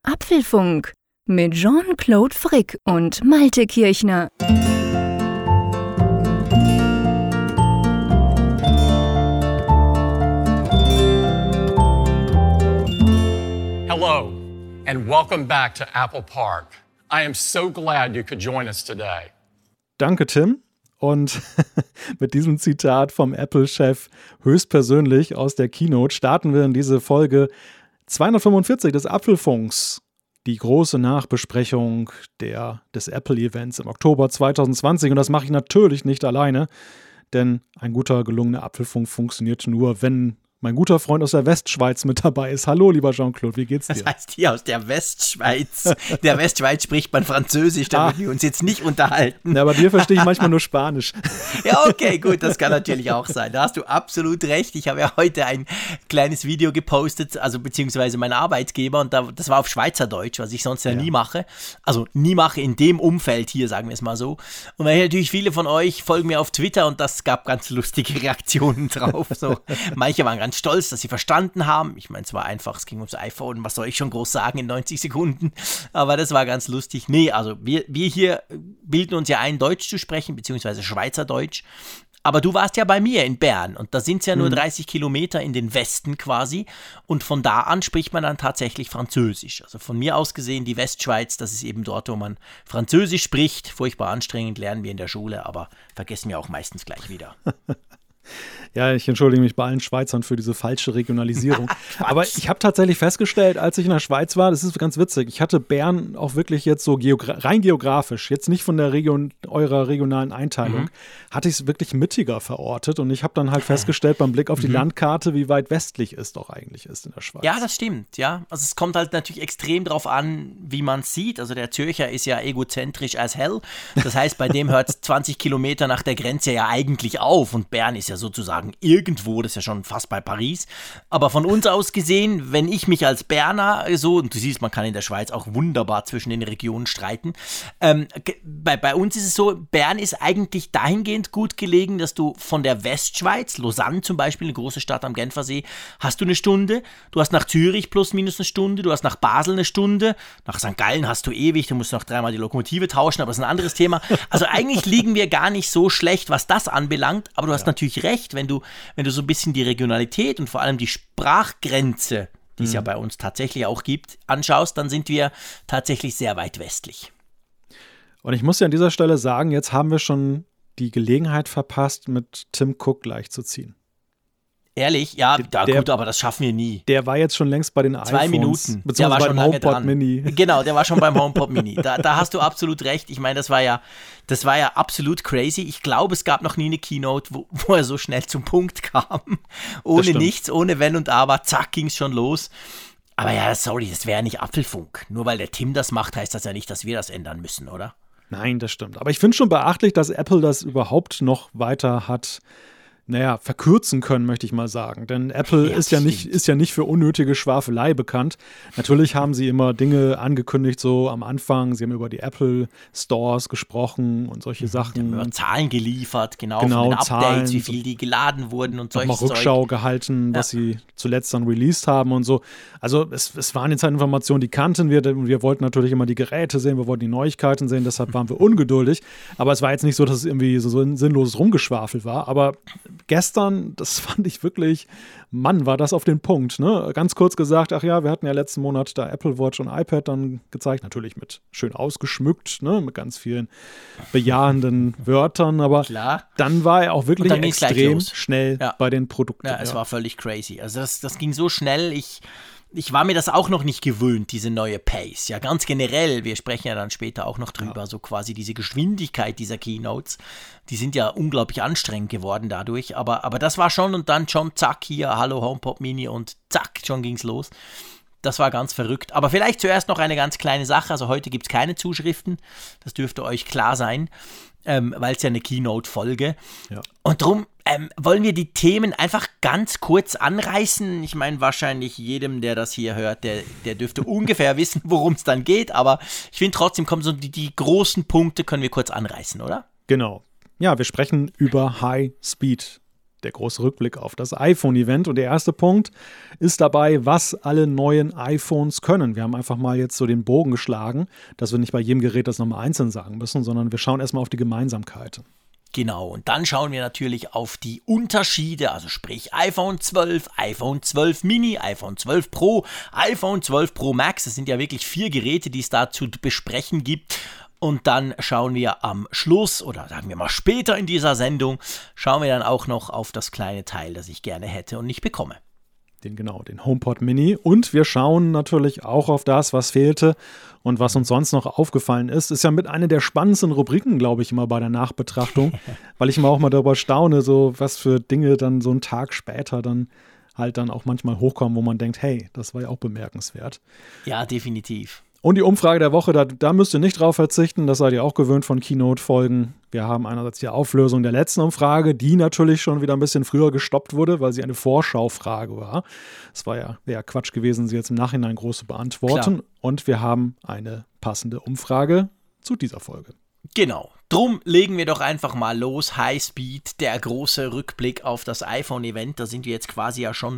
Apfelfunk mit Jean-Claude Frick und Malte Kirchner. Hello and welcome back to Apple Park. I am so glad you could join us today. Danke, Tim. Und mit diesem Zitat vom Apple-Chef höchstpersönlich aus der Keynote starten wir in diese Folge 245 des Apfelfunks. Die große Nachbesprechung des Apple-Events im Oktober 2020. Und das mache ich natürlich nicht alleine, denn ein guter, gelungener Apfelfunk funktioniert nur, wenn mein guter Freund aus der Westschweiz mit dabei ist. Hallo, lieber Jean-Claude, wie geht's dir? Das heißt hier aus der Westschweiz. Der Westschweiz spricht man Französisch, damit wir uns jetzt nicht unterhalten. Ja, bei dir verstehe ich manchmal nur Spanisch. Ja, okay, gut, das kann natürlich auch sein. Da hast du absolut recht. Ich habe ja heute ein kleines Video gepostet, also beziehungsweise mein Arbeitgeber, und das war auf Schweizerdeutsch, was ich sonst ja nie mache. Also nie mache in dem Umfeld hier, sagen wir es mal so. Und weil natürlich viele von euch folgen mir auf Twitter und das gab ganz lustige Reaktionen drauf. So, manche waren ganz stolz, dass sie verstanden haben. Ich meine, es war einfach, es ging ums iPhone, was soll ich schon groß sagen in 90 Sekunden, aber das war ganz lustig. Nee, also wir hier bilden uns ja ein, Deutsch zu sprechen, beziehungsweise Schweizerdeutsch, aber du warst ja bei mir in Bern und da sind es ja nur 30 Kilometer in den Westen quasi und von da an spricht man dann tatsächlich Französisch. Also von mir aus gesehen, die Westschweiz, das ist eben dort, wo man Französisch spricht. Furchtbar anstrengend, lernen wir in der Schule, aber vergessen wir auch meistens gleich wieder. Ja, ich entschuldige mich bei allen Schweizern für diese falsche Regionalisierung. Aber ich habe tatsächlich festgestellt, als ich in der Schweiz war, das ist ganz witzig, ich hatte Bern auch wirklich jetzt so rein geografisch, jetzt nicht von der eurer regionalen Einteilung, hatte ich es wirklich mittiger verortet und ich habe dann halt festgestellt beim Blick auf die Landkarte, wie weit westlich es doch eigentlich ist in der Schweiz. Ja, das stimmt, ja. Also es kommt halt natürlich extrem drauf an, wie man es sieht. Also der Zürcher ist ja egozentrisch as hell. Das heißt, bei dem hört es 20 Kilometer nach der Grenze ja eigentlich auf und Bern ist ja sozusagen irgendwo, das ist ja schon fast bei Paris, aber von uns aus gesehen, wenn ich mich als Berner so, und du siehst, man kann in der Schweiz auch wunderbar zwischen den Regionen streiten, bei uns ist es so, Bern ist eigentlich dahingehend gut gelegen, dass du von der Westschweiz, Lausanne zum Beispiel, eine große Stadt am Genfersee, hast du eine Stunde, du hast nach Zürich plus minus eine Stunde, du hast nach Basel eine Stunde, nach St. Gallen hast du ewig, du musst noch dreimal die Lokomotive tauschen, aber das ist ein anderes Thema. Also eigentlich liegen wir gar nicht so schlecht, was das anbelangt, aber du hast natürlich recht, wenn du so ein bisschen die Regionalität und vor allem die Sprachgrenze, die es ja bei uns tatsächlich auch gibt, anschaust, dann sind wir tatsächlich sehr weit westlich. Und ich muss ja an dieser Stelle sagen, jetzt haben wir schon die Gelegenheit verpasst, mit Tim Cook gleichzuziehen. Ehrlich? Ja, gut, aber das schaffen wir nie. Der war jetzt schon längst bei den iPhones. 2 Minuten. Der war schon beim HomePod Mini. Genau, der war schon beim HomePod Mini. Da hast du absolut recht. Ich meine, das war ja absolut crazy. Ich glaube, es gab noch nie eine Keynote, wo er so schnell zum Punkt kam. Ohne nichts, ohne Wenn und Aber. Zack, ging es schon los. Aber ja, sorry, das wäre ja nicht Apfelfunk. Nur weil der Tim das macht, heißt das ja nicht, dass wir das ändern müssen, oder? Nein, das stimmt. Aber ich finde schon beachtlich, dass Apple das überhaupt noch weiter hat verkürzen können, möchte ich mal sagen. Denn Apple ist ja nicht für unnötige Schwafelei bekannt. Natürlich haben sie immer Dinge angekündigt, so am Anfang. Sie haben über die Apple Stores gesprochen und solche Sachen. Sie haben über Zahlen geliefert, genau von den Updates, Zahlen, wie viel die geladen wurden und solches Zeug. Nochmal Rückschau gehalten, was sie zuletzt dann released haben und so. Also es waren jetzt halt Informationen, die kannten wir. Wir wollten natürlich immer die Geräte sehen, wir wollten die Neuigkeiten sehen, deshalb waren wir ungeduldig. Aber es war jetzt nicht so, dass es irgendwie so ein sinnloses Rumgeschwafel war. Aber gestern, das fand ich wirklich, Mann, war das auf den Punkt. Ne? Ganz kurz gesagt, ach ja, wir hatten ja letzten Monat da Apple Watch und iPad dann gezeigt, natürlich mit schön ausgeschmückt, ne? Mit ganz vielen bejahenden Wörtern, aber klar. Dann war er auch wirklich extrem schnell bei den Produkten. Ja, es war völlig crazy. Also das ging so schnell, ich war mir das auch noch nicht gewöhnt, diese neue Pace. Ja, ganz generell, wir sprechen ja dann später auch noch drüber, so quasi diese Geschwindigkeit dieser Keynotes, die sind ja unglaublich anstrengend geworden dadurch, aber das war schon und dann schon zack, hier, hallo HomePod Mini und zack, schon ging's los. Das war ganz verrückt. Aber vielleicht zuerst noch eine ganz kleine Sache, also heute gibt es keine Zuschriften, das dürfte euch klar sein, weil es ja eine Keynote-Folge. Ja. Und darum wollen wir die Themen einfach ganz kurz anreißen. Ich meine, wahrscheinlich jedem, der das hier hört, der dürfte ungefähr wissen, worum es dann geht. Aber ich finde trotzdem, kommen so die großen Punkte können wir kurz anreißen, oder? Genau. Ja, wir sprechen über High Speed der große Rückblick auf das iPhone-Event. Und der erste Punkt ist dabei, was alle neuen iPhones können. Wir haben einfach mal jetzt so den Bogen geschlagen, dass wir nicht bei jedem Gerät das nochmal einzeln sagen müssen, sondern wir schauen erstmal auf die Gemeinsamkeiten. Genau, und dann schauen wir natürlich auf die Unterschiede, also sprich iPhone 12, iPhone 12 Mini, iPhone 12 Pro, iPhone 12 Pro Max. Das sind ja wirklich 4 Geräte, die es da zu besprechen gibt. Und dann schauen wir am Schluss, oder sagen wir mal später in dieser Sendung, schauen wir dann auch noch auf das kleine Teil, das ich gerne hätte und nicht bekomme. Den HomePod Mini. Und wir schauen natürlich auch auf das, was fehlte und was uns sonst noch aufgefallen ist. Ist ja mit einer der spannendsten Rubriken, glaube ich, immer bei der Nachbetrachtung, weil ich immer auch mal darüber staune, so was für Dinge dann so einen Tag später dann halt dann auch manchmal hochkommen, wo man denkt, hey, das war ja auch bemerkenswert. Ja, definitiv. Und die Umfrage der Woche, da müsst ihr nicht drauf verzichten, das seid ihr auch gewöhnt von Keynote-Folgen. Wir haben einerseits die Auflösung der letzten Umfrage, die natürlich schon wieder ein bisschen früher gestoppt wurde, weil sie eine Vorschaufrage war. Es wäre ja Quatsch gewesen, sie jetzt im Nachhinein groß zu beantworten. Klar. Und wir haben eine passende Umfrage zu dieser Folge. Genau. Drum legen wir doch einfach mal los. Highspeed, der große Rückblick auf das iPhone-Event. Da sind wir jetzt quasi ja schon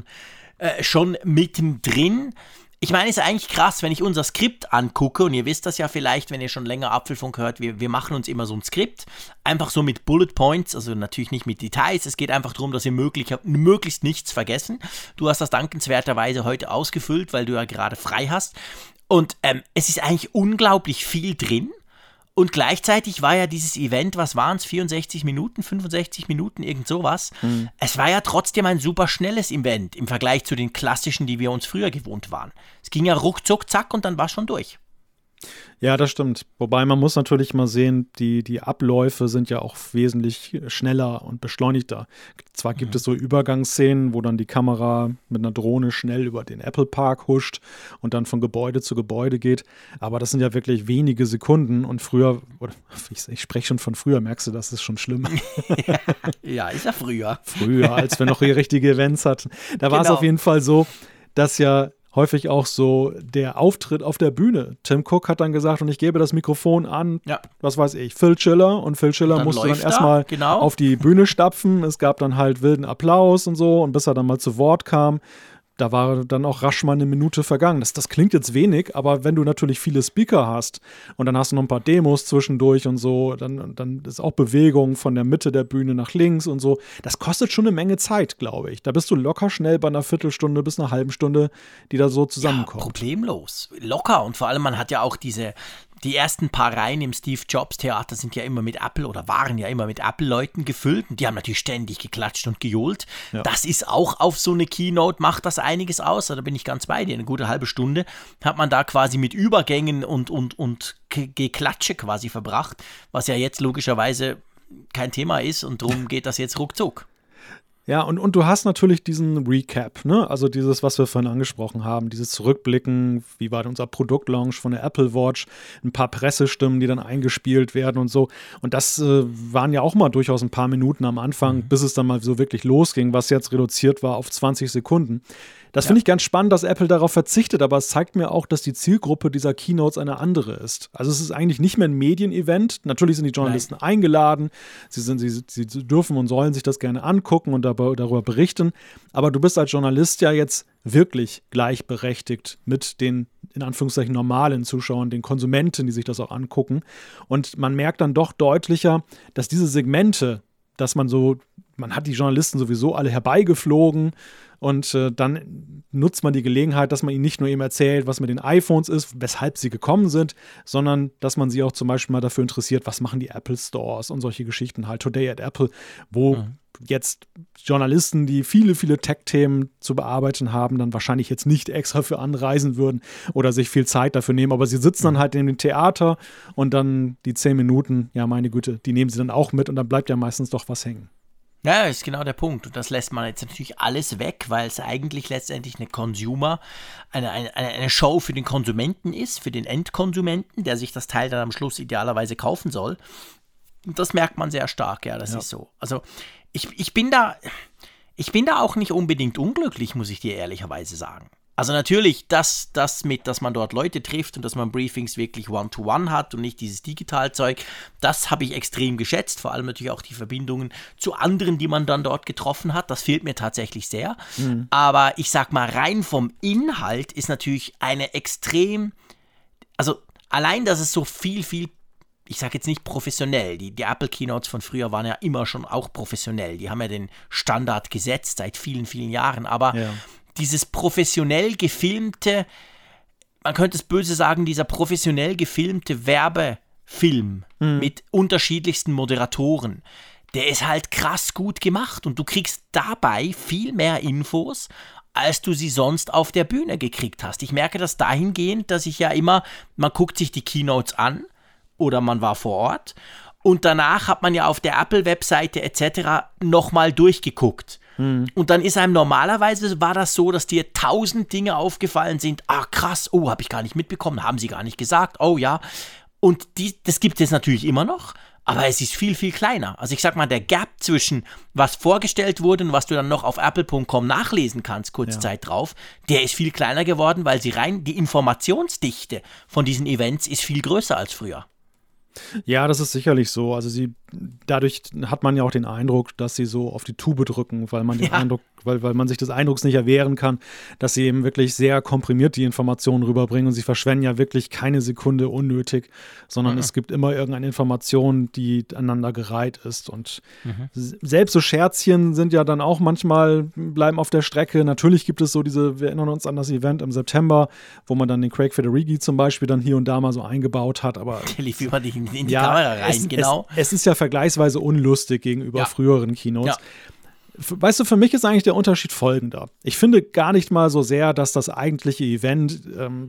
mittendrin. Ich meine, es ist eigentlich krass, wenn ich unser Skript angucke, und ihr wisst das ja vielleicht, wenn ihr schon länger Apfelfunk hört, wir machen uns immer so ein Skript, einfach so mit Bullet Points, also natürlich nicht mit Details, es geht einfach darum, dass wir möglichst nichts vergessen. Du hast das dankenswerterweise heute ausgefüllt, weil du ja gerade frei hast, und es ist eigentlich unglaublich viel drin. Und gleichzeitig war ja dieses Event, was waren es, 64 Minuten, 65 Minuten, irgend sowas. Es war ja trotzdem ein super schnelles Event im Vergleich zu den klassischen, die wir uns früher gewohnt waren. Es ging ja ruckzuck, zack und dann war es schon durch. Ja, das stimmt. Wobei man muss natürlich mal sehen, die Abläufe sind ja auch wesentlich schneller und beschleunigter. Zwar gibt es so Übergangsszenen, wo dann die Kamera mit einer Drohne schnell über den Apple Park huscht und dann von Gebäude zu Gebäude geht, aber das sind ja wirklich wenige Sekunden und früher, oder ich spreche schon von früher, merkst du, das ist schon schlimm. Ja, ist ja früher. Früher, als wir noch richtige Events hatten. Da war es auf jeden Fall so, dass ja häufig auch so der Auftritt auf der Bühne. Tim Cook hat dann gesagt, und ich gebe das Mikrofon an, was weiß ich, Phil Schiller. Und Phil Schiller musste dann erstmal auf die Bühne stapfen. Es gab dann halt wilden Applaus und so. Und bis er dann mal zu Wort kam, da war dann auch rasch mal eine Minute vergangen. Das klingt jetzt wenig, aber wenn du natürlich viele Speaker hast und dann hast du noch ein paar Demos zwischendurch und so, dann ist auch Bewegung von der Mitte der Bühne nach links und so. Das kostet schon eine Menge Zeit, glaube ich. Da bist du locker schnell bei einer Viertelstunde bis einer halben Stunde, die da so zusammenkommt. Ja, problemlos. Locker. Und vor allem, man hat ja auch die ersten paar Reihen im Steve Jobs Theater sind ja immer mit Apple oder waren ja immer mit Apple-Leuten gefüllt und die haben natürlich ständig geklatscht und gejohlt. Ja. Das ist auch auf so eine Keynote, macht das einiges aus, da bin ich ganz bei dir. Eine gute halbe Stunde hat man da quasi mit Übergängen und Geklatsche quasi verbracht, was ja jetzt logischerweise kein Thema ist und darum geht das jetzt ruckzuck. Ja, und du hast natürlich diesen Recap, ne? Also dieses, was wir vorhin angesprochen haben, dieses Zurückblicken, wie war unser Produktlaunch von der Apple Watch, ein paar Pressestimmen, die dann eingespielt werden und so. Und das waren ja auch mal durchaus ein paar Minuten am Anfang, bis es dann mal so wirklich losging, was jetzt reduziert war auf 20 Sekunden. Das finde ich ganz spannend, dass Apple darauf verzichtet, aber es zeigt mir auch, dass die Zielgruppe dieser Keynotes eine andere ist. Also es ist eigentlich nicht mehr ein Medienevent. Natürlich sind die Journalisten eingeladen, sie dürfen und sollen sich das gerne angucken und darüber berichten, aber du bist als Journalist ja jetzt wirklich gleichberechtigt mit den, in Anführungszeichen, normalen Zuschauern, den Konsumenten, die sich das auch angucken. Und man merkt dann doch deutlicher, dass diese Segmente, dass man hat die Journalisten sowieso alle herbeigeflogen und dann nutzt man die Gelegenheit, dass man ihnen nicht nur eben erzählt, was mit den iPhones ist, weshalb sie gekommen sind, sondern dass man sie auch zum Beispiel mal dafür interessiert, was machen die Apple Stores und solche Geschichten halt, Today at Apple, wo jetzt Journalisten, die viele, viele Tech-Themen zu bearbeiten haben, dann wahrscheinlich jetzt nicht extra für anreisen würden oder sich viel Zeit dafür nehmen, aber sie sitzen dann halt in dem Theater und dann die 10 Minuten, ja meine Güte, die nehmen sie dann auch mit und dann bleibt ja meistens doch was hängen. Ja, ist genau der Punkt. Und das lässt man jetzt natürlich alles weg, weil es eigentlich letztendlich eine Show für den Konsumenten ist, für den Endkonsumenten, der sich das Teil dann am Schluss idealerweise kaufen soll. Und das merkt man sehr stark, ja, das ist so. Also ich bin da auch nicht unbedingt unglücklich, muss ich dir ehrlicherweise sagen. Also natürlich, dass man dort Leute trifft und dass man Briefings wirklich One-to-One hat und nicht dieses Digitalzeug, das habe ich extrem geschätzt, vor allem natürlich auch die Verbindungen zu anderen, die man dann dort getroffen hat, das fehlt mir tatsächlich sehr. Aber ich sag mal, rein vom Inhalt ist natürlich eine extrem, also allein, dass es so viel, ich sage jetzt nicht professionell, die Apple Keynotes von früher waren ja immer schon auch professionell, die haben ja den Standard gesetzt seit vielen, vielen Jahren, aber dieses professionell gefilmte, man könnte es böse sagen, dieser professionell gefilmte Werbefilm mit unterschiedlichsten Moderatoren, der ist halt krass gut gemacht und du kriegst dabei viel mehr Infos, als du sie sonst auf der Bühne gekriegt hast. Ich merke das dahingehend, dass ich ja immer, man guckt sich die Keynotes an oder man war vor Ort und danach hat man ja auf der Apple-Webseite etc. nochmal durchgeguckt. Und dann ist einem normalerweise, war das so, dass dir 1000 Dinge aufgefallen sind. Ah, krass, oh, habe ich gar nicht mitbekommen, haben sie gar nicht gesagt, oh ja. Und das gibt es natürlich immer noch, aber es ist viel, viel kleiner. Also ich sag mal, der Gap zwischen was vorgestellt wurde und was du dann noch auf apple.com nachlesen kannst, kurze Zeit drauf, der ist viel kleiner geworden, weil die Informationsdichte von diesen Events ist viel größer als früher. Ja, das ist sicherlich so. Also dadurch hat man ja auch den Eindruck, dass sie so auf die Tube drücken, weil man den Eindruck, weil man sich des Eindrucks nicht erwehren kann, dass sie eben wirklich sehr komprimiert die Informationen rüberbringen und sie verschwenden ja wirklich keine Sekunde unnötig, sondern es gibt immer irgendeine Information, die aneinander gereiht ist. Und selbst so Scherzchen sind ja dann auch manchmal, bleiben auf der Strecke. Natürlich gibt es so wir erinnern uns an das Event im September, wo man dann den Craig Federighi zum Beispiel dann hier und da mal so eingebaut hat. Aber der lief immer in die Kamera rein, genau. Es ist ja vergleichsweise unlustig gegenüber früheren Keynotes. Ja. Weißt du, für mich ist eigentlich der Unterschied folgender. Ich finde gar nicht mal so sehr, dass das eigentliche Event,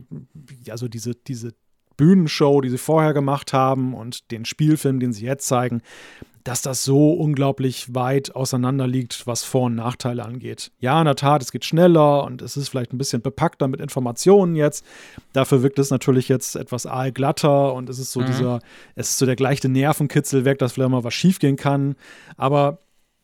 also diese Bühnenshow, die sie vorher gemacht haben und den Spielfilm, den sie jetzt zeigen, dass das so unglaublich weit auseinander liegt, was Vor- und Nachteile angeht. Ja, in der Tat, es geht schneller und es ist vielleicht ein bisschen bepackter mit Informationen jetzt. Dafür wirkt es natürlich jetzt etwas aalglatter und es ist so es ist so der gleiche Nervenkitzel weg, dass vielleicht mal was schiefgehen kann. Aber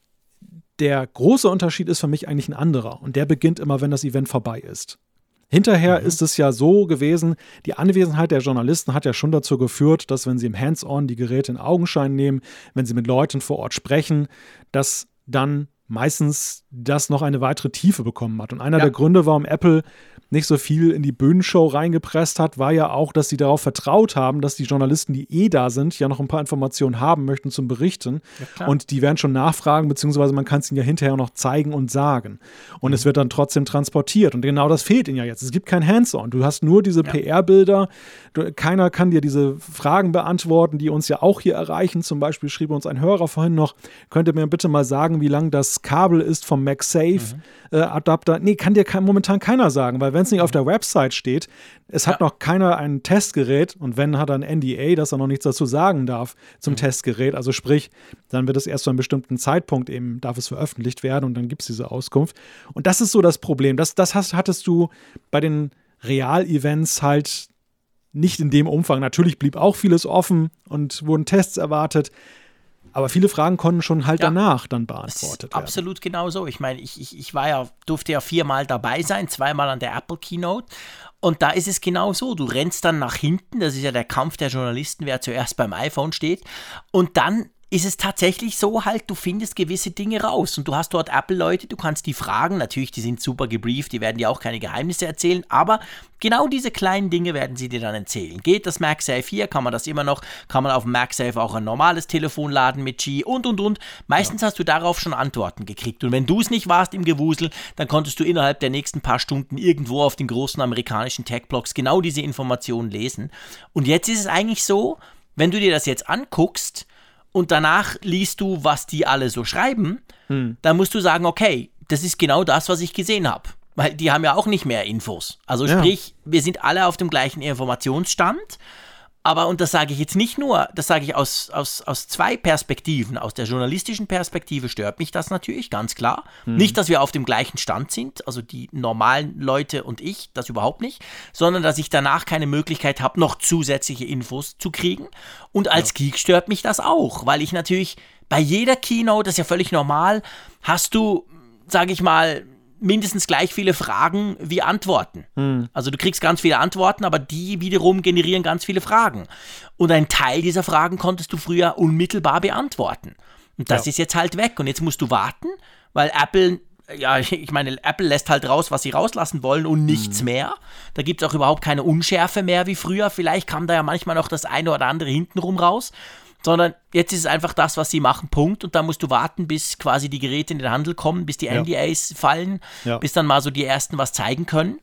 der große Unterschied ist für mich eigentlich ein anderer und der beginnt immer, wenn das Event vorbei ist. Hinterher ist es ja so gewesen, die Anwesenheit der Journalisten hat ja schon dazu geführt, dass wenn sie im Hands-on die Geräte in Augenschein nehmen, wenn sie mit Leuten vor Ort sprechen, dass dann meistens das noch eine weitere Tiefe bekommen hat. Und einer der Gründe, warum Apple nicht so viel in die Bühnenshow reingepresst hat, war ja auch, dass sie darauf vertraut haben, dass die Journalisten, die da sind, ja noch ein paar Informationen haben möchten zum Berichten. Ja, und die werden schon nachfragen, beziehungsweise man kann es ihnen ja hinterher noch zeigen und sagen. Und es wird dann trotzdem transportiert. Und genau das fehlt ihnen ja jetzt. Es gibt kein Hands-on. Du hast nur diese PR-Bilder. Keiner kann dir diese Fragen beantworten, die uns ja auch hier erreichen. Zum Beispiel schrieb uns ein Hörer vorhin noch, könnt ihr mir bitte mal sagen, wie lang das Kabel ist vom MagSafe-Adapter? Nee, kann dir momentan keiner sagen, weil wenn es nicht auf der Website steht, es hat noch keiner ein Testgerät und wenn, hat er ein NDA, dass er noch nichts dazu sagen darf zum Testgerät. Also sprich, dann wird es erst zu einem bestimmten Zeitpunkt eben, darf es veröffentlicht werden und dann gibt es diese Auskunft. Und das ist so das Problem. Das hattest du bei den Real-Events halt nicht in dem Umfang. Natürlich blieb auch vieles offen und wurden Tests erwartet. Aber viele Fragen konnten schon halt danach dann beantwortet werden. Absolut genau so. Ich meine, ich durfte ja 4-mal dabei sein, 2-mal an der Apple Keynote. Und da ist es genau so. Du rennst dann nach hinten, das ist ja der Kampf der Journalisten, wer zuerst beim iPhone steht. Und dann ist es tatsächlich so halt, du findest gewisse Dinge raus und du hast dort Apple-Leute, du kannst die fragen, natürlich, die sind super gebrieft, die werden dir auch keine Geheimnisse erzählen, aber genau diese kleinen Dinge werden sie dir dann erzählen. Geht das MagSafe hier, kann man das immer noch, kann man auf dem MagSafe auch ein normales Telefon laden mit Qi und. Meistens hast du darauf schon Antworten gekriegt und wenn du es nicht warst im Gewusel, dann konntest du innerhalb der nächsten paar Stunden irgendwo auf den großen amerikanischen Tech-Blogs genau diese Informationen lesen. Und jetzt ist es eigentlich so, wenn du dir das jetzt anguckst, und danach liest du, was die alle so schreiben, dann musst du sagen, okay, das ist genau das, was ich gesehen habe. Weil die haben ja auch nicht mehr Infos. Also sprich, wir sind alle auf dem gleichen Informationsstand. Aber, und das sage ich jetzt nicht nur, das sage ich aus 2 Perspektiven. Aus der journalistischen Perspektive stört mich das natürlich, ganz klar. Nicht, dass wir auf dem gleichen Stand sind, also die normalen Leute und ich, das überhaupt nicht, sondern dass ich danach keine Möglichkeit habe, noch zusätzliche Infos zu kriegen. Und als Geek stört mich das auch, weil ich natürlich bei jeder Keynote, das ist ja völlig normal, hast du, sage ich mal, mindestens gleich viele Fragen wie Antworten. Also du kriegst ganz viele Antworten, aber die wiederum generieren ganz viele Fragen. Und ein Teil dieser Fragen konntest du früher unmittelbar beantworten. Und das ist jetzt halt weg. Und jetzt musst du warten, weil Apple lässt halt raus, was sie rauslassen wollen und nichts mehr. Da gibt es auch überhaupt keine Unschärfe mehr wie früher. Vielleicht kam da ja manchmal noch das eine oder andere hintenrum raus. Sondern jetzt ist es einfach das, was sie machen, Punkt. Und da musst du warten, bis quasi die Geräte in den Handel kommen, bis die NDAs fallen, bis dann mal so die Ersten was zeigen können.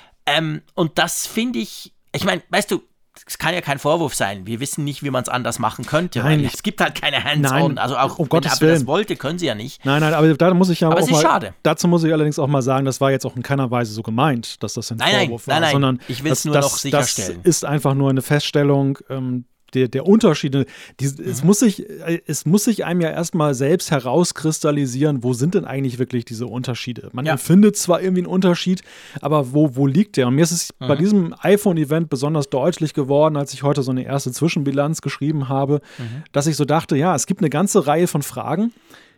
Und das finde ich meine, weißt du, es kann ja kein Vorwurf sein. Wir wissen nicht, wie man es anders machen könnte. Nein, weil es gibt halt keine Hands-on. Also auch um wenn Gottes Apple Willen. das wollte, können sie ja nicht. Nein, aber da muss ich ja aber auch es ist schade. Dazu muss ich allerdings auch mal sagen, das war jetzt auch in keiner Weise so gemeint, dass das ein Vorwurf war. Nein, sondern ich will es nur noch sicherstellen. Das ist einfach nur eine Feststellung der Unterschiede. Es muss sich einem ja erstmal selbst herauskristallisieren, wo sind denn eigentlich wirklich diese Unterschiede? Man empfindet zwar irgendwie einen Unterschied, aber wo liegt der? Und mir ist es bei diesem iPhone-Event besonders deutlich geworden, als ich heute so eine erste Zwischenbilanz geschrieben habe, dass ich so dachte, ja, es gibt eine ganze Reihe von Fragen,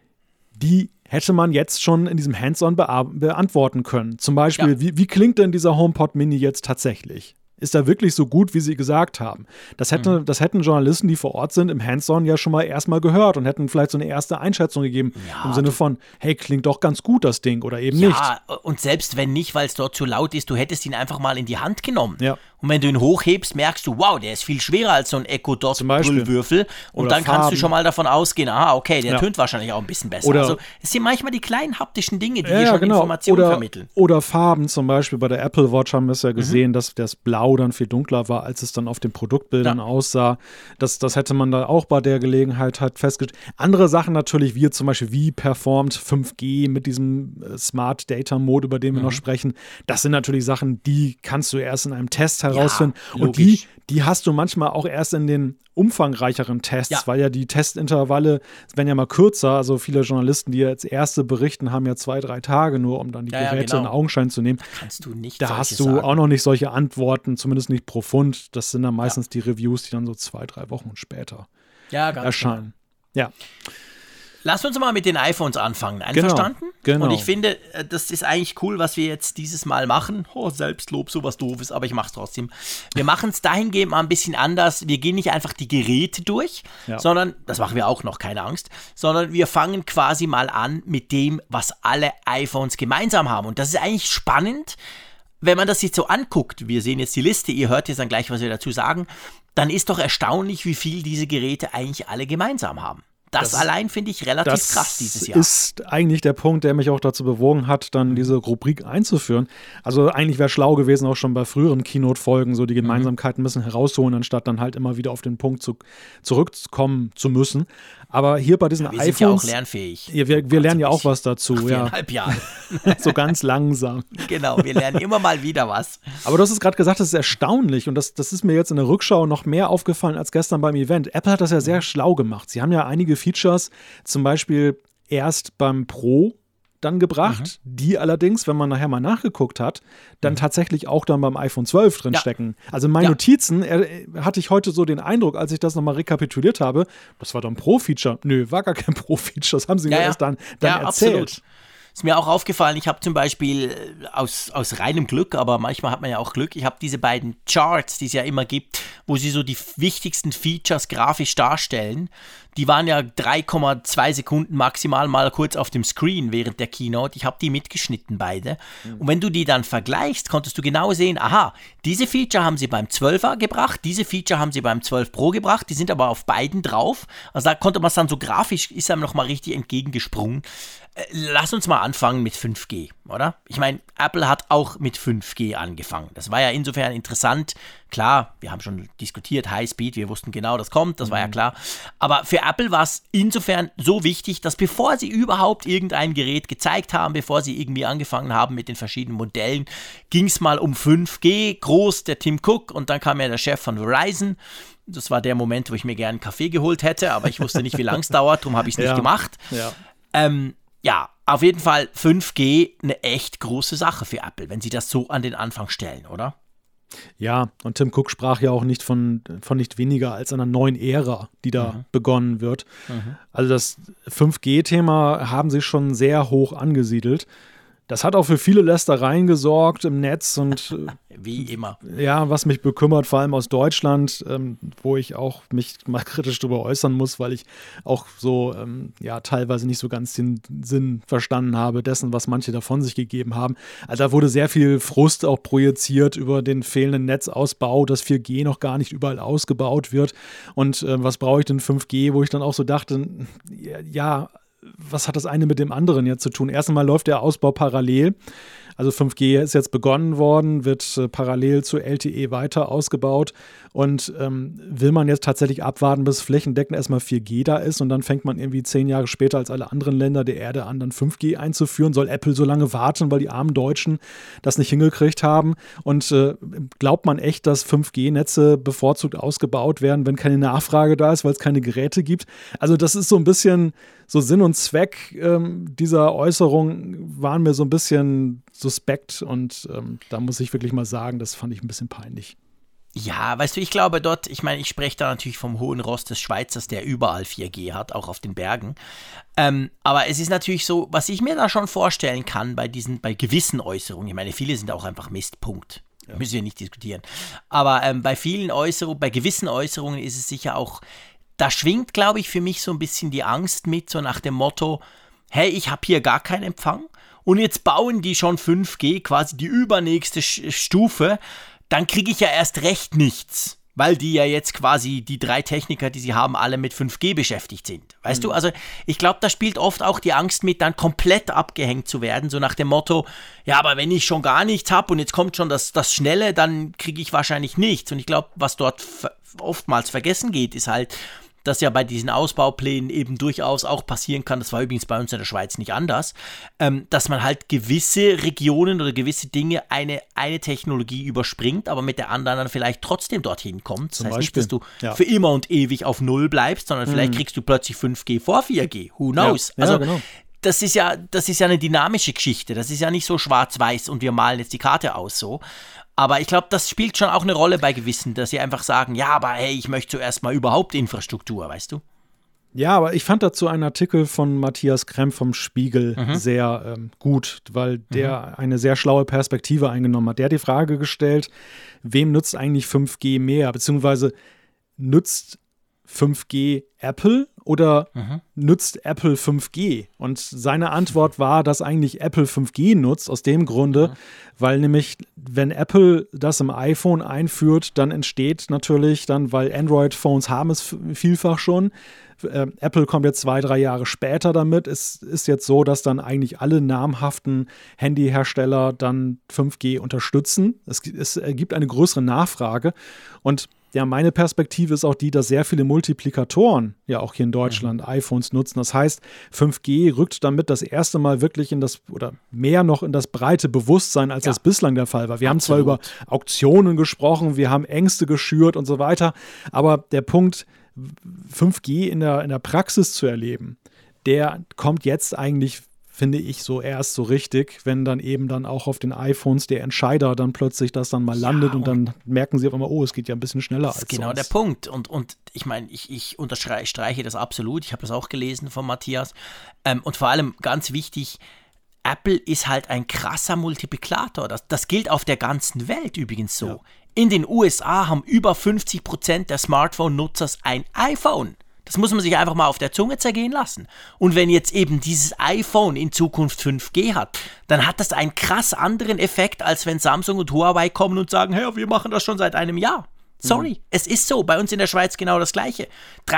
die hätte man jetzt schon in diesem Hands-on beantworten können. Zum Beispiel, wie klingt denn dieser HomePod Mini jetzt tatsächlich? Ist er wirklich so gut, wie sie gesagt haben? Das hätten Journalisten, die vor Ort sind, im Hands-on ja schon mal erstmal gehört und hätten vielleicht so eine erste Einschätzung gegeben, im Sinne von, hey, klingt doch ganz gut das Ding oder eben nicht. Ja, und selbst wenn nicht, weil es dort zu laut ist, du hättest ihn einfach mal in die Hand genommen. Ja. Und wenn du ihn hochhebst, merkst du, wow, der ist viel schwerer als so ein Echo Dot Brüllwürfel. Und oder dann kannst Farben. du schon mal davon ausgehen, okay, der tönt wahrscheinlich auch ein bisschen besser. Oder also es sind manchmal die kleinen haptischen Dinge, die hier schon Informationen vermitteln. Oder Farben, zum Beispiel bei der Apple Watch haben wir es ja gesehen, dass das Blau dann viel dunkler war, als es dann auf den Produktbildern aussah. Das hätte man da auch bei der Gelegenheit halt festgestellt. Andere Sachen natürlich, wie zum Beispiel, wie performt 5G mit diesem Smart Data Mode, über den wir noch sprechen. Das sind natürlich Sachen, die kannst du erst in einem Test herausfinden. Und die hast du manchmal auch erst in den umfangreicheren Tests, weil ja die Testintervalle werden ja mal kürzer. Also viele Journalisten, die als erste berichten, haben ja 2-3 Tage nur, um dann die Geräte in Augenschein zu nehmen. Kannst du nicht Da hast du auch noch nicht solche Antworten, zumindest nicht pro Pfund. Das sind dann meistens die Reviews, die dann so 2-3 Wochen später erscheinen. Genau. Ja. Lass uns mal mit den iPhones anfangen. Einverstanden? Genau. Und ich finde, das ist eigentlich cool, was wir jetzt dieses Mal machen. Selbstlob, sowas Doofes, aber ich mache es trotzdem. Wir machen es dahingehend mal ein bisschen anders. Wir gehen nicht einfach die Geräte durch, sondern, das machen wir auch noch, keine Angst, sondern wir fangen quasi mal an mit dem, was alle iPhones gemeinsam haben. Und das ist eigentlich spannend, wenn man das jetzt so anguckt. Wir sehen jetzt die Liste, ihr hört jetzt dann gleich, was wir dazu sagen. Dann ist doch erstaunlich, wie viel diese Geräte eigentlich alle gemeinsam haben. Das allein finde ich relativ krass dieses Jahr. Das ist eigentlich der Punkt, der mich auch dazu bewogen hat, dann diese Rubrik einzuführen. Also eigentlich wäre schlau gewesen, auch schon bei früheren Keynote-Folgen so die Gemeinsamkeiten ein bisschen herausholen, anstatt dann halt immer wieder auf den Punkt zurückkommen zu müssen. Aber hier bei diesen wir iPhones… sind ja auch lernfähig. Wir lernen ja auch was dazu. 4,5 Jahren. So ganz langsam. Genau, wir lernen immer mal wieder was. Aber du hast es gerade gesagt, das ist erstaunlich und das ist mir jetzt in der Rückschau noch mehr aufgefallen als gestern beim Event. Apple hat das ja sehr schlau gemacht. Sie haben ja einige Features zum Beispiel erst beim Pro dann gebracht, die allerdings, wenn man nachher mal nachgeguckt hat, dann tatsächlich auch dann beim iPhone 12 drinstecken. Also in meinen Notizen hatte ich heute so den Eindruck, als ich das nochmal rekapituliert habe, das war dann Pro-Feature. Nö, war gar kein Pro-Feature, das haben sie mir erst dann erzählt. Absolut. Ist mir auch aufgefallen, ich habe zum Beispiel aus reinem Glück, aber manchmal hat man ja auch Glück, ich habe diese beiden Charts, die es ja immer gibt, wo sie so die wichtigsten Features grafisch darstellen. Die waren ja 3,2 Sekunden maximal mal kurz auf dem Screen während der Keynote. Ich habe die mitgeschnitten beide. Und wenn du die dann vergleichst, konntest du genau sehen, aha, diese Feature haben sie beim 12er gebracht, diese Feature haben sie beim 12 Pro gebracht, die sind aber auf beiden drauf. Also da konnte man es dann so grafisch, ist einem nochmal richtig entgegengesprungen. Lass uns mal anfangen mit 5G, oder? Ich meine, Apple hat auch mit 5G angefangen. Das war ja insofern interessant. Klar, wir haben schon diskutiert, Highspeed, wir wussten genau, das kommt, das war ja klar. Aber für Apple war es insofern so wichtig, dass bevor sie überhaupt irgendein Gerät gezeigt haben, bevor sie irgendwie angefangen haben mit den verschiedenen Modellen, ging es mal um 5G, groß, der Tim Cook, und dann kam ja der Chef von Verizon. Das war der Moment, wo ich mir gerne einen Kaffee geholt hätte, aber ich wusste nicht, wie lange es dauert, darum habe ich es nicht gemacht. Ja, auf jeden Fall 5G eine echt große Sache für Apple, wenn sie das so an den Anfang stellen, oder? Ja, und Tim Cook sprach ja auch nicht von nicht weniger als einer neuen Ära, die da begonnen wird. Also das 5G-Thema haben sie schon sehr hoch angesiedelt. Das hat auch für viele Lästereien gesorgt im Netz und wie immer. Ja, was mich bekümmert, vor allem aus Deutschland, wo ich auch mich mal kritisch darüber äußern muss, weil ich auch so teilweise nicht so ganz den Sinn verstanden habe dessen, was manche davon sich gegeben haben. Also da wurde sehr viel Frust auch projiziert über den fehlenden Netzausbau, dass 4G noch gar nicht überall ausgebaut wird und was brauche ich denn 5G, wo ich dann auch so dachte, ja, was hat das eine mit dem anderen jetzt zu tun? Erst einmal läuft der Ausbau parallel. Also 5G ist jetzt begonnen worden, wird parallel zu LTE weiter ausgebaut und will man jetzt tatsächlich abwarten, bis flächendeckend erstmal 4G da ist und dann fängt man irgendwie 10 Jahre später als alle anderen Länder der Erde an, dann 5G einzuführen? Soll Apple so lange warten, weil die armen Deutschen das nicht hingekriegt haben? Und glaubt man echt, dass 5G-Netze bevorzugt ausgebaut werden, wenn keine Nachfrage da ist, weil es keine Geräte gibt? Also das ist so ein bisschen so Sinn und Zweck dieser Äußerung waren mir so ein bisschen suspekt und da muss ich wirklich mal sagen, das fand ich ein bisschen peinlich. Ja, weißt du, ich glaube dort, ich meine, ich spreche da natürlich vom hohen Ross des Schweizers, der überall 4G hat, auch auf den Bergen. Aber es ist natürlich so, was ich mir da schon vorstellen kann bei gewissen Äußerungen, ich meine, viele sind auch einfach Mist, Punkt. Ja. Müssen wir nicht diskutieren. Aber bei gewissen Äußerungen ist es sicher auch, da schwingt, glaube ich, für mich so ein bisschen die Angst mit, so nach dem Motto, hey, ich habe hier gar keinen Empfang und jetzt bauen die schon 5G, quasi die übernächste Stufe, dann kriege ich ja erst recht nichts, weil die ja jetzt quasi die 3 Techniker, die sie haben, alle mit 5G beschäftigt sind. Weißt du, also ich glaube, da spielt oft auch die Angst mit, dann komplett abgehängt zu werden, so nach dem Motto, ja, aber wenn ich schon gar nichts habe und jetzt kommt schon das Schnelle, dann kriege ich wahrscheinlich nichts. Und ich glaube, was dort oftmals vergessen geht, ist halt, dass ja bei diesen Ausbauplänen eben durchaus auch passieren kann, das war übrigens bei uns in der Schweiz nicht anders, dass man halt gewisse Regionen oder gewisse Dinge eine Technologie überspringt, aber mit der anderen dann vielleicht trotzdem dorthin kommt. Das heißt nicht, dass du für immer und ewig auf Null bleibst, sondern vielleicht kriegst du plötzlich 5G vor 4G. Who knows? Ja, also genau. Das ist ja eine dynamische Geschichte. Das ist ja nicht so schwarz-weiß und wir malen jetzt die Karte aus so. Aber ich glaube, das spielt schon auch eine Rolle bei Gewissen, dass sie einfach sagen, ja, aber hey, ich möchte zuerst mal überhaupt Infrastruktur, weißt du? Ja, aber ich fand dazu einen Artikel von Matthias Kremp vom Spiegel sehr gut, weil der eine sehr schlaue Perspektive eingenommen hat. Der hat die Frage gestellt, wem nutzt eigentlich 5G mehr, beziehungsweise nutzt 5G Apple oder nutzt Apple 5G? Und seine Antwort war, dass eigentlich Apple 5G nutzt, aus dem Grunde, weil nämlich, wenn Apple das im iPhone einführt, dann entsteht natürlich dann, weil Android-Phones haben es vielfach schon, Apple kommt jetzt 2-3 Jahre später damit. Es ist jetzt so, dass dann eigentlich alle namhaften Handyhersteller dann 5G unterstützen. Es gibt eine größere Nachfrage und ja, meine Perspektive ist auch die, dass sehr viele Multiplikatoren ja auch hier in Deutschland iPhones nutzen. Das heißt, 5G rückt damit das erste Mal wirklich in das oder mehr noch in das breite Bewusstsein, als das bislang der Fall war. Wir haben zwar über Auktionen gesprochen, wir haben Ängste geschürt und so weiter, aber der Punkt, 5G in der Praxis zu erleben, der kommt jetzt eigentlich, finde ich, so erst so richtig, wenn dann eben dann auch auf den iPhones der Entscheider dann plötzlich das dann mal landet und dann merken sie auf einmal, oh, es geht ja ein bisschen schneller als sonst. Das ist genau der Punkt. Und ich meine, ich unterstreiche das absolut. Ich habe das auch gelesen von Matthias. Und vor allem ganz wichtig, Apple ist halt ein krasser Multiplikator. Das gilt auf der ganzen Welt übrigens so. Ja. In den USA haben über 50% der Smartphone-Nutzers ein iPhone. Das muss man sich einfach mal auf der Zunge zergehen lassen. Und wenn jetzt eben dieses iPhone in Zukunft 5G hat, dann hat das einen krass anderen Effekt, als wenn Samsung und Huawei kommen und sagen, hey, wir machen das schon seit einem Jahr. Sorry, es ist so. Bei uns in der Schweiz genau das Gleiche.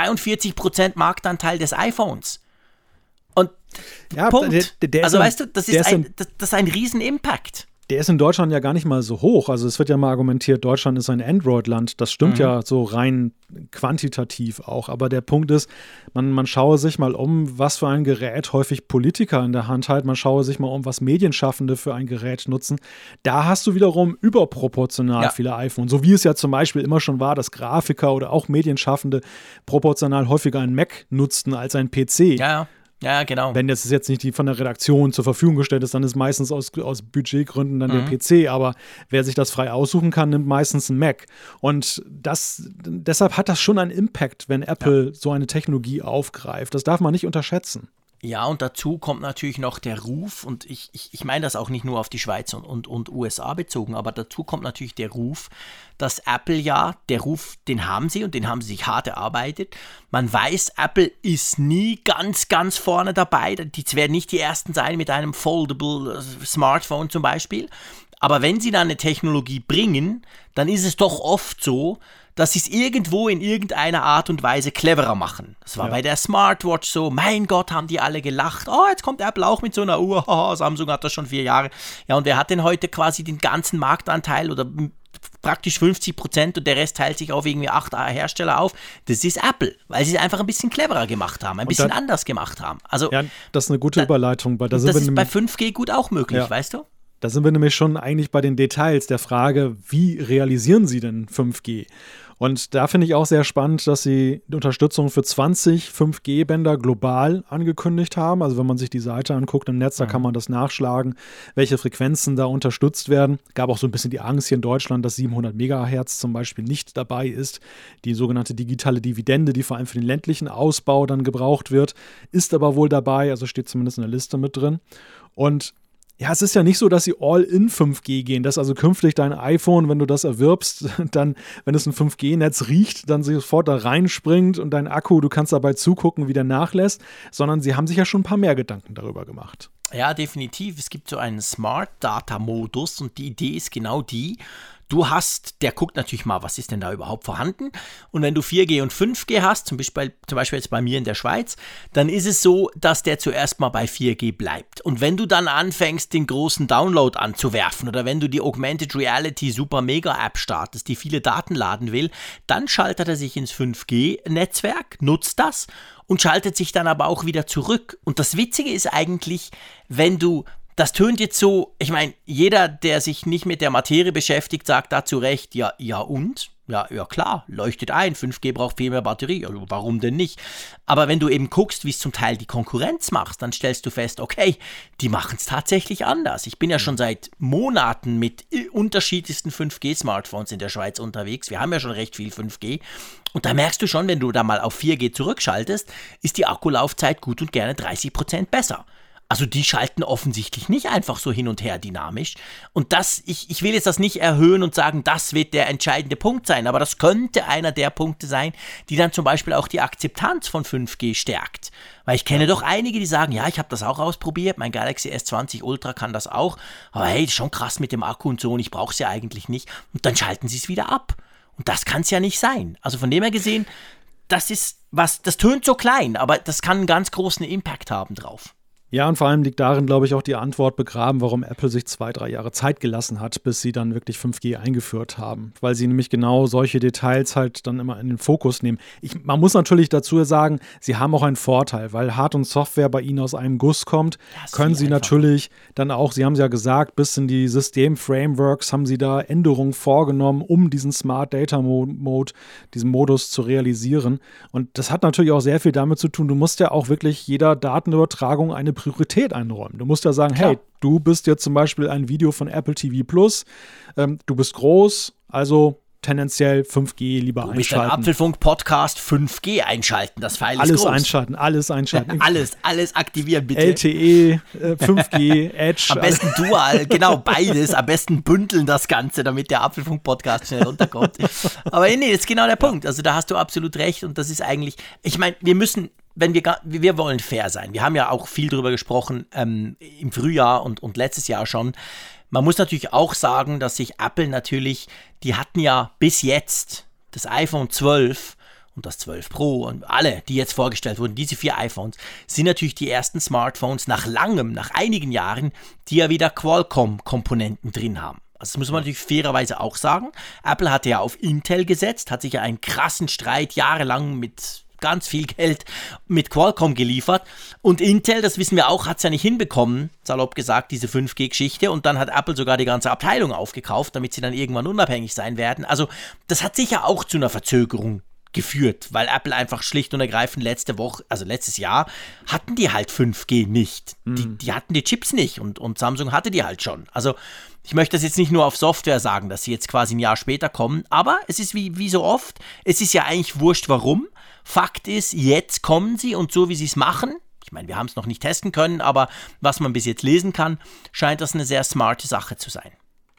43% Marktanteil des iPhones. Und Punkt. Also weißt du, das ist ein Riesen-Impact. Der ist in Deutschland ja gar nicht mal so hoch. Also es wird ja mal argumentiert, Deutschland ist ein Android-Land. Das stimmt ja so rein quantitativ auch. Aber der Punkt ist, man schaue sich mal um, was für ein Gerät häufig Politiker in der Hand halten. Man schaue sich mal um, was Medienschaffende für ein Gerät nutzen. Da hast du wiederum überproportional viele iPhones. So wie es ja zum Beispiel immer schon war, dass Grafiker oder auch Medienschaffende proportional häufiger einen Mac nutzten als einen PC. Ja, genau. Wenn das jetzt nicht die von der Redaktion zur Verfügung gestellt ist, dann ist meistens aus Budgetgründen dann der PC. Aber wer sich das frei aussuchen kann, nimmt meistens einen Mac. Und deshalb hat das schon einen Impact, wenn Apple so eine Technologie aufgreift. Das darf man nicht unterschätzen. Ja, und dazu kommt natürlich noch der Ruf, und ich meine das auch nicht nur auf die Schweiz und USA bezogen, aber dazu kommt natürlich der Ruf, dass Apple ja, der Ruf, den haben sie und den haben sie sich hart erarbeitet. Man weiß, Apple ist nie ganz, ganz vorne dabei. Die werden nicht die Ersten sein mit einem Foldable Smartphone zum Beispiel. Aber wenn sie dann eine Technologie bringen, dann ist es doch oft so, dass sie es irgendwo in irgendeiner Art und Weise cleverer machen. Das war bei der Smartwatch so, mein Gott, haben die alle gelacht. Oh, jetzt kommt Apple auch mit so einer Uhr. Haha, Samsung hat das schon 4 Jahre. Ja, und wer hat denn heute quasi den ganzen Marktanteil oder praktisch 50% und der Rest teilt sich auf irgendwie 8 Hersteller auf? Das ist Apple, weil sie es einfach ein bisschen cleverer gemacht haben, ein bisschen anders gemacht haben. Also, ja, das ist eine gute Überleitung. Weil das ist bei 5G gut auch möglich, weißt du? Da sind wir nämlich schon eigentlich bei den Details der Frage, wie realisieren sie denn 5G? Und da finde ich auch sehr spannend, dass sie die Unterstützung für 20 5G-Bänder global angekündigt haben. Also wenn man sich die Seite anguckt im Netz, da kann man das nachschlagen, welche Frequenzen da unterstützt werden. Gab auch so ein bisschen die Angst hier in Deutschland, dass 700 Megahertz zum Beispiel nicht dabei ist. Die sogenannte digitale Dividende, die vor allem für den ländlichen Ausbau dann gebraucht wird, ist aber wohl dabei, also steht zumindest in der Liste mit drin. Und ja, es ist ja nicht so, dass sie all in 5G gehen, dass also künftig dein iPhone, wenn du das erwirbst, dann, wenn es ein 5G-Netz riecht, dann sofort da reinspringt und dein Akku, du kannst dabei zugucken, wie der nachlässt, sondern sie haben sich ja schon ein paar mehr Gedanken darüber gemacht. Ja, definitiv. Es gibt so einen Smart-Data-Modus und die Idee ist genau die, der guckt natürlich mal, was ist denn da überhaupt vorhanden. Und wenn du 4G und 5G hast, zum Beispiel jetzt bei mir in der Schweiz, dann ist es so, dass der zuerst mal bei 4G bleibt. Und wenn du dann anfängst, den großen Download anzuwerfen oder wenn du die Augmented Reality Super Mega App startest, die viele Daten laden will, dann schaltet er sich ins 5G-Netzwerk, nutzt das und schaltet sich dann aber auch wieder zurück. Und das Witzige ist eigentlich, das tönt jetzt so, ich meine, jeder, der sich nicht mit der Materie beschäftigt, sagt da zu Recht, ja und? Ja klar, leuchtet ein, 5G braucht viel mehr Batterie, also warum denn nicht? Aber wenn du eben guckst, wie es zum Teil die Konkurrenz macht, dann stellst du fest, okay, die machen es tatsächlich anders. Ich bin ja schon seit Monaten mit unterschiedlichsten 5G-Smartphones in der Schweiz unterwegs. Wir haben ja schon recht viel 5G. Und da merkst du schon, wenn du da mal auf 4G zurückschaltest, ist die Akkulaufzeit gut und gerne 30% besser. Also die schalten offensichtlich nicht einfach so hin und her dynamisch. Und ich will jetzt das nicht erhöhen und sagen, das wird der entscheidende Punkt sein, aber das könnte einer der Punkte sein, die dann zum Beispiel auch die Akzeptanz von 5G stärkt. Weil ich kenne doch einige, die sagen, ja, ich habe das auch ausprobiert, mein Galaxy S20 Ultra kann das auch, aber hey, das ist schon krass mit dem Akku und so und ich brauche es ja eigentlich nicht. Und dann schalten sie es wieder ab. Und das kann es ja nicht sein. Also von dem her gesehen, das tönt so klein, aber das kann einen ganz großen Impact haben drauf. Ja, und vor allem liegt darin, glaube ich, auch die Antwort begraben, warum Apple sich 2-3 Jahre Zeit gelassen hat, bis sie dann wirklich 5G eingeführt haben. Weil sie nämlich genau solche Details halt dann immer in den Fokus nehmen. Man muss natürlich dazu sagen, sie haben auch einen Vorteil, weil Hard- und Software bei ihnen aus einem Guss kommt, können sie natürlich dann auch, sie haben es ja gesagt, bis in die System-Frameworks haben sie da Änderungen vorgenommen, um diesen Smart Data Mode, diesen Modus zu realisieren. Und das hat natürlich auch sehr viel damit zu tun, du musst ja auch wirklich jeder Datenübertragung eine Priorität einräumen. Du musst ja sagen, klar, hey, du bist jetzt zum Beispiel ein Video von Apple TV Plus, du bist groß, also tendenziell 5G lieber einschalten. Du bist ein Apfelfunk-Podcast 5G einschalten, das Pfeil ist groß. Alles einschalten. alles aktivieren, bitte. LTE, 5G, Edge. Am besten dual, genau, beides. Am besten bündeln das Ganze, damit der Apfelfunk-Podcast schnell runterkommt. Aber nee, das ist genau der Punkt. Also da hast du absolut recht und das ist eigentlich, ich meine, wir wollen fair sein. Wir haben ja auch viel drüber gesprochen im Frühjahr und letztes Jahr schon. Man muss natürlich auch sagen, dass sich Apple natürlich, die hatten ja bis jetzt das iPhone 12 und das 12 Pro und alle, die jetzt vorgestellt wurden, diese 4 iPhones, sind natürlich die ersten Smartphones nach einigen Jahren, die ja wieder Qualcomm-Komponenten drin haben. Also das muss man natürlich fairerweise auch sagen. Apple hatte ja auf Intel gesetzt, hat sich ja einen krassen Streit jahrelang mit ganz viel Geld mit Qualcomm geliefert. Und Intel, das wissen wir auch, hat es ja nicht hinbekommen, salopp gesagt, diese 5G-Geschichte. Und dann hat Apple sogar die ganze Abteilung aufgekauft, damit sie dann irgendwann unabhängig sein werden. Also das hat sicher auch zu einer Verzögerung geführt, weil Apple einfach schlicht und ergreifend letztes Jahr, hatten die halt 5G nicht. Die hatten die Chips nicht und Samsung hatte die halt schon. Also ich möchte das jetzt nicht nur auf Software sagen, dass sie jetzt quasi ein Jahr später kommen, aber es ist wie so oft, es ist ja eigentlich wurscht, warum. Fakt ist, jetzt kommen sie und so wie sie es machen, Ich meine, wir haben es noch nicht testen können, aber was man bis jetzt lesen kann, scheint das eine sehr smarte Sache zu sein.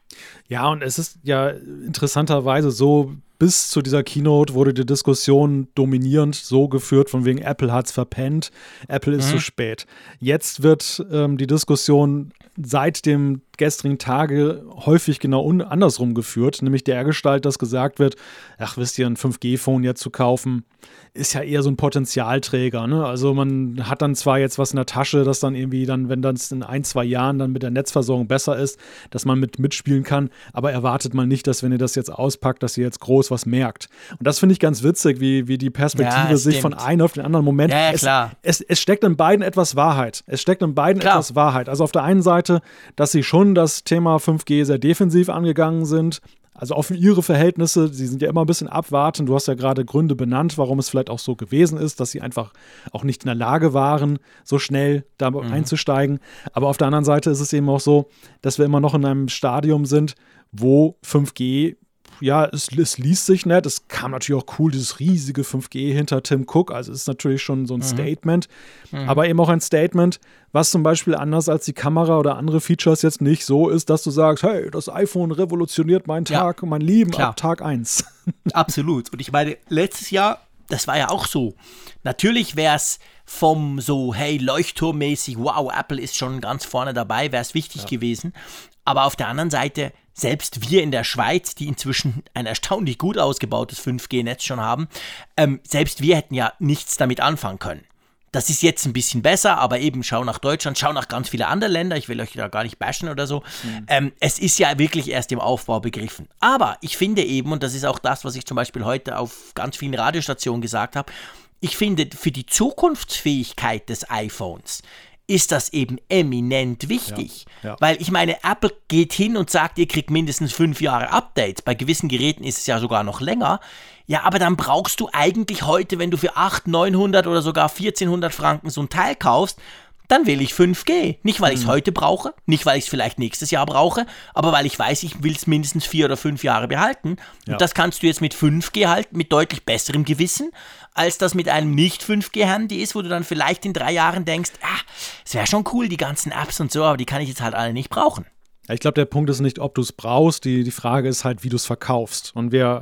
Ja, und es ist ja interessanterweise so, bis zu dieser Keynote wurde die Diskussion dominierend so geführt, von wegen Apple hat es verpennt, Apple ist zu spät. Jetzt wird die Diskussion seit dem gestrigen Tage häufig genau andersrum geführt, nämlich dergestalt, dass gesagt wird, ach, wisst ihr, ein 5G-Phone jetzt zu kaufen, ist ja eher so ein Potenzialträger, ne? Also man hat dann zwar jetzt was in der Tasche, dass dann irgendwie dann, wenn das in 1-2 Jahren dann mit der Netzversorgung besser ist, dass man mitspielen kann, aber erwartet mal nicht, dass wenn ihr das jetzt auspackt, dass ihr jetzt groß was merkt. Und das finde ich ganz witzig, wie die Perspektive sich von einem auf den anderen Moment, klar. Es steckt in beiden etwas Wahrheit. Etwas Wahrheit. Also auf der einen Seite, dass sie schon das Thema 5G sehr defensiv angegangen sind. Also auf ihre Verhältnisse, sie sind ja immer ein bisschen abwartend. Du hast ja gerade Gründe benannt, warum es vielleicht auch so gewesen ist, dass sie einfach auch nicht in der Lage waren, so schnell da einzusteigen. Aber auf der anderen Seite ist es eben auch so, dass wir immer noch in einem Stadium sind, wo 5G, ja, es liest sich nett. Es kam natürlich auch cool, dieses riesige 5G hinter Tim Cook. Also es ist natürlich schon so ein Statement, aber eben auch ein Statement, was zum Beispiel anders als die Kamera oder andere Features jetzt nicht so ist, dass du sagst, hey, das iPhone revolutioniert meinen Tag und mein Leben ab Tag 1. Absolut. Und ich meine, letztes Jahr, das war ja auch so. Natürlich wäre es vom so, hey, leuchtturmmäßig, wow, Apple ist schon ganz vorne dabei, wäre es wichtig gewesen. Aber auf der anderen Seite, selbst wir in der Schweiz, die inzwischen ein erstaunlich gut ausgebautes 5G-Netz schon haben, selbst wir hätten ja nichts damit anfangen können. Das ist jetzt ein bisschen besser, aber eben schau nach Deutschland, schau nach ganz viele andere Länder, ich will euch da gar nicht bashen oder so. Es ist ja wirklich erst im Aufbau begriffen. Aber ich finde eben, und das ist auch das, was ich zum Beispiel heute auf ganz vielen Radiostationen gesagt habe, ich finde, für die Zukunftsfähigkeit des iPhones ist das eben eminent wichtig. Ja. Weil ich meine, Apple geht hin und sagt, ihr kriegt mindestens 5 Jahre Updates. Bei gewissen Geräten ist es ja sogar noch länger. Ja, aber dann brauchst du eigentlich heute, wenn du für 800, 900 oder sogar 1400 Franken so ein Teil kaufst, dann will ich 5G. Nicht, weil ich es heute brauche, nicht, weil ich es vielleicht nächstes Jahr brauche, aber weil ich weiß, ich will es mindestens 4 oder 5 Jahre behalten. Und das kannst du jetzt mit 5G halten, mit deutlich besserem Gewissen, als das mit einem Nicht-5G-Handy ist, wo du dann vielleicht in 3 Jahren denkst, es wäre schon cool, die ganzen Apps und so, aber die kann ich jetzt halt alle nicht brauchen. Ich glaube, der Punkt ist nicht, ob du es brauchst, die Frage ist halt, wie du es verkaufst. Und wir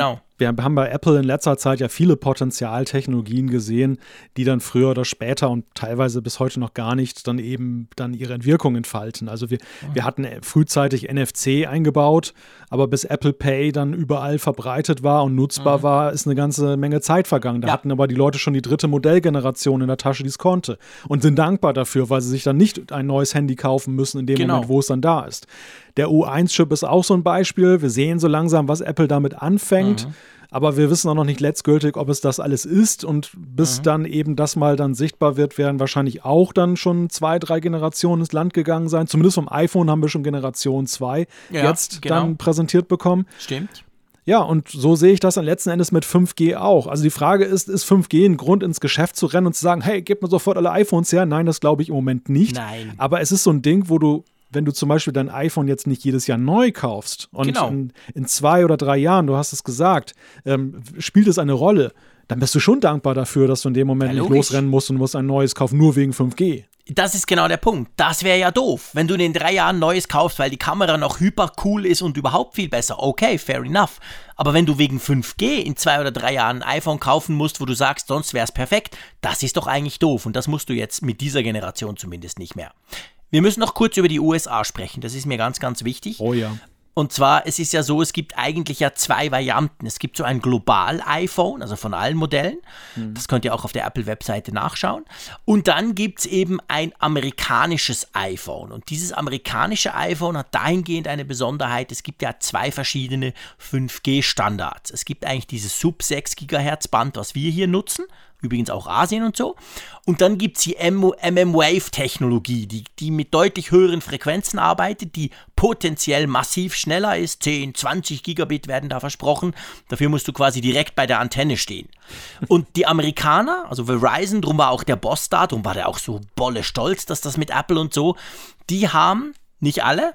haben bei Apple in letzter Zeit ja viele Potenzialtechnologien gesehen, die dann früher oder später und teilweise bis heute noch gar nicht dann ihre Wirkung entfalten. Also wir hatten frühzeitig NFC eingebaut, aber bis Apple Pay dann überall verbreitet war und nutzbar war, ist eine ganze Menge Zeit vergangen. Da hatten aber die Leute schon die 3. Modellgeneration in der Tasche, die es konnte und sind dankbar dafür, weil sie sich dann nicht ein neues Handy kaufen müssen in dem Moment, wo es dann da ist. Der U1-Chip ist auch so ein Beispiel. Wir sehen so langsam, was Apple damit anfängt. Aber wir wissen auch noch nicht letztgültig, ob es das alles ist. Und bis dann eben das mal dann sichtbar wird, werden wahrscheinlich auch dann schon 2, 3 Generationen ins Land gegangen sein. Zumindest vom iPhone haben wir schon Generation 2 dann präsentiert bekommen. Stimmt. Ja, und so sehe ich das dann letzten Endes mit 5G auch. Also die Frage ist 5G ein Grund, ins Geschäft zu rennen und zu sagen, hey, gebt mir sofort alle iPhones her? Nein, das glaube ich im Moment nicht. Nein. Aber es ist so ein Ding, wo du, wenn du zum Beispiel dein iPhone jetzt nicht jedes Jahr neu kaufst und in 2 oder 3 Jahren, du hast es gesagt, spielt es eine Rolle, dann bist du schon dankbar dafür, dass du in dem Moment nicht losrennen musst und musst ein neues kaufen, nur wegen 5G. Das ist genau der Punkt. Das wäre ja doof, wenn du in 3 Jahren Neues kaufst, weil die Kamera noch hyper cool ist und überhaupt viel besser. Okay, fair enough. Aber wenn du wegen 5G in 2 oder 3 Jahren ein iPhone kaufen musst, wo du sagst, sonst wäre es perfekt, das ist doch eigentlich doof. Und das musst du jetzt mit dieser Generation zumindest nicht mehr. Wir müssen noch kurz über die USA sprechen. Das ist mir ganz, ganz wichtig. Oh ja. Und zwar, es ist ja so, es gibt eigentlich ja 2 Varianten. Es gibt so ein Global-iPhone, also von allen Modellen. Das könnt ihr auch auf der Apple-Webseite nachschauen. Und dann gibt es eben ein amerikanisches iPhone. Und dieses amerikanische iPhone hat dahingehend eine Besonderheit. Es gibt ja 2 verschiedene 5G-Standards. Es gibt eigentlich dieses Sub-6 GHz Band, was wir hier nutzen. Übrigens auch Asien und so. Und dann gibt es die MM-Wave-Technologie, die mit deutlich höheren Frequenzen arbeitet, die potenziell massiv schneller ist. 10, 20 Gigabit werden da versprochen. Dafür musst du quasi direkt bei der Antenne stehen. Und die Amerikaner, also Verizon, drum war auch der Boss da, drum war der auch so bolle stolz, dass das mit Apple und so, die haben, nicht alle,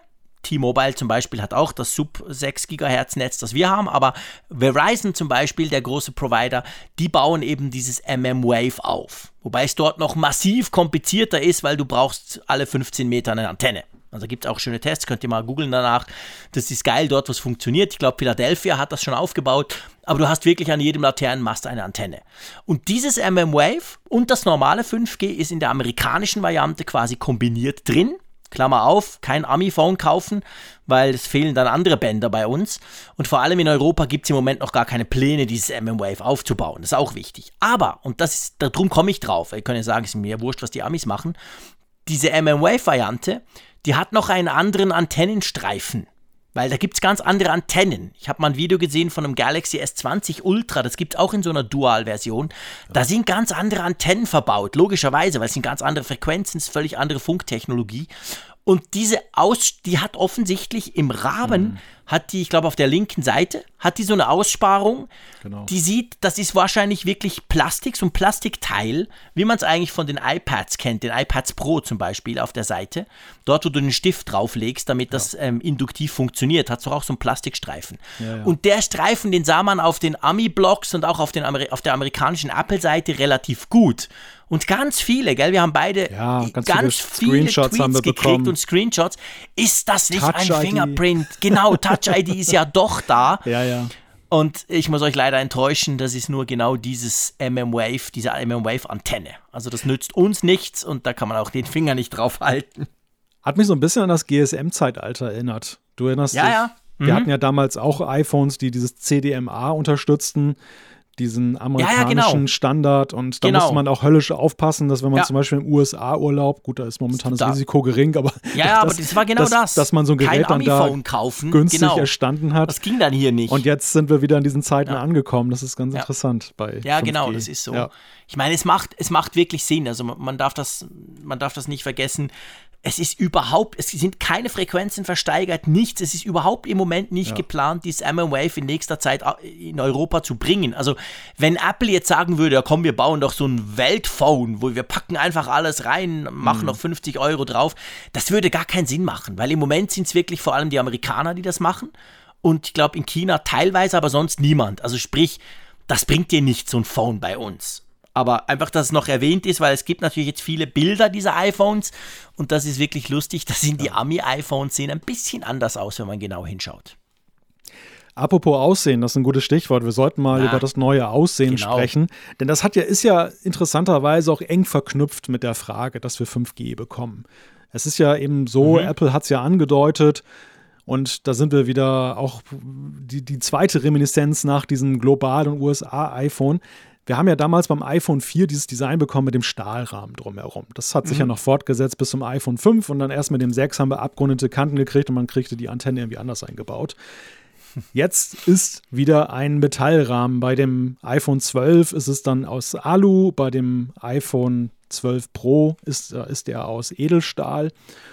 T-Mobile zum Beispiel hat auch das Sub-6 GHz Netz, das wir haben, aber Verizon zum Beispiel, der große Provider, die bauen eben dieses mmWave auf. Wobei es dort noch massiv komplizierter ist, weil du brauchst alle 15 Meter eine Antenne. Also gibt es auch schöne Tests, könnt ihr mal googeln danach. Das ist geil, dort was funktioniert. Ich glaube, Philadelphia hat das schon aufgebaut. Aber du hast wirklich an jedem Laternenmast eine Antenne. Und dieses mmWave und das normale 5G ist in der amerikanischen Variante quasi kombiniert drin. Klammer auf, kein Ami-Phone kaufen, weil es fehlen dann andere Bänder bei uns. Und vor allem in Europa gibt es im Moment noch gar keine Pläne, dieses mmWave aufzubauen. Das ist auch wichtig. Aber, und darum komme ich drauf, ihr könnt ja sagen, es ist mir wurscht, was die Amis machen, diese mmWave-Variante, die hat noch einen anderen Antennenstreifen, weil da gibt es ganz andere Antennen. Ich habe mal ein Video gesehen von einem Galaxy S20 Ultra, das gibt es auch in so einer Dual-Version. Da sind ganz andere Antennen verbaut, logischerweise, weil es sind ganz andere Frequenzen, es ist völlig andere Funktechnologie. Und die hat offensichtlich im Rahmen, hat die, ich glaube auf der linken Seite, hat die so eine Aussparung, die sieht, das ist wahrscheinlich wirklich Plastik, so ein Plastikteil, wie man es eigentlich von den iPads kennt, den iPads Pro zum Beispiel auf der Seite, dort wo du den Stift drauflegst, damit das induktiv funktioniert, hat es auch so einen Plastikstreifen. Ja. Und der Streifen, den sah man auf den Ami-Blogs und auch auf der amerikanischen Apple-Seite relativ gut. Und ganz viele, gell, wir haben beide ganz viele Tweets gekriegt und Screenshots. Ist das nicht ein Fingerprint? Genau, Touch-ID ist ja doch da. Ja. Und ich muss euch leider enttäuschen, das ist nur genau diese mmWave-Antenne. Also das nützt uns nichts und da kann man auch den Finger nicht drauf halten. Hat mich so ein bisschen an das GSM-Zeitalter erinnert. Du erinnerst dich? Ja. Wir hatten ja damals auch iPhones, die dieses CDMA unterstützten, diesen amerikanischen Standard, und da musste man auch höllisch aufpassen, dass wenn man zum Beispiel im USA-Urlaub, gut, da ist momentan das Risiko gering, aber aber das war genau dass man so ein Gerät dann da günstig erstanden hat. Das ging dann hier nicht. Und jetzt sind wir wieder in diesen Zeiten angekommen. Das ist ganz interessant bei 5G. Genau, das ist so. Ja. Ich meine, es macht wirklich Sinn. Also man darf das nicht vergessen. Es sind keine Frequenzen versteigert, nichts. Es ist überhaupt im Moment nicht geplant, dieses mmWave in nächster Zeit in Europa zu bringen. Also wenn Apple jetzt sagen würde, ja komm, wir bauen doch so ein Weltphone, wo wir packen einfach alles rein, machen noch 50 € drauf, das würde gar keinen Sinn machen, weil im Moment sind es wirklich vor allem die Amerikaner, die das machen. Und ich glaube in China teilweise, aber sonst niemand. Also sprich, das bringt dir nicht so ein Phone bei uns. Aber einfach, dass es noch erwähnt ist, weil es gibt natürlich jetzt viele Bilder dieser iPhones und das ist wirklich lustig. Da sind die Ami-iPhones sehen ein bisschen anders aus, wenn man genau hinschaut. Apropos Aussehen, das ist ein gutes Stichwort. Wir sollten mal über das neue Aussehen sprechen. Denn das ist ja interessanterweise auch eng verknüpft mit der Frage, dass wir 5G bekommen. Es ist ja eben so, Apple hat es ja angedeutet, und da sind wir wieder auch die zweite Reminiszenz nach diesem globalen USA-iPhone. Wir haben ja damals beim iPhone 4 dieses Design bekommen mit dem Stahlrahmen drumherum. Das hat sich ja noch fortgesetzt bis zum iPhone 5 und dann erst mit dem 6 haben wir abgerundete Kanten gekriegt und man kriegte die Antenne irgendwie anders eingebaut. Jetzt ist wieder ein Metallrahmen. Bei dem iPhone 12 ist es dann aus Alu, bei dem iPhone 12 Pro ist er aus Edelstahl.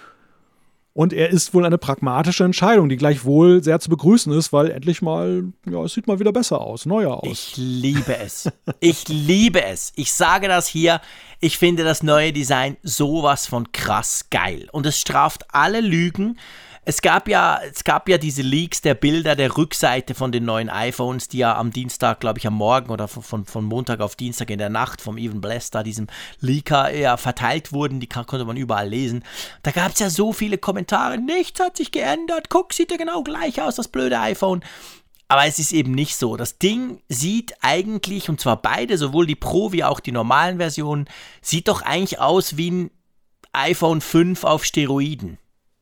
Und er ist wohl eine pragmatische Entscheidung, die gleichwohl sehr zu begrüßen ist, weil endlich mal, es sieht mal wieder besser aus, neuer aus. Ich liebe es. Ich liebe es. Ich sage das hier, ich finde das neue Design sowas von krass geil. Und es straft alle Lügen. Es gab ja diese Leaks der Bilder der Rückseite von den neuen iPhones, die ja am Dienstag, glaube ich am Morgen oder von Montag auf Dienstag in der Nacht vom Evan Blass, da diesem Leaker verteilt wurden, die konnte man überall lesen. Da gab es ja so viele Kommentare, nichts hat sich geändert, guck, sieht ja genau gleich aus, das blöde iPhone. Aber es ist eben nicht so. Das Ding sieht eigentlich, und zwar beide, sowohl die Pro wie auch die normalen Versionen, sieht doch eigentlich aus wie ein iPhone 5 auf Steroiden.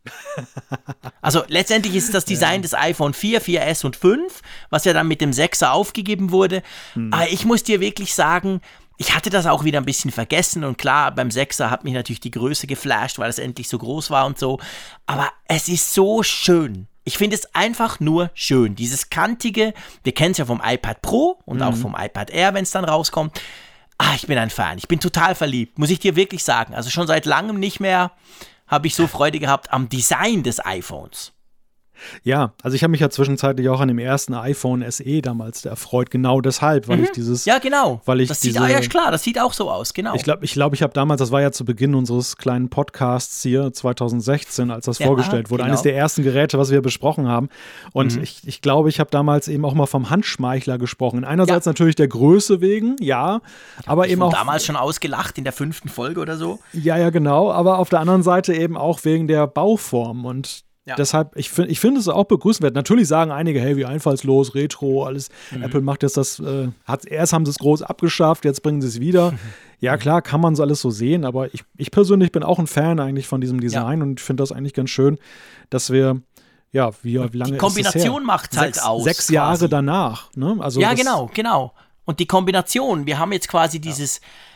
Also letztendlich ist das Design des iPhone 4, 4S und 5, was ja dann mit dem 6er aufgegeben wurde. Aber ich muss dir wirklich sagen, ich hatte das auch wieder ein bisschen vergessen und klar, beim 6er hat mich natürlich die Größe geflasht, weil es endlich so groß war und so. Aber es ist so schön. Ich finde es einfach nur schön. Dieses kantige, wir kennen es ja vom iPad Pro und auch vom iPad Air, wenn es dann rauskommt. Ich bin ein Fan. Ich bin total verliebt, muss ich dir wirklich sagen. Also schon seit langem nicht mehr habe ich so Freude gehabt am Design des iPhones. Ja, also ich habe mich ja zwischenzeitlich auch an dem ersten iPhone SE damals erfreut, genau deshalb, weil ich dieses... Ja, genau. Weil ich das sieht klar, das sieht auch so aus, genau. Ich glaube, ich habe damals, das war ja zu Beginn unseres kleinen Podcasts hier, 2016, als das vorgestellt wurde, eines der ersten Geräte, was wir besprochen haben. Und ich glaube, ich habe damals eben auch mal vom Handschmeichler gesprochen. Einerseits natürlich der Größe wegen, ja, aber eben auch... damals schon ausgelacht in der 5. Folge oder so. Ja, genau, aber auf der anderen Seite eben auch wegen der Bauform und deshalb, ich finde es auch begrüßenswert. Natürlich sagen einige, hey, wie einfallslos, Retro, alles. Apple macht jetzt das, erst haben sie es groß abgeschafft, jetzt bringen sie es wieder. Ja, klar, kann man so alles so sehen, aber ich persönlich bin auch ein Fan eigentlich von diesem Design und finde das eigentlich ganz schön, dass wir, wie lange die Kombination macht es halt aus. 6 Jahre danach. Ne? Also ja, genau. Und die Kombination, wir haben jetzt quasi dieses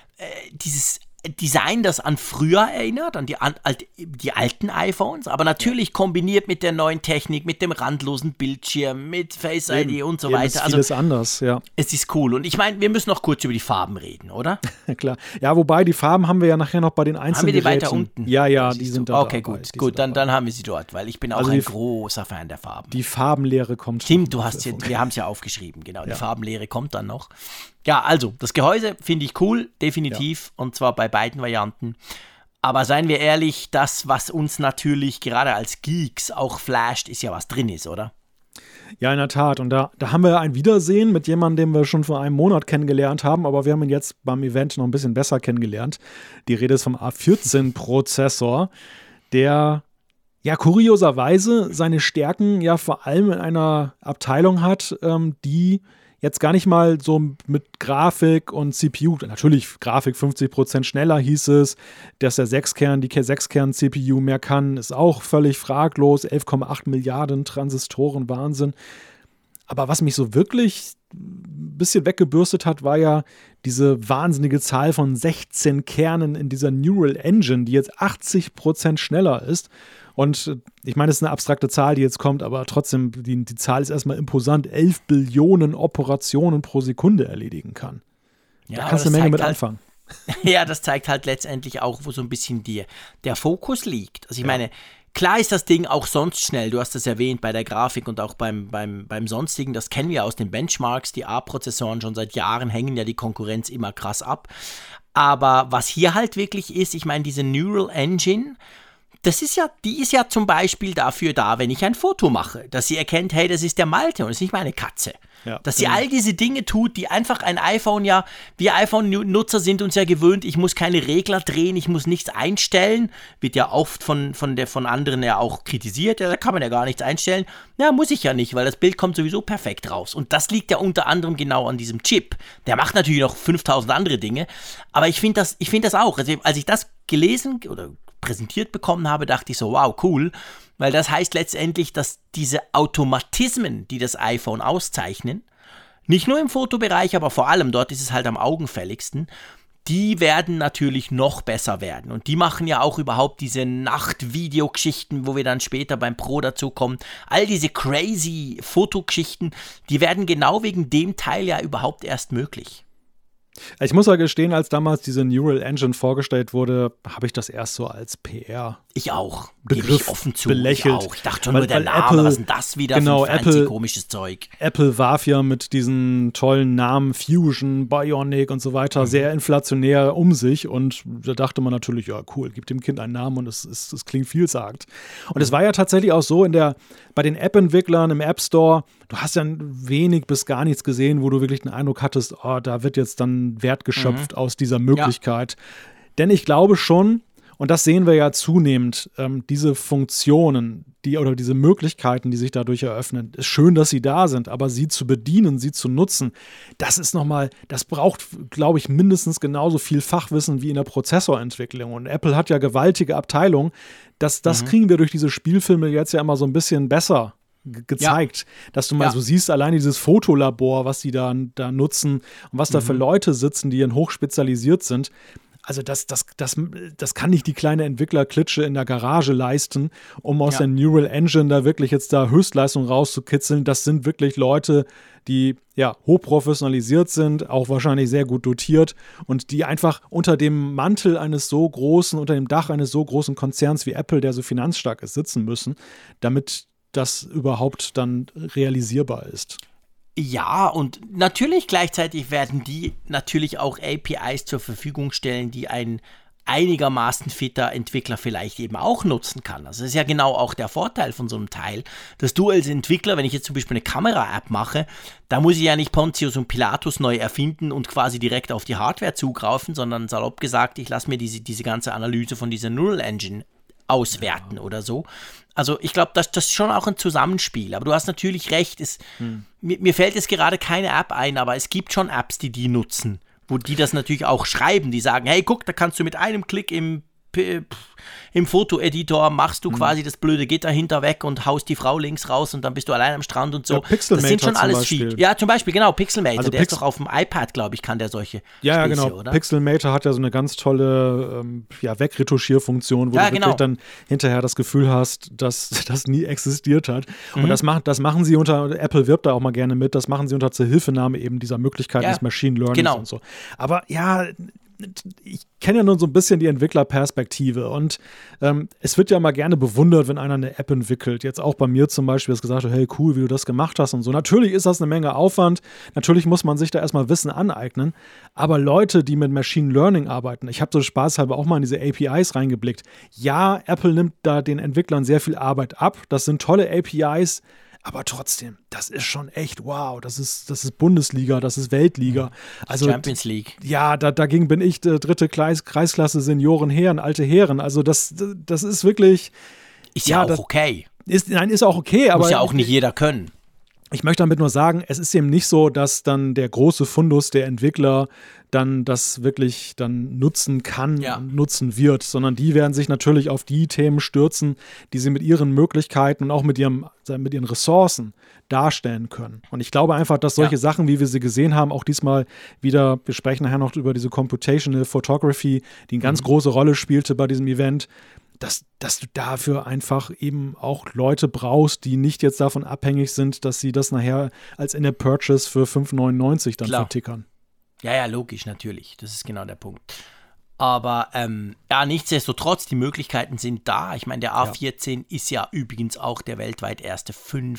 Design, das an früher erinnert, an die alten iPhones, aber natürlich kombiniert mit der neuen Technik, mit dem randlosen Bildschirm, mit Face ID und so weiter. Also vieles anders, ja. Es ist cool. Und ich meine, wir müssen noch kurz über die Farben reden, oder? Klar. Ja, wobei die Farben haben wir ja nachher noch bei den einzelnen Geräten. Haben wir die weiter unten? Ja, die sind da. Okay, gut, dann haben wir sie dort, weil ich bin auch ein großer Fan der Farben. Die Farbenlehre kommt. Stimmt, wir haben es ja aufgeschrieben, genau. Die Farbenlehre kommt dann noch. Ja, also, das Gehäuse finde ich cool, definitiv, und zwar bei beiden Varianten. Aber seien wir ehrlich, das, was uns natürlich gerade als Geeks auch flasht, ist ja, was drin ist, oder? Ja, in der Tat. Und da haben wir ein Wiedersehen mit jemandem, den wir schon vor einem Monat kennengelernt haben, aber wir haben ihn jetzt beim Event noch ein bisschen besser kennengelernt. Die Rede ist vom A14-Prozessor, der kurioserweise seine Stärken ja vor allem in einer Abteilung hat, die jetzt gar nicht mal so mit Grafik und CPU, natürlich Grafik 50% schneller hieß es, dass die K6-Kern-CPU mehr kann, ist auch völlig fraglos, 11,8 Milliarden Transistoren, Wahnsinn. Aber was mich so wirklich ein bisschen weggebürstet hat, war ja diese wahnsinnige Zahl von 16 Kernen in dieser Neural Engine, die jetzt 80% schneller ist. Und ich meine, es ist eine abstrakte Zahl, die jetzt kommt, aber trotzdem, die Zahl ist erstmal imposant, 11 Billionen Operationen pro Sekunde erledigen kann. Ja, da kannst du eine Menge mit anfangen. Ja, das zeigt halt letztendlich auch, wo so ein bisschen der Fokus liegt. Also ich meine, klar ist das Ding auch sonst schnell, du hast das erwähnt bei der Grafik und auch beim Sonstigen, das kennen wir aus den Benchmarks, die A-Prozessoren schon seit Jahren hängen ja die Konkurrenz immer krass ab. Aber was hier halt wirklich ist, ich meine, diese Neural Engine, die ist ja zum Beispiel dafür da, wenn ich ein Foto mache, dass sie erkennt, hey, das ist der Malte und das ist nicht meine Katze. Ja, dass sie all diese Dinge tut, die einfach ein iPhone wir iPhone-Nutzer sind uns ja gewöhnt, ich muss keine Regler drehen, ich muss nichts einstellen, wird ja oft von anderen ja auch kritisiert, ja, da kann man ja gar nichts einstellen. Ja, muss ich ja nicht, weil das Bild kommt sowieso perfekt raus. Und das liegt ja unter anderem genau an diesem Chip. Der macht natürlich noch 5000 andere Dinge, aber ich finde das auch, also als ich das gelesen oder präsentiert bekommen habe, dachte ich so, wow, cool, weil das heißt letztendlich, dass diese Automatismen, die das iPhone auszeichnen, nicht nur im Fotobereich, aber vor allem, dort ist es halt am augenfälligsten, die werden natürlich noch besser werden. Und die machen ja auch überhaupt diese Nachtvideogeschichten, wo wir dann später beim Pro dazu kommen. All diese crazy Fotogeschichten, die werden genau wegen dem Teil ja überhaupt erst möglich. Ich muss ja gestehen, als damals diese Neural Engine vorgestellt wurde, habe ich das erst so als PR. Ich auch. Gebe ich offen zu. Belächelt. Ich dachte schon nur der Name, Apple, was ist denn das wieder für ein fancy komisches Zeug? Apple warf ja mit diesen tollen Namen Fusion, Bionic und so weiter sehr inflationär um sich und da dachte man natürlich, ja cool, gibt dem Kind einen Namen und es klingt vielsagend. Und es war ja tatsächlich auch so bei den App-Entwicklern im App Store, du hast ja wenig bis gar nichts gesehen, wo du wirklich den Eindruck hattest, da wird jetzt dann Wert geschöpft aus dieser Möglichkeit. Ja. Denn ich glaube schon, und das sehen wir ja zunehmend, diese Funktionen, oder diese Möglichkeiten, die sich dadurch eröffnen, ist schön, dass sie da sind, aber sie zu bedienen, sie zu nutzen, das braucht, glaube ich, mindestens genauso viel Fachwissen wie in der Prozessorentwicklung. Und Apple hat ja gewaltige Abteilungen, das kriegen wir durch diese Spielfilme jetzt ja immer so ein bisschen besser gezeigt, dass du mal so siehst, alleine dieses Fotolabor, was die da nutzen und was da für Leute sitzen, die hochspezialisiert sind. Also das kann nicht die kleine Entwicklerklitsche in der Garage leisten, um aus der Neural Engine da wirklich jetzt da Höchstleistung rauszukitzeln. Das sind wirklich Leute, die hochprofessionalisiert sind, auch wahrscheinlich sehr gut dotiert und die einfach unter dem Mantel unter dem Dach eines so großen Konzerns wie Apple, der so finanzstark ist, sitzen müssen, damit das überhaupt dann realisierbar ist. Ja, und natürlich gleichzeitig werden die natürlich auch APIs zur Verfügung stellen, die ein einigermaßen fitter Entwickler vielleicht eben auch nutzen kann. Also das ist ja genau auch der Vorteil von so einem Teil, dass du als Entwickler, wenn ich jetzt zum Beispiel eine Kamera-App mache, da muss ich ja nicht Pontius und Pilatus neu erfinden und quasi direkt auf die Hardware zugreifen, sondern salopp gesagt, ich lasse mir diese ganze Analyse von dieser Neural Engine auswerten oder so. Also ich glaube, das ist schon auch ein Zusammenspiel. Aber du hast natürlich recht, mir fällt jetzt gerade keine App ein, aber es gibt schon Apps, die nutzen, wo die das natürlich auch schreiben, die sagen, hey, guck, da kannst du mit einem Klick im Fotoeditor machst du quasi das blöde Gitter hinter weg und haust die Frau links raus und dann bist du allein am Strand und so. Ja, Pixelmator das sind schon alles Beispiel. Features. Ja, zum Beispiel, genau, Pixelmator, also der ist doch auf dem iPad, glaube ich, kann der solche Ja, Späße, genau. oder? Pixelmator hat ja so eine ganz tolle Wegretuschierfunktion, wo du wirklich dann hinterher das Gefühl hast, dass das nie existiert hat. Und das machen sie Apple wirbt da auch mal gerne mit, das machen sie unter Zuhilfenahme eben dieser Möglichkeit des Machine Learnings und so. Aber ja, ich kenne ja nur so ein bisschen die Entwicklerperspektive und es wird ja mal gerne bewundert, wenn einer eine App entwickelt. Jetzt auch bei mir zum Beispiel, das gesagt hat, hey, cool, wie du das gemacht hast und so. Natürlich ist das eine Menge Aufwand. Natürlich muss man sich da erstmal Wissen aneignen. Aber Leute, die mit Machine Learning arbeiten, ich habe so spaßhalber auch mal in diese APIs reingeblickt. Ja, Apple nimmt da den Entwicklern sehr viel Arbeit ab. Das sind tolle APIs. Aber trotzdem, das ist schon echt wow. Das ist Bundesliga, das ist Weltliga. Also Champions League. Ja, dagegen bin ich dritte Kreisklasse Senioren, Herren, alte Herren. Also das ist wirklich. Ist ja auch okay. Ist auch okay, aber. Muss ja auch nicht jeder können. Ich möchte damit nur sagen, es ist eben nicht so, dass dann der große Fundus der Entwickler dann das wirklich dann nutzen kann, nutzen wird, sondern die werden sich natürlich auf die Themen stürzen, die sie mit ihren Möglichkeiten und auch mit ihren Ressourcen darstellen können. Und ich glaube einfach, dass solche Sachen, wie wir sie gesehen haben, auch diesmal wieder, wir sprechen nachher noch über diese Computational Photography, die eine ganz große Rolle spielte bei diesem Event, dass du dafür einfach eben auch Leute brauchst, die nicht jetzt davon abhängig sind, dass sie das nachher als In-App-Purchase für 5,99 dann vertickern. Ja, logisch, natürlich. Das ist genau der Punkt. Aber nichtsdestotrotz, die Möglichkeiten sind da. Ich meine, der A14 ist ja übrigens auch der weltweit erste im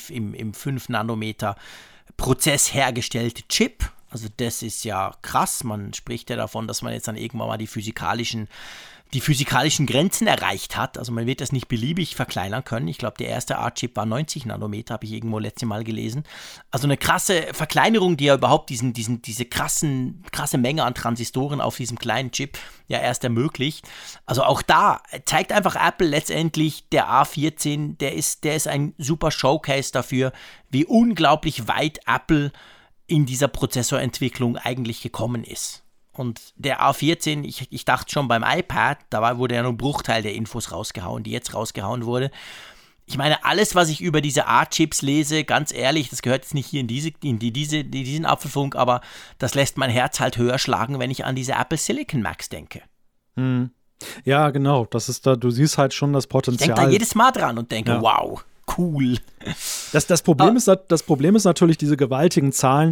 5-Nanometer-Prozess hergestellte Chip. Also das ist ja krass. Man spricht ja davon, dass man jetzt dann irgendwann mal die physikalischen Grenzen erreicht hat. Also man wird das nicht beliebig verkleinern können. Ich glaube, der erste A-Chip war 90 Nanometer, habe ich irgendwo letztes Mal gelesen. Also eine krasse Verkleinerung, die ja überhaupt diese krasse Menge an Transistoren auf diesem kleinen Chip ja erst ermöglicht. Also auch da zeigt einfach Apple letztendlich, der A14, der ist ein super Showcase dafür, wie unglaublich weit Apple in dieser Prozessorentwicklung eigentlich gekommen ist. Und der A14, ich dachte schon beim iPad, wurde ja nur ein Bruchteil der Infos rausgehauen, die jetzt rausgehauen wurde. Ich meine, alles, was ich über diese A-Chips lese, ganz ehrlich, das gehört jetzt nicht hier in diesen Apfelfunk, aber das lässt mein Herz halt höher schlagen, wenn ich an diese Apple Silicon Macs denke. Ja, genau. Das ist da, du siehst halt schon das Potenzial. Ich denke da jedes Mal dran und denke, wow, cool. Das Problem ist natürlich diese gewaltigen Zahlen.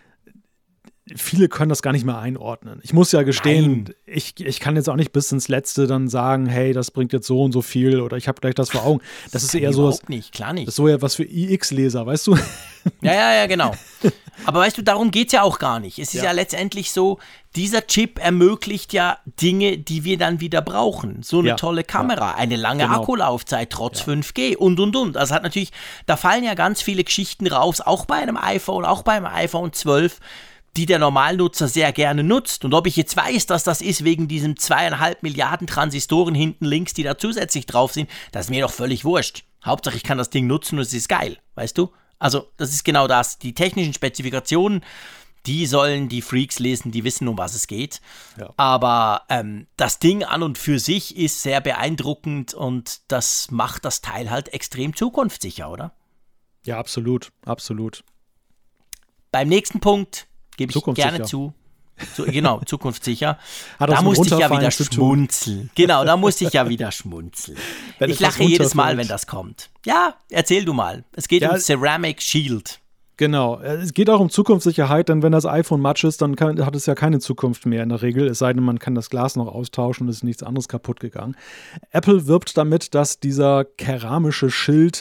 Viele können das gar nicht mehr einordnen. Ich muss ja gestehen, ich kann jetzt auch nicht bis ins Letzte dann sagen, hey, das bringt jetzt so und so viel oder ich habe gleich das vor Augen. Das ist eher so was. Nicht, klar nicht. Das ist so ja was für iX-Leser, weißt du? Ja, genau. Aber weißt du, darum geht es ja auch gar nicht. Es ist ja letztendlich so, dieser Chip ermöglicht ja Dinge, die wir dann wieder brauchen. So eine tolle Kamera, eine lange Akkulaufzeit trotz 5G und. Also hat natürlich, da fallen ja ganz viele Geschichten raus, auch bei einem iPhone, auch beim iPhone 12, die der Normalnutzer sehr gerne nutzt. Und ob ich jetzt weiß, dass das ist wegen diesen 2,5 Milliarden Transistoren hinten links, die da zusätzlich drauf sind, das ist mir doch völlig wurscht. Hauptsache, ich kann das Ding nutzen und es ist geil, weißt du? Also, das ist genau das. Die technischen Spezifikationen, die sollen die Freaks lesen, die wissen, um was es geht. Ja. Aber das Ding an und für sich ist sehr beeindruckend und das macht das Teil halt extrem zukunftssicher, oder? Ja, absolut, absolut. Beim nächsten Punkt gebe ich gerne zu. Genau, zukunftssicher. Da musste ich ja wieder schmunzeln. Genau, da musste ich ja wieder schmunzeln. Ich lache jedes Mal, wenn das kommt. Ja, erzähl du mal. Es geht um Ceramic Shield. Genau, es geht auch um Zukunftssicherheit, denn wenn das iPhone matsch ist, dann hat es ja keine Zukunft mehr in der Regel, es sei denn, man kann das Glas noch austauschen und es ist nichts anderes kaputt gegangen. Apple wirbt damit, dass dieser keramische Schild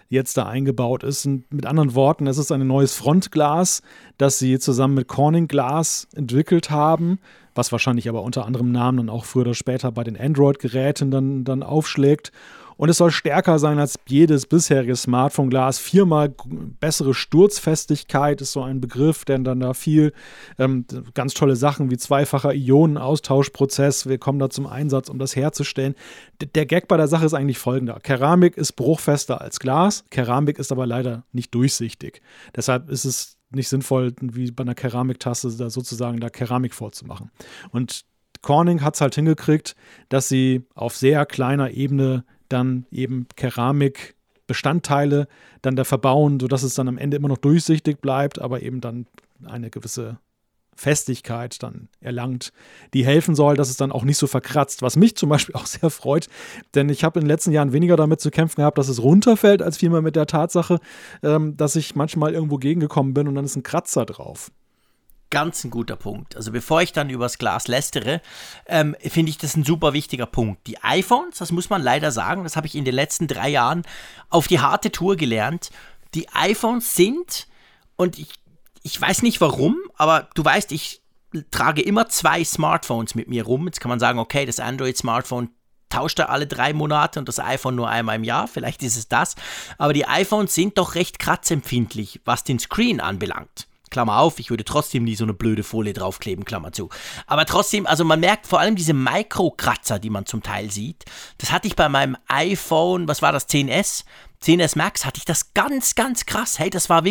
jetzt da eingebaut ist. Und mit anderen Worten, es ist ein neues Frontglas, das sie zusammen mit Corning Glass entwickelt haben, was wahrscheinlich aber unter anderem Namen dann auch früher oder später bei den Android-Geräten dann aufschlägt. Und es soll stärker sein als jedes bisherige Smartphone-Glas. 4-mal bessere Sturzfestigkeit ist so ein Begriff, denn dann da viel ganz tolle Sachen wie zweifacher Ionenaustauschprozess. Wir kommen da zum Einsatz, um das herzustellen. Der Gag bei der Sache ist eigentlich folgender. Keramik ist bruchfester als Glas. Keramik ist aber leider nicht durchsichtig. Deshalb ist es nicht sinnvoll, wie bei einer Keramiktasse da sozusagen da Keramik vorzumachen. Und Corning hat es halt hingekriegt, dass sie auf sehr kleiner Ebene dann eben Keramikbestandteile dann da verbauen, sodass es dann am Ende immer noch durchsichtig bleibt, aber eben dann eine gewisse Festigkeit dann erlangt, die helfen soll, dass es dann auch nicht so verkratzt, was mich zum Beispiel auch sehr freut, denn ich habe in den letzten Jahren weniger damit zu kämpfen gehabt, dass es runterfällt, als vielmehr mit der Tatsache, dass ich manchmal irgendwo gegengekommen bin und dann ist ein Kratzer drauf. Ganz ein guter Punkt. Also bevor ich dann übers Glas lästere, finde ich das ein super wichtiger Punkt. Die iPhones, das muss man leider sagen, das habe ich in den letzten 3 Jahren auf die harte Tour gelernt. Die iPhones sind, und ich weiß nicht warum, aber du weißt, ich trage immer 2 Smartphones mit mir rum. Jetzt kann man sagen, okay, das Android-Smartphone tauscht er alle 3 Monate und das iPhone nur einmal im Jahr. Vielleicht ist es das. Aber die iPhones sind doch recht kratzempfindlich, was den Screen anbelangt. Klammer auf, ich würde trotzdem nie so eine blöde Folie draufkleben, Klammer zu. Aber trotzdem, also man merkt vor allem diese Mikrokratzer, die man zum Teil sieht. Das hatte ich bei meinem iPhone, was war das, 10S? 10S Max hatte ich das ganz, ganz krass. Hey, das war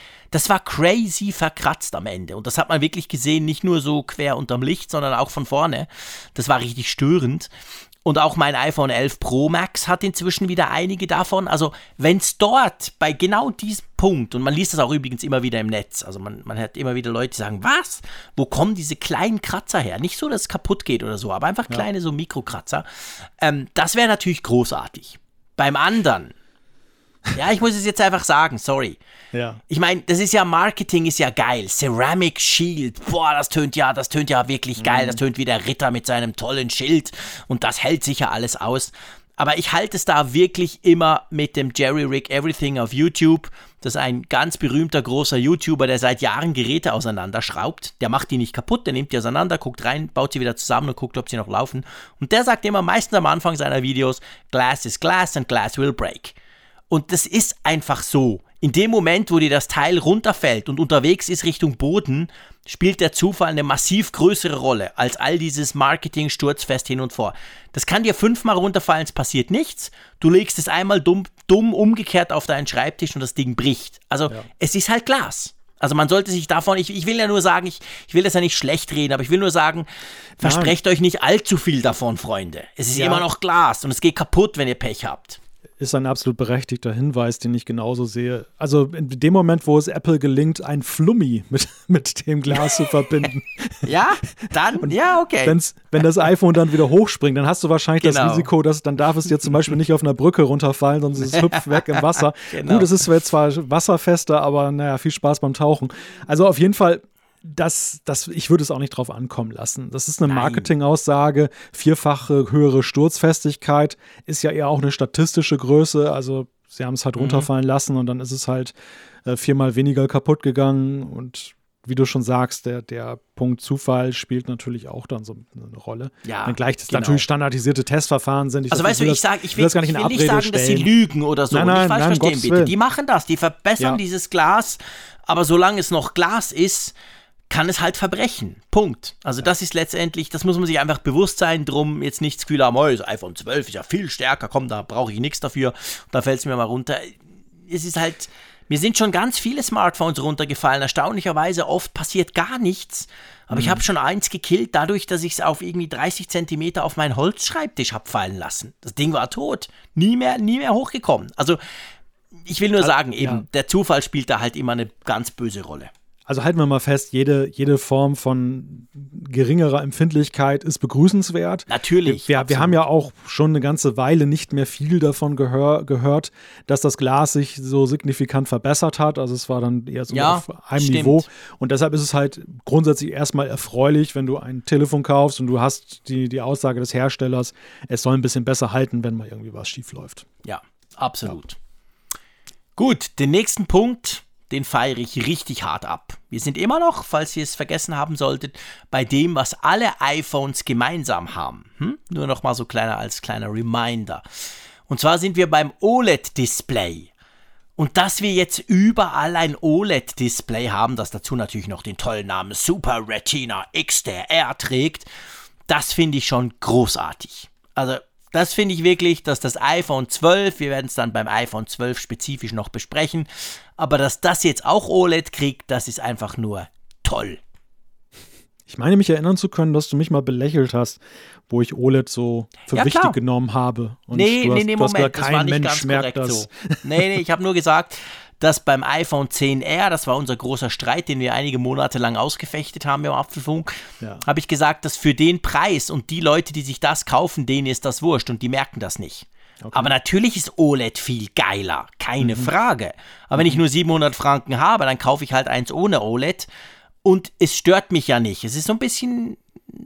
crazy verkratzt am Ende. Und das hat man wirklich gesehen, nicht nur so quer unterm Licht, sondern auch von vorne. Das war richtig störend. Und auch mein iPhone 11 Pro Max hat inzwischen wieder einige davon. Also wenn es dort bei genau diesem Punkt, und man liest das auch übrigens immer wieder im Netz, also man hat immer wieder Leute, die sagen, was? Wo kommen diese kleinen Kratzer her? Nicht so, dass es kaputt geht oder so, aber einfach kleine so Mikrokratzer. Das wäre natürlich großartig. Beim anderen, ja, ich muss es jetzt einfach sagen, sorry. Ja. Ich meine, das ist ja, Marketing ist ja geil. Ceramic Shield, boah, das tönt ja wirklich geil. Das tönt wie der Ritter mit seinem tollen Schild und das hält sicher alles aus. Aber ich halte es da wirklich immer mit dem Jerry Rig Everything auf YouTube. Das ist ein ganz berühmter, großer YouTuber, der seit Jahren Geräte auseinanderschraubt. Der macht die nicht kaputt, der nimmt die auseinander, guckt rein, baut sie wieder zusammen und guckt, ob sie noch laufen. Und der sagt immer meistens am Anfang seiner Videos, Glass is glass and glass will break. Und das ist einfach so. In dem Moment, wo dir das Teil runterfällt und unterwegs ist Richtung Boden, spielt der Zufall eine massiv größere Rolle als all dieses Marketing-Sturzfest hin und vor. Das kann dir 5-mal runterfallen, es passiert nichts. Du legst es einmal dumm umgekehrt auf deinen Schreibtisch und das Ding bricht. Also Es ist halt Glas. Also man sollte sich davon, ich will ja nur sagen, ich will das ja nicht schlecht reden, aber ich will nur sagen, versprecht euch nicht allzu viel davon, Freunde. Es ist immer noch Glas und es geht kaputt, wenn ihr Pech habt. Ist ein absolut berechtigter Hinweis, den ich genauso sehe. Also in dem Moment, wo es Apple gelingt, ein Flummi mit dem Glas zu verbinden. Ja, dann, und ja, okay. Wenn das iPhone dann wieder hochspringt, dann hast du wahrscheinlich das Risiko, dann darf es dir zum Beispiel nicht auf einer Brücke runterfallen, sondern es hüpft weg im Wasser. Gut, es ist zwar wasserfester, aber naja, viel Spaß beim Tauchen. Also auf jeden Fall, ich würde es auch nicht drauf ankommen lassen. Das ist eine Marketingaussage. 4-fache höhere Sturzfestigkeit ist ja eher auch eine statistische Größe. Also sie haben es halt runterfallen lassen und dann ist es halt 4-mal weniger kaputt gegangen. Und wie du schon sagst, der Punkt Zufall spielt natürlich auch dann so eine Rolle. Ja, wenngleich das natürlich standardisierte Testverfahren sind. Also weißt du, ich will nicht sagen, dass sie lügen oder so. Nein, nicht falsch verstehen, bitte. Die machen das, die verbessern dieses Glas. Aber solange es noch Glas ist, kann es halt verbrechen. Punkt. Also das ist letztendlich, das muss man sich einfach bewusst sein, drum jetzt nicht das Gefühl haben, das iPhone 12 ist ja viel stärker, komm, da brauche ich nichts dafür, da fällt es mir mal runter. Es ist halt, mir sind schon ganz viele Smartphones runtergefallen, erstaunlicherweise oft passiert gar nichts, aber ich habe schon eins gekillt, dadurch, dass ich es auf irgendwie 30 Zentimeter auf meinen Holzschreibtisch habe fallen lassen. Das Ding war tot, nie mehr hochgekommen. Also ich will nur sagen, eben, der Zufall spielt da halt immer eine ganz böse Rolle. Also halten wir mal fest, jede Form von geringerer Empfindlichkeit ist begrüßenswert. Natürlich. Wir haben ja auch schon eine ganze Weile nicht mehr viel davon gehört, dass das Glas sich so signifikant verbessert hat. Also es war dann eher so auf einem Niveau. Und deshalb ist es halt grundsätzlich erstmal erfreulich, wenn du ein Telefon kaufst und du hast die Aussage des Herstellers, es soll ein bisschen besser halten, wenn mal irgendwie was schief läuft. Ja, absolut. Gut, den nächsten Punkt, den feiere ich richtig hart ab. Wir sind immer noch, falls ihr es vergessen haben solltet, bei dem, was alle iPhones gemeinsam haben. Nur noch mal so als kleiner Reminder. Und zwar sind wir beim OLED-Display. Und dass wir jetzt überall ein OLED-Display haben, das dazu natürlich noch den tollen Namen Super Retina XDR trägt, das finde ich schon großartig. Also das finde ich wirklich, dass das iPhone 12, wir werden es dann beim iPhone 12 spezifisch noch besprechen, aber dass das jetzt auch OLED kriegt, das ist einfach nur toll. Ich meine, mich erinnern zu können, dass du mich mal belächelt hast, wo ich OLED so für wichtig klar. genommen habe. Und Nee, du hast gesagt, das war kein nicht Mensch ganz merkt korrekt das. so. Nee, ich habe nur gesagt, dass beim iPhone 10R, das war unser großer Streit, den wir einige Monate lang ausgefechtet haben im Apfelfunk, habe ich gesagt, dass für den Preis und die Leute, die sich das kaufen, denen ist das wurscht und die merken das nicht. Okay. Aber natürlich ist OLED viel geiler, keine Frage. Aber wenn ich nur 700 Franken habe, dann kaufe ich halt eins ohne OLED und es stört mich ja nicht. Es ist so ein bisschen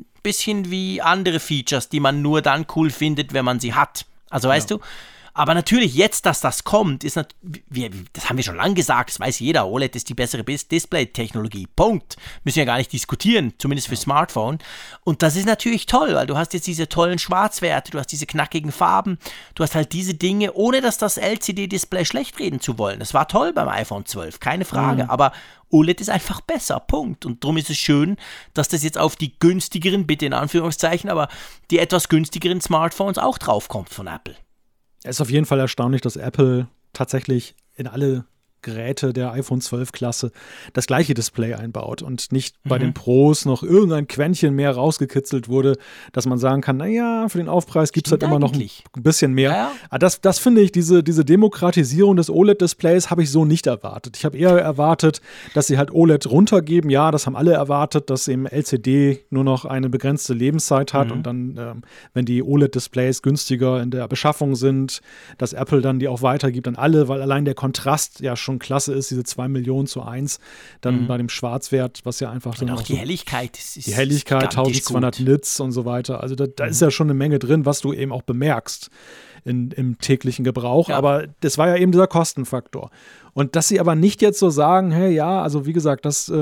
wie andere Features, die man nur dann cool findet, wenn man sie hat. Also weißt du? Aber natürlich jetzt, dass das kommt, das haben wir schon lange gesagt, das weiß jeder, OLED ist die bessere Display-Technologie, Punkt. Müssen wir gar nicht diskutieren, zumindest für Smartphone. Und das ist natürlich toll, weil du hast jetzt diese tollen Schwarzwerte, du hast diese knackigen Farben, du hast halt diese Dinge, ohne dass das LCD-Display schlecht reden zu wollen. Das war toll beim iPhone 12, keine Frage, aber OLED ist einfach besser, Punkt. Und darum ist es schön, dass das jetzt auf die günstigeren, bitte in Anführungszeichen, aber die etwas günstigeren Smartphones auch draufkommt von Apple. Es ist auf jeden Fall erstaunlich, dass Apple tatsächlich in alle Geräte der iPhone 12-Klasse das gleiche Display einbaut und nicht bei den Pros noch irgendein Quäntchen mehr rausgekitzelt wurde, dass man sagen kann, naja, für den Aufpreis gibt es halt immer noch ein bisschen mehr. Ja. Aber das finde ich, diese Demokratisierung des OLED-Displays habe ich so nicht erwartet. Ich habe eher erwartet, dass sie halt OLED runtergeben. Ja, das haben alle erwartet, dass eben LCD nur noch eine begrenzte Lebenszeit hat und dann, wenn die OLED-Displays günstiger in der Beschaffung sind, dass Apple dann die auch weitergibt an alle, weil allein der Kontrast ja schon klasse ist, diese 2.000.000:1, dann bei dem Schwarzwert, was ja einfach und dann auch die Helligkeit ist die Helligkeit, 1200 Nits und so weiter. Also da ist ja schon eine Menge drin, was du eben auch bemerkst im täglichen Gebrauch. Ja. Aber das war ja eben dieser Kostenfaktor. Und dass sie aber nicht jetzt so sagen, hey, ja, also wie gesagt,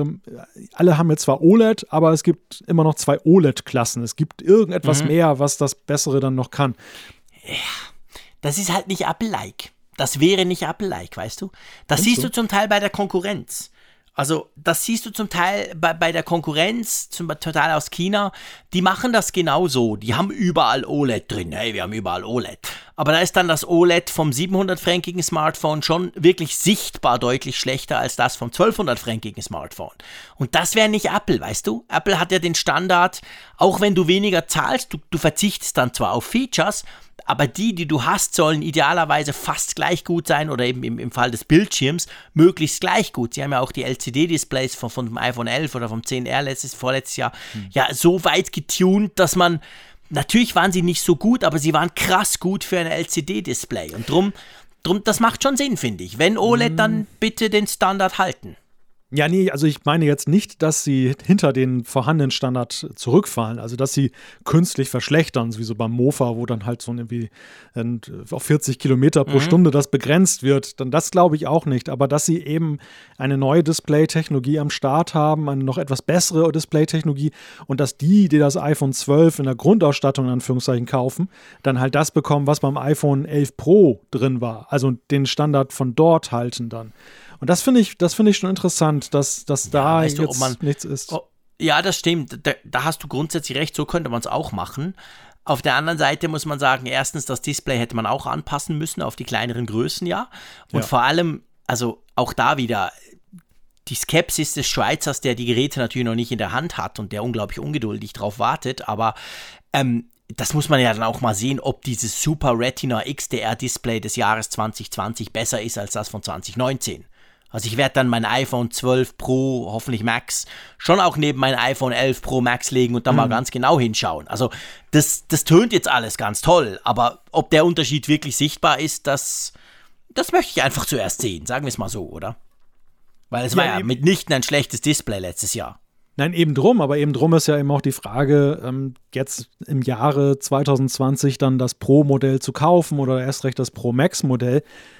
alle haben jetzt zwar OLED, aber es gibt immer noch 2 OLED-Klassen. Es gibt irgendetwas mehr, was das Bessere dann noch kann. Ja, das ist halt nicht Apple-like. Das wäre nicht Apple-like, weißt du? Das siehst du zum Teil bei der Konkurrenz. Also das siehst du zum Teil bei der Konkurrenz, zum Teil aus China, die machen das genauso. Die haben überall OLED drin. Hey, wir haben überall OLED. Aber da ist dann das OLED vom 700-fränkigen Smartphone schon wirklich sichtbar deutlich schlechter als das vom 1200-fränkigen Smartphone. Und das wäre nicht Apple, weißt du? Apple hat ja den Standard, auch wenn du weniger zahlst, du verzichtest dann zwar auf Features, aber die du hast, sollen idealerweise fast gleich gut sein oder eben im Fall des Bildschirms möglichst gleich gut. Sie haben ja auch die LCD-Displays von dem iPhone 11 oder vom 10R vorletztes Jahr ja so weit getuned, dass man, natürlich waren sie nicht so gut, aber sie waren krass gut für ein LCD-Display. Und drum, das macht schon Sinn, finde ich. Wenn OLED, dann bitte den Standard halten. Ja, nee, also ich meine jetzt nicht, dass sie hinter den vorhandenen Standard zurückfallen, also dass sie künstlich verschlechtern, so wie so beim Mofa, wo dann halt so irgendwie auf 40 Kilometer pro Stunde das begrenzt wird, dann das glaube ich auch nicht, aber dass sie eben eine neue Display-Technologie am Start haben, eine noch etwas bessere Display-Technologie und dass die das iPhone 12 in der Grundausstattung in Anführungszeichen kaufen, dann halt das bekommen, was beim iPhone 11 Pro drin war, also den Standard von dort halten dann. Und das finde ich schon interessant, dass da jetzt nichts ist. Ja, das stimmt. Da hast du grundsätzlich recht, so könnte man es auch machen. Auf der anderen Seite muss man sagen, erstens, das Display hätte man auch anpassen müssen auf die kleineren Größen, ja. Und vor allem, also auch da wieder, die Skepsis des Schweizers, der die Geräte natürlich noch nicht in der Hand hat und der unglaublich ungeduldig drauf wartet, aber das muss man ja dann auch mal sehen, ob dieses Super Retina XDR-Display des Jahres 2020 besser ist als das von 2019. Also ich werde dann mein iPhone 12 Pro, hoffentlich Max, schon auch neben mein iPhone 11 Pro Max legen und dann mal ganz genau hinschauen. Also das tönt jetzt alles ganz toll, aber ob der Unterschied wirklich sichtbar ist, das möchte ich einfach zuerst sehen, sagen wir es mal so, oder? Weil es war ja mitnichten ein schlechtes Display letztes Jahr. Nein, eben drum, aber eben drum ist ja eben auch die Frage, jetzt im Jahre 2020 dann das Pro-Modell zu kaufen oder erst recht das Pro-Max-Modell.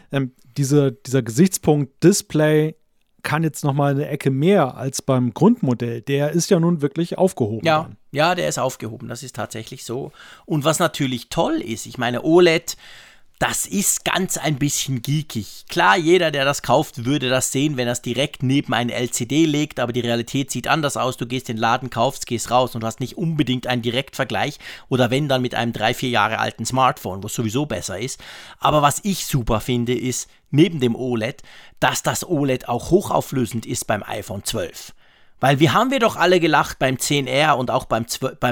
Dieser Gesichtspunkt Display kann jetzt nochmal eine Ecke mehr als beim Grundmodell. Der ist ja nun wirklich aufgehoben. Ja, der ist aufgehoben, das ist tatsächlich so. Und was natürlich toll ist, ich meine, OLED, das ist ganz ein bisschen geekig. Klar, jeder, der das kauft, würde das sehen, wenn er es direkt neben ein LCD legt, aber die Realität sieht anders aus. Du gehst in den Laden, kaufst, gehst raus und du hast nicht unbedingt einen Direktvergleich oder wenn, dann mit einem 3-4 Jahre alten Smartphone, wo es sowieso besser ist. Aber was ich super finde, ist, neben dem OLED, dass das OLED auch hochauflösend ist beim iPhone 12. Weil haben wir doch alle gelacht beim 10R und auch beim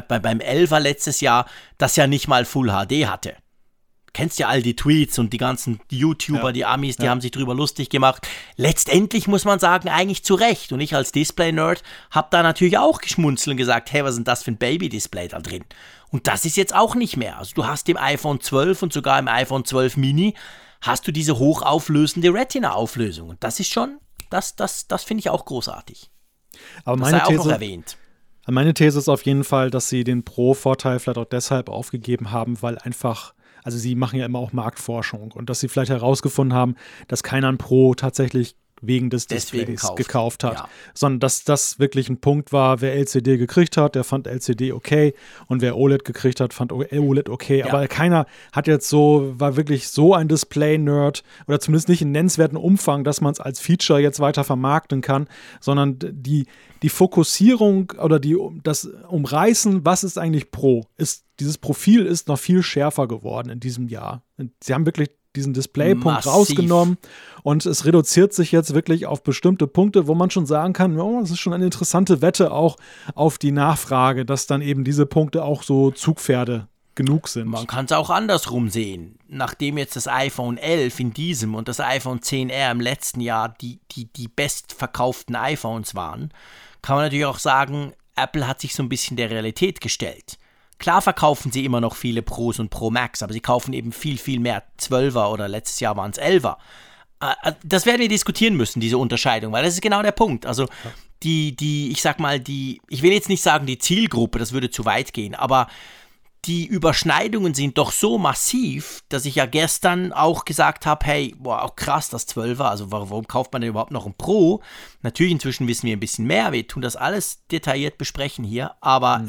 11er letztes Jahr, das ja nicht mal Full HD hatte. Kennst ja all die Tweets und die ganzen YouTuber, die Amis, die haben sich drüber lustig gemacht. Letztendlich muss man sagen, eigentlich zu Recht. Und ich als Display-Nerd habe da natürlich auch geschmunzelt und gesagt, hey, was ist denn das für ein Baby-Display da drin? Und das ist jetzt auch nicht mehr. Also du hast im iPhone 12 und sogar im iPhone 12 Mini hast du diese hochauflösende Retina-Auflösung. Und das ist schon, das finde ich auch großartig. Aber das sei auch noch erwähnt. Meine These ist auf jeden Fall, dass sie den Pro-Vorteil vielleicht auch deshalb aufgegeben haben, weil einfach, also sie machen ja immer auch Marktforschung und dass sie vielleicht herausgefunden haben, dass keiner ein Pro tatsächlich wegen des Displays gekauft hat, sondern dass das wirklich ein Punkt war, wer LCD gekriegt hat, der fand LCD okay und wer OLED gekriegt hat, fand OLED okay, aber keiner hat jetzt war wirklich so ein Display-Nerd oder zumindest nicht in nennenswerten Umfang, dass man es als Feature jetzt weiter vermarkten kann, sondern die Fokussierung oder das Umreißen, was ist eigentlich Pro, dieses Profil ist noch viel schärfer geworden in diesem Jahr. Sie haben wirklich diesen Displaypunkt rausgenommen und es reduziert sich jetzt wirklich auf bestimmte Punkte, wo man schon sagen kann, das ist schon eine interessante Wette auch auf die Nachfrage, dass dann eben diese Punkte auch so Zugpferde genug sind. Man kann es auch andersrum sehen. Nachdem jetzt das iPhone 11 in diesem und das iPhone 10R im letzten Jahr die bestverkauften iPhones waren, kann man natürlich auch sagen, Apple hat sich so ein bisschen der Realität gestellt. Klar verkaufen sie immer noch viele Pros und Pro Max, aber sie kaufen eben viel, viel mehr 12er oder letztes Jahr waren es 11er. Das werden wir diskutieren müssen, diese Unterscheidung, weil das ist genau der Punkt. Also ich will jetzt nicht sagen die Zielgruppe, das würde zu weit gehen, aber die Überschneidungen sind doch so massiv, dass ich ja gestern auch gesagt habe, hey, auch krass, das 12er, also warum kauft man denn überhaupt noch ein Pro? Natürlich, inzwischen wissen wir ein bisschen mehr, wir tun das alles detailliert besprechen hier, aber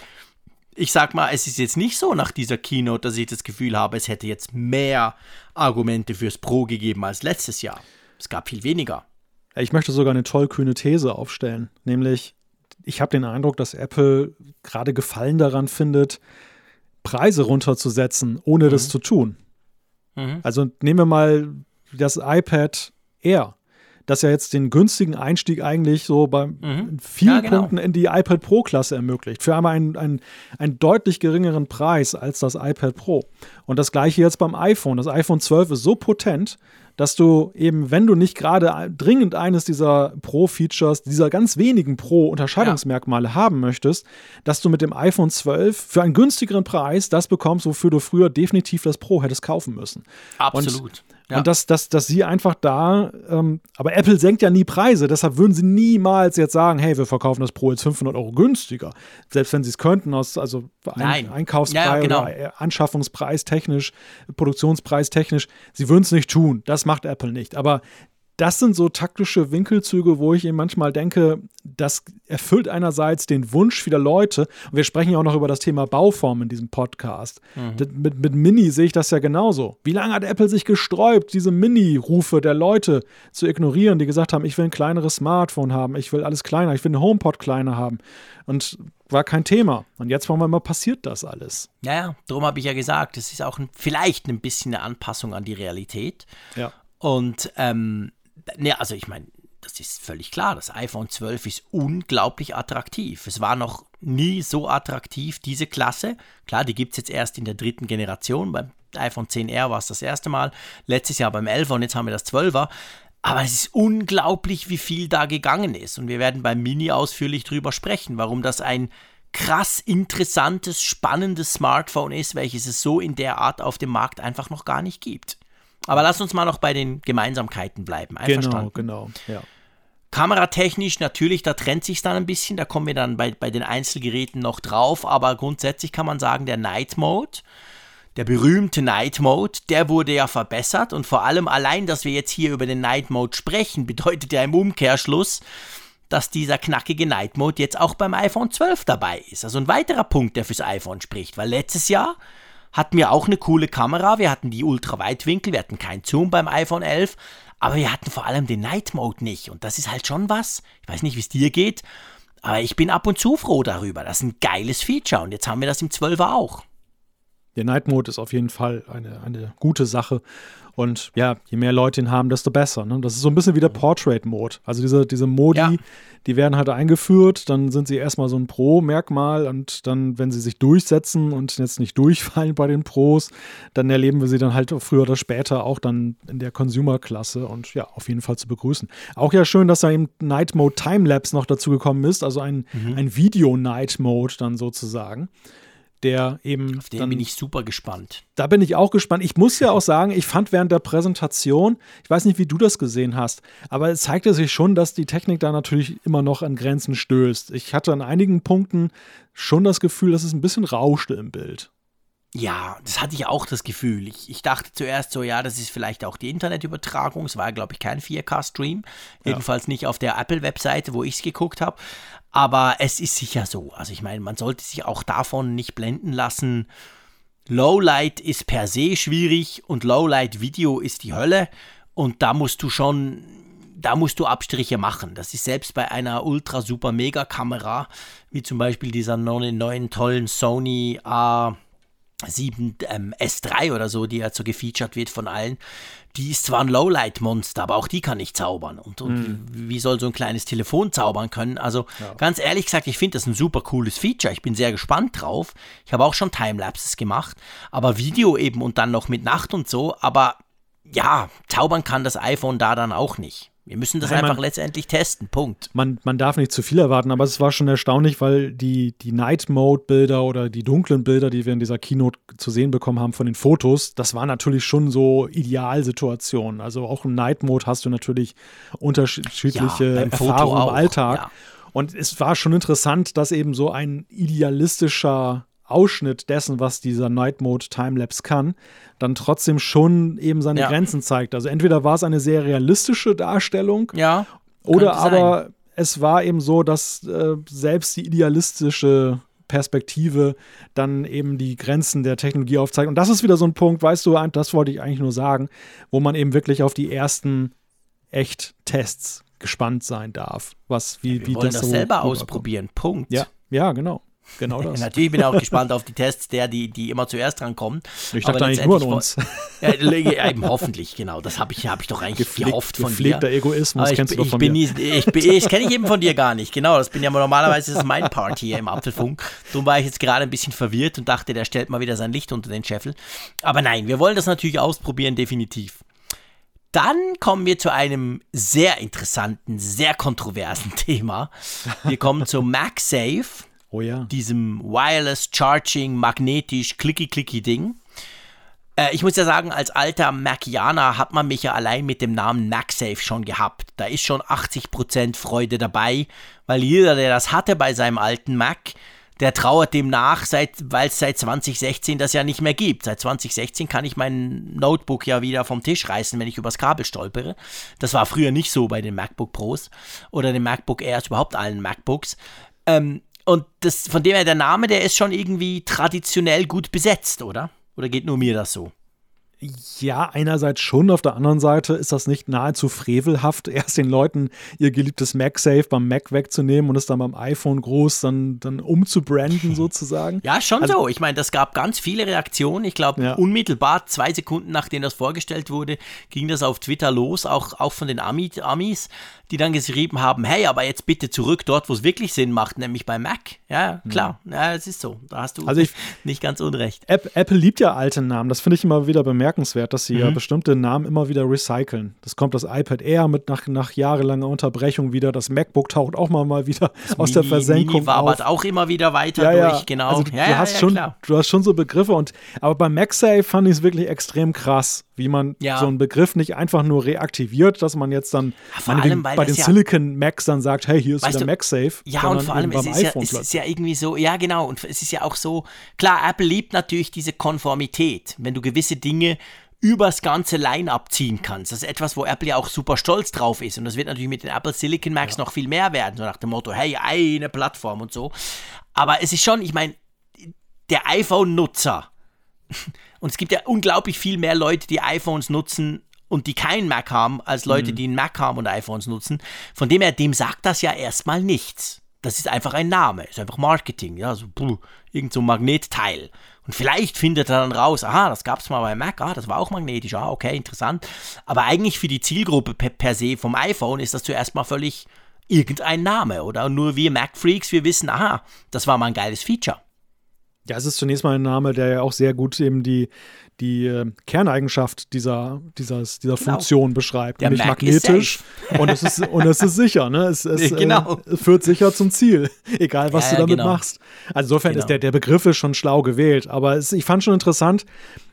ich sag mal, es ist jetzt nicht so nach dieser Keynote, dass ich das Gefühl habe, es hätte jetzt mehr Argumente fürs Pro gegeben als letztes Jahr. Es gab viel weniger. Ich möchte sogar eine tollkühne These aufstellen, nämlich ich habe den Eindruck, dass Apple gerade Gefallen daran findet, Preise runterzusetzen, ohne das zu tun. Also nehmen wir mal das iPad Air, das ja jetzt den günstigen Einstieg eigentlich so bei vielen Punkten in die iPad Pro-Klasse ermöglicht. Für einmal einen deutlich geringeren Preis als das iPad Pro. Und das gleiche jetzt beim iPhone. Das iPhone 12 ist so potent, dass du eben, wenn du nicht gerade dringend eines dieser Pro-Features, dieser ganz wenigen Pro-Unterscheidungsmerkmale haben möchtest, dass du mit dem iPhone 12 für einen günstigeren Preis das bekommst, wofür du früher definitiv das Pro hättest kaufen müssen. Absolut. Und dass sie einfach da, aber Apple senkt ja nie Preise, deshalb würden sie niemals jetzt sagen, hey, wir verkaufen das Pro jetzt 500 € günstiger. Selbst wenn sie es könnten, Einkaufspreis oder Anschaffungspreis technisch, Produktionspreis technisch, sie würden es nicht tun. Das macht Apple nicht. Aber das sind so taktische Winkelzüge, wo ich eben manchmal denke, das erfüllt einerseits den Wunsch vieler Leute. Und wir sprechen ja auch noch über das Thema Bauform in diesem Podcast. Mit Mini sehe ich das ja genauso. Wie lange hat Apple sich gesträubt, diese Mini-Rufe der Leute zu ignorieren, die gesagt haben, ich will ein kleineres Smartphone haben, ich will alles kleiner, ich will einen HomePod kleiner haben. Und war kein Thema. Und jetzt wollen wir mal, passiert das alles. Ja, darum habe ich ja gesagt, es ist auch vielleicht ein bisschen eine Anpassung an die Realität. Ja. Und also ich meine, das ist völlig klar, das iPhone 12 ist unglaublich attraktiv. Es war noch nie so attraktiv, diese Klasse. Klar, die gibt es jetzt erst in der 3. Generation. Beim iPhone 10R war es das erste Mal. Letztes Jahr beim 11er und jetzt haben wir das 12er. Aber es ist unglaublich, wie viel da gegangen ist. Und wir werden beim Mini ausführlich drüber sprechen, warum das ein krass interessantes, spannendes Smartphone ist, welches es so in der Art auf dem Markt einfach noch gar nicht gibt. Aber lass uns mal noch bei den Gemeinsamkeiten bleiben. Einverstanden? Genau, ja. Kameratechnisch natürlich, da trennt sich dann ein bisschen, da kommen wir dann bei den Einzelgeräten noch drauf, aber grundsätzlich kann man sagen, der Night Mode, der berühmte Night Mode, der wurde ja verbessert und vor allem allein, dass wir jetzt hier über den Night Mode sprechen, bedeutet ja im Umkehrschluss, dass dieser knackige Night Mode jetzt auch beim iPhone 12 dabei ist. Also ein weiterer Punkt, der fürs iPhone spricht, weil letztes Jahr hatten wir auch eine coole Kamera, wir hatten die Ultraweitwinkel, wir hatten kein Zoom beim iPhone 11, aber wir hatten vor allem den Night Mode nicht und das ist halt schon was, ich weiß nicht, wie es dir geht, aber ich bin ab und zu froh darüber, das ist ein geiles Feature und jetzt haben wir das im 12er auch. Der Night Mode ist auf jeden Fall eine gute Sache. Und ja, je mehr Leute ihn haben, desto besser. Ne? Das ist so ein bisschen wie der Portrait Mode. Also diese Modi, die werden halt eingeführt, dann sind sie erstmal so ein Pro-Merkmal und dann, wenn sie sich durchsetzen und jetzt nicht durchfallen bei den Pros, dann erleben wir sie dann halt früher oder später auch dann in der Consumer-Klasse und ja, auf jeden Fall zu begrüßen. Auch ja schön, dass da eben Night Mode Timelapse noch dazu gekommen ist, also ein Video-Night Mode dann sozusagen. Der eben auf den bin ich super gespannt. Da bin ich auch gespannt. Ich muss ja auch sagen, ich fand während der Präsentation, ich weiß nicht, wie du das gesehen hast, aber es zeigte sich schon, dass die Technik da natürlich immer noch an Grenzen stößt. Ich hatte an einigen Punkten schon das Gefühl, dass es ein bisschen rauschte im Bild. Ja, das hatte ich auch das Gefühl. Ich dachte zuerst so, ja, das ist vielleicht auch die Internetübertragung. Es war, glaube ich, kein 4K-Stream. Jedenfalls nicht auf der Apple-Webseite, wo ich es geguckt habe. Aber es ist sicher so. Also ich meine, man sollte sich auch davon nicht blenden lassen. Lowlight ist per se schwierig und Lowlight-Video ist die Hölle. Und da musst du Abstriche machen. Das ist selbst bei einer ultra-super-mega-Kamera, wie zum Beispiel dieser neuen tollen Sony A7 S3 oder so, die ja so gefeatured wird von allen, die ist zwar ein Lowlight-Monster, aber auch die kann nicht zaubern. Und wie soll so ein kleines Telefon zaubern können? Also ganz ehrlich gesagt, ich finde das ein super cooles Feature. Ich bin sehr gespannt drauf. Ich habe auch schon Timelapses gemacht, aber Video eben und dann noch mit Nacht und so. Aber ja, zaubern kann das iPhone da dann auch nicht. Wir müssen das einfach letztendlich testen, Punkt. Man darf nicht zu viel erwarten, aber es war schon erstaunlich, weil die Night-Mode-Bilder oder die dunklen Bilder, die wir in dieser Keynote zu sehen bekommen haben von den Fotos, das war natürlich schon so Idealsituationen. Also auch im Night-Mode hast du natürlich unterschiedliche Erfahrungen im Alltag. Ja. Und es war schon interessant, dass eben so ein idealistischer Ausschnitt dessen, was dieser Night Mode Timelapse kann, dann trotzdem schon eben seine Grenzen zeigt. Also entweder war es eine sehr realistische Darstellung oder aber es war eben so, dass selbst die idealistische Perspektive dann eben die Grenzen der Technologie aufzeigt. Und das ist wieder so ein Punkt, weißt du, das wollte ich eigentlich nur sagen, wo man eben wirklich auf die ersten Echt-Tests gespannt sein darf. Wir wollen das so selber ausprobieren, Punkt. Ja, genau. Genau das. Natürlich bin ich auch gespannt auf die Tests die immer zuerst drankommen. Ich dachte eigentlich nur an uns. Eben hoffentlich, genau. Das hab ich doch eigentlich gehofft von dir. Gepflegter Egoismus kennst du doch von mir. Das kenne ich eben von dir gar nicht. Genau, das bin ja normalerweise ist mein Part hier im Apfelfunk. Darum war ich jetzt gerade ein bisschen verwirrt und dachte, der stellt mal wieder sein Licht unter den Scheffel. Aber nein, wir wollen das natürlich ausprobieren, definitiv. Dann kommen wir zu einem sehr interessanten, sehr kontroversen Thema. Wir kommen zu MagSafe. Oh ja. Diesem Wireless Charging, magnetisch, Clicky-Clicky-Ding. Ich muss ja sagen, als alter Macianer hat man mich ja allein mit dem Namen MagSafe schon gehabt. Da ist schon 80% Freude dabei, weil jeder, der das hatte bei seinem alten Mac, der trauert dem nach, weil es seit 2016 das ja nicht mehr gibt. Seit 2016 kann ich mein Notebook ja wieder vom Tisch reißen, wenn ich übers Kabel stolpere. Das war früher nicht so bei den MacBook Pros oder den MacBook Airs, überhaupt allen MacBooks. Und von dem her, der Name, der ist schon irgendwie traditionell gut besetzt, oder? Oder geht nur mir das so? Ja, einerseits schon, auf der anderen Seite ist das nicht nahezu frevelhaft, erst den Leuten ihr geliebtes MagSafe beim Mac wegzunehmen und es dann beim iPhone groß dann umzubranden sozusagen. Ja, schon so. Ich meine, das gab ganz viele Reaktionen. Ich glaube, unmittelbar 2 Sekunden, nachdem das vorgestellt wurde, ging das auf Twitter los, auch von den Amis, die dann geschrieben haben, hey, aber jetzt bitte zurück dort, wo es wirklich Sinn macht, nämlich bei Mac. Ja, klar. Ja, es ist so. Da hast du nicht ganz unrecht. Apple liebt ja alte Namen. Das finde ich immer wieder bemerkenswert. bemerkenswert, dass sie ja bestimmte Namen immer wieder recyceln. Das kommt das iPad Air mit nach jahrelanger Unterbrechung wieder. Das MacBook taucht auch mal wieder aus der Versenkung Mini wabert auch immer wieder weiter durch, genau. Also du hast schon so Begriffe. Aber bei MagSafe fand ich es wirklich extrem krass, wie man so einen Begriff nicht einfach nur reaktiviert, dass man jetzt dann bei den Silicon Macs dann sagt, hey, hier ist wieder MagSafe. Ja, und vor allem, es ist ja irgendwie so, ja genau, und es ist ja auch so, klar, Apple liebt natürlich diese Konformität, wenn du gewisse Dinge übers ganze Line-Up ziehen kannst. Das ist etwas, wo Apple ja auch super stolz drauf ist. Und das wird natürlich mit den Apple Silicon Macs noch viel mehr werden, so nach dem Motto, hey, eine Plattform und so. Aber es ist schon, ich meine, der iPhone-Nutzer, und es gibt ja unglaublich viel mehr Leute, die iPhones nutzen und die keinen Mac haben, als Leute, die einen Mac haben und iPhones nutzen. Von dem her, dem sagt das ja erstmal nichts. Das ist einfach ein Name, ist einfach Marketing, ja, so irgend so ein Magnetteil. Und vielleicht findet er dann raus, aha, das gab es mal bei Mac, das war auch magnetisch, okay, interessant. Aber eigentlich für die Zielgruppe per se vom iPhone ist das zuerst mal völlig irgendein Name, oder? Und nur wir Mac-Freaks, wir wissen, aha, das war mal ein geiles Feature. Ja, es ist zunächst mal ein Name, der ja auch sehr gut eben die Kerneigenschaft dieser Funktion beschreibt, der nämlich Mac magnetisch und es ist sicher, ne? Es führt sicher zum Ziel, egal was du damit machst. Also insofern ist der Begriff ist schon schlau gewählt, aber ich fand schon interessant,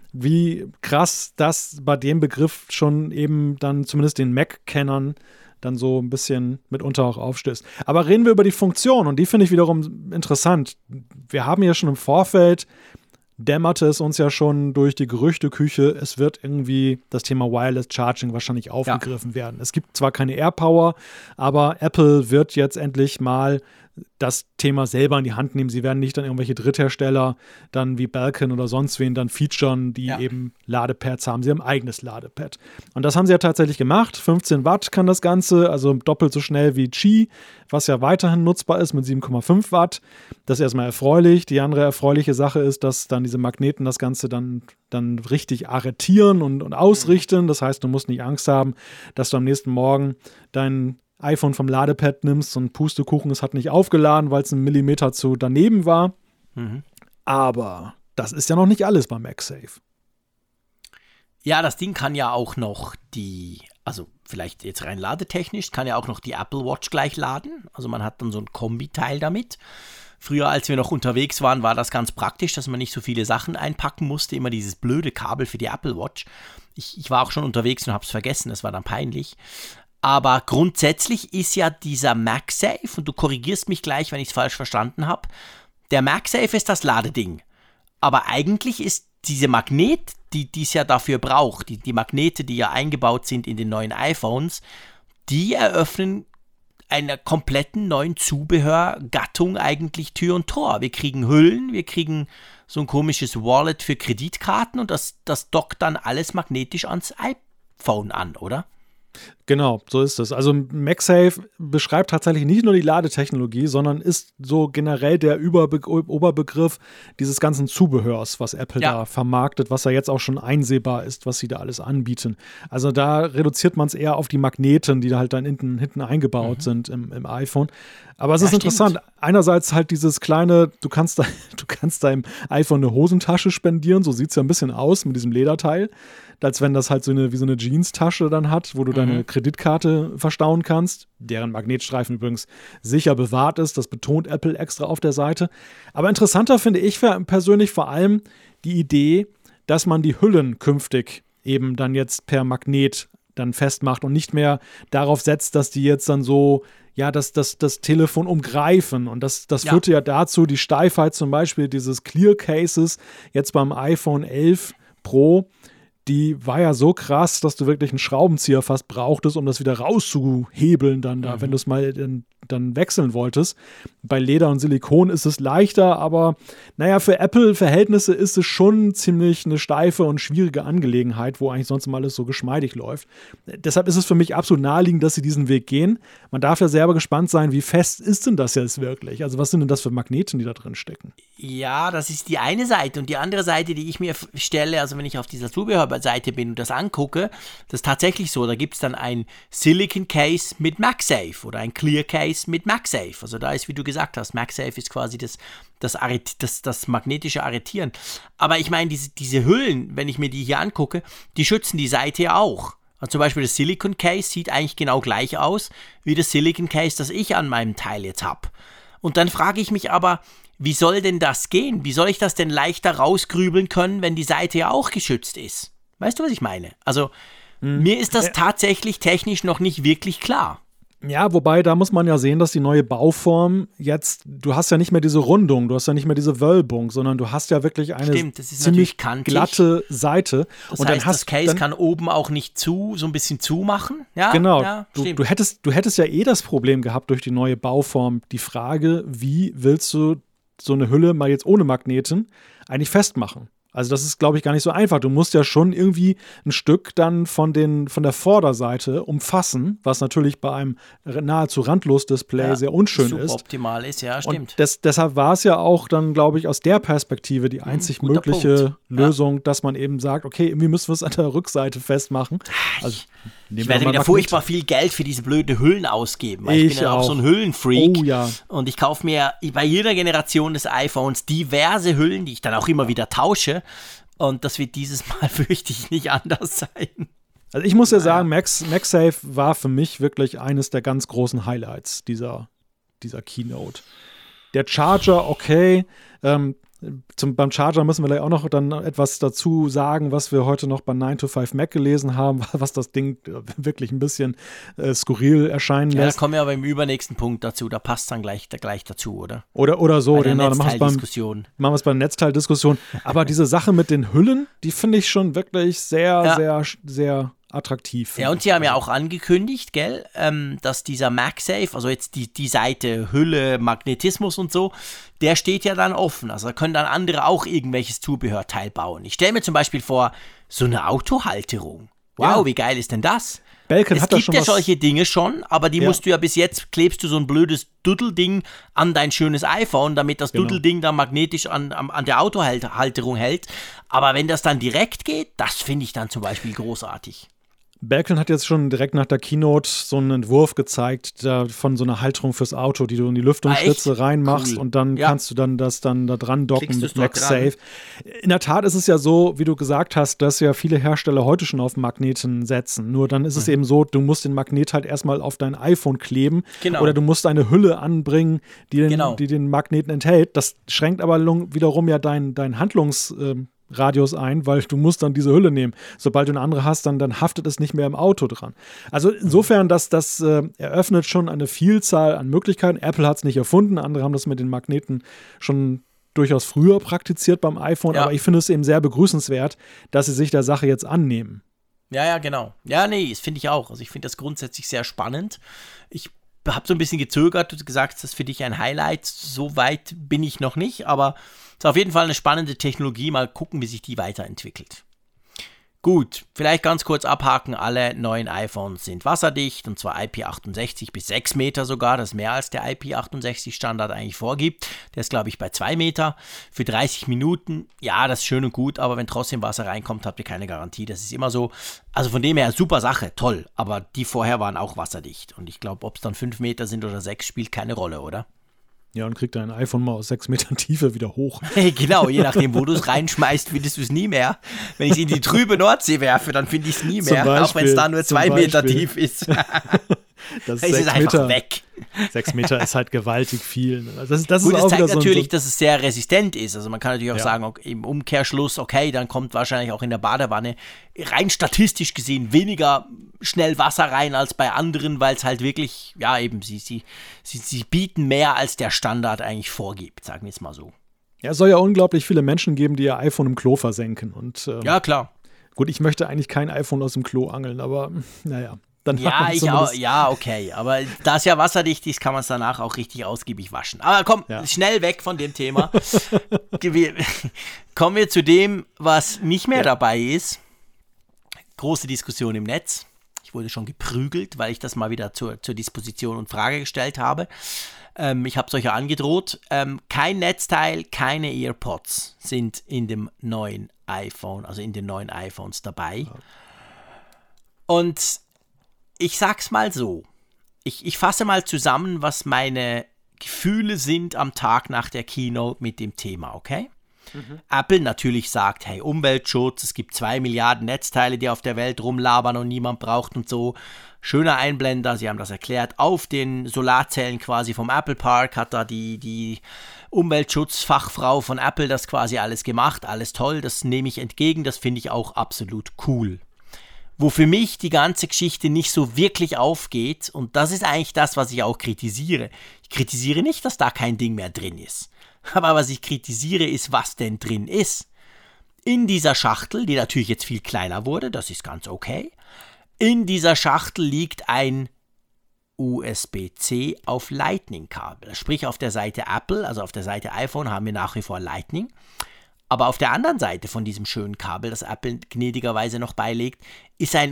wie krass das bei dem Begriff schon eben dann zumindest den Mac-Kennern dann so ein bisschen mitunter auch aufstößt. Aber reden wir über die Funktion und die finde ich wiederum interessant. Wir haben ja schon im Vorfeld dämmerte es uns ja schon durch die Gerüchteküche, es wird irgendwie das Thema Wireless Charging wahrscheinlich aufgegriffen werden. Es gibt zwar keine AirPower, aber Apple wird jetzt endlich mal das Thema selber in die Hand nehmen. Sie werden nicht dann irgendwelche Dritthersteller dann wie Belkin oder sonst wen dann featuren, die eben Ladepads haben. Sie haben ein eigenes Ladepad. Und das haben sie ja tatsächlich gemacht. 15 Watt kann das Ganze, also doppelt so schnell wie Qi, was ja weiterhin nutzbar ist mit 7,5 Watt. Das ist erstmal erfreulich. Die andere erfreuliche Sache ist, dass dann diese Magneten das Ganze dann richtig arretieren und ausrichten. Das heißt, du musst nicht Angst haben, dass du am nächsten Morgen dein iPhone vom Ladepad nimmst und Pustekuchen, es hat nicht aufgeladen, weil es einen Millimeter zu daneben war. Aber das ist ja noch nicht alles bei MagSafe. Ja, das Ding kann ja auch noch also vielleicht jetzt rein ladetechnisch, kann ja auch noch die Apple Watch gleich laden. Also man hat dann so ein Kombiteil damit. Früher, als wir noch unterwegs waren, war das ganz praktisch, dass man nicht so viele Sachen einpacken musste. Immer dieses blöde Kabel für die Apple Watch. Ich war auch schon unterwegs und habe es vergessen, das war dann peinlich. Aber grundsätzlich ist ja dieser MagSafe, und du korrigierst mich gleich, wenn ich es falsch verstanden habe, der MagSafe ist das Ladeding. Aber eigentlich ist diese Magnet, die es ja dafür braucht, die Magnete, die ja eingebaut sind in den neuen iPhones, die eröffnen einer kompletten neuen Zubehörgattung eigentlich Tür und Tor. Wir kriegen Hüllen, wir kriegen so ein komisches Wallet für Kreditkarten und das dockt dann alles magnetisch ans iPhone an, oder? Genau, so ist es. Also MagSafe beschreibt tatsächlich nicht nur die Ladetechnologie, sondern ist so generell der Oberbegriff dieses ganzen Zubehörs, was Apple da vermarktet, was ja jetzt auch schon einsehbar ist, was sie da alles anbieten. Also da reduziert man es eher auf die Magneten, die da halt dann hinten eingebaut sind im iPhone. Aber es ist interessant. Stimmt. Einerseits halt dieses kleine, du kannst deinem iPhone eine Hosentasche spendieren, so sieht es ja ein bisschen aus mit diesem Lederteil, als wenn das halt wie so eine Jeans-Tasche dann hat, wo du deine Kreditkarte verstauen kannst, deren Magnetstreifen übrigens sicher bewahrt ist, das betont Apple extra auf der Seite. Aber interessanter finde ich persönlich vor allem die Idee, dass man die Hüllen künftig eben dann jetzt per Magnet dann festmacht und nicht mehr darauf setzt, dass die jetzt dann so das Telefon umgreifen. Und das führte ja dazu, die Steifheit zum Beispiel dieses Clear Cases jetzt beim iPhone 11 Pro, die war ja so krass, dass du wirklich einen Schraubenzieher fast brauchtest, um das wieder rauszuhebeln dann da, wenn du es mal dann wechseln wolltest. Bei Leder und Silikon ist es leichter, aber naja, für Apple-Verhältnisse ist es schon ziemlich eine steife und schwierige Angelegenheit, wo eigentlich sonst mal alles so geschmeidig läuft. Deshalb ist es für mich absolut naheliegend, dass sie diesen Weg gehen. Man darf ja selber gespannt sein, wie fest ist denn das jetzt wirklich? Also was sind denn das für Magneten, die da drin stecken? Ja, das ist die eine Seite. Und die andere Seite, die ich mir stelle, also wenn ich auf dieser Zubehörseite bin und das angucke, das ist tatsächlich so, da gibt es dann ein Silicon Case mit MagSafe oder ein Clear Case mit MagSafe. Also da ist, wie du gesagt hast, MagSafe ist quasi das magnetische Arretieren. Aber ich meine, diese Hüllen, wenn ich mir die hier angucke, die schützen die Seite ja auch. Also zum Beispiel das Silicon Case sieht eigentlich genau gleich aus wie das Silicon Case, das ich an meinem Teil jetzt habe. Und dann frage ich mich aber, wie soll denn das gehen? Wie soll ich das denn leichter rausgrübeln können, wenn die Seite ja auch geschützt ist? Weißt du, was ich meine? Also, mir ist das tatsächlich technisch noch nicht wirklich klar. Ja, wobei, da muss man ja sehen, dass die neue Bauform jetzt, du hast ja nicht mehr diese Rundung, du hast ja nicht mehr diese Wölbung, sondern du hast ja wirklich eine ziemlich glatte Seite. Das heißt, das Case kann oben auch nicht so ein bisschen zumachen. Ja, genau, ja, du hättest ja das Problem gehabt durch die neue Bauform. Die Frage, wie willst du so eine Hülle mal jetzt ohne Magneten eigentlich festmachen? Also das ist, glaube ich, gar nicht so einfach. Du musst ja schon irgendwie ein Stück dann von der Vorderseite umfassen, was natürlich bei einem nahezu randlos Display sehr unschön ist. Suboptimal ist, ja, stimmt. Und deshalb war es ja auch dann, glaube ich, aus der Perspektive die einzig mögliche Lösung, dass man eben sagt, okay, irgendwie müssen wir es an der Rückseite festmachen. Also, ich werde wieder furchtbar viel Geld für diese blöde Hüllen ausgeben, weil ich bin ja auch so ein Hüllenfreak. Oh, ja. Und ich kaufe mir bei jeder Generation des iPhones diverse Hüllen, die ich dann auch immer wieder tausche. Und das wird dieses Mal, fürchte ich, nicht anders sein. Also ich muss ja sagen, MagSafe war für mich wirklich eines der ganz großen Highlights dieser Keynote. Der Charger, okay, beim Charger müssen wir gleich auch noch dann etwas dazu sagen, was wir heute noch bei 9to5Mac gelesen haben, was das Ding wirklich ein bisschen skurril erscheinen lässt. Ja, da kommen wir aber im übernächsten Punkt dazu, da passt dann gleich dazu, oder? Oder so, genau. Dann machen wir es bei der Netzteildiskussion. Aber diese Sache mit den Hüllen, die finde ich schon wirklich sehr, sehr attraktiv. Ja, und sie haben ja auch angekündigt, gell, dass dieser MagSafe, also jetzt die Seite Hülle, Magnetismus und so, der steht ja dann offen. Also da können dann andere auch irgendwelches Zubehörteil bauen. Ich stelle mir zum Beispiel vor, so eine Autohalterung. Wow, wie geil ist denn das? Belkin hat da schon es gibt ja solche Dinge schon, aber die musst du ja bis jetzt, klebst du so ein blödes Duddelding an dein schönes iPhone, damit das Duddelding dann magnetisch an der Autohalterung hält. Aber wenn das dann direkt geht, das finde ich dann zum Beispiel großartig. Belkin hat jetzt schon direkt nach der Keynote so einen Entwurf gezeigt von so einer Halterung fürs Auto, die du in die Lüftungsschlitze reinmachst und dann kannst du dann das dann da dran docken mit MagSafe. In der Tat ist es ja so, wie du gesagt hast, dass ja viele Hersteller heute schon auf Magneten setzen. Nur dann ist es eben so, du musst den Magnet halt erstmal auf dein iPhone kleben oder du musst eine Hülle anbringen, die den Magneten enthält. Das schränkt aber wiederum ja dein Radius ein, weil du musst dann diese Hülle nehmen. Sobald du eine andere hast, dann haftet es nicht mehr im Auto dran. Also insofern, das eröffnet schon eine Vielzahl an Möglichkeiten. Apple hat es nicht erfunden, andere haben das mit den Magneten schon durchaus früher praktiziert beim iPhone, aber ich finde es eben sehr begrüßenswert, dass sie sich der Sache jetzt annehmen. Ja, genau. Ja, nee, das finde ich auch. Also ich finde das grundsätzlich sehr spannend. Ich habe so ein bisschen gezögert, du hast gesagt, das ist für dich ein Highlight. So weit bin ich noch nicht, aber es ist auf jeden Fall eine spannende Technologie. Mal gucken, wie sich die weiterentwickelt. Gut, vielleicht ganz kurz abhaken. Alle neuen iPhones sind wasserdicht, und zwar IP68 bis 6 Meter sogar. Das ist mehr als der IP68-Standard eigentlich vorgibt. Der ist, glaube ich, bei 2 Meter. Für 30 Minuten, ja, das ist schön und gut, aber wenn trotzdem Wasser reinkommt, habt ihr keine Garantie. Das ist immer so. Also von dem her, super Sache, toll. Aber die vorher waren auch wasserdicht. Und ich glaube, ob es dann 5 Meter sind oder 6, spielt keine Rolle, oder? Ja, und kriegt dein iPhone mal aus 6 Metern Tiefe wieder hoch. Genau, je nachdem, wo du es reinschmeißt, findest du es nie mehr. Wenn ich es in die trübe Nordsee werfe, dann finde ich es nie mehr, auch wenn es da nur 2 Meter tief ist. Das ist es einfach weg. 6 Meter ist halt gewaltig viel. Das Gut, ist auch das zeigt wieder natürlich, dass es sehr resistent ist. Also man kann natürlich auch sagen, okay, im Umkehrschluss, okay, dann kommt wahrscheinlich auch in der Badewanne rein statistisch gesehen weniger schnell Wasser rein als bei anderen, weil es halt wirklich, ja eben, sie bieten mehr, als der Standard eigentlich vorgibt, sagen wir es mal so. Ja, es soll ja unglaublich viele Menschen geben, die ihr iPhone im Klo versenken. Und, ja, klar. Gut, ich möchte eigentlich kein iPhone aus dem Klo angeln, aber naja. Ja, ich auch, ja, okay. Aber da es ja wasserdicht ist, kann man es danach auch richtig ausgiebig waschen. Aber komm, schnell weg von dem Thema. Kommen wir zu dem, was nicht mehr dabei ist. Große Diskussion im Netz. Ich wurde schon geprügelt, weil ich das mal wieder zur Disposition und Frage gestellt habe. Ich habe es euch ja angedroht. Kein Netzteil, keine EarPods sind in dem neuen iPhone, also in den neuen iPhones dabei. Und ich sag's mal so. Ich fasse mal zusammen, was meine Gefühle sind am Tag nach der Keynote mit dem Thema, okay? Apple natürlich sagt, hey, Umweltschutz, es gibt 2 Milliarden Netzteile, die auf der Welt rumlabern und niemand braucht und so. Schöner Einblender, sie haben das erklärt, auf den Solarzellen quasi vom Apple Park hat da die Umweltschutzfachfrau von Apple das quasi alles gemacht, alles toll, das nehme ich entgegen, das finde ich auch absolut cool. Wo für mich die ganze Geschichte nicht so wirklich aufgeht, und das ist eigentlich das, was ich auch kritisiere. Ich kritisiere nicht, dass da kein Ding mehr drin ist. Aber was ich kritisiere, ist, was denn drin ist. In dieser Schachtel, die natürlich jetzt viel kleiner wurde, das ist ganz okay, in dieser Schachtel liegt ein USB-C auf Lightning-Kabel. Sprich, auf der Seite Apple, also auf der Seite iPhone, haben wir nach wie vor Lightning. Aber auf der anderen Seite von diesem schönen Kabel, das Apple gnädigerweise noch beilegt, ist ein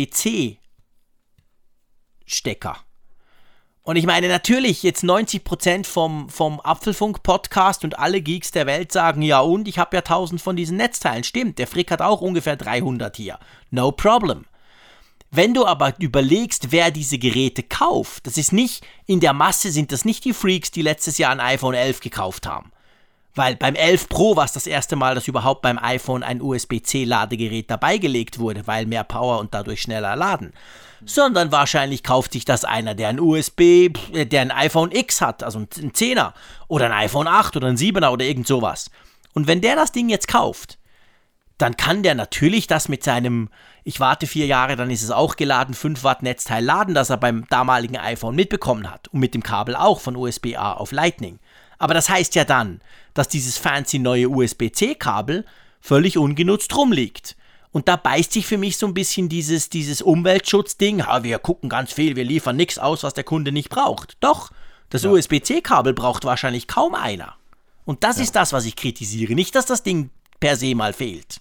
USB-C-Stecker. Und ich meine, natürlich, jetzt 90% vom Apfelfunk-Podcast und alle Geeks der Welt sagen, ja und, ich habe ja 1000 von diesen Netzteilen. Stimmt, der Frick hat auch ungefähr 300 hier. No problem. Wenn du aber überlegst, wer diese Geräte kauft, das ist nicht, in der Masse sind das nicht die Freaks, die letztes Jahr ein iPhone 11 gekauft haben. Weil beim 11 Pro war es das erste Mal, dass überhaupt beim iPhone ein USB-C-Ladegerät dabei gelegt wurde, weil mehr Power und dadurch schneller laden. Sondern wahrscheinlich kauft sich das einer, der ein iPhone X hat, also ein 10er oder ein iPhone 8 oder ein 7er oder irgend sowas. Und wenn der das Ding jetzt kauft, dann kann der natürlich das mit seinem, ich warte 4 Jahre, dann ist es auch geladen, 5 Watt Netzteil laden, das er beim damaligen iPhone mitbekommen hat. Und mit dem Kabel auch von USB-A auf Lightning. Aber das heißt ja dann, dass dieses fancy neue USB-C-Kabel völlig ungenutzt rumliegt. Und da beißt sich für mich so ein bisschen dieses Umweltschutzding. Ja, wir gucken ganz viel, wir liefern nichts aus, was der Kunde nicht braucht. Doch, das USB-C-Kabel braucht wahrscheinlich kaum einer. Und das ist das, was ich kritisiere. Nicht, dass das Ding per se mal fehlt.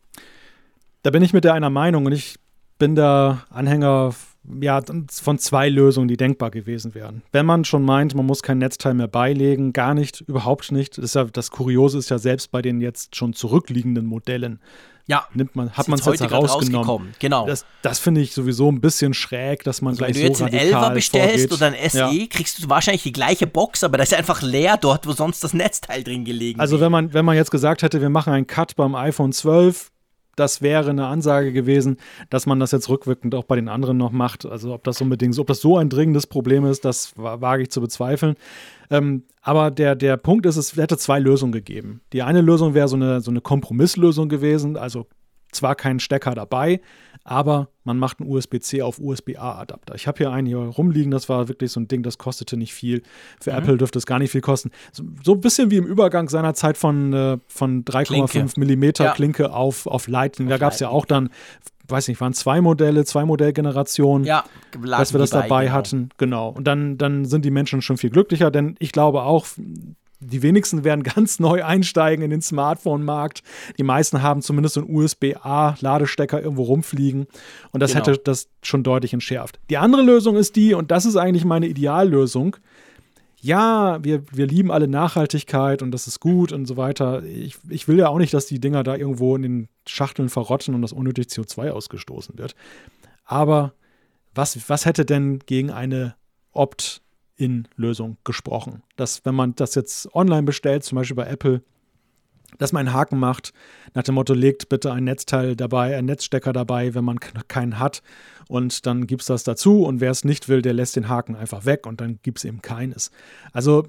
Da bin ich mit der einer Meinung und ich bin da Anhänger von 2 Lösungen, die denkbar gewesen wären. Wenn man schon meint, man muss kein Netzteil mehr beilegen, gar nicht, überhaupt nicht. Das Kuriose ist ja selbst bei den jetzt schon zurückliegenden Modellen. Ja, hat man es jetzt herausgenommen. Genau. Das finde ich sowieso ein bisschen schräg, dass man gleich so radikal vorgeht. Wenn du jetzt einen 11er bestellst oder ein SE, kriegst du wahrscheinlich die gleiche Box, aber da ist einfach leer dort, wo sonst das Netzteil drin gelegen ist. Also wenn man jetzt gesagt hätte, wir machen einen Cut beim iPhone 12, das wäre eine Ansage gewesen, dass man das jetzt rückwirkend auch bei den anderen noch macht. Also ob das so ein dringendes Problem ist, das wage ich zu bezweifeln. Aber der Punkt ist, es hätte 2 Lösungen gegeben. Die eine Lösung wäre so eine Kompromisslösung gewesen, also zwar kein Stecker dabei, aber man macht einen USB-C auf USB-A-Adapter. Ich habe hier einen hier rumliegen, das war wirklich so ein Ding, das kostete nicht viel. Für Apple dürfte es gar nicht viel kosten. So ein bisschen wie im Übergang seinerzeit von 3,5 mm Klinke auf Lightning. Da gab es ja auch dann, weiß nicht, waren 2 Modellgenerationen, dass wir das dabei hatten. Genau. Und dann sind die Menschen schon viel glücklicher, denn ich glaube auch, die wenigsten werden ganz neu einsteigen in den Smartphone-Markt. Die meisten haben zumindest so einen USB-A-Ladestecker irgendwo rumfliegen. Und das hätte das schon deutlich entschärft. Die andere Lösung ist die, und das ist eigentlich meine Ideallösung. Ja, wir lieben alle Nachhaltigkeit und das ist gut und so weiter. Ich will ja auch nicht, dass die Dinger da irgendwo in den Schachteln verrotten und das unnötig CO2 ausgestoßen wird. Aber was hätte denn gegen eine Opt-in-Lösung gesprochen? Dass, wenn man das jetzt online bestellt, zum Beispiel bei Apple, dass man einen Haken macht, nach dem Motto, legt bitte ein Netzteil dabei, einen Netzstecker dabei, wenn man keinen hat, und dann gibt es das dazu, und wer es nicht will, der lässt den Haken einfach weg und dann gibt es eben keines. Also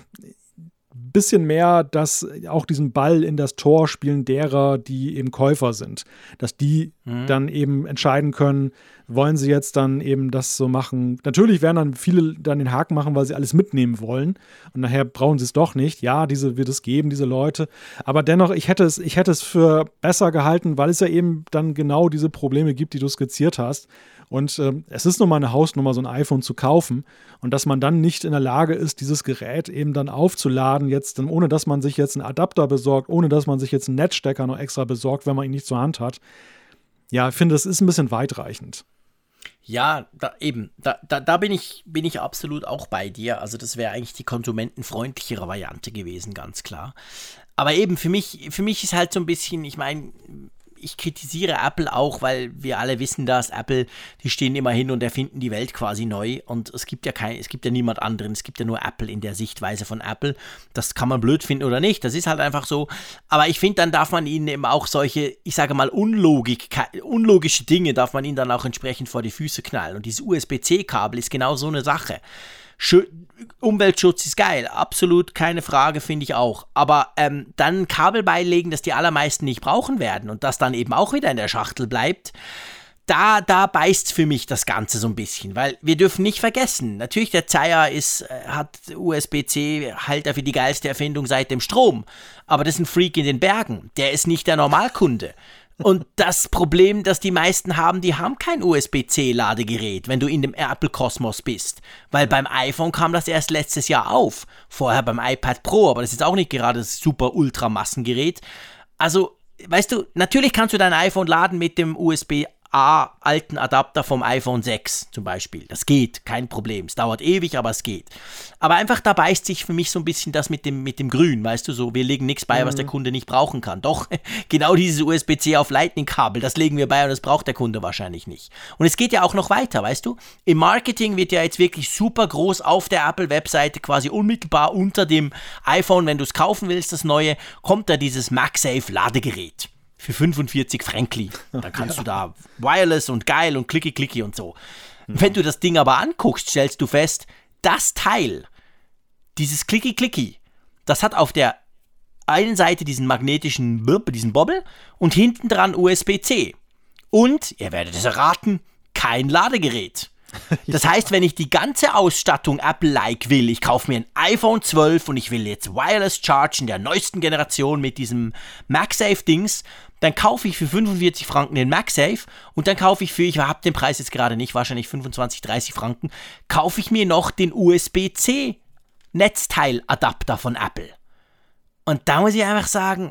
ein bisschen mehr, dass auch diesen Ball in das Tor spielen derer, die eben Käufer sind, dass die dann eben entscheiden können, wollen sie jetzt dann eben das so machen. Natürlich werden dann viele dann den Haken machen, weil sie alles mitnehmen wollen und nachher brauchen sie es doch nicht. Ja, wird es geben, diese Leute. Aber dennoch, ich hätte es für besser gehalten, weil es ja eben dann genau diese Probleme gibt, die du skizziert hast. Und es ist nun mal eine Hausnummer, so ein iPhone zu kaufen, und dass man dann nicht in der Lage ist, dieses Gerät eben dann aufzuladen, jetzt, ohne dass man sich jetzt einen Adapter besorgt, ohne dass man sich jetzt einen Netzstecker noch extra besorgt, wenn man ihn nicht zur Hand hat. Ja, ich finde, das ist ein bisschen weitreichend. Ja, da bin ich absolut auch bei dir. Also das wäre eigentlich die konsumentenfreundlichere Variante gewesen, ganz klar. Aber eben für mich ist halt so ein bisschen, ich meine, ich kritisiere Apple auch, weil wir alle wissen, dass Apple, die stehen immer hin und erfinden die Welt quasi neu und es gibt ja niemand anderen, es gibt ja nur Apple in der Sichtweise von Apple. Das kann man blöd finden oder nicht, das ist halt einfach so. Aber ich finde, dann darf man ihnen eben auch solche, ich sage mal, unlogische Dinge darf man ihnen dann auch entsprechend vor die Füße knallen. Und dieses USB-C-Kabel ist genau so eine Sache. Umweltschutz ist geil, absolut keine Frage, finde ich auch. Aber dann ein Kabel beilegen, das die allermeisten nicht brauchen werden und das dann eben auch wieder in der Schachtel bleibt, da beißt für mich das Ganze so ein bisschen, weil wir dürfen nicht vergessen, natürlich der Zeier hat USB-C, halt dafür die geilste Erfindung seit dem Strom, aber das ist ein Freak in den Bergen, der ist nicht der Normalkunde. Und das Problem, das die meisten haben, die haben kein USB-C-Ladegerät, wenn du in dem Apple-Kosmos bist. Weil beim iPhone kam das erst letztes Jahr auf. Vorher beim iPad Pro, aber das ist auch nicht gerade das super Ultramassengerät. Also, weißt du, natürlich kannst du dein iPhone laden mit dem USB-A-alten Adapter vom iPhone 6 zum Beispiel. Das geht, kein Problem. Es dauert ewig, aber es geht. Aber einfach da beißt sich für mich so ein bisschen das mit dem Grün, weißt du, so, wir legen nichts bei, was der Kunde nicht brauchen kann. Doch, genau dieses USB-C auf Lightning-Kabel, das legen wir bei und das braucht der Kunde wahrscheinlich nicht. Und es geht ja auch noch weiter, weißt du? Im Marketing wird ja jetzt wirklich super groß auf der Apple-Webseite quasi unmittelbar unter dem iPhone, wenn du es kaufen willst, das neue, kommt da dieses MagSafe-Ladegerät. Für 45 Frankli. Dann kannst du da Wireless und geil und Clicky und so. Wenn du das Ding aber anguckst, stellst du fest, das Teil, dieses Clicky, das hat auf der einen Seite diesen magnetischen diesen Bobbel und hinten dran USB-C. Und, ihr werdet es erraten, kein Ladegerät. Das heißt, wenn ich die ganze Ausstattung Apple-like will, ich kaufe mir ein iPhone 12 und ich will jetzt Wireless Chargen der neuesten Generation mit diesem MagSafe-Dings, dann kaufe ich für 45 Franken den MagSafe und dann kaufe ich ich habe den Preis jetzt gerade nicht, wahrscheinlich 25, 30 Franken, kaufe ich mir noch den USB-C Netzteiladapter von Apple. Und da muss ich einfach sagen,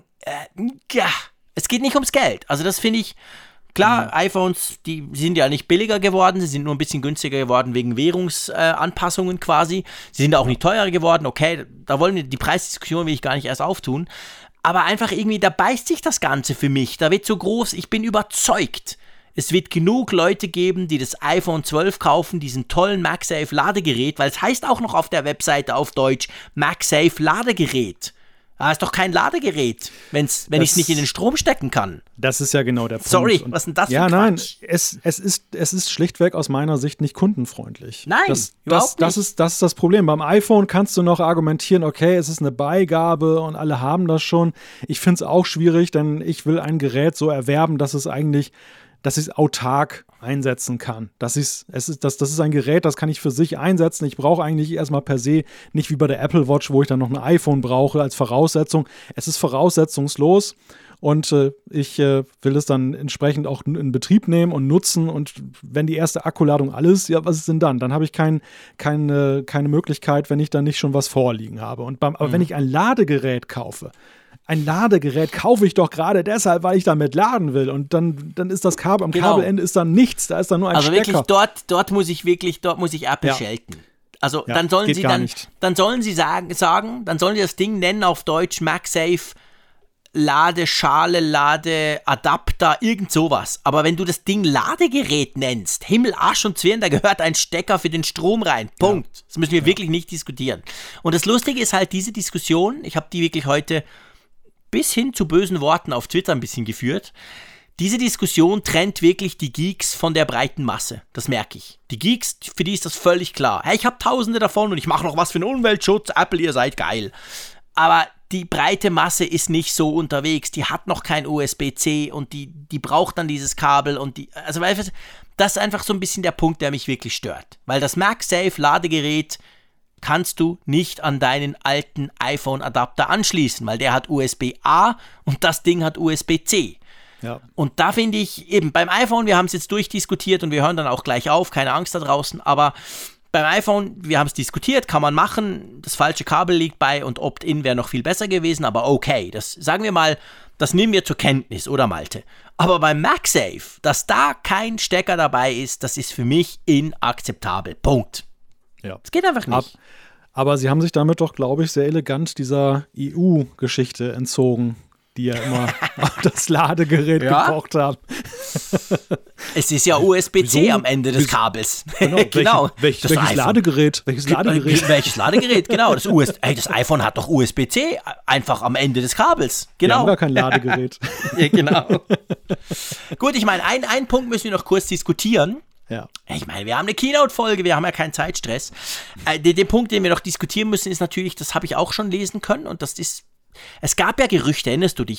es geht nicht ums Geld. Also das finde ich, klar, iPhones, die sind ja nicht billiger geworden, sie sind nur ein bisschen günstiger geworden wegen Währungsanpassungen quasi. Sie sind auch nicht teurer geworden, okay, die Preisdiskussion will ich gar nicht erst auftun. Aber einfach irgendwie, da beißt sich das Ganze für mich. Da wird so groß, ich bin überzeugt, es wird genug Leute geben, die das iPhone 12 kaufen, diesen tollen MagSafe-Ladegerät, weil es heißt auch noch auf der Webseite auf Deutsch MagSafe-Ladegerät. Aber ist doch kein Ladegerät, wenn ich es nicht in den Strom stecken kann. Das ist ja genau der Punkt. Sorry, was ist denn das für Quatsch? Nein, es ist schlichtweg aus meiner Sicht nicht kundenfreundlich. Nein, überhaupt nicht. Das ist das Problem. Beim iPhone kannst du noch argumentieren, okay, es ist eine Beigabe und alle haben das schon. Ich finde es auch schwierig, denn ich will ein Gerät so erwerben, dass ich es autark einsetzen kann. Das ist ein Gerät, das kann ich für sich einsetzen. Ich brauche eigentlich erstmal per se nicht wie bei der Apple Watch, wo ich dann noch ein iPhone brauche als Voraussetzung. Es ist voraussetzungslos und ich will es dann entsprechend auch in Betrieb nehmen und nutzen und wenn die erste Akkuladung alles ist, ja, was ist denn dann? Dann habe ich keine Möglichkeit, wenn ich dann nicht schon was vorliegen habe. Aber wenn ich ein Ladegerät kaufe, ich doch gerade deshalb, weil ich damit laden will. Und dann ist das Kabel, am Kabelende ist dann nichts, da ist dann nur ein Stecker. Also wirklich, dort muss ich Apple schelten. Also ja, dann sollen sie das Ding nennen auf Deutsch MagSafe Ladeschale, Ladeadapter, irgend sowas. Aber wenn du das Ding Ladegerät nennst, Himmel, Arsch und Zwirn, da gehört ein Stecker für den Strom rein. Punkt. Ja. Das müssen wir wirklich nicht diskutieren. Und das Lustige ist halt, diese Diskussion, ich habe die wirklich heute bis hin zu bösen Worten auf Twitter ein bisschen geführt. Diese Diskussion trennt wirklich die Geeks von der breiten Masse. Das merke ich. Die Geeks, für die ist das völlig klar. Hey, ich habe Tausende davon und ich mache noch was für den Umweltschutz. Apple, ihr seid geil. Aber die breite Masse ist nicht so unterwegs. Die hat noch kein USB-C und die braucht dann dieses Kabel. Also das ist einfach so ein bisschen der Punkt, der mich wirklich stört. Weil das MagSafe-Ladegerät kannst du nicht an deinen alten iPhone-Adapter anschließen, weil der hat USB-A und das Ding hat USB-C. Ja. Und da finde ich eben beim iPhone, wir haben es jetzt durchdiskutiert und wir hören dann auch gleich auf, keine Angst da draußen, aber beim iPhone, wir haben es diskutiert, kann man machen, das falsche Kabel liegt bei und Opt-in wäre noch viel besser gewesen, aber okay, das sagen wir mal, das nehmen wir zur Kenntnis, oder Malte? Aber beim MagSafe, dass da kein Stecker dabei ist, das ist für mich inakzeptabel. Punkt. Ja. Das geht einfach nicht. Aber sie haben sich damit doch, glaube ich, sehr elegant dieser EU-Geschichte entzogen, die ja immer auf das Ladegerät gepocht haben. Es ist ja USB-C am Ende des Kabels. Genau. Welches Ladegerät? Welches Ladegerät? Genau. Das iPhone hat doch USB-C einfach am Ende des Kabels. Genau. Wir haben gar kein Ladegerät. Ja, genau. Gut, ich meine, einen Punkt müssen wir noch kurz diskutieren. Ja. Ich meine, wir haben eine Keynote-Folge, wir haben ja keinen Zeitstress. Den Punkt, den wir noch diskutieren müssen, ist natürlich, das habe ich auch schon lesen können und das ist, es gab ja Gerüchte, erinnerst du dich,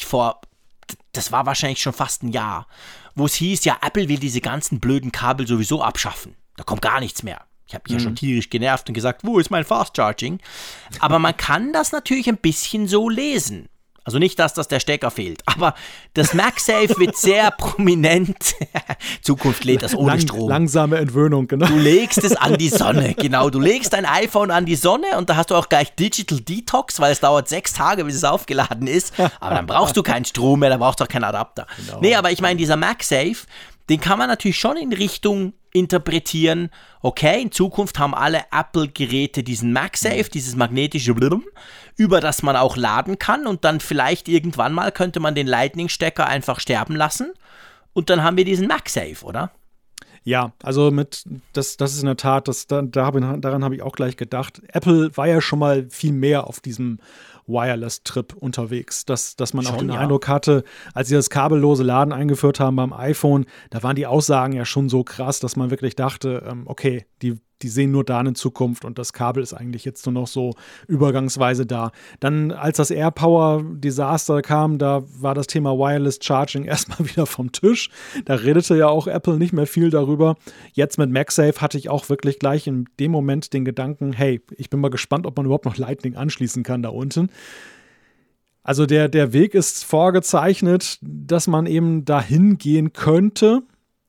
das war wahrscheinlich schon fast ein Jahr, wo es hieß, ja, Apple will diese ganzen blöden Kabel sowieso abschaffen. Da kommt gar nichts mehr. Ich habe mich ja schon tierisch genervt und gesagt, wo ist mein Fast Charging? Aber man kann das natürlich ein bisschen so lesen. Also nicht, dass der Stecker fehlt, aber das MagSafe wird sehr prominent. Zukunft lädt das ohne Strom. Langsame Entwöhnung, genau. Du legst es an die Sonne, genau. Du legst dein iPhone an die Sonne und da hast du auch gleich Digital Detox, weil es dauert 6 Tage, bis es aufgeladen ist. Aber dann brauchst du keinen Strom mehr, dann brauchst du auch keinen Adapter. Genau. Nee, aber ich meine, dieser MagSafe, den kann man natürlich schon in Richtung interpretieren, okay, in Zukunft haben alle Apple-Geräte diesen MagSafe, dieses magnetische Blum, über das man auch laden kann und dann vielleicht irgendwann mal könnte man den Lightning-Stecker einfach sterben lassen und dann haben wir diesen MagSafe, oder? Ja, also das ist in der Tat, daran habe ich auch gleich gedacht. Apple war ja schon mal viel mehr auf diesem Wireless-Trip unterwegs, dass man schon, auch den Eindruck hatte, als sie das kabellose Laden eingeführt haben beim iPhone, da waren die Aussagen ja schon so krass, dass man wirklich dachte, okay, die sehen nur da eine Zukunft und das Kabel ist eigentlich jetzt nur noch so übergangsweise da. Dann, als das AirPower-Desaster kam, da war das Thema Wireless Charging erstmal wieder vom Tisch. Da redete ja auch Apple nicht mehr viel darüber. Jetzt mit MagSafe hatte ich auch wirklich gleich in dem Moment den Gedanken, hey, ich bin mal gespannt, ob man überhaupt noch Lightning anschließen kann da unten. Also der Weg ist vorgezeichnet, dass man eben dahin gehen könnte.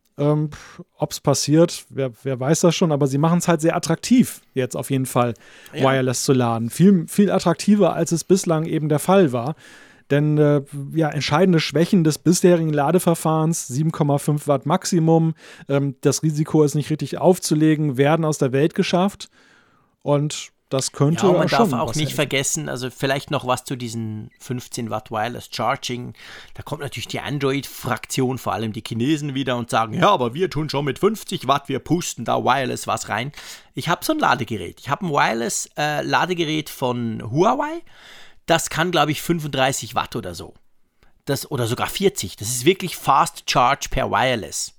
Ob es passiert, wer weiß das schon, aber sie machen es halt sehr attraktiv, jetzt auf jeden Fall wireless zu laden. Viel, viel attraktiver, als es bislang eben der Fall war. Denn entscheidende Schwächen des bisherigen Ladeverfahrens, 7,5 Watt Maximum, das Risiko ist nicht richtig aufzulegen, werden aus der Welt geschafft. Und das könnte ja, man schon darf auch nicht vergessen, also vielleicht noch was zu diesen 15 Watt Wireless Charging. Da kommt natürlich die Android-Fraktion, vor allem die Chinesen wieder und sagen, ja, aber wir tun schon mit 50 Watt, wir pusten da Wireless was rein. Ich habe so ein Ladegerät. Ich habe ein Wireless-Ladegerät von Huawei. Das kann, glaube ich, 35 Watt oder so. Oder sogar 40. Das ist wirklich Fast Charge per Wireless.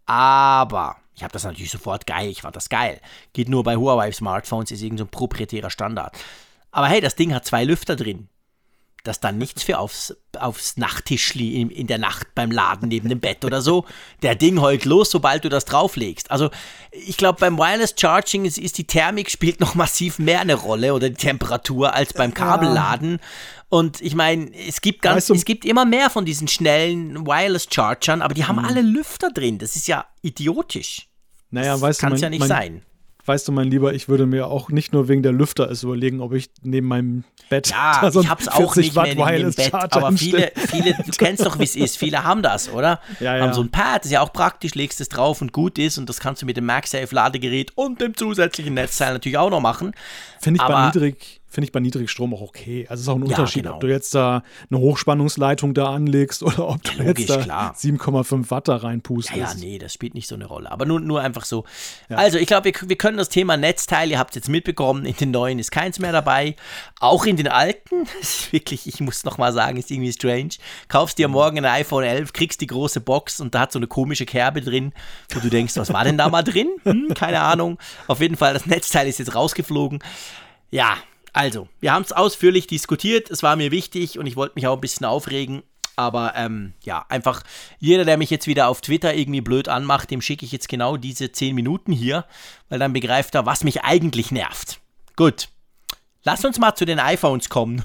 Aber ich habe das natürlich sofort geil, ich fand das geil. Geht nur bei Huawei-Smartphones, ist irgend so ein proprietärer Standard. Aber hey, das Ding hat 2 Lüfter drin. Das ist dann nichts für aufs Nachttischli in der Nacht beim Laden neben dem Bett oder so. Der Ding heult los, sobald du das drauflegst. Also ich glaube, beim Wireless Charging ist die Thermik spielt noch massiv mehr eine Rolle oder die Temperatur als beim Kabelladen. Und ich meine, es gibt immer mehr von diesen schnellen Wireless Chargern, aber die haben alle Lüfter drin. Das ist ja idiotisch. Naja, das kann es ja nicht sein. Weißt du, mein Lieber, ich würde mir auch nicht nur wegen der Lüfter überlegen, ob ich neben meinem Bett da so ich hab's auch nicht mehr neben dem Bett, aber viele, du kennst doch, wie es ist, viele haben das, oder? Ja. Haben so ein Pad, ist ja auch praktisch, legst es drauf und gut ist und das kannst du mit dem MagSafe-Ladegerät und dem zusätzlichen Netzteil natürlich auch noch machen. Finde ich bei Niedrigstrom auch okay. Also es ist auch ein Unterschied, genau. Ob du jetzt da eine Hochspannungsleitung da anlegst oder ob du logisch, jetzt da klar. 7,5 Watt da reinpustest. Ja, nee, das spielt nicht so eine Rolle. Aber nur einfach so. Ja. Also ich glaube, wir können das Thema Netzteil, ihr habt es jetzt mitbekommen, in den neuen ist keins mehr dabei. Auch in den alten, das ist wirklich, ich muss nochmal sagen, ist irgendwie strange. Kaufst dir morgen ein iPhone 11, kriegst die große Box und da hat so eine komische Kerbe drin, wo du denkst, was war denn da mal drin? Keine Ahnung. Auf jeden Fall, das Netzteil ist jetzt rausgeflogen. Ja, also, wir haben es ausführlich diskutiert, es war mir wichtig und ich wollte mich auch ein bisschen aufregen, aber einfach jeder, der mich jetzt wieder auf Twitter irgendwie blöd anmacht, dem schicke ich jetzt genau diese 10 Minuten hier, weil dann begreift er, was mich eigentlich nervt. Gut, lass uns mal zu den iPhones kommen.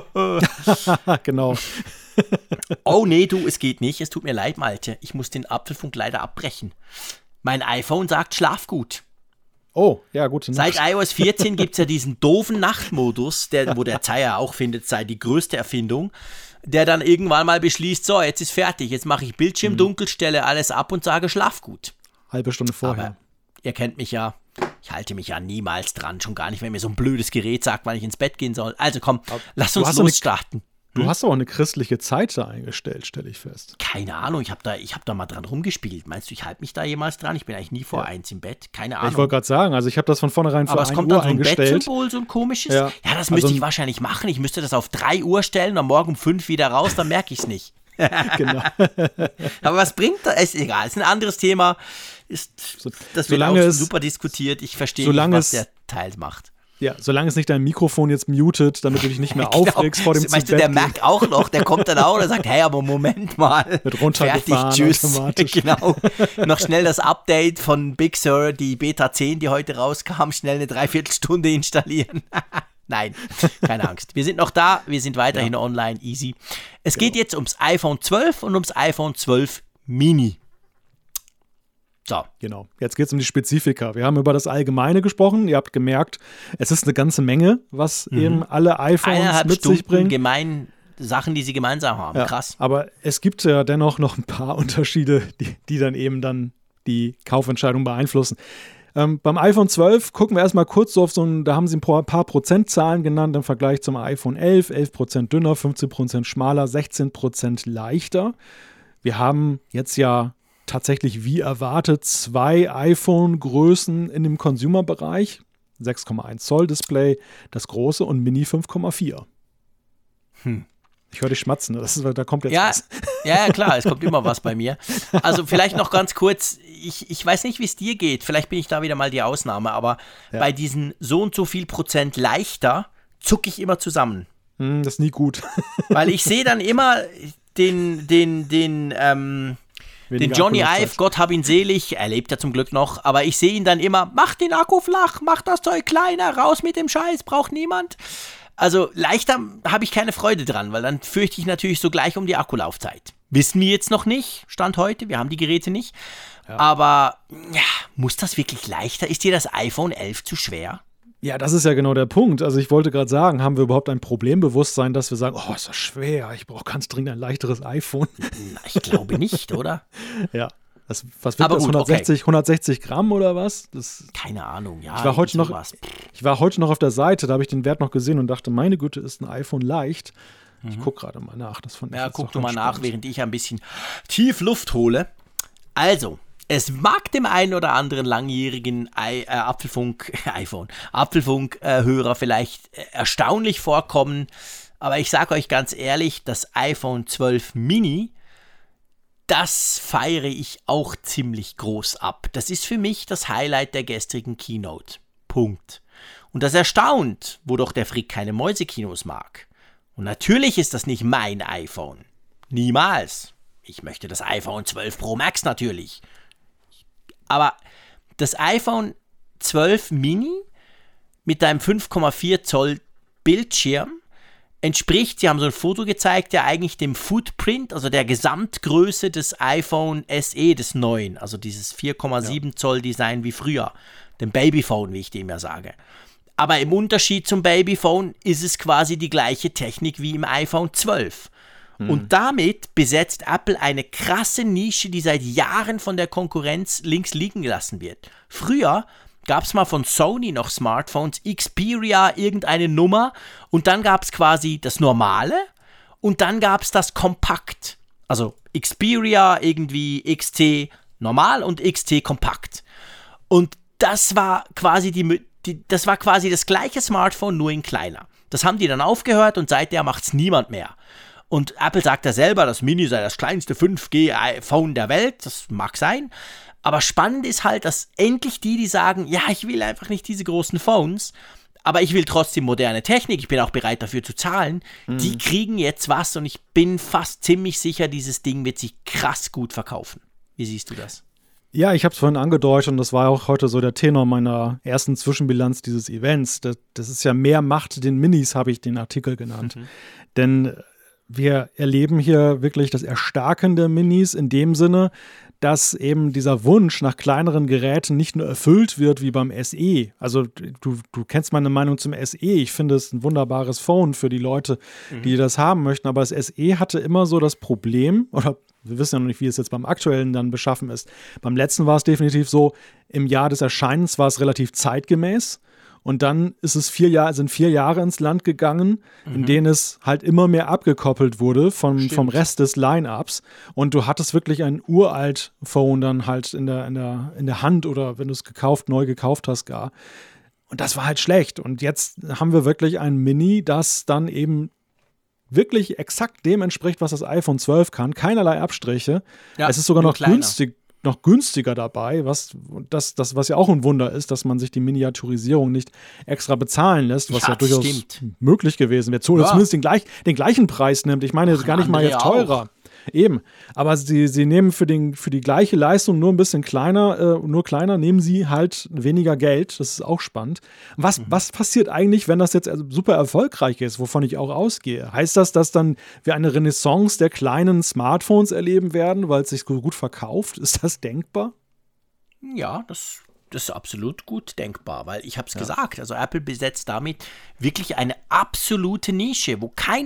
Genau. Oh nee, es geht nicht, es tut mir leid, Malte, ich muss den Apfelfunk leider abbrechen. Mein iPhone sagt Schlaf gut. Oh, ja, gute Nacht. Seit iOS 14 gibt es ja diesen doofen Nachtmodus, wo der Zeier auch findet, sei die größte Erfindung, der dann irgendwann mal beschließt, so, jetzt ist fertig, jetzt mache ich Bildschirm dunkel, stelle alles ab und sage, schlaf gut. Halbe Stunde vorher. Aber ihr kennt mich ja, ich halte mich ja niemals dran, schon gar nicht, wenn mir so ein blödes Gerät sagt, wann ich ins Bett gehen soll. Also komm, lass uns losstarten. Du hast auch eine christliche Zeit da eingestellt, stelle ich fest. Keine Ahnung, ich hab da mal dran rumgespielt. Meinst du, ich halte mich da jemals dran? Ich bin eigentlich nie vor 1 im Bett. Keine Ahnung. Ich wollte gerade sagen, also ich habe das von vornherein vor 1 Uhr eingestellt. Aber es kommt dann so ein Bettsymbol, so ein komisches. Ja, das müsste ich wahrscheinlich machen. Ich müsste das auf 3 Uhr stellen und morgen um 5 wieder raus, dann merke ich es nicht. Genau. Aber was bringt das? Ist egal, ist ein anderes Thema. Das wird auch super diskutiert. Ich verstehe nicht, was der Teil macht. Ja, solange es nicht dein Mikrofon jetzt mutet, damit du dich nicht mehr aufregst vor dem Zubettgehen. Weißt du, der Mac auch noch, der kommt dann auch und sagt, hey, aber Moment mal. Wird runtergefahren, fertig, tschüss. Automatisch. Genau. Noch schnell das Update von Big Sur, die Beta 10, die heute rauskam, schnell eine Dreiviertelstunde installieren. Nein, keine Angst. Wir sind noch da, wir sind weiterhin online, easy. Es geht jetzt ums iPhone 12 und ums iPhone 12 Mini. So. Genau, jetzt geht es um die Spezifika. Wir haben über das Allgemeine gesprochen. Ihr habt gemerkt, es ist eine ganze Menge, was eben alle iPhones mit sich bringen. Sachen, die sie gemeinsam haben. Ja, krass. Aber es gibt ja dennoch noch ein paar Unterschiede, die dann eben dann die Kaufentscheidung beeinflussen. Beim iPhone 12 gucken wir erstmal kurz so auf da haben sie ein paar Prozentzahlen genannt im Vergleich zum iPhone 11. 11% dünner, 15% schmaler, 16% leichter. Wir haben jetzt ja tatsächlich wie erwartet 2 iPhone-Größen in dem Consumer-Bereich. 6,1 Zoll Display, das große, und Mini 5,4. Ich höre dich schmatzen, da kommt jetzt was. Ja, klar, es kommt immer was bei mir. Also vielleicht noch ganz kurz, ich weiß nicht, wie es dir geht, vielleicht bin ich da wieder mal die Ausnahme, aber bei diesen so und so viel Prozent leichter zucke ich immer zusammen. Das ist nie gut. Weil ich sehe dann immer den Johnny Ive, Gott hab ihn selig, er lebt ja zum Glück noch, aber ich sehe ihn dann immer, mach den Akku flach, mach das Zeug kleiner, raus mit dem Scheiß, braucht niemand. Also leichter habe ich keine Freude dran, weil dann fürchte ich natürlich so gleich um die Akkulaufzeit. Wissen wir jetzt noch nicht, Stand heute, wir haben die Geräte nicht, aber muss das wirklich leichter? Ist dir das iPhone 11 zu schwer? Ja, das ist ja genau der Punkt. Also ich wollte gerade sagen, haben wir überhaupt ein Problembewusstsein, dass wir sagen, oh, ist das schwer, ich brauche ganz dringend ein leichteres iPhone. Ich glaube nicht, oder? Ja. Was wird das? 160 Gramm oder was? Keine Ahnung, ja. Ich war heute noch auf der Seite, da habe ich den Wert noch gesehen und dachte, meine Güte, ist ein iPhone leicht. Ich gucke gerade mal nach. Guck du mal nach, während ich ein bisschen tief Luft hole. Also, es mag dem einen oder anderen langjährigen Apfelfunk-Hörer vielleicht erstaunlich vorkommen, aber ich sage euch ganz ehrlich, das iPhone 12 Mini, das feiere ich auch ziemlich groß ab. Das ist für mich das Highlight der gestrigen Keynote. Punkt. Und das erstaunt, wo doch der Frick keine Mäusekinos mag. Und natürlich ist das nicht mein iPhone. Niemals. Ich möchte das iPhone 12 Pro Max natürlich. Aber das iPhone 12 Mini mit einem 5,4 Zoll Bildschirm entspricht, sie haben so ein Foto gezeigt, der eigentlich dem Footprint, also der Gesamtgröße des iPhone SE, des neuen, also dieses 4,7 Zoll Design wie früher, dem Babyphone, wie ich dem ja sage. Aber im Unterschied zum Babyphone ist es quasi die gleiche Technik wie im iPhone 12. Und damit besetzt Apple eine krasse Nische, die seit Jahren von der Konkurrenz links liegen gelassen wird. Früher gab es mal von Sony noch Smartphones, Xperia, irgendeine Nummer, und dann gab es quasi das Normale und dann gab es das Kompakt. Also Xperia, irgendwie XT Normal und XT Kompakt. Und das war quasi das gleiche Smartphone, nur in kleiner. Das haben die dann aufgehört und seither macht es niemand mehr. Und Apple sagt ja selber, das Mini sei das kleinste 5G-Phone der Welt. Das mag sein. Aber spannend ist halt, dass endlich die sagen, ja, ich will einfach nicht diese großen Phones, aber ich will trotzdem moderne Technik, ich bin auch bereit dafür zu zahlen, die kriegen jetzt was und ich bin fast ziemlich sicher, dieses Ding wird sich krass gut verkaufen. Wie siehst du das? Ja, ich habe es vorhin angedeutet und das war auch heute so der Tenor meiner ersten Zwischenbilanz dieses Events. Das ist ja mehr Macht den Minis, habe ich den Artikel genannt. Denn wir erleben hier wirklich das Erstarken der Minis in dem Sinne, dass eben dieser Wunsch nach kleineren Geräten nicht nur erfüllt wird wie beim SE. Also du kennst meine Meinung zum SE. Ich finde es ein wunderbares Phone für die Leute, die das haben möchten. Aber das SE hatte immer so das Problem, oder wir wissen ja noch nicht, wie es jetzt beim aktuellen dann beschaffen ist. Beim letzten war es definitiv so, im Jahr des Erscheinens war es relativ zeitgemäß. Und dann sind 4 Jahre ins Land gegangen, in denen es halt immer mehr abgekoppelt wurde vom Rest des Line-Ups. Und du hattest wirklich ein uralt Phone dann halt in der Hand oder wenn du es neu gekauft hast gar. Und das war halt schlecht. Und jetzt haben wir wirklich ein Mini, das dann eben wirklich exakt dem entspricht, was das iPhone 12 kann. Keinerlei Abstriche. Ja, es ist sogar noch günstiger dabei, was ja auch ein Wunder ist, dass man sich die Miniaturisierung nicht extra bezahlen lässt, was ja durchaus möglich gewesen wäre. Zumindest den gleichen Preis nimmt. Ich meine, gar nicht mal jetzt teurer. Auch. Eben, aber sie nehmen für die gleiche Leistung nur ein bisschen kleiner, nehmen sie halt weniger Geld. Das ist auch spannend. Was passiert eigentlich, wenn das jetzt super erfolgreich ist, wovon ich auch ausgehe? Heißt das, dass dann wir eine Renaissance der kleinen Smartphones erleben werden, weil es sich so gut verkauft? Ist das denkbar? Ja, das ist absolut gut denkbar, weil ich habe es gesagt, also Apple besetzt damit wirklich eine absolute Nische,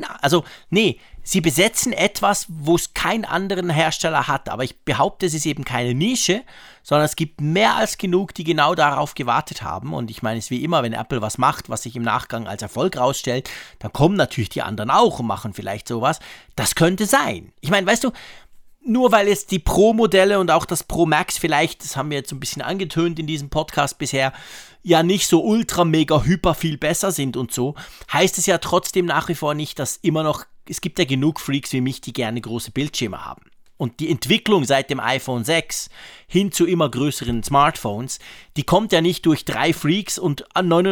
sie besetzen etwas, wo es keinen anderen Hersteller hat, aber ich behaupte, es ist eben keine Nische, sondern es gibt mehr als genug, die genau darauf gewartet haben und ich meine, es ist wie immer, wenn Apple was macht, was sich im Nachgang als Erfolg rausstellt, dann kommen natürlich die anderen auch und machen vielleicht sowas, das könnte sein. Ich meine, weißt du, nur weil jetzt die Pro-Modelle und auch das Pro Max vielleicht, das haben wir jetzt ein bisschen angetönt in diesem Podcast bisher, ja nicht so ultra, mega, hyper viel besser sind und so, heißt es ja trotzdem nach wie vor nicht, dass es gibt ja genug Freaks wie mich, die gerne große Bildschirme haben. Und die Entwicklung seit dem iPhone 6 hin zu immer größeren Smartphones, die kommt ja nicht durch 3 Freaks und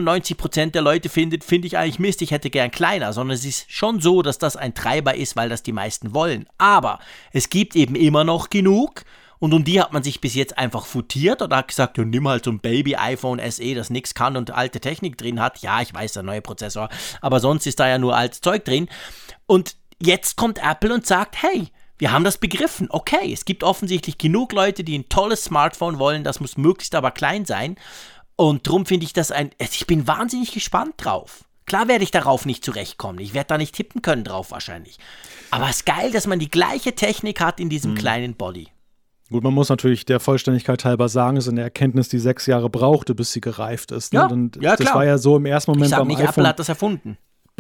99% der Leute finde ich eigentlich Mist, ich hätte gern kleiner, sondern es ist schon so, dass das ein Treiber ist, weil das die meisten wollen. Aber es gibt eben immer noch genug und um die hat man sich bis jetzt einfach futiert oder hat gesagt, ja, nimm halt so ein Baby-iPhone SE, das nichts kann und alte Technik drin hat. Ja, ich weiß, der neue Prozessor, aber sonst ist da ja nur altes Zeug drin. Und jetzt kommt Apple und sagt, hey, wir haben das begriffen. Okay, es gibt offensichtlich genug Leute, die ein tolles Smartphone wollen. Das muss möglichst aber klein sein. Und darum finde ich das ich bin wahnsinnig gespannt drauf. Klar werde ich darauf nicht zurechtkommen. Ich werde da nicht tippen können drauf wahrscheinlich. Aber es ist geil, dass man die gleiche Technik hat in diesem kleinen Body. Gut, man muss natürlich der Vollständigkeit halber sagen, es ist eine Erkenntnis, die 6 Jahre brauchte, bis sie gereift ist. Ne? Ja, klar. Das war ja so im ersten Moment ich sage nicht, Apple hat das erfunden.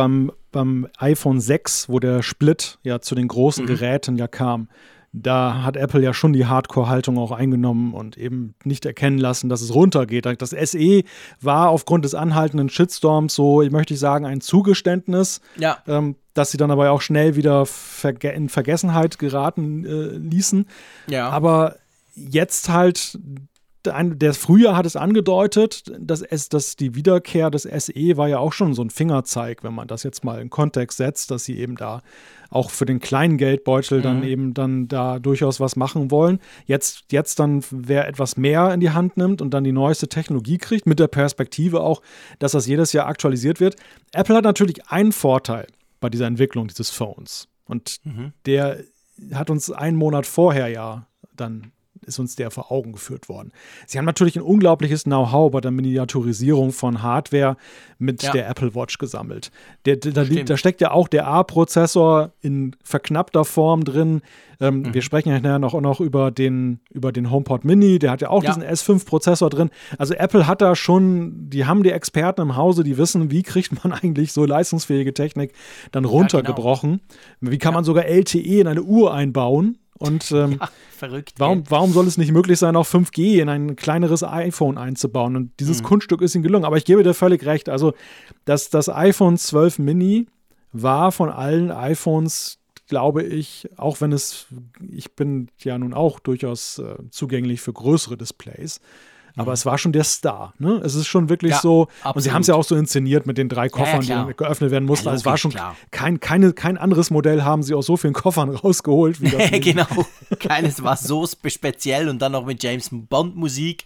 Beim iPhone 6, wo der Split ja zu den großen Geräten ja kam, da hat Apple ja schon die Hardcore-Haltung auch eingenommen und eben nicht erkennen lassen, dass es runtergeht. Das SE war aufgrund des anhaltenden Shitstorms so, möchte ich sagen, ein Zugeständnis, dass sie dann aber auch schnell wieder in Vergessenheit geraten ließen. Ja. Aber jetzt halt der Frühjahr hat es angedeutet, dass die Wiederkehr des SE war ja auch schon so ein Fingerzeig, wenn man das jetzt mal in Kontext setzt, dass sie eben da auch für den kleinen Geldbeutel dann da durchaus was machen wollen. Jetzt dann, wer etwas mehr in die Hand nimmt und dann die neueste Technologie kriegt, mit der Perspektive auch, dass das jedes Jahr aktualisiert wird. Apple hat natürlich einen Vorteil bei dieser Entwicklung dieses Phones und der hat uns einen Monat vorher ist uns der vor Augen geführt worden. Sie haben natürlich ein unglaubliches Know-how bei der Miniaturisierung von Hardware mit der Apple Watch gesammelt. Da steckt ja auch der A-Prozessor in verknappter Form drin. Wir sprechen ja nachher noch über den HomePod Mini, der hat ja auch diesen S5-Prozessor drin. Also Apple hat da schon, die haben die Experten im Hause, die wissen, wie kriegt man eigentlich so leistungsfähige Technik dann runtergebrochen. Wie kann man sogar LTE in eine Uhr einbauen? Und verrückt. Warum soll es nicht möglich sein, auch 5G in ein kleineres iPhone einzubauen? Und dieses Kunststück ist ihnen gelungen. Aber ich gebe dir völlig recht. Also das iPhone 12 Mini war von allen iPhones, glaube ich, auch wenn ich bin ja nun auch durchaus zugänglich für größere Displays, aber es war schon der Star. Ne? Es ist schon wirklich so, absolut. Und sie haben es ja auch so inszeniert mit den 3 Koffern, die dann geöffnet werden mussten. Also es war schon kein anderes Modell haben sie aus so vielen Koffern rausgeholt. Wie das genau, keines war so speziell und dann noch mit James Bond Musik.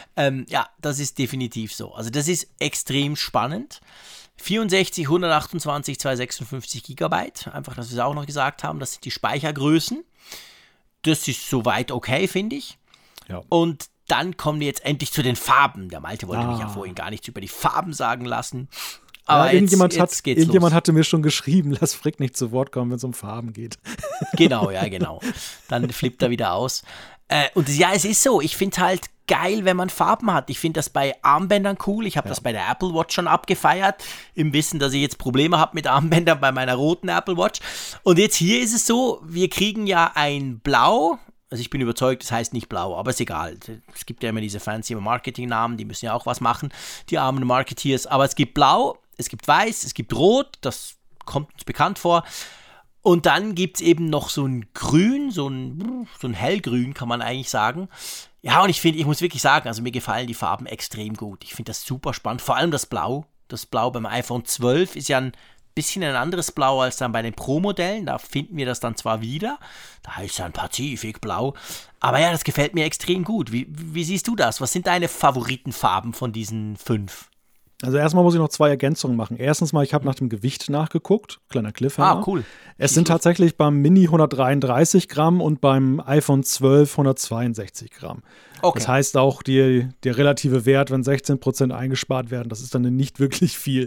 Das ist definitiv so. Also das ist extrem spannend. 64, 128, 256 Gigabyte. Einfach, dass wir es auch noch gesagt haben, das sind die Speichergrößen. das ist soweit okay, finde ich. Ja. Und dann kommen wir jetzt endlich zu den Farben. Der Malte wollte mich ja vorhin gar nichts über die Farben sagen lassen. Aber ja, irgendjemand hatte mir schon geschrieben, lass Frick nicht zu Wort kommen, wenn es um Farben geht. Genau. Dann flippt er wieder aus. Und ja, es ist so, ich finde halt geil, wenn man Farben hat. Ich finde das bei Armbändern cool. Ich habe das bei der Apple Watch schon abgefeiert, im Wissen, dass ich jetzt Probleme habe mit Armbändern bei meiner roten Apple Watch. Und jetzt hier ist es so, wir kriegen ja ein Blau. Also ich bin überzeugt, das heißt nicht blau, aber ist egal. Es gibt ja immer diese fancy Marketingnamen, die müssen ja auch was machen, die armen Marketeers. Aber es gibt blau, es gibt weiß, es gibt rot, das kommt uns bekannt vor. Und dann gibt es eben noch so ein Grün, so ein Hellgrün, kann man eigentlich sagen. Ja, und ich muss wirklich sagen, also mir gefallen die Farben extrem gut. Ich finde das super spannend, vor allem das Blau. Das Blau beim iPhone 12 ist ja ein bisschen ein anderes Blau als dann bei den Pro-Modellen. Da finden wir das dann zwar wieder. Da ist ja ein Pazifikblau. Aber ja, das gefällt mir extrem gut. Wie siehst du das? Was sind deine Favoritenfarben von diesen 5? Also erstmal muss ich noch 2 Ergänzungen machen. Erstens mal, ich habe nach dem Gewicht nachgeguckt. Kleiner Cliffhanger. Cool. Es sind tatsächlich beim Mini 133 Gramm und beim iPhone 12 162 Gramm. Okay. Das heißt auch, der relative Wert, wenn 16% eingespart werden, das ist dann nicht wirklich viel.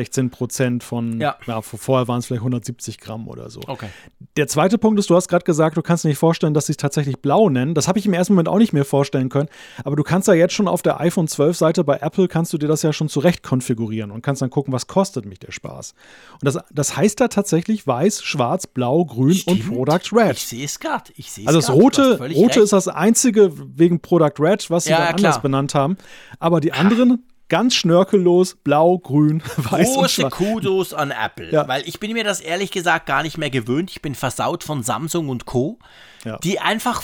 16% von, vorher waren es vielleicht 170 Gramm oder so. Okay. Der zweite Punkt ist, du hast gerade gesagt, du kannst dir nicht vorstellen, dass sie es tatsächlich blau nennen. Das habe ich im ersten Moment auch nicht mehr vorstellen können. Aber du kannst ja jetzt schon auf der iPhone 12 Seite bei Apple, kannst du dir das ja schon zurecht konfigurieren und kannst dann gucken, was kostet mich der Spaß. Und das heißt da tatsächlich weiß, schwarz, blau, grün und Product Red. Ich sehe es gerade. Also das Rote ist das einzige wegen Product Red, was sie dann anders benannt haben. Aber die anderen ganz schnörkellos, blau, grün, weiß und schwarz. Große Kudos an Apple, weil ich bin mir das ehrlich gesagt gar nicht mehr gewöhnt. Ich bin versaut von Samsung und Co., die einfach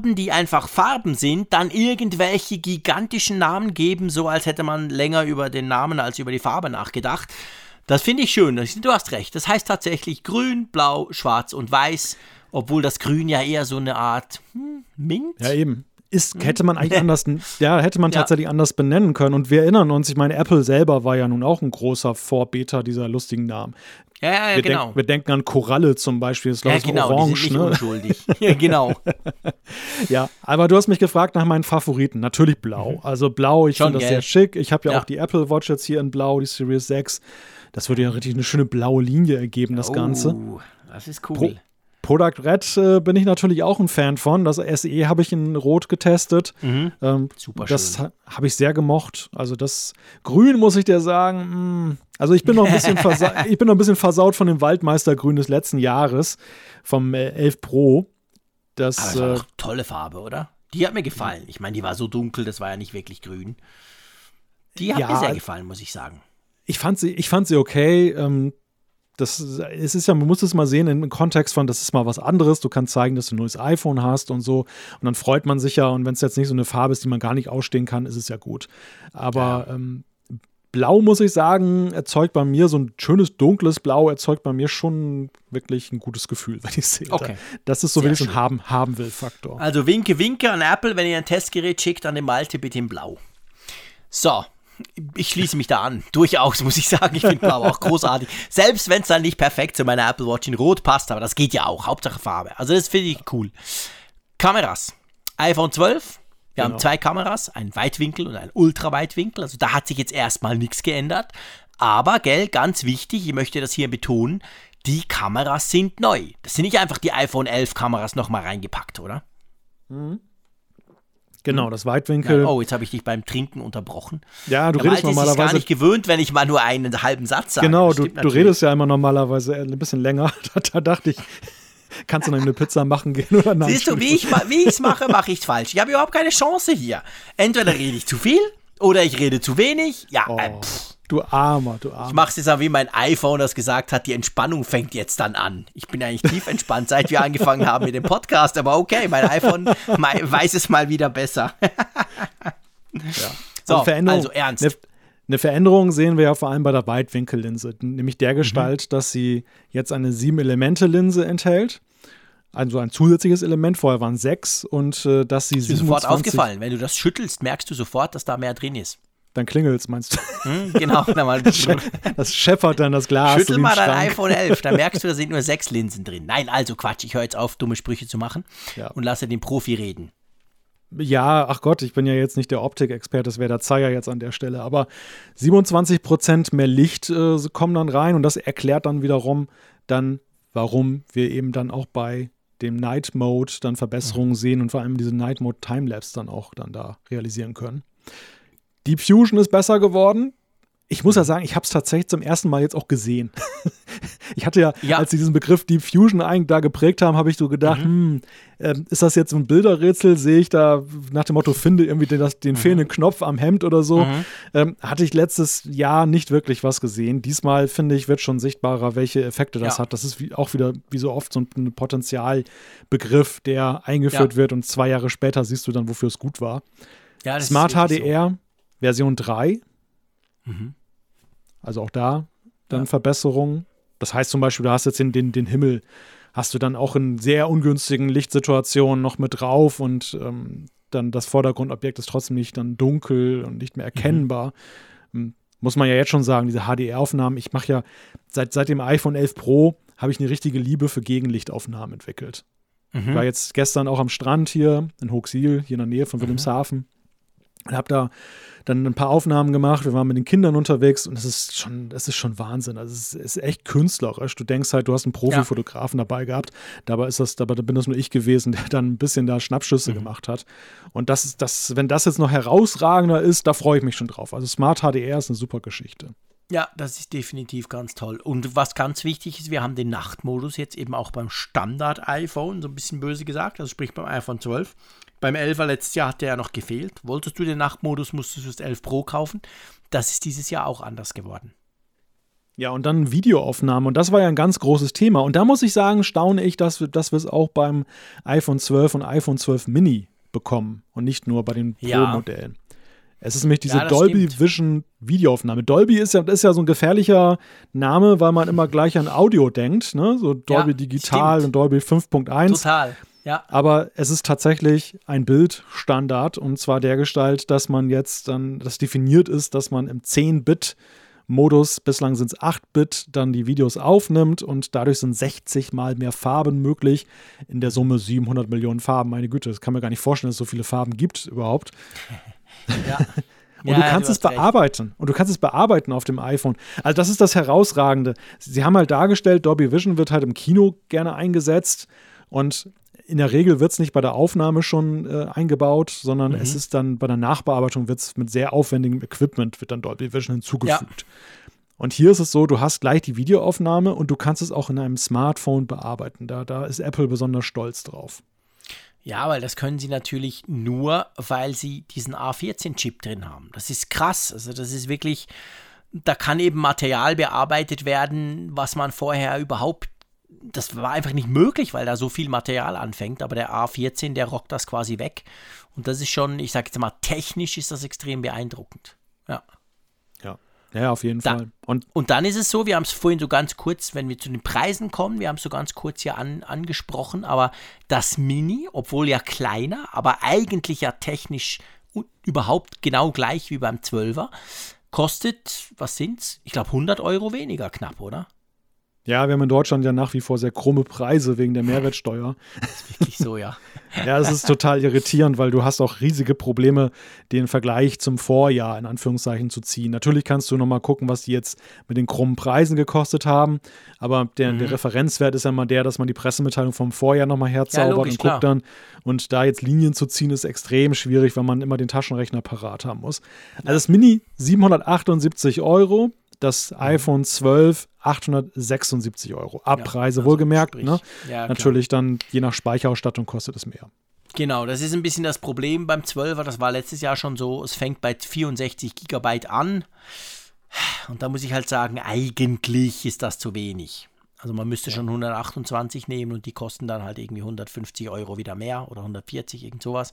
Farben sind, dann irgendwelche gigantischen Namen geben, so als hätte man länger über den Namen als über die Farbe nachgedacht. Das finde ich schön, du hast recht. Das heißt tatsächlich grün, blau, schwarz und weiß, obwohl das Grün ja eher so eine Art Mint. Ja, eben. Hätte man eigentlich anders, tatsächlich anders benennen können. Und wir erinnern uns, ich meine, Apple selber war ja nun auch ein großer Vorbeter dieser lustigen Namen. Ja, genau. Wir denken an Koralle zum Beispiel, das ist genau, orange. Die sind nicht unschuldig. Ja, genau. Ja, aber du hast mich gefragt nach meinen Favoriten. Natürlich blau. Also blau, ich finde das sehr schick. Ich habe ja auch die Apple Watch jetzt hier in blau, die Series 6. Das würde ja richtig eine schöne blaue Linie ergeben, das Ganze. Das ist cool. Product Red bin ich natürlich auch ein Fan von. Das SE habe ich in Rot getestet. Super das schön. Habe ich sehr gemocht. Also das Grün, muss ich dir sagen, also ich bin noch ein bisschen versaut von dem Waldmeistergrün des letzten Jahres, vom 11 Pro. Aber das war doch tolle Farbe, oder? Die hat mir gefallen. Ich meine, die war so dunkel, das war ja nicht wirklich grün. Die hat mir sehr gefallen, muss ich sagen. Ich fand sie okay. Man muss es mal sehen im Kontext von, das ist mal was anderes. Du kannst zeigen, dass du ein neues iPhone hast und so. Und dann freut man sich ja. Und wenn es jetzt nicht so eine Farbe ist, die man gar nicht ausstehen kann, ist es ja gut. Aber Blau, muss ich sagen, erzeugt bei mir so ein schönes, dunkles Blau, erzeugt bei mir schon wirklich ein gutes Gefühl, wenn ich es sehe. Okay. Das ist so wirklich so ein Haben-will-Faktor. Also winke an Apple, wenn ihr ein Testgerät schickt an den Malte, bitte in Blau. So. Ich schließe mich da an. Durchaus, muss ich sagen. Ich finde Blau auch großartig. Selbst wenn es dann nicht perfekt zu meiner Apple Watch in Rot passt, aber das geht ja auch. Hauptsache Farbe. Also das finde ich cool. Kameras. iPhone 12. Wir haben 2 Kameras, einen Weitwinkel und einen Ultraweitwinkel. Also da hat sich jetzt erstmal nichts geändert. Aber, ganz wichtig, ich möchte das hier betonen, die Kameras sind neu. Das sind nicht einfach die iPhone 11 Kameras nochmal reingepackt, oder? Genau, das Weitwinkel. Oh, jetzt habe ich dich beim Trinken unterbrochen. Ja, du redest normalerweise. Ich bin gar nicht gewöhnt, wenn ich mal nur einen halben Satz sage. Genau, du redest ja immer normalerweise ein bisschen länger. Da dachte ich, kannst du noch eine Pizza machen gehen oder nein? Siehst du, wie ich es mache ich es falsch. Ich habe überhaupt keine Chance hier. Entweder rede ich zu viel oder ich rede zu wenig. Ja, Du Armer. Ich mache es jetzt auch wie mein iPhone, das gesagt hat, die Entspannung fängt jetzt dann an. Ich bin eigentlich tief entspannt, seit wir angefangen haben mit dem Podcast, aber okay, mein iPhone weiß es mal wieder besser. So, also ernst. Eine Veränderung sehen wir ja vor allem bei der Weitwinkellinse, nämlich der Gestalt, dass sie jetzt eine 7-Elemente-Linse enthält. Also ein zusätzliches Element, vorher waren 6 und dass sie 27... Ist mir sofort aufgefallen, wenn du das schüttelst, merkst du sofort, dass da mehr drin ist. Dann klingelt's, meinst du? Genau. Das scheppert dann das Glas. Schüttel mal dein iPhone 11, da merkst du, da sind nur 6 Linsen drin. Nein, also Quatsch, ich höre jetzt auf, dumme Sprüche zu machen und lasse den Profi reden. Ja, ach Gott, ich bin ja jetzt nicht der Optikexperte, das wäre der Zeiger jetzt an der Stelle, aber 27% mehr Licht kommen dann rein und das erklärt dann wiederum dann, warum wir eben dann auch bei dem Night Mode dann Verbesserungen sehen und vor allem diese Night Mode Timelapse dann auch dann da realisieren können. Deep Fusion ist besser geworden. Ich muss ja sagen, ich habe es tatsächlich zum ersten Mal jetzt auch gesehen. Ich hatte ja, als sie diesen Begriff Deep Fusion eigentlich da geprägt haben, habe ich so gedacht, ist das jetzt ein Bilderrätsel? Sehe ich da nach dem Motto, finde irgendwie den fehlenden Knopf am Hemd oder so? Hatte ich letztes Jahr nicht wirklich was gesehen. Diesmal, finde ich, wird schon sichtbarer, welche Effekte das hat. Das ist auch wieder, wie so oft, so ein Potenzialbegriff, der eingeführt wird und 2 Jahre später siehst du dann, wofür es gut war. Ja, Smart HDR so. Version 3. Also auch da dann Verbesserungen. Das heißt zum Beispiel, du hast jetzt den Himmel, hast du dann auch in sehr ungünstigen Lichtsituationen noch mit drauf und dann das Vordergrundobjekt ist trotzdem nicht dann dunkel und nicht mehr erkennbar. Muss man ja jetzt schon sagen, diese HDR-Aufnahmen, ich mache ja seit dem iPhone 11 Pro habe ich eine richtige Liebe für Gegenlichtaufnahmen entwickelt. Ich war jetzt gestern auch am Strand hier in Hochsiel, hier in der Nähe von Wilhelmshaven. Und habe da dann ein paar Aufnahmen gemacht. Wir waren mit den Kindern unterwegs und es ist schon Wahnsinn. Also es ist echt künstlerisch. Du denkst halt, du hast einen Profifotografen dabei gehabt. Dabei bin das nur ich gewesen, der dann ein bisschen da Schnappschüsse gemacht hat. Und wenn das jetzt noch herausragender ist, da freue ich mich schon drauf. Also Smart HDR ist eine super Geschichte. Ja, das ist definitiv ganz toll. Und was ganz wichtig ist, wir haben den Nachtmodus jetzt eben auch beim Standard-iPhone, so ein bisschen böse gesagt, also sprich beim iPhone 12. Beim 11er letztes Jahr hat der ja noch gefehlt. Wolltest du den Nachtmodus, musstest du das 11 Pro kaufen. Das ist dieses Jahr auch anders geworden. Ja, und dann Videoaufnahmen. Und das war ja ein ganz großes Thema. Und da muss ich sagen, staune ich, dass wir es auch beim iPhone 12 und iPhone 12 Mini bekommen und nicht nur bei den Pro-Modellen. Es ist nämlich diese Dolby Vision Videoaufnahme. Dolby ist ja so ein gefährlicher Name, weil man immer gleich an Audio denkt, ne? So Dolby Digital und Dolby 5.1. Total. Ja. Aber es ist tatsächlich ein Bildstandard und zwar dergestalt, dass man jetzt dann, das definiert ist, dass man im 10-Bit-Modus, bislang sind es 8-Bit, dann die Videos aufnimmt und dadurch sind 60 mal mehr Farben möglich. In der Summe 700 Millionen Farben. Meine Güte, das kann man gar nicht vorstellen, dass es so viele Farben gibt überhaupt. Ja. Und du kannst es bearbeiten. Und du kannst es bearbeiten auf dem iPhone. Also das ist das Herausragende. Sie haben halt dargestellt, Dolby Vision wird halt im Kino gerne eingesetzt und in der Regel wird es nicht bei der Aufnahme schon eingebaut, sondern es ist dann bei der Nachbearbeitung wird's mit sehr aufwendigem Equipment wird dann Dolby Vision hinzugefügt. Ja. Und hier ist es so, du hast gleich die Videoaufnahme und du kannst es auch in einem Smartphone bearbeiten. Da ist Apple besonders stolz drauf. Ja, weil das können sie natürlich nur, weil sie diesen A14-Chip drin haben. Das ist krass. Also das ist wirklich, da kann eben Material bearbeitet werden, was man vorher überhaupt, das war einfach nicht möglich, weil da so viel Material anfängt. Aber der A14, der rockt das quasi weg. Und das ist schon, ich sage jetzt mal, technisch ist das extrem beeindruckend. Ja. Ja, auf jeden Fall. Und dann ist es so, wir haben es vorhin so ganz kurz, wenn wir zu den Preisen kommen, wir haben es so ganz kurz hier angesprochen, aber das Mini, obwohl ja kleiner, aber eigentlich ja technisch überhaupt genau gleich wie beim 12er, kostet, was sind's? Ich glaube 100 Euro weniger knapp, oder? Ja, wir haben in Deutschland ja nach wie vor sehr krumme Preise wegen der Mehrwertsteuer. Das ist wirklich so, ja. Ja, das ist total irritierend, weil du hast auch riesige Probleme, den Vergleich zum Vorjahr in Anführungszeichen zu ziehen. Natürlich kannst du nochmal gucken, was die jetzt mit den krummen Preisen gekostet haben, aber der Referenzwert ist ja mal der, dass man die Pressemitteilung vom Vorjahr nochmal herzaubert und guckt dann. Und da jetzt Linien zu ziehen, ist extrem schwierig, weil man immer den Taschenrechner parat haben muss. Also das Mini 778 Euro. Das iPhone 12 876 Euro. Abpreise, also wohlgemerkt. Ne? Ja, natürlich dann, je nach Speicherausstattung kostet es mehr. Genau, das ist ein bisschen das Problem beim 12er. Das war letztes Jahr schon so. Es fängt bei 64 GB an. Und da muss ich halt sagen, eigentlich ist das zu wenig. Also man müsste schon 128 nehmen und die kosten dann halt irgendwie 150 Euro wieder mehr oder 140, irgend sowas.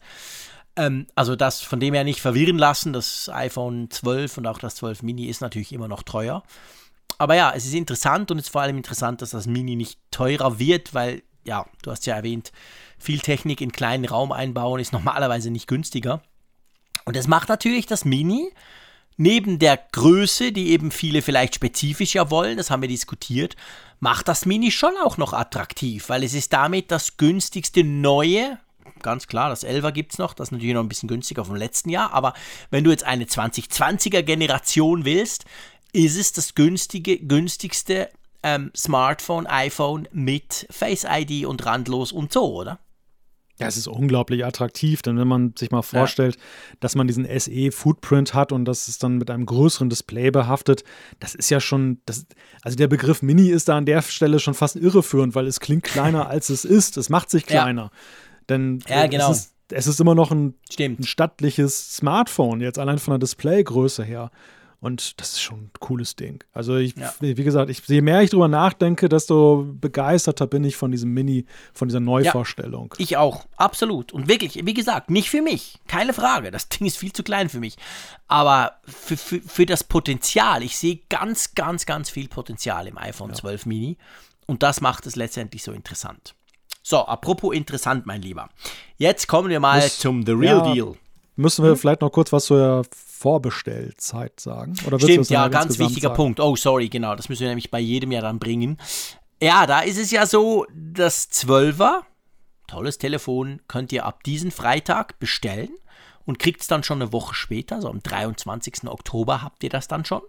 Also das von dem her nicht verwirren lassen, das iPhone 12 und auch das 12 Mini ist natürlich immer noch teuer. Aber ja, es ist interessant und es ist vor allem interessant, dass das Mini nicht teurer wird, weil, ja, du hast ja erwähnt, viel Technik in kleinen Raum einbauen ist normalerweise nicht günstiger. Und das macht natürlich das Mini neben der Größe, die eben viele vielleicht spezifischer wollen, das haben wir diskutiert, macht das Mini schon auch noch attraktiv, weil es ist damit das günstigste neue, ganz klar, das 11er gibt es noch, das ist natürlich noch ein bisschen günstiger vom letzten Jahr, aber wenn du jetzt eine 2020er Generation willst, ist es das günstigste Smartphone, iPhone mit Face ID und randlos und so, oder? Ja, es ist unglaublich attraktiv, denn wenn man sich mal vorstellt, dass man diesen SE-Footprint hat und das ist dann mit einem größeren Display behaftet, das ist ja schon, also der Begriff Mini ist da an der Stelle schon fast irreführend, weil es klingt kleiner, als es ist. Es macht sich kleiner. Denn genau. es ist immer noch ein Stimmt. stattliches Smartphone, jetzt allein von der Displaygröße her. Und das ist schon ein cooles Ding. Also wie gesagt, je mehr ich drüber nachdenke, desto begeisterter bin ich von diesem Mini, von dieser Neuvorstellung. Ich auch, absolut. Und wirklich, wie gesagt, nicht für mich, keine Frage. Das Ding ist viel zu klein für mich. Aber für das Potenzial, ich sehe ganz, ganz, ganz viel Potenzial im iPhone 12 Mini. Und das macht es letztendlich so interessant. So, apropos interessant, mein Lieber. Jetzt kommen wir mal zum The Real Deal. Müssen wir vielleicht noch kurz was zur Vorbestellzeit sagen? Oder stimmt, ja, ganz wichtiger Punkt. Oh, sorry, genau, das müssen wir nämlich bei jedem Jahr dann bringen. Ja, da ist es ja so, das 12er, tolles Telefon, könnt ihr ab diesen Freitag bestellen und kriegt es dann schon eine Woche später, so am 23. Oktober habt ihr das dann schon.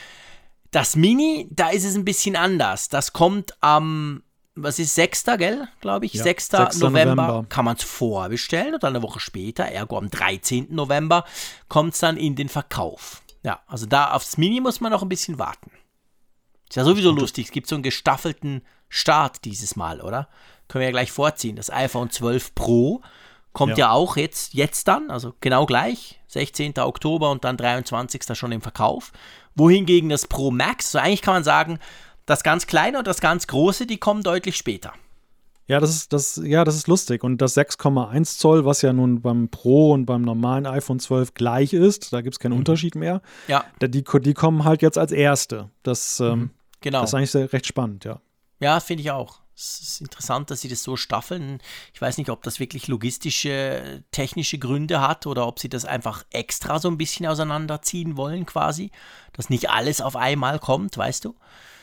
Das Mini, da ist es ein bisschen anders. Das kommt am 6. gell, glaube ich? Ja, 6. November kann man es vorbestellen und dann eine Woche später, ergo am 13. November, kommt es dann in den Verkauf. Ja, also da aufs Mini muss man noch ein bisschen warten. Ist ja sowieso lustig, es gibt so einen gestaffelten Start dieses Mal, oder? Können wir ja gleich vorziehen. Das iPhone 12 Pro kommt ja auch jetzt dann, also genau gleich, 16. Oktober und dann 23. schon im Verkauf. Wohingegen das Pro Max, so eigentlich kann man sagen, das ganz Kleine und das ganz Große, die kommen deutlich später. Ja, das ist lustig. Und das 6,1 Zoll, was ja nun beim Pro und beim normalen iPhone 12 gleich ist, da gibt es keinen Unterschied mehr. Ja. Die kommen halt jetzt als erste. Das ist eigentlich recht spannend, ja. Ja, finde ich auch. Es ist interessant, dass sie das so staffeln. Ich weiß nicht, ob das wirklich logistische, technische Gründe hat oder ob sie das einfach extra so ein bisschen auseinanderziehen wollen quasi, dass nicht alles auf einmal kommt, weißt du?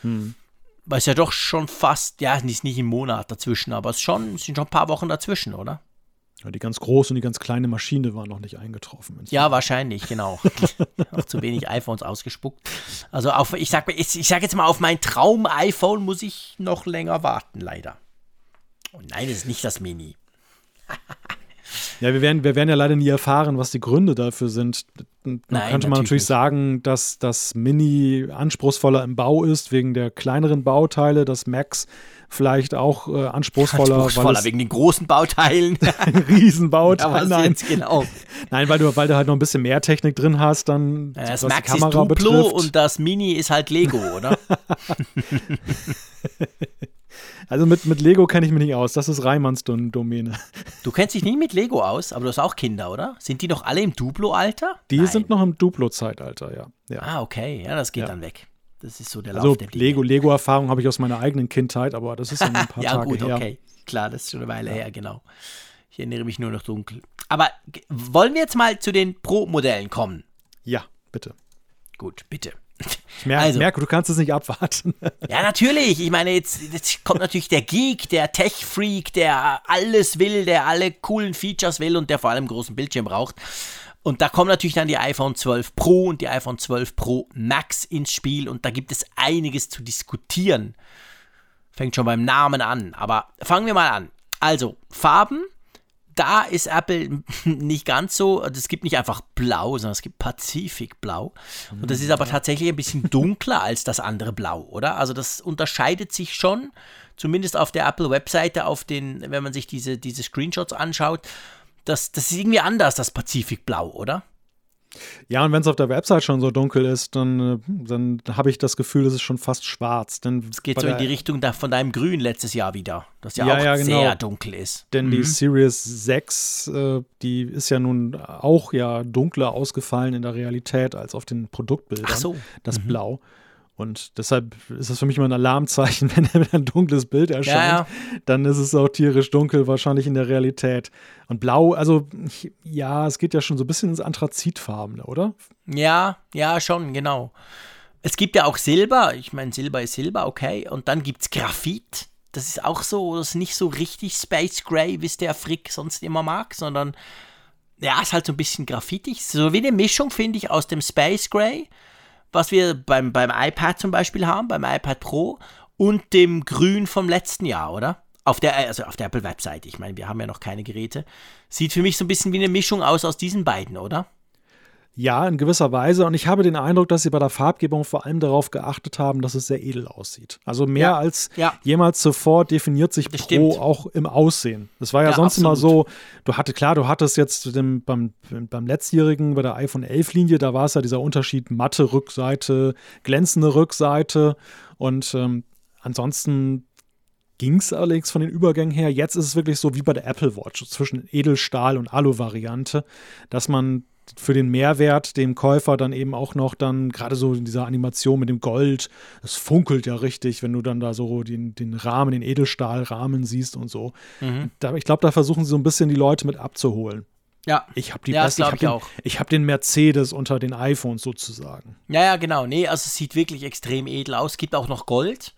Weil es ja doch schon fast, nicht im Monat dazwischen, aber es sind schon ein paar Wochen dazwischen, oder? Ja, die ganz große und die ganz kleine Maschine waren noch nicht eingetroffen. Ja, wahrscheinlich, genau. Noch zu wenig iPhones ausgespuckt. Also ich sag jetzt mal, auf mein Traum-iPhone muss ich noch länger warten, leider. Und nein, es ist nicht das Mini. Ja, wir werden ja leider nie erfahren, was die Gründe dafür sind. Da könnte man natürlich sagen, dass das Mini anspruchsvoller im Bau ist, wegen der kleineren Bauteile, das Max vielleicht auch anspruchsvoller wegen den großen Bauteilen. Riesenbauteilen. Ja, jetzt genau. Nein, weil du halt noch ein bisschen mehr Technik drin hast, dann das was Max die Kamera ist Duplo betrifft. Und das Mini ist halt Lego, oder? Also mit Lego kenne ich mich nicht aus. Das ist Reimanns Domäne. Du kennst dich nicht mit Lego aus, aber du hast auch Kinder, oder? Sind die noch alle im Duplo-Alter? Die sind noch im Duplo-Zeitalter, ja. Ah, okay. Ja, das geht dann weg. Das ist so der Lauf der Dinge. Lego-Erfahrung habe ich aus meiner eigenen Kindheit, aber das ist ein paar Tage her. Ja gut, okay. Klar, das ist schon eine Weile her, genau. Ich erinnere mich nur noch dunkel. Aber wollen wir jetzt mal zu den Pro-Modellen kommen? Ja, bitte. Gut, bitte. Ich merke, du kannst es nicht abwarten. Ja, natürlich. Ich meine, jetzt kommt natürlich der Geek, der Tech-Freak, der alles will, der alle coolen Features will und der vor allem einen großen Bildschirm braucht. Und da kommen natürlich dann die iPhone 12 Pro und die iPhone 12 Pro Max ins Spiel und da gibt es einiges zu diskutieren. Fängt schon beim Namen an, aber fangen wir mal an. Also, Farben. Da ist Apple nicht ganz so, es gibt nicht einfach blau, sondern es gibt Pazifikblau. Und das ist aber tatsächlich ein bisschen dunkler als das andere Blau, oder? Also das unterscheidet sich schon, zumindest auf der Apple-Webseite, wenn man sich diese Screenshots anschaut, das ist irgendwie anders, das Pazifikblau, oder? Ja, und wenn es auf der Website schon so dunkel ist, dann habe ich das Gefühl, es ist schon fast schwarz. Es geht so in die Richtung von deinem Grün letztes Jahr wieder, das auch genau. Sehr dunkel ist. Denn die Series 6, die ist ja nun auch dunkler ausgefallen in der Realität als auf den Produktbildern. Ach so. Das Blau. Und deshalb ist das für mich immer ein Alarmzeichen, wenn ein dunkles Bild erscheint. Ja. Dann ist es auch tierisch dunkel, wahrscheinlich in der Realität. Und blau, also ja, es geht ja schon so ein bisschen ins Anthrazitfarbene, oder? Ja, schon, genau. Es gibt ja auch Silber. Ich meine, Silber ist Silber, okay. Und dann gibt es Graphit. Das ist auch so, das ist nicht so richtig Space Gray, wie es der Frick sonst immer mag, sondern ja, ist halt so ein bisschen graffitig. So wie eine Mischung, finde ich, aus dem Space Gray, was wir beim iPad zum Beispiel haben, beim iPad Pro, und dem Grün vom letzten Jahr, oder? Auf der Apple-Webseite. Ich meine, wir haben ja noch keine Geräte. Sieht für mich so ein bisschen wie eine Mischung aus diesen beiden, oder? Ja, in gewisser Weise. Und ich habe den Eindruck, dass sie bei der Farbgebung vor allem darauf geachtet haben, dass es sehr edel aussieht. Also mehr als jemals zuvor definiert sich das Pro stimmt. auch im Aussehen. Das war ja sonst absolut. immer so, du hattest jetzt beim letztjährigen, bei der iPhone 11-Linie, da war es ja dieser Unterschied matte Rückseite, glänzende Rückseite und ansonsten ging es allerdings von den Übergängen her. Jetzt ist es wirklich so wie bei der Apple Watch zwischen Edelstahl- und Alu-Variante, dass man für den Mehrwert dem Käufer dann eben auch noch dann, gerade so in dieser Animation mit dem Gold, das funkelt ja richtig, wenn du dann da so den Rahmen, den Edelstahlrahmen siehst und so. Ich glaube, da versuchen sie so ein bisschen die Leute mit abzuholen. Ja, ich habe ich hab den Mercedes unter den iPhones sozusagen. Ja, genau. Nee, also es sieht wirklich extrem edel aus. Es gibt auch noch Gold.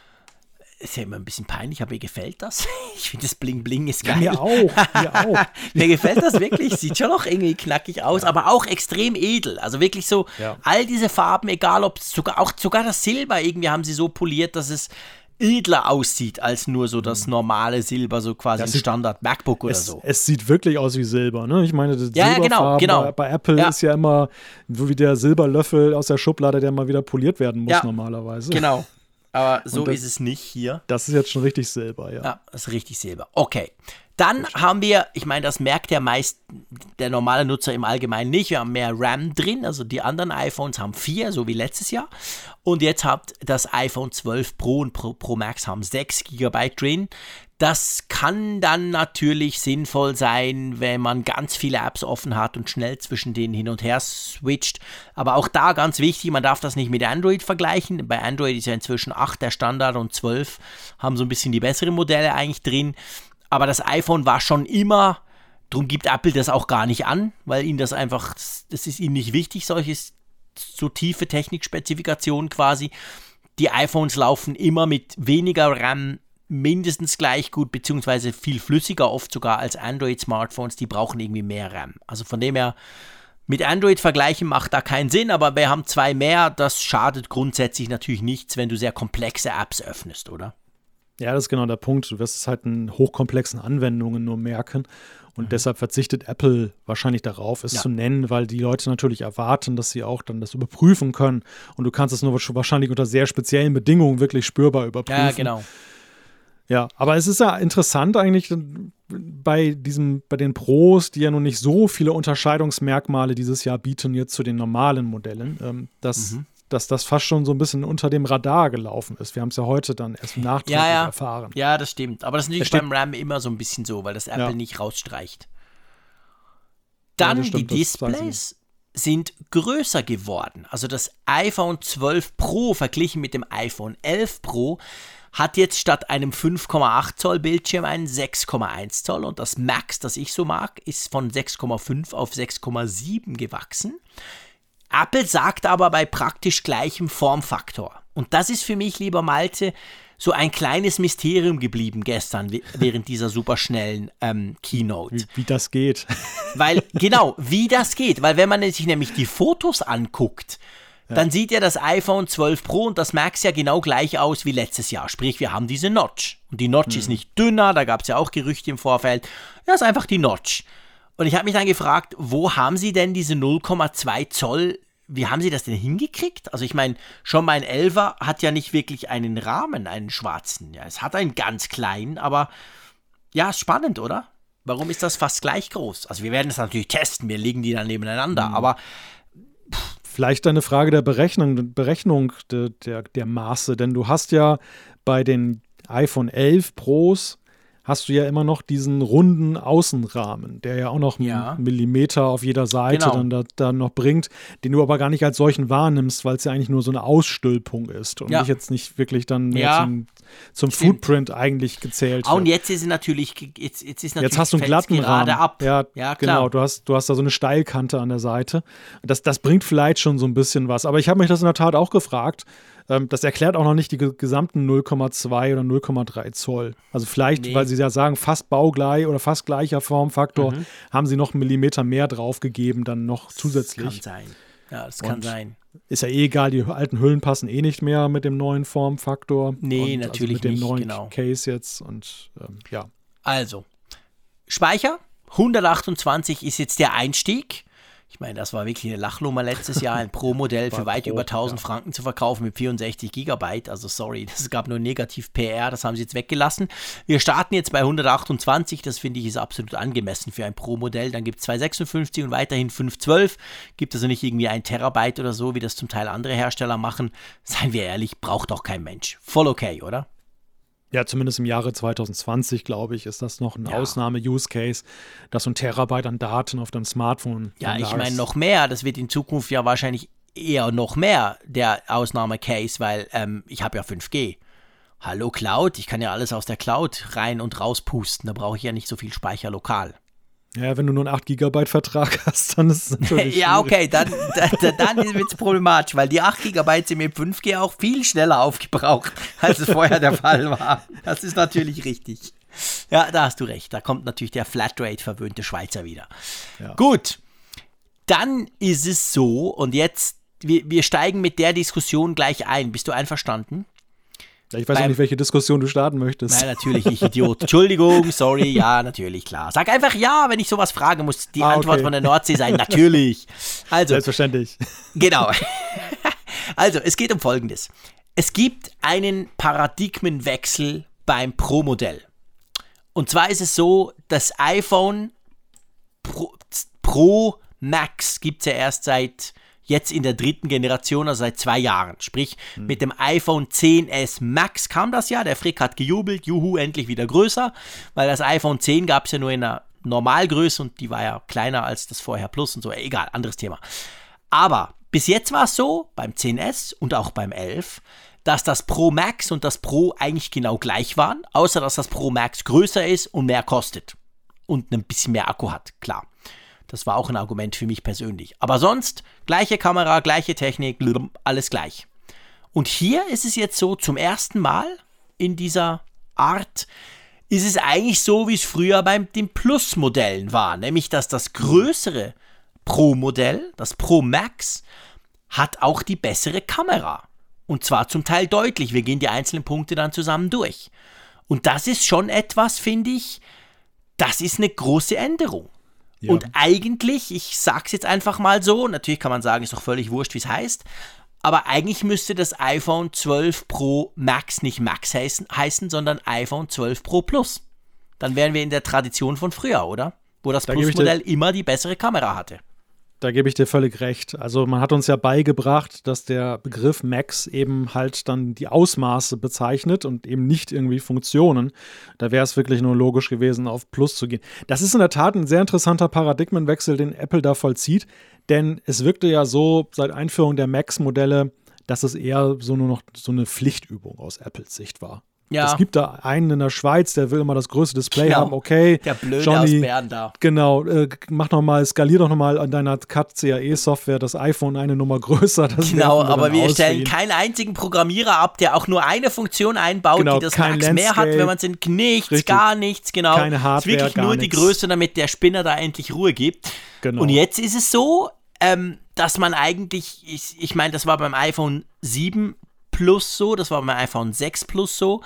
Ist ja immer ein bisschen peinlich, aber mir gefällt das. Ich finde, das Bling-Bling ist geil. Ja, mir auch. Mir gefällt das wirklich. Sieht schon noch irgendwie knackig aus, aber auch extrem edel. Also wirklich so, all diese Farben, egal ob sogar das Silber, irgendwie haben sie so poliert, dass es edler aussieht als nur so das normale Silber, so quasi ein Standard MacBook oder so. Es sieht wirklich aus wie Silber, ne? Ich meine, das Silberfarben genau. Bei Apple ist ja immer so wie der Silberlöffel aus der Schublade, der mal wieder poliert werden muss normalerweise. Genau. Aber so ist es nicht hier. Das ist jetzt schon richtig Silber, ja. Ja, das ist richtig Silber. Okay. Dann haben wir, ich meine, das merkt ja meist der normale Nutzer im Allgemeinen nicht. Wir haben mehr RAM drin, also die anderen iPhones haben 4, so wie letztes Jahr. Und jetzt habt das iPhone 12 Pro und Pro Max haben 6 GB drin. Das kann dann natürlich sinnvoll sein, wenn man ganz viele Apps offen hat und schnell zwischen denen hin und her switcht. Aber auch da ganz wichtig, man darf das nicht mit Android vergleichen. Bei Android ist ja inzwischen 8 der Standard und 12 haben so ein bisschen die besseren Modelle eigentlich drin. Aber das iPhone war schon immer, darum gibt Apple das auch gar nicht an, weil ihnen das einfach, das ist ihnen nicht wichtig, solche so tiefe Technikspezifikationen quasi. Die iPhones laufen immer mit weniger RAM mindestens gleich gut, beziehungsweise viel flüssiger, oft sogar als Android-Smartphones, die brauchen irgendwie mehr RAM. Also von dem her, mit Android vergleichen macht da keinen Sinn, aber wir haben 2 mehr, das schadet grundsätzlich natürlich nichts, wenn du sehr komplexe Apps öffnest, oder? Ja, das ist genau der Punkt. Du wirst es halt in hochkomplexen Anwendungen nur merken. Und deshalb verzichtet Apple wahrscheinlich darauf, es zu nennen, weil die Leute natürlich erwarten, dass sie auch dann das überprüfen können. Und du kannst es nur wahrscheinlich unter sehr speziellen Bedingungen wirklich spürbar überprüfen. Ja, genau. Ja, aber es ist ja interessant eigentlich bei den Pros, die ja nun nicht so viele Unterscheidungsmerkmale dieses Jahr bieten jetzt zu den normalen Modellen, dass das fast schon so ein bisschen unter dem Radar gelaufen ist. Wir haben es ja heute dann erst im Nachtrag erfahren. Ja, das stimmt. Aber das ist natürlich beim RAM immer so ein bisschen so, weil das Apple nicht rausstreicht. Dann die Displays sind größer geworden. Also das iPhone 12 Pro verglichen mit dem iPhone 11 Pro hat jetzt statt einem 5,8 Zoll Bildschirm einen 6,1 Zoll und das Max, das ich so mag, ist von 6,5 auf 6,7 gewachsen. Apple sagt aber bei praktisch gleichem Formfaktor. Und das ist für mich, lieber Malte, so ein kleines Mysterium geblieben gestern während dieser superschnellen Keynote. Wie das geht. Wie das geht. Weil wenn man sich nämlich die Fotos anguckt, dann sieht ja das iPhone 12 Pro und das Max ja genau gleich aus wie letztes Jahr. Sprich, wir haben diese Notch. Und die Notch ist nicht dünner, da gab es ja auch Gerüchte im Vorfeld. Ja, ist einfach die Notch. Und ich habe mich dann gefragt, wo haben sie denn diese 0,2 Zoll, wie haben sie das denn hingekriegt? Also ich meine, schon mein 11er hat ja nicht wirklich einen Rahmen, einen schwarzen. Ja, es hat einen ganz kleinen, aber ja, ist spannend, oder? Warum ist das fast gleich groß? Also wir werden es natürlich testen, wir legen die dann nebeneinander, aber vielleicht eine Frage der Berechnung der Maße, denn du hast ja bei den iPhone 11 Pros hast du ja immer noch diesen runden Außenrahmen, der ja auch noch einen Millimeter auf jeder Seite dann noch bringt, den du aber gar nicht als solchen wahrnimmst, weil es ja eigentlich nur so eine Ausstülpung ist und nicht wirklich dann mehr zum Footprint eigentlich gezählt wird. Und jetzt ist es natürlich, jetzt hast du einen glatten Rahmen. Ab. Ja, klar. Genau, du hast da so eine Steilkante an der Seite. Das bringt vielleicht schon so ein bisschen was. Aber ich habe mich das in der Tat auch gefragt. Das erklärt auch noch nicht die gesamten 0,2 oder 0,3 Zoll. Also vielleicht, weil sie ja sagen, fast baugleich oder fast gleicher Formfaktor, haben sie noch einen Millimeter mehr draufgegeben, dann noch zusätzlich. Das kann sein. Ja, das kann sein. Ist ja egal, die alten Hüllen passen nicht mehr mit dem neuen Formfaktor. Nee, natürlich also mit dem nicht, neuen Case jetzt und Also, Speicher, 128 ist jetzt der Einstieg. Ich meine, das war wirklich eine Lachnummer letztes Jahr, ein Pro-Modell für weit über 1000 Franken zu verkaufen mit 64 Gigabyte. Also sorry, das gab nur negativ PR, das haben sie jetzt weggelassen. Wir starten jetzt bei 128, das finde ich ist absolut angemessen für ein Pro-Modell. Dann gibt es 256 und weiterhin 512. Gibt also nicht irgendwie 1 Terabyte oder so, wie das zum Teil andere Hersteller machen. Seien wir ehrlich, braucht doch kein Mensch. Voll okay, oder? Ja, zumindest im Jahre 2020, glaube ich, ist das noch ein Ausnahme-Use-Case, dass so ein Terabyte an Daten auf deinem Smartphone. Ja, ich meine noch mehr. Das wird in Zukunft ja wahrscheinlich eher noch mehr der Ausnahme-Case, weil ich habe ja 5G. Hallo Cloud, ich kann ja alles aus der Cloud rein und raus pusten. Da brauche ich ja nicht so viel Speicher lokal. Ja, wenn du nur einen 8 Gigabyte Vertrag hast, dann ist es natürlich ja, okay, dann wird es problematisch, weil die 8 Gigabyte sind mit 5G auch viel schneller aufgebraucht, als es vorher der Fall war. Das ist natürlich richtig. Ja, da hast du recht. Da kommt natürlich der Flatrate-verwöhnte Schweizer wieder. Ja. Gut, dann ist es so, und jetzt, wir steigen mit der Diskussion gleich ein. Bist du einverstanden? Ich weiß auch nicht, welche Diskussion du starten möchtest. Nein, natürlich, ich Idiot. Entschuldigung, sorry, ja, natürlich, klar. Sag einfach ja, wenn ich sowas frage, muss die Antwort von der Nordsee sein, natürlich. Also, selbstverständlich. Genau. Also, es geht um Folgendes. Es gibt einen Paradigmenwechsel beim Pro-Modell. Und zwar ist es so, das iPhone Pro Max gibt es ja erst seit jetzt in der 3. Generation, also seit 2 Jahren. Sprich, mit dem iPhone XS Max kam das ja. Der Frick hat gejubelt, juhu, endlich wieder größer. Weil das iPhone 10 gab es ja nur in einer Normalgröße und die war ja kleiner als das vorher Plus und so. Egal, anderes Thema. Aber bis jetzt war es so, beim 10S und auch beim 11, dass das Pro Max und das Pro eigentlich genau gleich waren, außer dass das Pro Max größer ist und mehr kostet. Und ein bisschen mehr Akku hat, klar. Das war auch ein Argument für mich persönlich. Aber sonst, gleiche Kamera, gleiche Technik, alles gleich. Und hier ist es jetzt so, zum ersten Mal in dieser Art, ist es eigentlich so, wie es früher bei den Plus-Modellen war. Nämlich, dass das größere Pro-Modell, das Pro Max, hat auch die bessere Kamera. Und zwar zum Teil deutlich. Wir gehen die einzelnen Punkte dann zusammen durch. Und das ist schon etwas, finde ich, das ist eine große Änderung. Ja. Und eigentlich, ich sag's jetzt einfach mal so, natürlich kann man sagen, ist doch völlig wurscht, wie es heißt, aber eigentlich müsste das iPhone 12 Pro Max nicht Max heißen, sondern iPhone 12 Pro Plus. Dann wären wir in der Tradition von früher, oder? Wo das Plus-Modell immer die bessere Kamera hatte. Da gebe ich dir völlig recht. Also man hat uns ja beigebracht, dass der Begriff Max eben halt dann die Ausmaße bezeichnet und eben nicht irgendwie Funktionen. Da wäre es wirklich nur logisch gewesen, auf Plus zu gehen. Das ist in der Tat ein sehr interessanter Paradigmenwechsel, den Apple da vollzieht, denn es wirkte ja so seit Einführung der Max-Modelle, dass es eher so nur noch so eine Pflichtübung aus Apples Sicht war. Ja. Es gibt da einen in der Schweiz, der will immer das größte Display haben. Okay, der Blöde Johnny, aus Bern da. Genau, skalier doch nochmal an deiner CAD-CAE-Software das iPhone eine Nummer größer. Genau, aber wir stellen keinen einzigen Programmierer ab, der auch nur eine Funktion einbaut, die das Max mehr hat, wenn man es in nichts, richtig, gar nichts, genau. Keine Hardware, es ist wirklich nur die Größe, damit der Spinner da endlich Ruhe gibt. Genau. Und jetzt ist es so, dass man eigentlich, ich meine, das war beim iPhone 7 Plus so, das war beim iPhone 6 Plus so,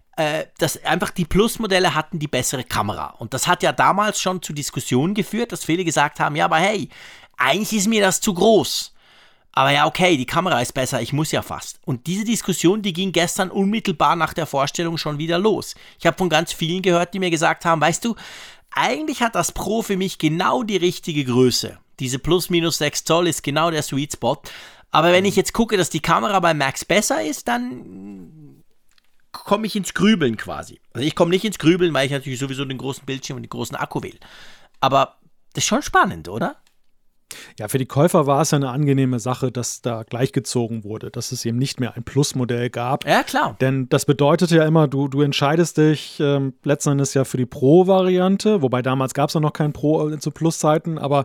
dass einfach die Plus-Modelle hatten die bessere Kamera. Und das hat ja damals schon zu Diskussionen geführt, dass viele gesagt haben, ja, aber hey, eigentlich ist mir das zu groß. Aber ja, okay, die Kamera ist besser, ich muss ja fast. Und diese Diskussion, die ging gestern unmittelbar nach der Vorstellung schon wieder los. Ich habe von ganz vielen gehört, die mir gesagt haben, weißt du, eigentlich hat das Pro für mich genau die richtige Größe. Diese plus minus 6 Zoll ist genau der Sweet Spot. Aber wenn ich jetzt gucke, dass die Kamera bei Max besser ist, dann komme ich ins Grübeln quasi. Also ich komme nicht ins Grübeln, weil ich natürlich sowieso den großen Bildschirm und den großen Akku will. Aber das ist schon spannend, oder? Ja, für die Käufer war es ja eine angenehme Sache, dass da gleichgezogen wurde, dass es eben nicht mehr ein Plus-Modell gab. Ja, klar. Denn das bedeutet ja immer, du entscheidest dich letzten Endes ja für die Pro-Variante, wobei damals gab es ja noch kein Pro zu Plus-Zeiten, aber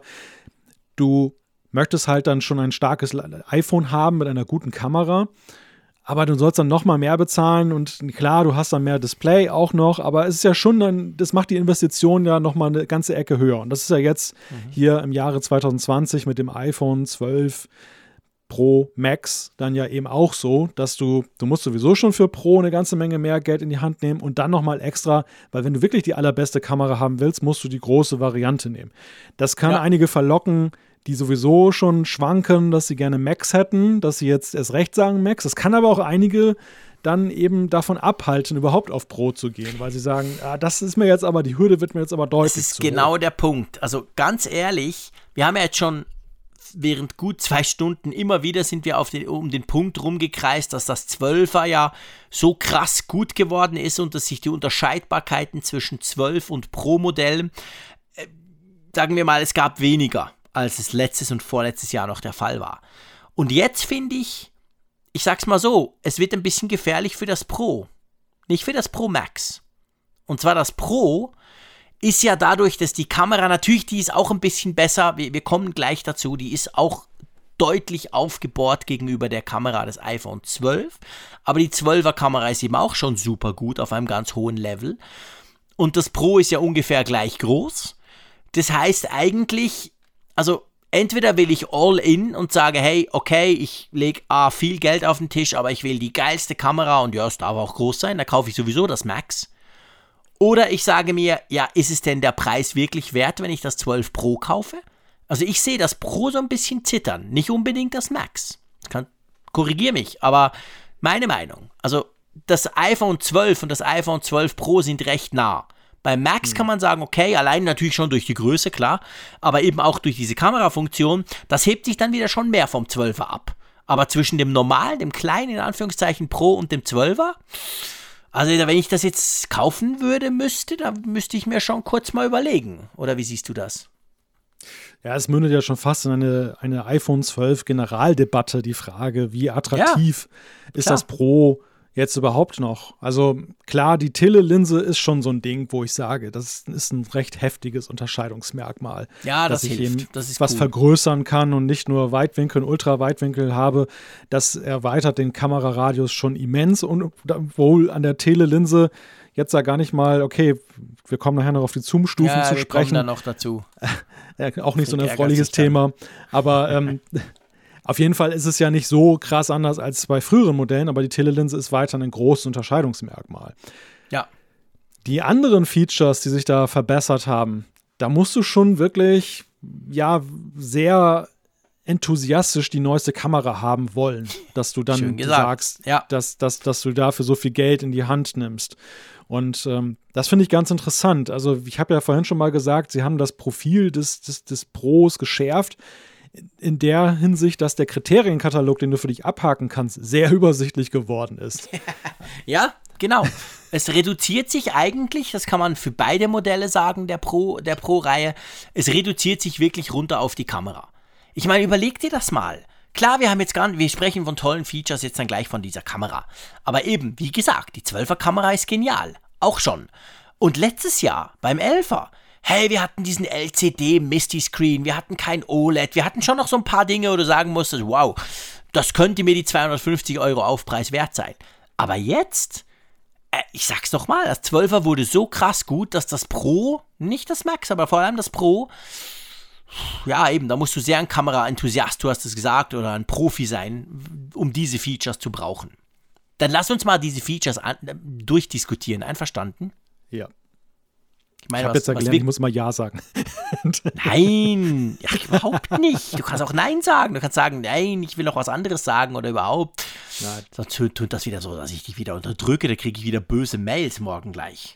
du möchtest halt dann schon ein starkes iPhone haben mit einer guten Kamera. Aber du sollst dann noch mal mehr bezahlen und klar, du hast dann mehr Display auch noch, aber es ist ja schon dann, das macht die Investition ja noch mal eine ganze Ecke höher. Und das ist ja jetzt hier im Jahre 2020 mit dem iPhone 12 Pro Max dann ja eben auch so, dass du musst sowieso schon für Pro eine ganze Menge mehr Geld in die Hand nehmen und dann noch mal extra, weil wenn du wirklich die allerbeste Kamera haben willst, musst du die große Variante nehmen. Das kann einige verlocken, die sowieso schon schwanken, dass sie gerne Max hätten, dass sie jetzt erst recht sagen Max. Das kann aber auch einige dann eben davon abhalten, überhaupt auf Pro zu gehen, weil sie sagen, das ist mir jetzt aber, die Hürde wird mir jetzt aber deutlich zu hoch. Das ist genau der Punkt. Also ganz ehrlich, wir haben ja jetzt schon während gut 2 Stunden immer wieder sind wir um den Punkt rumgekreist, dass das 12er ja so krass gut geworden ist und dass sich die Unterscheidbarkeiten zwischen 12 und Pro-Modellen, sagen wir mal, es gab weniger, als es letztes und vorletztes Jahr noch der Fall war. Und jetzt finde ich sag's mal so, es wird ein bisschen gefährlich für das Pro, nicht für das Pro Max. Und zwar das Pro ist ja dadurch, dass die Kamera natürlich, die ist auch ein bisschen besser, wir kommen gleich dazu, die ist auch deutlich aufgebohrt gegenüber der Kamera des iPhone 12, aber die 12er Kamera ist eben auch schon super gut auf einem ganz hohen Level und das Pro ist ja ungefähr gleich groß. Das heißt eigentlich, also entweder will ich all in und sage, hey, okay, ich lege viel Geld auf den Tisch, aber ich will die geilste Kamera und ja, es darf auch groß sein, da kaufe ich sowieso das Max. Oder ich sage mir, ja, ist es denn der Preis wirklich wert, wenn ich das 12 Pro kaufe? Also ich sehe das Pro so ein bisschen zittern, nicht unbedingt das Max. Korrigier mich, aber meine Meinung, also das iPhone 12 und das iPhone 12 Pro sind recht nah. Beim Max kann man sagen, okay, allein natürlich schon durch die Größe, klar, aber eben auch durch diese Kamerafunktion, das hebt sich dann wieder schon mehr vom 12er ab. Aber zwischen dem normalen, dem kleinen, in Anführungszeichen, Pro und dem 12er, also wenn ich das jetzt kaufen müsste, dann müsste ich mir schon kurz mal überlegen. Oder wie siehst du das? Ja, es mündet ja schon fast in eine iPhone 12 Generaldebatte, die Frage, wie attraktiv ist das Pro jetzt überhaupt noch? Also klar, die Telelinse ist schon so ein Ding, wo ich sage, das ist ein recht heftiges Unterscheidungsmerkmal. Ja, das dass ich hilft. eben Das ist was cool. vergrößern kann und nicht nur Weitwinkel und Ultraweitwinkel habe. Das erweitert den Kameraradius schon immens und wohl an der Telelinse jetzt ja gar nicht mal, okay, wir kommen nachher noch auf die Zoom-Stufen zu sprechen. Wir kommen dann noch dazu. Auch nicht so ein erfreuliches Thema, aber auf jeden Fall ist es ja nicht so krass anders als bei früheren Modellen, aber die Telelinse ist weiterhin ein großes Unterscheidungsmerkmal. Ja. Die anderen Features, die sich da verbessert haben, da musst du schon wirklich, sehr enthusiastisch die neueste Kamera haben wollen, dass du dann sagst, dass du dafür so viel Geld in die Hand nimmst. Und das finde ich ganz interessant. Also ich habe ja vorhin schon mal gesagt, sie haben das Profil des Pros geschärft. In der Hinsicht, dass der Kriterienkatalog, den du für dich abhaken kannst, sehr übersichtlich geworden ist. Ja, genau. Es reduziert sich eigentlich, das kann man für beide Modelle sagen, der Pro-Reihe, es reduziert sich wirklich runter auf die Kamera. Ich meine, überleg dir das mal. Klar, wir sprechen von tollen Features jetzt dann gleich von dieser Kamera. Aber eben, wie gesagt, die 12er Kamera ist genial. Auch schon. Und letztes Jahr beim 11er, hey, wir hatten diesen LCD-Misty-Screen, wir hatten kein OLED, wir hatten schon noch so ein paar Dinge, wo du sagen musstest, wow, das könnte mir die 250 € Aufpreis wert sein. Aber jetzt, ich sag's doch mal, das 12er wurde so krass gut, dass das Pro, nicht das Max, aber vor allem das Pro, ja eben, da musst du sehr ein Kamera-Enthusiast, du hast es gesagt, oder ein Profi sein, um diese Features zu brauchen. Dann lass uns mal diese Features durchdiskutieren, einverstanden? Ja. Ich habe jetzt ja gelernt, ich muss mal Ja sagen. Nein, überhaupt nicht. Du kannst auch Nein sagen. Du kannst sagen, nein, ich will noch was anderes sagen oder überhaupt. Nein. Sonst tut das wieder so, dass ich dich wieder unterdrücke. Da kriege ich wieder böse Mails morgen gleich.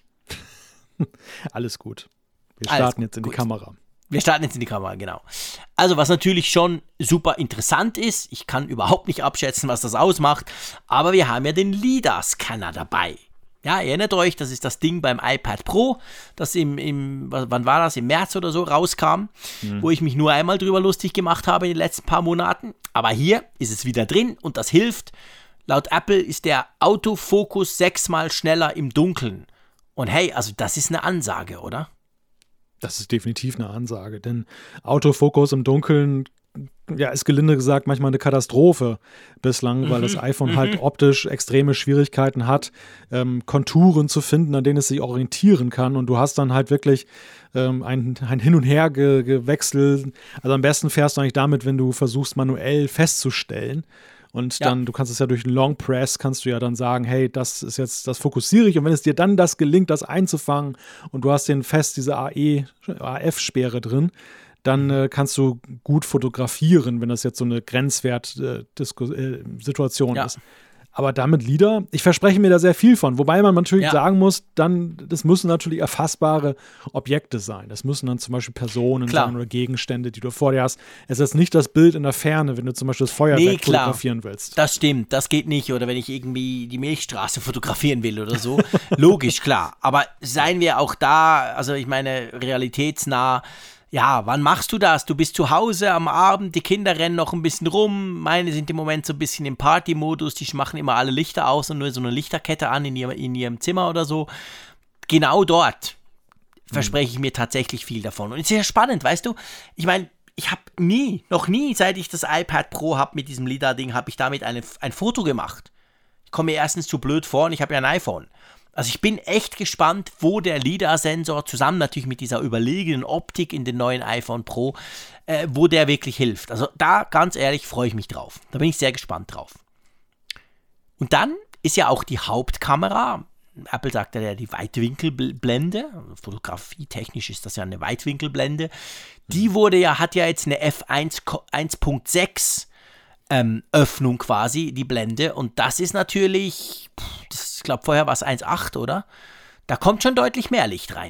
Alles gut. Wir starten jetzt in die Kamera. Wir starten jetzt in die Kamera, genau. Also was natürlich schon super interessant ist, ich kann überhaupt nicht abschätzen, was das ausmacht, aber wir haben ja den LiDAR-Scanner dabei. Ja, erinnert euch, das ist das Ding beim iPad Pro, das wann war das, im März oder so rauskam, wo ich mich nur einmal drüber lustig gemacht habe in den letzten paar Monaten. Aber hier ist es wieder drin und das hilft. Laut Apple ist der Autofokus 6-mal schneller im Dunkeln. Und hey, also das ist eine Ansage, oder? Das ist definitiv eine Ansage, denn Autofokus im Dunkeln, ja, ist gelinde gesagt manchmal eine Katastrophe bislang, weil das iPhone halt optisch extreme Schwierigkeiten hat, Konturen zu finden, an denen es sich orientieren kann. Und du hast dann halt wirklich ein Hin- und Her gewechselt. Also am besten fährst du eigentlich damit, wenn du versuchst, manuell festzustellen. Und dann, du kannst es ja durch einen Long Press, kannst du ja dann sagen, hey, das ist jetzt, das fokussiere ich. Und wenn es dir dann das gelingt, das einzufangen und du hast diese AF-Sperre drin, dann kannst du gut fotografieren, wenn das jetzt so eine Grenzwert-Situation ist. Aber damit LiDAR, ich verspreche mir da sehr viel von. Wobei man natürlich sagen muss, das müssen natürlich erfassbare Objekte sein. Das müssen dann zum Beispiel Personen sein oder Gegenstände, die du vor dir hast. Es ist nicht das Bild in der Ferne, wenn du zum Beispiel das Feuerwerk fotografieren willst. Das stimmt, das geht nicht. Oder wenn ich irgendwie die Milchstraße fotografieren will oder so. Logisch, klar. Aber seien wir auch da, also ich meine, realitätsnah. Ja, wann machst du das? Du bist zu Hause am Abend, die Kinder rennen noch ein bisschen rum, meine sind im Moment so ein bisschen im Party-Modus, die machen immer alle Lichter aus und nur so eine Lichterkette an in ihrem Zimmer oder so. Genau dort verspreche ich mir tatsächlich viel davon. Und es ist ja spannend, weißt du, ich meine, ich habe noch nie, seit ich das iPad Pro habe mit diesem LiDAR-Ding, habe ich damit ein Foto gemacht. Ich komme mir erstens zu blöd vor und ich habe ja ein iPhone. Also ich bin echt gespannt, wo der LiDAR-Sensor zusammen natürlich mit dieser überlegenen Optik in den neuen iPhone Pro, wo der wirklich hilft. Also da, ganz ehrlich, freue ich mich drauf. Da bin ich sehr gespannt drauf. Und dann ist ja auch die Hauptkamera, Apple sagt ja die Weitwinkelblende, fotografietechnisch ist das ja eine Weitwinkelblende, die hat ja jetzt eine f1.6 Öffnung quasi, die Blende. Und das ist natürlich, ich glaube vorher war es 1.8, oder? Da kommt schon deutlich mehr Licht rein.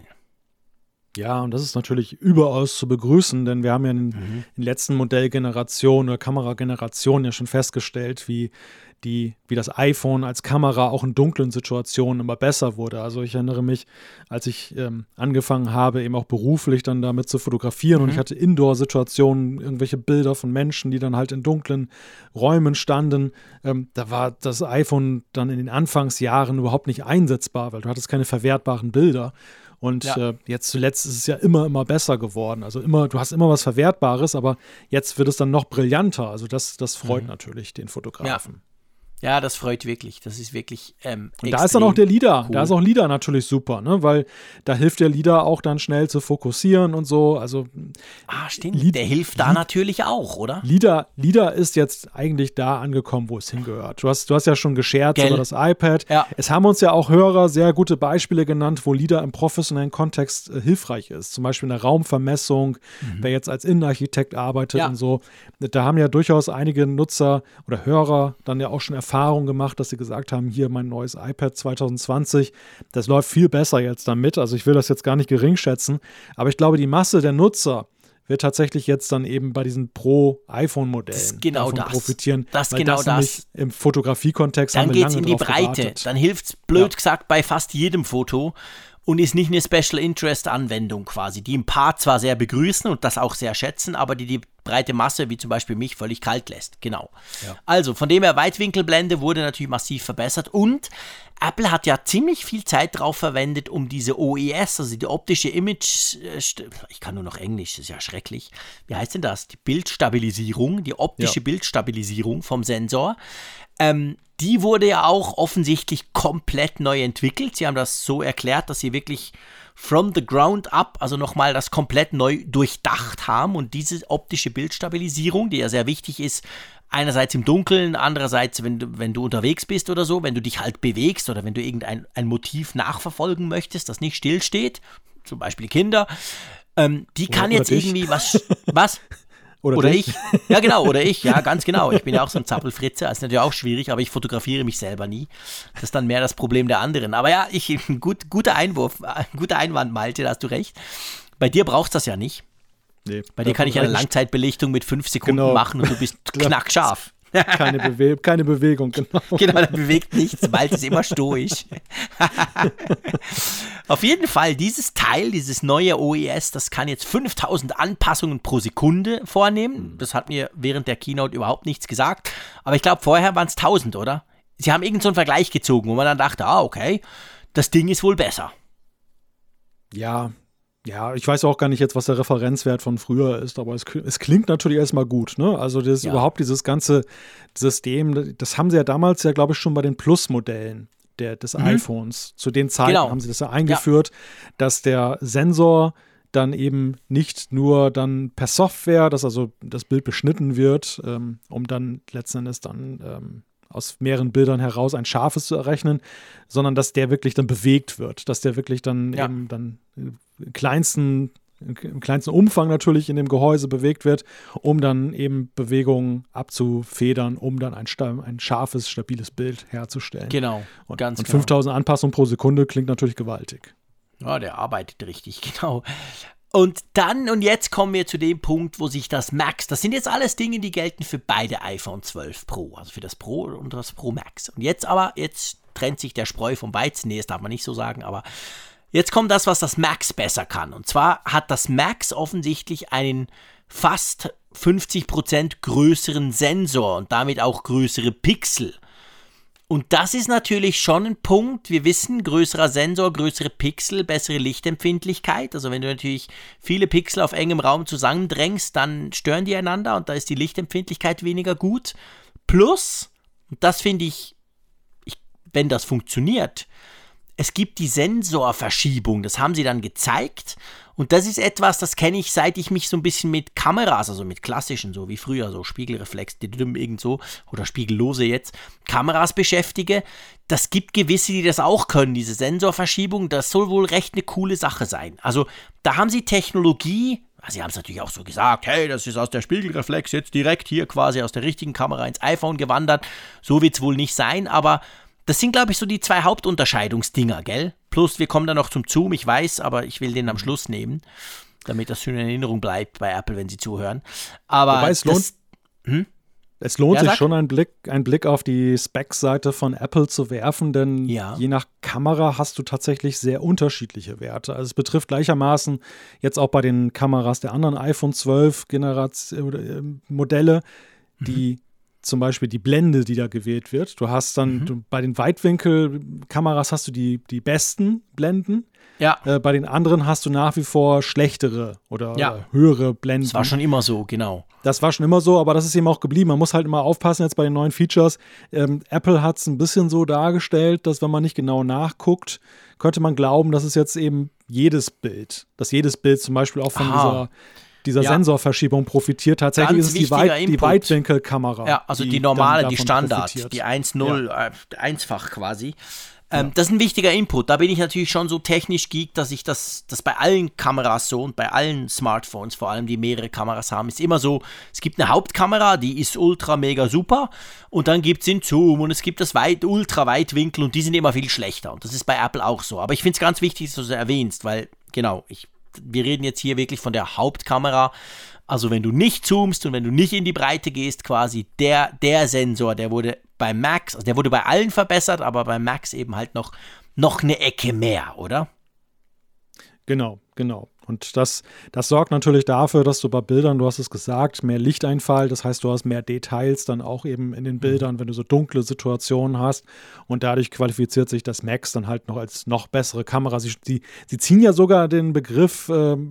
Ja, und das ist natürlich überaus zu begrüßen, denn wir haben ja in den letzten Modellgenerationen oder Kameragenerationen ja schon festgestellt, wie das iPhone als Kamera auch in dunklen Situationen immer besser wurde. Also ich erinnere mich, als ich angefangen habe, eben auch beruflich dann damit zu fotografieren und ich hatte Indoor-Situationen, irgendwelche Bilder von Menschen, die dann halt in dunklen Räumen standen. Da war das iPhone dann in den Anfangsjahren überhaupt nicht einsetzbar, weil du hattest keine verwertbaren Bilder. Und jetzt zuletzt ist es ja immer besser geworden. Also du hast immer was Verwertbares, aber jetzt wird es dann noch brillanter. Also das freut natürlich den Fotografen. Ja, das freut wirklich. Das ist wirklich und da ist dann auch der LiDAR. Cool. Da ist auch LiDAR natürlich super, ne? Weil da hilft der LiDAR auch dann schnell zu fokussieren und so. Also stimmt. Der hilft da natürlich auch, oder? LiDAR ist jetzt eigentlich da angekommen, wo es hingehört. Du hast ja schon gescherzt über das iPad. Ja. Es haben uns ja auch Hörer sehr gute Beispiele genannt, wo LiDAR im professionellen Kontext hilfreich ist. Zum Beispiel in der Raumvermessung, wer jetzt als Innenarchitekt arbeitet und so. Da haben ja durchaus einige Nutzer oder Hörer dann ja auch schon Erfahrung gemacht, dass sie gesagt haben, hier mein neues iPad 2020, das läuft viel besser jetzt damit. Also ich will das jetzt gar nicht gering schätzen, aber ich glaube, die Masse der Nutzer wird tatsächlich jetzt dann eben bei diesen Pro-iPhone-Modellen davon profitieren. Das weil das nämlich im Fotografie-Kontext dann haben wir lange in die drauf Breite. gewartet. Dann hilft es blöd gesagt bei fast jedem Foto und ist nicht eine Special-Interest-Anwendung quasi, die ein paar zwar sehr begrüßen und das auch sehr schätzen, aber die breite Masse, wie zum Beispiel mich, völlig kalt lässt. Genau. Ja. Also von dem her, Weitwinkelblende wurde natürlich massiv verbessert und Apple hat ja ziemlich viel Zeit drauf verwendet, um diese OIS, also die optische Image, ich kann nur noch Englisch, das ist ja schrecklich. Wie heißt denn das? Die Bildstabilisierung, die optische Bildstabilisierung vom Sensor. Die wurde ja auch offensichtlich komplett neu entwickelt. Sie haben das so erklärt, dass sie wirklich from the ground up, also nochmal das komplett neu durchdacht haben und diese optische Bildstabilisierung, die ja sehr wichtig ist, einerseits im Dunkeln, andererseits, wenn du unterwegs bist oder so, wenn du dich halt bewegst oder wenn du irgendein Motiv nachverfolgen möchtest, das nicht stillsteht, zum Beispiel Kinder, die kann jetzt irgendwie was? Oder ich. Ja, genau, oder ich. Ja, ganz genau. Ich bin ja auch so ein Zappelfritze. Das ist natürlich auch schwierig, aber ich fotografiere mich selber nie. Das ist dann mehr das Problem der anderen. Aber ja, guter Einwand, Malte, da hast du recht. Bei dir brauchst du das ja nicht. Nee, bei dir kann ich eine Langzeitbelichtung mit 5 Sekunden machen und du bist knackscharf. Keine Bewegung, genau. Genau, der bewegt nichts, Malte ist immer stoisch. Auf jeden Fall, dieses Teil, dieses neue OIS, das kann jetzt 5000 Anpassungen pro Sekunde vornehmen. Das hat mir während der Keynote überhaupt nichts gesagt. Aber ich glaube, vorher waren es 1000, oder? Sie haben irgend so einen Vergleich gezogen, wo man dann dachte, okay, das Ding ist wohl besser. Ja, ich weiß auch gar nicht jetzt, was der Referenzwert von früher ist, aber es klingt natürlich erstmal gut, ne? Also überhaupt dieses ganze System, das haben sie ja damals ja, glaube ich, schon bei den Plus-Modellen des iPhones. Zu den Zeiten haben sie das ja eingeführt, dass der Sensor dann eben nicht nur dann per Software, dass also das Bild beschnitten wird, um dann letzten Endes dann aus mehreren Bildern heraus ein scharfes zu errechnen, sondern dass der wirklich dann bewegt wird, dass der wirklich dann eben dann im kleinsten Umfang natürlich in dem Gehäuse bewegt wird, um dann eben Bewegungen abzufedern, um dann ein scharfes, stabiles Bild herzustellen. Genau, und 5000 Anpassungen pro Sekunde klingt natürlich gewaltig. Ja, der arbeitet richtig, genau. Und jetzt kommen wir zu dem Punkt, wo sich das Max, das sind jetzt alles Dinge, die gelten für beide iPhone 12 Pro, also für das Pro und das Pro Max. Und jetzt trennt sich der Spreu vom Weizen, nee, das darf man nicht so sagen, aber jetzt kommt das, was das Max besser kann. Und zwar hat das Max offensichtlich einen fast 50% größeren Sensor und damit auch größere Pixel. Und das ist natürlich schon ein Punkt. Wir wissen, größerer Sensor, größere Pixel, bessere Lichtempfindlichkeit. Also wenn du natürlich viele Pixel auf engem Raum zusammendrängst, dann stören die einander und da ist die Lichtempfindlichkeit weniger gut. Plus, und das finde ich, wenn das funktioniert, es gibt die Sensorverschiebung. Das haben sie dann gezeigt. Und das ist etwas, das kenne ich, seit ich mich so ein bisschen mit Kameras, also mit klassischen, so wie früher, so Spiegelreflex, irgend so, oder spiegellose jetzt, Kameras beschäftige. Das gibt gewisse, die das auch können, diese Sensorverschiebung. Das soll wohl recht eine coole Sache sein. Also da haben sie Technologie, sie haben es natürlich auch so gesagt, hey, das ist aus der Spiegelreflex jetzt direkt hier quasi aus der richtigen Kamera ins iPhone gewandert. So wird es wohl nicht sein, aber das sind, glaube ich, so die zwei Hauptunterscheidungsdinger, gell? Plus, wir kommen dann noch zum Zoom, ich weiß, aber ich will den am Schluss nehmen, damit das schön in Erinnerung bleibt bei Apple, wenn sie zuhören. Aber wobei es lohnt sich schon, einen Blick auf die Specs-Seite von Apple zu werfen, denn je nach Kamera hast du tatsächlich sehr unterschiedliche Werte. Also es betrifft gleichermaßen jetzt auch bei den Kameras der anderen iPhone 12 Modelle, die zum Beispiel die Blende, die da gewählt wird. Du hast dann, bei den Weitwinkelkameras hast du die besten Blenden. Ja. Bei den anderen hast du nach wie vor schlechtere oder höhere Blenden. Das war schon immer so, genau. Das war schon immer so, aber das ist eben auch geblieben. Man muss halt immer aufpassen jetzt bei den neuen Features. Apple hat es ein bisschen so dargestellt, dass wenn man nicht genau nachguckt, könnte man glauben, dass es jetzt eben jedes Bild zum Beispiel auch von dieser Sensorverschiebung profitiert. Tatsächlich ist es die Weitwinkelkamera. Ja, also die normale, die Standard, die 1.0, Einfach quasi. Das ist ein wichtiger Input. Da bin ich natürlich schon so technisch geekt, dass ich das bei allen Kameras so und bei allen Smartphones, vor allem die mehrere Kameras haben, ist immer so, es gibt eine Hauptkamera, die ist ultra mega super und dann gibt es den Zoom und es gibt das Ultra-Weitwinkel und die sind immer viel schlechter und das ist bei Apple auch so. Aber ich finde es ganz wichtig, dass du es erwähnst, weil, genau, wir reden jetzt hier wirklich von der Hauptkamera. Also wenn du nicht zoomst und wenn du nicht in die Breite gehst, quasi der Sensor, der wurde bei Max, also der wurde bei allen verbessert, aber bei Max eben halt noch eine Ecke mehr, oder? Genau. Und das sorgt natürlich dafür, dass du bei Bildern, du hast es gesagt, mehr Lichteinfall, das heißt, du hast mehr Details dann auch eben in den Bildern, wenn du so dunkle Situationen hast und dadurch qualifiziert sich das Max dann halt noch als noch bessere Kamera. Sie ziehen ja sogar den Begriff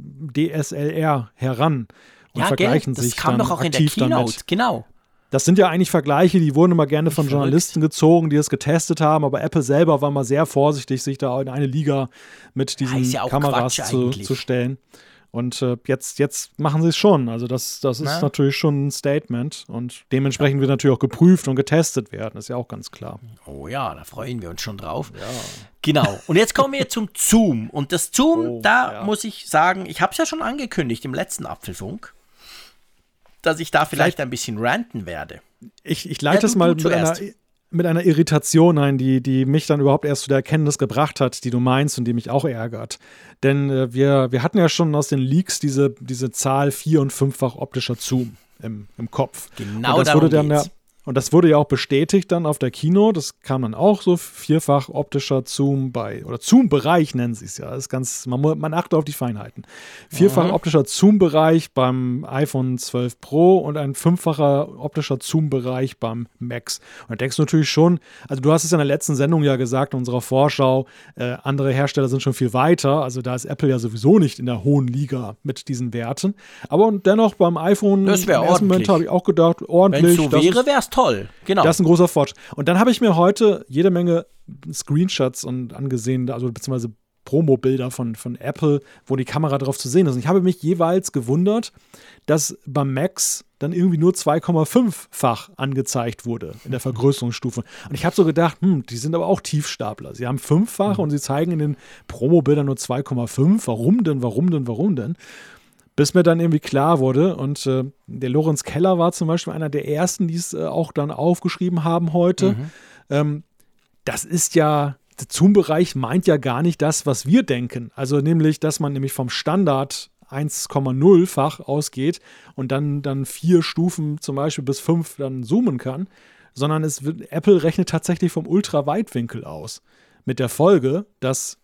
DSLR heran und vergleichen sich dann. Das kam doch auch in der Keynote, damit. Genau. Das sind ja eigentlich Vergleiche, die wurden immer gerne von Journalisten gezogen, die es getestet haben, aber Apple selber war mal sehr vorsichtig, sich da in eine Liga mit diesen Kameras zu stellen. Und jetzt machen sie es schon. Also das ist natürlich schon ein Statement und dementsprechend wird natürlich auch geprüft und getestet werden, ist ja auch ganz klar. Oh ja, da freuen wir uns schon drauf. Ja. Genau. Und jetzt kommen wir zum Zoom. Und das Zoom, muss ich sagen, ich habe es ja schon angekündigt im letzten Apfelfunk, dass ich da vielleicht ein bisschen ranten werde. Ich leite es mal mit einer Irritation ein, die mich dann überhaupt erst zu der Erkenntnis gebracht hat, die du meinst und die mich auch ärgert. Denn wir hatten ja schon aus den Leaks diese Zahl 4- und 5-fach optischer Zoom im Kopf. Genau, darum geht's. Und das wurde ja auch bestätigt dann auf der Keynote. Das kam dann auch so, vierfach optischer Zoom oder Zoom-Bereich nennen sie es ja. Das ist ganz, man achtet auf die Feinheiten. Vierfach optischer Zoom-Bereich beim iPhone 12 Pro und ein fünffacher optischer Zoom-Bereich beim Max. Und da denkst du natürlich schon, also du hast es in der letzten Sendung ja gesagt, in unserer Vorschau, andere Hersteller sind schon viel weiter. Also da ist Apple ja sowieso nicht in der hohen Liga mit diesen Werten. Aber dennoch beim iPhone, das wäre ordentlich. Moment habe ich auch gedacht, ordentlich. Wenn es so wäre, wäre es toll. Genau. Das ist ein großer Fortschritt. Und dann habe ich mir heute jede Menge Screenshots und angesehen, also beziehungsweise Promo-Bilder von Apple, wo die Kamera drauf zu sehen ist. Und ich habe mich jeweils gewundert, dass beim Max dann irgendwie nur 2,5-fach angezeigt wurde in der Vergrößerungsstufe. Und ich habe so gedacht, die sind aber auch Tiefstapler. Sie haben 5-fach und sie zeigen in den Promo-Bildern nur 2,5. Warum denn? Bis mir dann irgendwie klar wurde, und der Lorenz Keller war zum Beispiel einer der ersten, die es auch dann aufgeschrieben haben heute. Das ist ja, der Zoom-Bereich meint ja gar nicht das, was wir denken. Also nämlich, dass man nämlich vom Standard 1,0-fach ausgeht und dann 4 Stufen zum Beispiel bis 5 dann zoomen kann, sondern Apple rechnet tatsächlich vom Ultraweitwinkel aus. Mit der Folge, dass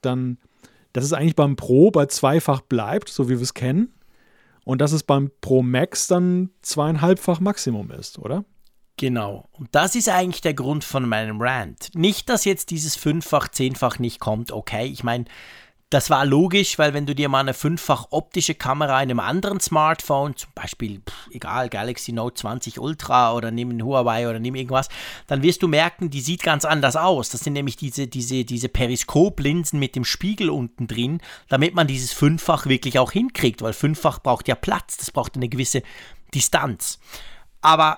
es eigentlich beim Pro bei 2-fach bleibt, so wie wir es kennen, und dass es beim Pro Max dann 2,5-fach Maximum ist, oder? Genau. Und das ist eigentlich der Grund von meinem Rant. Nicht, dass jetzt dieses 5-fach, 10-fach nicht kommt, okay. Ich meine, das war logisch, weil wenn du dir mal eine 5-fach optische Kamera in einem anderen Smartphone, zum Beispiel, egal, Galaxy Note 20 Ultra oder nimm ein Huawei oder nimm irgendwas, dann wirst du merken, die sieht ganz anders aus. Das sind nämlich diese Periskoplinsen mit dem Spiegel unten drin, damit man dieses 5-fach wirklich auch hinkriegt, weil 5-fach braucht ja Platz, das braucht eine gewisse Distanz. Aber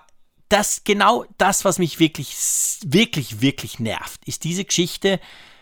genau das, was mich wirklich, wirklich, wirklich nervt, ist diese Geschichte.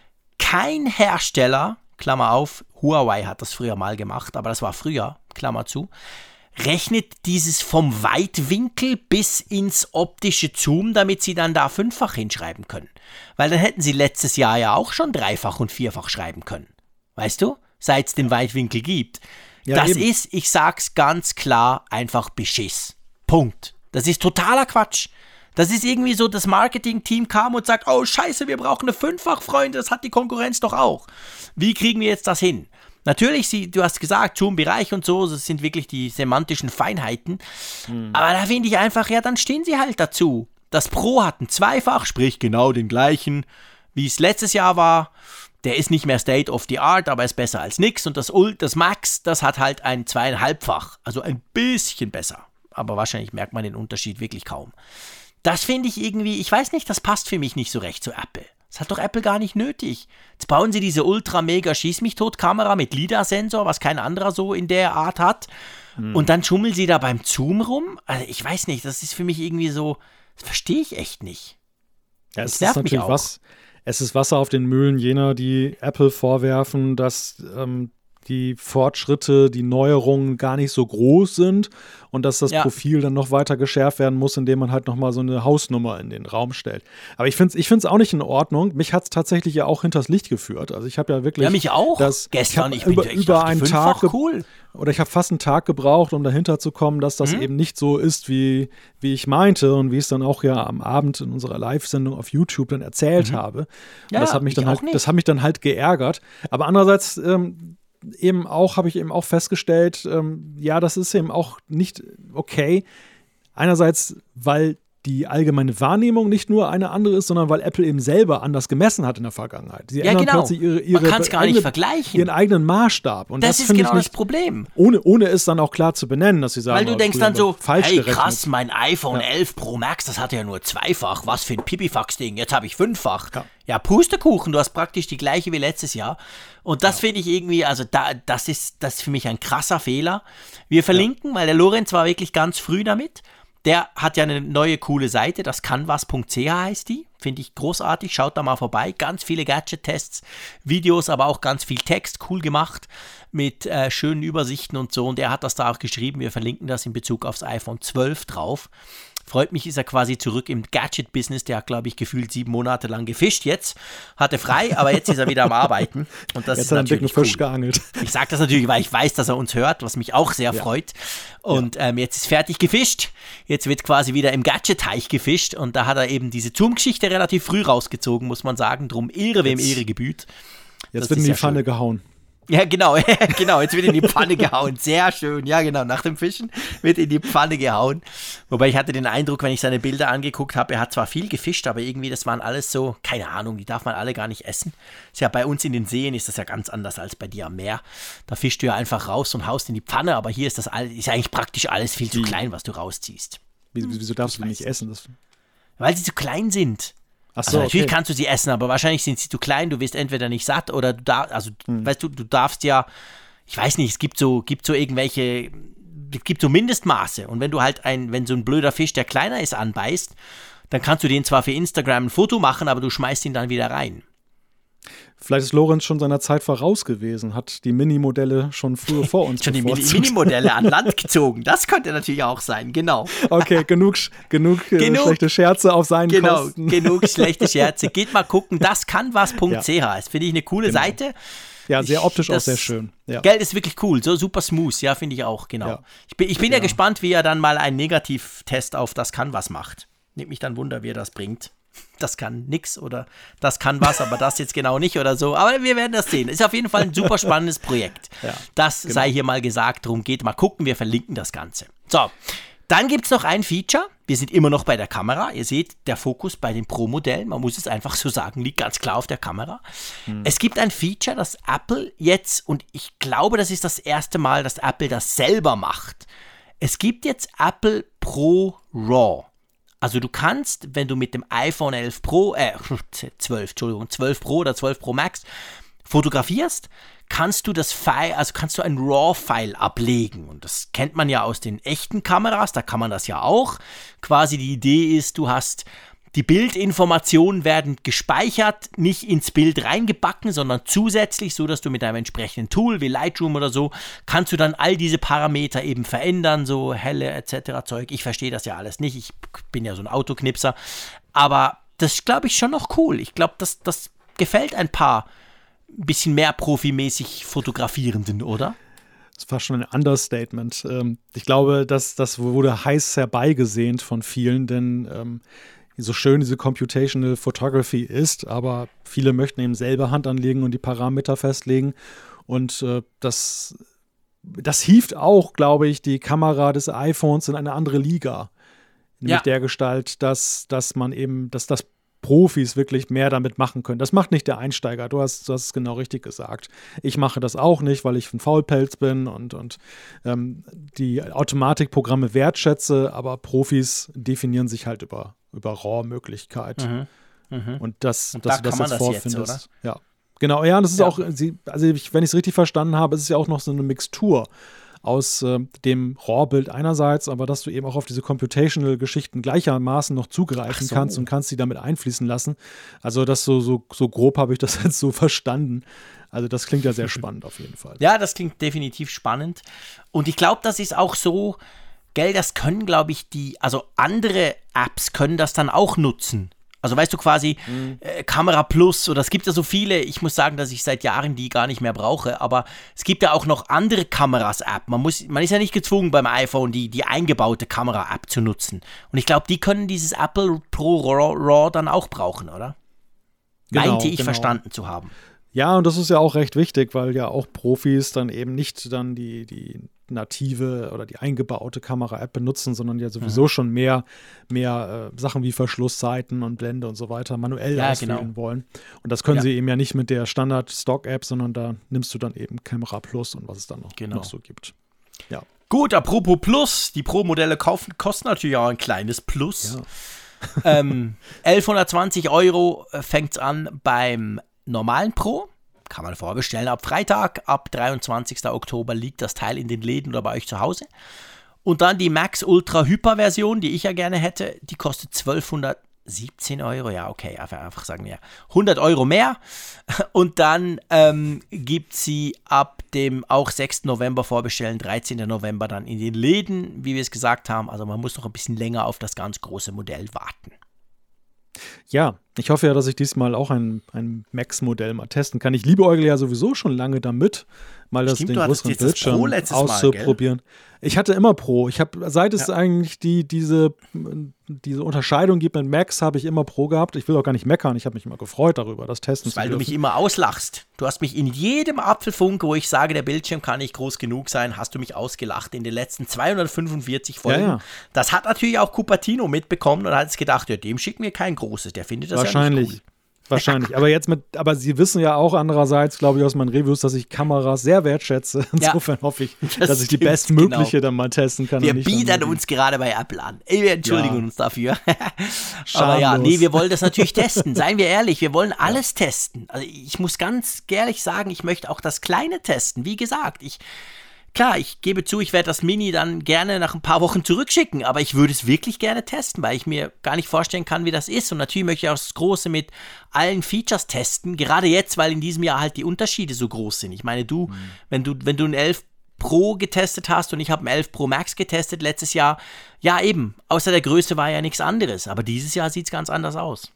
Kein Hersteller, Klammer auf, Huawei hat das früher mal gemacht, aber das war früher, Klammer zu, rechnet dieses vom Weitwinkel bis ins optische Zoom, damit sie dann da 5-fach hinschreiben können. Weil dann hätten sie letztes Jahr ja auch schon 3-fach und 4-fach schreiben können. Weißt du? Seit es den Weitwinkel gibt. Ja, das eben. Ist, ich sag's ganz klar, einfach Beschiss. Punkt. Das ist totaler Quatsch. Das ist irgendwie so, das Marketing-Team kam und sagt, oh scheiße, wir brauchen eine 5-fach, Freunde, das hat die Konkurrenz doch auch. Wie kriegen wir jetzt das hin? Natürlich, du hast gesagt, Zoom-Bereich und so, das sind wirklich die semantischen Feinheiten. Aber da finde ich einfach, ja, dann stehen sie halt dazu. Das Pro hat ein 2-fach, sprich genau den gleichen, wie es letztes Jahr war. Der ist nicht mehr State of the Art, aber ist besser als nix. Und das Max, das hat halt ein 2,5-fach, also ein bisschen besser. Aber wahrscheinlich merkt man den Unterschied wirklich kaum. Das finde ich irgendwie, ich weiß nicht, das passt für mich nicht so recht zu Apple. Das hat doch Apple gar nicht nötig. Jetzt bauen sie diese Ultra-Mega-Schieß-mich-tot-Kamera mit LiDAR-Sensor, was kein anderer so in der Art hat. Und dann schummeln sie da beim Zoom rum. Also ich weiß nicht, das ist für mich irgendwie so, das verstehe ich echt nicht. Ja, es ist natürlich es ist Wasser auf den Mühlen jener, die Apple vorwerfen, dass die Fortschritte, die Neuerungen gar nicht so groß sind und dass das Profil dann noch weiter geschärft werden muss, indem man halt nochmal so eine Hausnummer in den Raum stellt. Aber ich finde es auch nicht in Ordnung. Mich hat es tatsächlich ja auch hinters Licht geführt. Also ich habe ja wirklich... Ja, mich auch. Gestern, ich bin über einen Tag cool. Oder ich habe fast einen Tag gebraucht, um dahinter zu kommen, dass das eben nicht so ist, wie ich meinte und wie ich es dann auch ja am Abend in unserer Live-Sendung auf YouTube dann erzählt habe. Und das hat mich dann halt geärgert. Aber andererseits habe ich eben auch festgestellt, das ist eben auch nicht okay. Einerseits, weil die allgemeine Wahrnehmung nicht nur eine andere ist, sondern weil Apple eben selber anders gemessen hat in der Vergangenheit. Sie ändern plötzlich man kann es gar nicht vergleichen. Ihren eigenen Maßstab. Und das ist genau das Problem. Ohne es dann auch klar zu benennen, dass sie sagen, weil du denkst dann so, falsch hey gerechnet. Krass, mein iPhone 11 Pro Max, das hatte ja nur 2-fach. Was für ein Pipifax-Ding, jetzt habe ich 5-fach. Ja, Pustekuchen, du hast praktisch die gleiche wie letztes Jahr. Und das finde ich irgendwie, also das ist für mich ein krasser Fehler. Wir verlinken, weil der Lorenz war wirklich ganz früh damit. Der hat ja eine neue coole Seite, das canvas.ch heißt die. Finde ich großartig, schaut da mal vorbei. Ganz viele Gadget-Tests, Videos, aber auch ganz viel Text, cool gemacht, mit schönen Übersichten und so. Und er hat das da auch geschrieben, wir verlinken das in Bezug aufs iPhone 12 drauf. Freut mich, ist er quasi zurück im Gadget-Business. Der hat, glaube ich, gefühlt 7 Monate lang gefischt. Jetzt hatte frei, aber jetzt ist er wieder am Arbeiten. Und das Jetzt ist hat er einen dicken natürlich Fisch cool. geangelt. Ich sage das natürlich, weil ich weiß, dass er uns hört, was mich auch sehr freut. Und jetzt ist fertig gefischt. Jetzt wird quasi wieder im Gadget-Teich gefischt. Und da hat er eben diese Zoom-Geschichte relativ früh rausgezogen, muss man sagen. Drum Ehre, wem Ehre gebührt. Jetzt wird in die Pfanne gehauen. Ja, genau, genau, jetzt wird in die Pfanne gehauen. Sehr schön, ja genau, nach dem Fischen wird in die Pfanne gehauen. Wobei ich hatte den Eindruck, wenn ich seine Bilder angeguckt habe, er hat zwar viel gefischt, aber irgendwie, das waren alles so, keine Ahnung, die darf man alle gar nicht essen. Ist ja bei uns in den Seen ist das ja ganz anders als bei dir am Meer. Da fischst du ja einfach raus und haust in die Pfanne, aber hier ist das alles, ist eigentlich praktisch alles viel zu klein, was du rausziehst. Wieso darfst du die nicht essen? Weil sie zu klein sind. Ach so, Also natürlich okay. kannst du sie essen, aber wahrscheinlich sind sie zu klein, du wirst entweder nicht satt oder weißt du, du darfst ja, ich weiß nicht, es gibt so Mindestmaße und wenn du halt wenn so ein blöder Fisch, der kleiner ist, anbeißt, dann kannst du den zwar für Instagram ein Foto machen, aber du schmeißt ihn dann wieder rein. Vielleicht ist Lorenz schon seiner Zeit voraus gewesen, hat die Mini-Modelle schon früher vor uns Schon die bevorzugt. Mini-Modelle an Land gezogen, das könnte natürlich auch sein, genau. Okay, genug schlechte Scherze auf seinen Kosten. Genug schlechte Scherze. Geht mal gucken, daskanwas.ch. Das finde ich eine coole Seite. Ja, sehr optisch auch sehr schön. Ja. Gell, ist wirklich cool, so super smooth, ja, finde ich auch, genau. Ja. Ich bin ja gespannt, wie er dann mal einen Negativtest auf das kann was macht. Nimmt mich dann Wunder, wie er das bringt. Das kann nix oder das kann was, aber das jetzt genau nicht oder so. Aber wir werden das sehen. Ist auf jeden Fall ein super spannendes Projekt. Ja, das sei hier mal gesagt, darum geht mal gucken, wir verlinken das Ganze. So, dann gibt es noch ein Feature. Wir sind immer noch bei der Kamera. Ihr seht, der Fokus bei den Pro-Modellen, man muss es einfach so sagen, liegt ganz klar auf der Kamera. Es gibt ein Feature, das Apple jetzt, und ich glaube, das ist das erste Mal, dass Apple das selber macht. Es gibt jetzt Apple Pro RAW. Also du kannst, wenn du mit dem iPhone 12 Pro oder 12 Pro Max fotografierst, kannst du ein RAW-File ablegen. Und das kennt man ja aus den echten Kameras, da kann man das ja auch. Quasi die Idee ist, du hast die Bildinformationen werden gespeichert, nicht ins Bild reingebacken, sondern zusätzlich, so dass du mit einem entsprechenden Tool wie Lightroom oder so, kannst du dann all diese Parameter eben verändern, so helle etc. Zeug. Ich verstehe das ja alles nicht, ich bin ja so ein Autoknipser, aber das ist, glaube ich, schon noch cool. Ich glaube, das gefällt ein paar bisschen mehr profimäßig Fotografierenden, oder? Das war schon ein Understatement. Ich glaube, das wurde heiß herbeigesehnt von vielen, denn so schön diese Computational Photography ist, aber viele möchten eben selber Hand anlegen und die Parameter festlegen. Und das hieft auch, glaube ich, die Kamera des iPhones in eine andere Liga. Nämlich der Gestalt, dass Profis wirklich mehr damit machen können. Das macht nicht der Einsteiger. Du hast es genau richtig gesagt. Ich mache das auch nicht, weil ich ein Faulpelz bin und die Automatikprogramme wertschätze, aber Profis definieren sich halt über RAW-Möglichkeit. Und dass du das jetzt vorfindest. Ja, genau. Ja, das ist auch, wenn ich es richtig verstanden habe, ist es ja auch noch so eine Mixtur aus dem RAW-Bild einerseits, aber dass du eben auch auf diese Computational-Geschichten gleichermaßen noch zugreifen kannst und kannst die damit einfließen lassen. Also das so grob habe ich das jetzt so verstanden. Also das klingt ja sehr spannend auf jeden Fall. Ja, das klingt definitiv spannend. Und ich glaube, das ist auch so, gell, das können, glaube ich, andere Apps können das dann auch nutzen. Also weißt du quasi, Kamera Plus oder es gibt ja so viele, ich muss sagen, dass ich seit Jahren die gar nicht mehr brauche, aber es gibt ja auch noch andere Kameras-App. Man ist ja nicht gezwungen beim iPhone die eingebaute Kamera-App zu nutzen. Und ich glaube, die können dieses Apple Pro RAW dann auch brauchen, oder? Meinte ich verstanden zu haben. Ja, und das ist ja auch recht wichtig, weil ja auch Profis dann eben nicht dann die native oder die eingebaute Kamera-App benutzen, sondern ja sowieso schon mehr Sachen wie Verschlusszeiten und Blende und so weiter manuell auswählen wollen. Und das können sie eben ja nicht mit der Standard-Stock-App, sondern da nimmst du dann eben Camera Plus und was es dann noch so gibt. Ja. Gut, apropos Plus, die Pro-Modelle kosten natürlich auch ein kleines Plus. Ja. 1120 € fängt es an beim normalen Pro. Kann man vorbestellen ab Freitag. Ab 23. Oktober liegt das Teil in den Läden oder bei euch zu Hause. Und dann die Max Ultra Hyper Version, die ich ja gerne hätte, die kostet 1200 17 Euro, ja, okay, einfach sagen wir 100 Euro mehr. Und dann gibt sie ab dem auch 6. November vorbestellen, 13. November dann in den Läden, wie wir es gesagt haben. Also man muss noch ein bisschen länger auf das ganz große Modell warten. Ja, ich hoffe ja, dass ich diesmal auch ein Max-Modell mal testen kann. Ich liebäugle ja sowieso schon lange damit, mal den größeren Bildschirm auszuprobieren. Ich hatte immer Pro. Seit es eigentlich diese Unterscheidung gibt mit Max, habe ich immer Pro gehabt. Ich will auch gar nicht meckern. Ich habe mich immer gefreut darüber, das testen zu dürfen. Weil du mich immer auslachst. Du hast mich in jedem Apfelfunk, wo ich sage, der Bildschirm kann nicht groß genug sein, hast du mich ausgelacht in den letzten 245 Folgen. Ja. Das hat natürlich auch Cupertino mitbekommen und hat jetzt gedacht, ja, dem schicken wir kein großes. Der findet das ja nicht cool. Wahrscheinlich. Aber Sie wissen ja auch andererseits, glaube ich, aus meinen Reviews, dass ich Kameras sehr wertschätze. Insofern hoffe ich, dass ich die bestmögliche dann mal testen kann. Wir biedern uns gerade bei Apple an. Wir entschuldigen uns dafür. Aber ja, nee, wir wollen das natürlich testen. Seien wir ehrlich, wir wollen alles testen. Also ich muss ganz ehrlich sagen, ich möchte auch das Kleine testen. Wie gesagt, Klar, ich gebe zu, ich werde das Mini dann gerne nach ein paar Wochen zurückschicken, aber ich würde es wirklich gerne testen, weil ich mir gar nicht vorstellen kann, wie das ist. Und natürlich möchte ich auch das Große mit allen Features testen, gerade jetzt, weil in diesem Jahr halt die Unterschiede so groß sind. Ich meine, wenn du ein 11 Pro getestet hast und ich habe ein 11 Pro Max getestet letztes Jahr, ja eben, außer der Größe war ja nichts anderes, aber dieses Jahr sieht es ganz anders aus.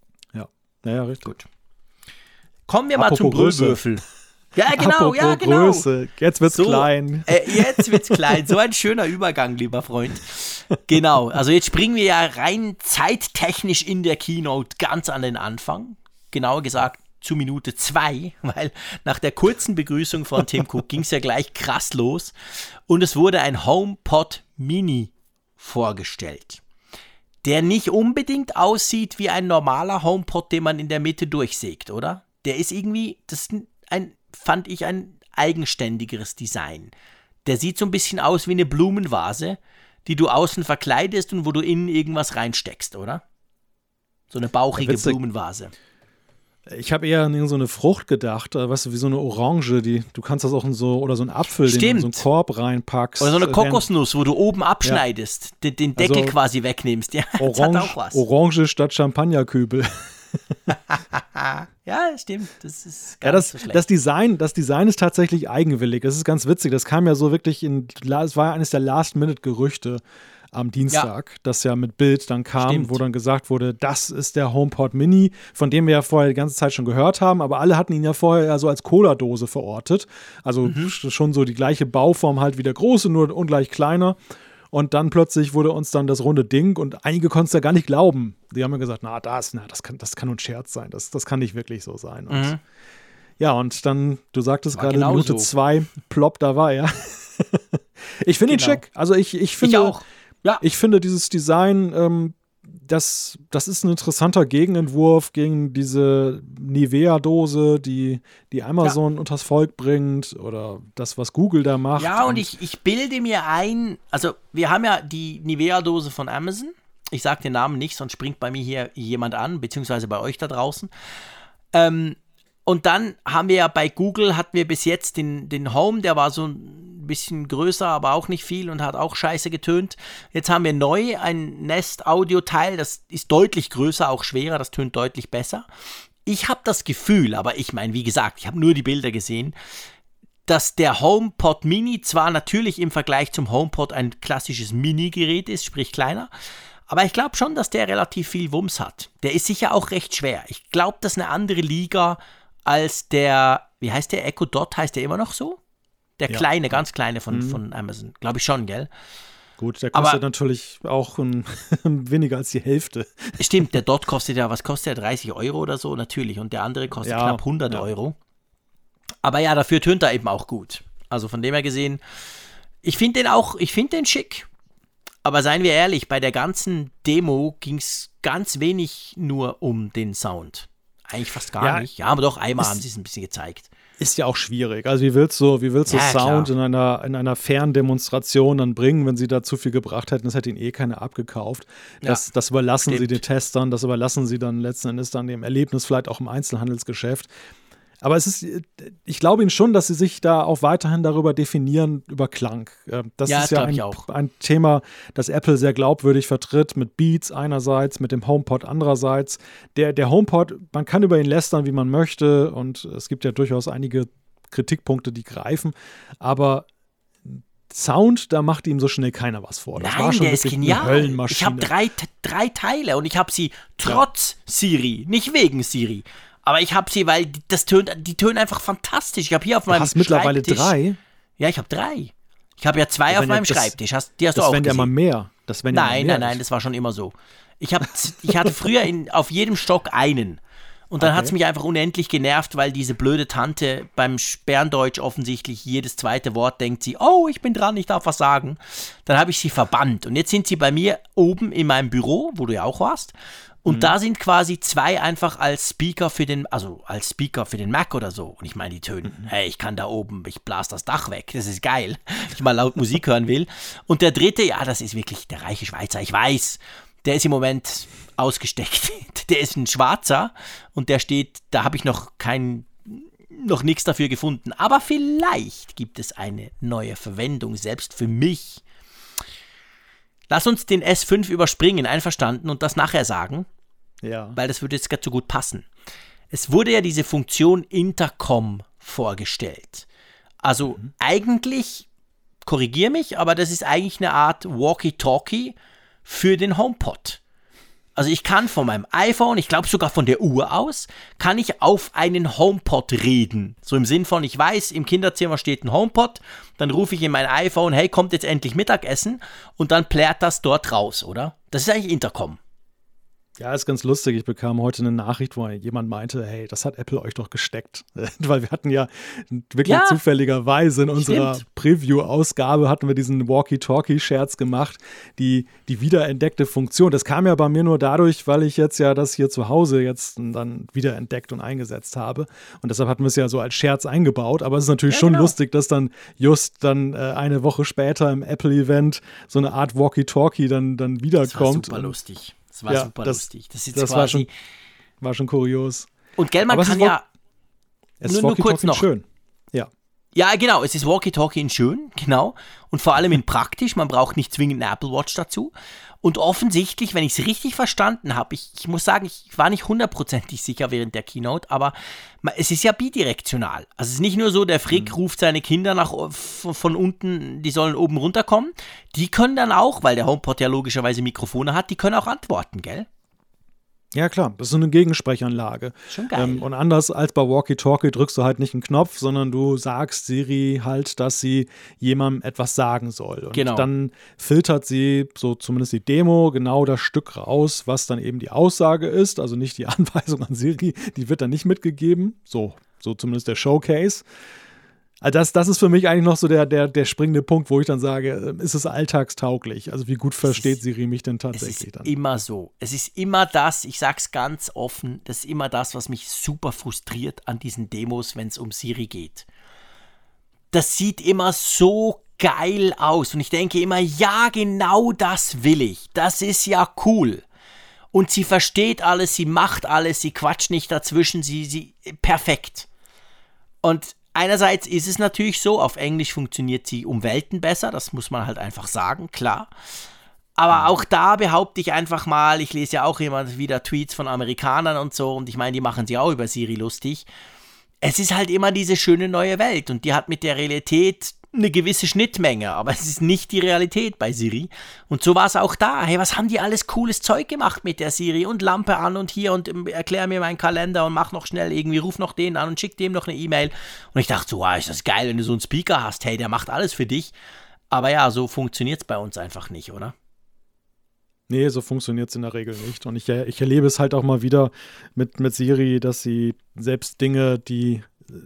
Ja, richtig. Gut. Kommen wir mal zum Brüllwürfel. Ja, genau, Größe. Jetzt wird's klein. Jetzt wird's klein. So ein schöner Übergang, lieber Freund. Genau, also jetzt springen wir ja rein zeittechnisch in der Keynote ganz an den Anfang. Genauer gesagt zu Minute 2, weil nach der kurzen Begrüßung von Tim Cook ging es ja gleich krass los. Und es wurde ein HomePod Mini vorgestellt, der nicht unbedingt aussieht wie ein normaler HomePod, den man in der Mitte durchsägt, oder? Der ist irgendwie, fand ich ein eigenständigeres Design. Der sieht so ein bisschen aus wie eine Blumenvase, die du außen verkleidest und wo du innen irgendwas reinsteckst, oder? So eine bauchige Blumenvase. Ich habe eher an so eine Frucht gedacht, weißt du, wie so eine Orange, du kannst das auch oder so einen Apfel, den du in so einen Korb reinpackst. Oder so eine Kokosnuss, wo du oben abschneidest, den Deckel quasi wegnimmst. Ja, das hat auch was. Orange statt Champagnerkübel. Ja, stimmt. Das ist gar nicht so schlecht. Das Design ist tatsächlich eigenwillig. Das ist ganz witzig. Das kam ja so wirklich es war ja eines der Last-Minute-Gerüchte am Dienstag, das ja mit Bild dann kam, wo dann gesagt wurde, das ist der HomePod Mini, von dem wir ja vorher die ganze Zeit schon gehört haben, aber alle hatten ihn ja vorher ja so als Cola-Dose verortet. Also schon so die gleiche Bauform halt wie der große, nur ungleich kleiner. Und dann plötzlich wurde uns dann das runde Ding und einige konnten es ja gar nicht glauben. Die haben ja gesagt, das kann nur ein Scherz sein, das kann nicht wirklich so sein. Und ja, und dann, du sagtest gerade genau Minute 2, plopp, da war er. Ich finde ihn schick. Also ich finde ich auch. Ja. Ich finde dieses Design, das ist ein interessanter Gegenentwurf gegen diese Nivea-Dose, die Amazon unters Volk bringt oder das, was Google da macht. Ja, und ich bilde mir ein, also wir haben ja die Nivea-Dose von Amazon. Ich sage den Namen nicht, sonst springt bei mir hier jemand an, beziehungsweise bei euch da draußen. Und dann haben wir ja bei Google, hatten wir bis jetzt den Home, der war so ein bisschen größer, aber auch nicht viel und hat auch scheiße getönt. Jetzt haben wir neu ein Nest-Audio-Teil, das ist deutlich größer, auch schwerer, das tönt deutlich besser. Ich habe das Gefühl, aber ich meine, wie gesagt, ich habe nur die Bilder gesehen, dass der HomePod Mini zwar natürlich im Vergleich zum HomePod ein klassisches Mini-Gerät ist, sprich kleiner, aber ich glaube schon, dass der relativ viel Wumms hat. Der ist sicher auch recht schwer. Ich glaube, das ist eine andere Liga als der, wie heißt der, Echo Dot, heißt der immer noch so? Der kleine, ganz kleine von Amazon. Glaube ich schon, gell? Gut, der kostet natürlich auch weniger als die Hälfte. Stimmt, der Dot kostet ja, was kostet der, 30 Euro oder so? Natürlich. Und der andere kostet knapp 100 Euro. Aber ja, dafür tönt er eben auch gut. Also von dem her gesehen, ich finde den schick. Aber seien wir ehrlich, bei der ganzen Demo ging es ganz wenig nur um den Sound. Eigentlich fast gar nicht. Ja, aber doch, einmal haben sie es ein bisschen gezeigt. Ist ja auch schwierig. Also wie willst du Sound in einer Ferndemonstration dann bringen, wenn sie da zu viel gebracht hätten? Das hätte ihnen keiner abgekauft. Das überlassen sie den Testern, das überlassen sie dann letzten Endes dann dem Erlebnis, vielleicht auch im Einzelhandelsgeschäft. Aber ich glaube Ihnen schon, dass Sie sich da auch weiterhin darüber definieren, über Klang. Das ist ja ein Thema, das Apple sehr glaubwürdig vertritt, mit Beats einerseits, mit dem HomePod andererseits. Der HomePod, man kann über ihn lästern, wie man möchte, und es gibt ja durchaus einige Kritikpunkte, die greifen, aber Sound, da macht ihm so schnell keiner was vor. Das war schon der ist genial. Eine Höllenmaschine. Ich habe drei Teile und ich habe sie trotz Siri, nicht wegen Siri. Aber ich habe sie, weil die tönen einfach fantastisch. Ich habe hier auf meinem Schreibtisch... Du hast mittlerweile 3? Ja, ich habe 3. Ich habe ja 2 auf meinem Schreibtisch. Die hast du auch gesehen. Das wären ja mal mehr. Nein, das war schon immer so. Ich hatte früher auf jedem Stock einen. Und dann hat es mich einfach unendlich genervt, weil diese blöde Tante beim Berndeutsch offensichtlich jedes zweite Wort denkt sie, oh, ich bin dran, ich darf was sagen. Dann habe ich sie verbannt. Und jetzt sind sie bei mir oben in meinem Büro, wo du ja auch warst. Und da sind quasi 2 einfach als Speaker für den Mac oder so. Und ich meine, die tönen, hey, ich kann da oben, ich blas das Dach weg, das ist geil, wenn ich mal laut Musik hören will. Und der dritte, ja, das ist wirklich der reiche Schweizer, ich weiß, der ist im Moment ausgesteckt. Der ist ein Schwarzer und der steht, da habe ich noch nichts dafür gefunden. Aber vielleicht gibt es eine neue Verwendung, selbst für mich. Lass uns den S5 überspringen, einverstanden, und das nachher sagen. Ja. Weil das würde jetzt gerade so gut passen. Es wurde ja diese Funktion Intercom vorgestellt. Also eigentlich, korrigier mich, aber das ist eigentlich eine Art Walkie-Talkie für den HomePod. Also ich kann von meinem iPhone, ich glaube sogar von der Uhr aus, kann ich auf einen HomePod reden. So im Sinn von, ich weiß, im Kinderzimmer steht ein HomePod, dann rufe ich in mein iPhone, hey, kommt jetzt endlich Mittagessen, und dann plärt das dort raus, oder? Das ist eigentlich Intercom. Ja, ist ganz lustig. Ich bekam heute eine Nachricht, wo jemand meinte, hey, das hat Apple euch doch gesteckt. Weil wir hatten ja wirklich zufälligerweise in unserer Preview-Ausgabe hatten wir diesen Walkie-Talkie-Scherz gemacht, die wiederentdeckte Funktion. Das kam ja bei mir nur dadurch, weil ich jetzt ja das hier zu Hause jetzt dann wiederentdeckt und eingesetzt habe. Und deshalb hatten wir es ja so als Scherz eingebaut. Aber es ist natürlich schon lustig, dass dann just eine Woche später im Apple-Event so eine Art Walkie-Talkie dann wiederkommt. Das war super lustig. Das war super lustig. Das war schon kurios. Und gell, man kann ja nur kurz noch. Schön. Ja. Ja, genau. Es ist Walkie-Talkie in schön, genau. Und vor allem in praktisch. Man braucht nicht zwingend eine Apple Watch dazu. Und offensichtlich, wenn ich es richtig verstanden habe, ich muss sagen, ich war nicht 100% sicher während der Keynote, aber es ist ja bidirektional. Also es ist nicht nur so, der Frick ruft seine Kinder von unten, die sollen oben runterkommen. Die können dann auch, weil der HomePod ja logischerweise Mikrofone hat, die können auch antworten, gell? Ja, klar, das ist so eine Gegensprechanlage. Schon geil. Und anders als bei Walkie-Talkie drückst du halt nicht einen Knopf, sondern du sagst Siri halt, dass sie jemandem etwas sagen soll. Und dann filtert sie, so zumindest die Demo, genau das Stück raus, was dann eben die Aussage ist. Also nicht die Anweisung an Siri, die wird dann nicht mitgegeben. So zumindest der Showcase. Also das ist für mich eigentlich noch so der springende Punkt, wo ich dann sage, ist es alltagstauglich? Also wie gut versteht Siri mich denn tatsächlich dann? Es ist immer so. Es ist immer das, ich sag's ganz offen, das ist immer das, was mich super frustriert an diesen Demos, wenn es um Siri geht. Das sieht immer so geil aus und ich denke immer, ja, genau das will ich. Das ist ja cool. Und sie versteht alles, sie macht alles, sie quatscht nicht dazwischen, sie perfekt. Und einerseits ist es natürlich so, auf Englisch funktioniert sie um Welten besser, das muss man halt einfach sagen, klar. Aber auch da behaupte ich einfach mal, ich lese ja auch immer wieder Tweets von Amerikanern und so, und ich meine, die machen sich auch über Siri lustig. Es ist halt immer diese schöne neue Welt und die hat mit der Realität eine gewisse Schnittmenge, aber es ist nicht die Realität bei Siri. Und so war es auch da. Hey, was haben die alles cooles Zeug gemacht mit der Siri und Lampe an und hier und erklär mir meinen Kalender und mach noch schnell irgendwie, ruf noch den an und schick dem noch eine E-Mail. Und ich dachte so, wow, ist das geil, wenn du so einen Speaker hast. Hey, der macht alles für dich. Aber ja, so funktioniert es bei uns einfach nicht, oder? Nee, so funktioniert es in der Regel nicht. Und ich erlebe es halt auch mal wieder mit Siri, dass sie selbst Dinge, die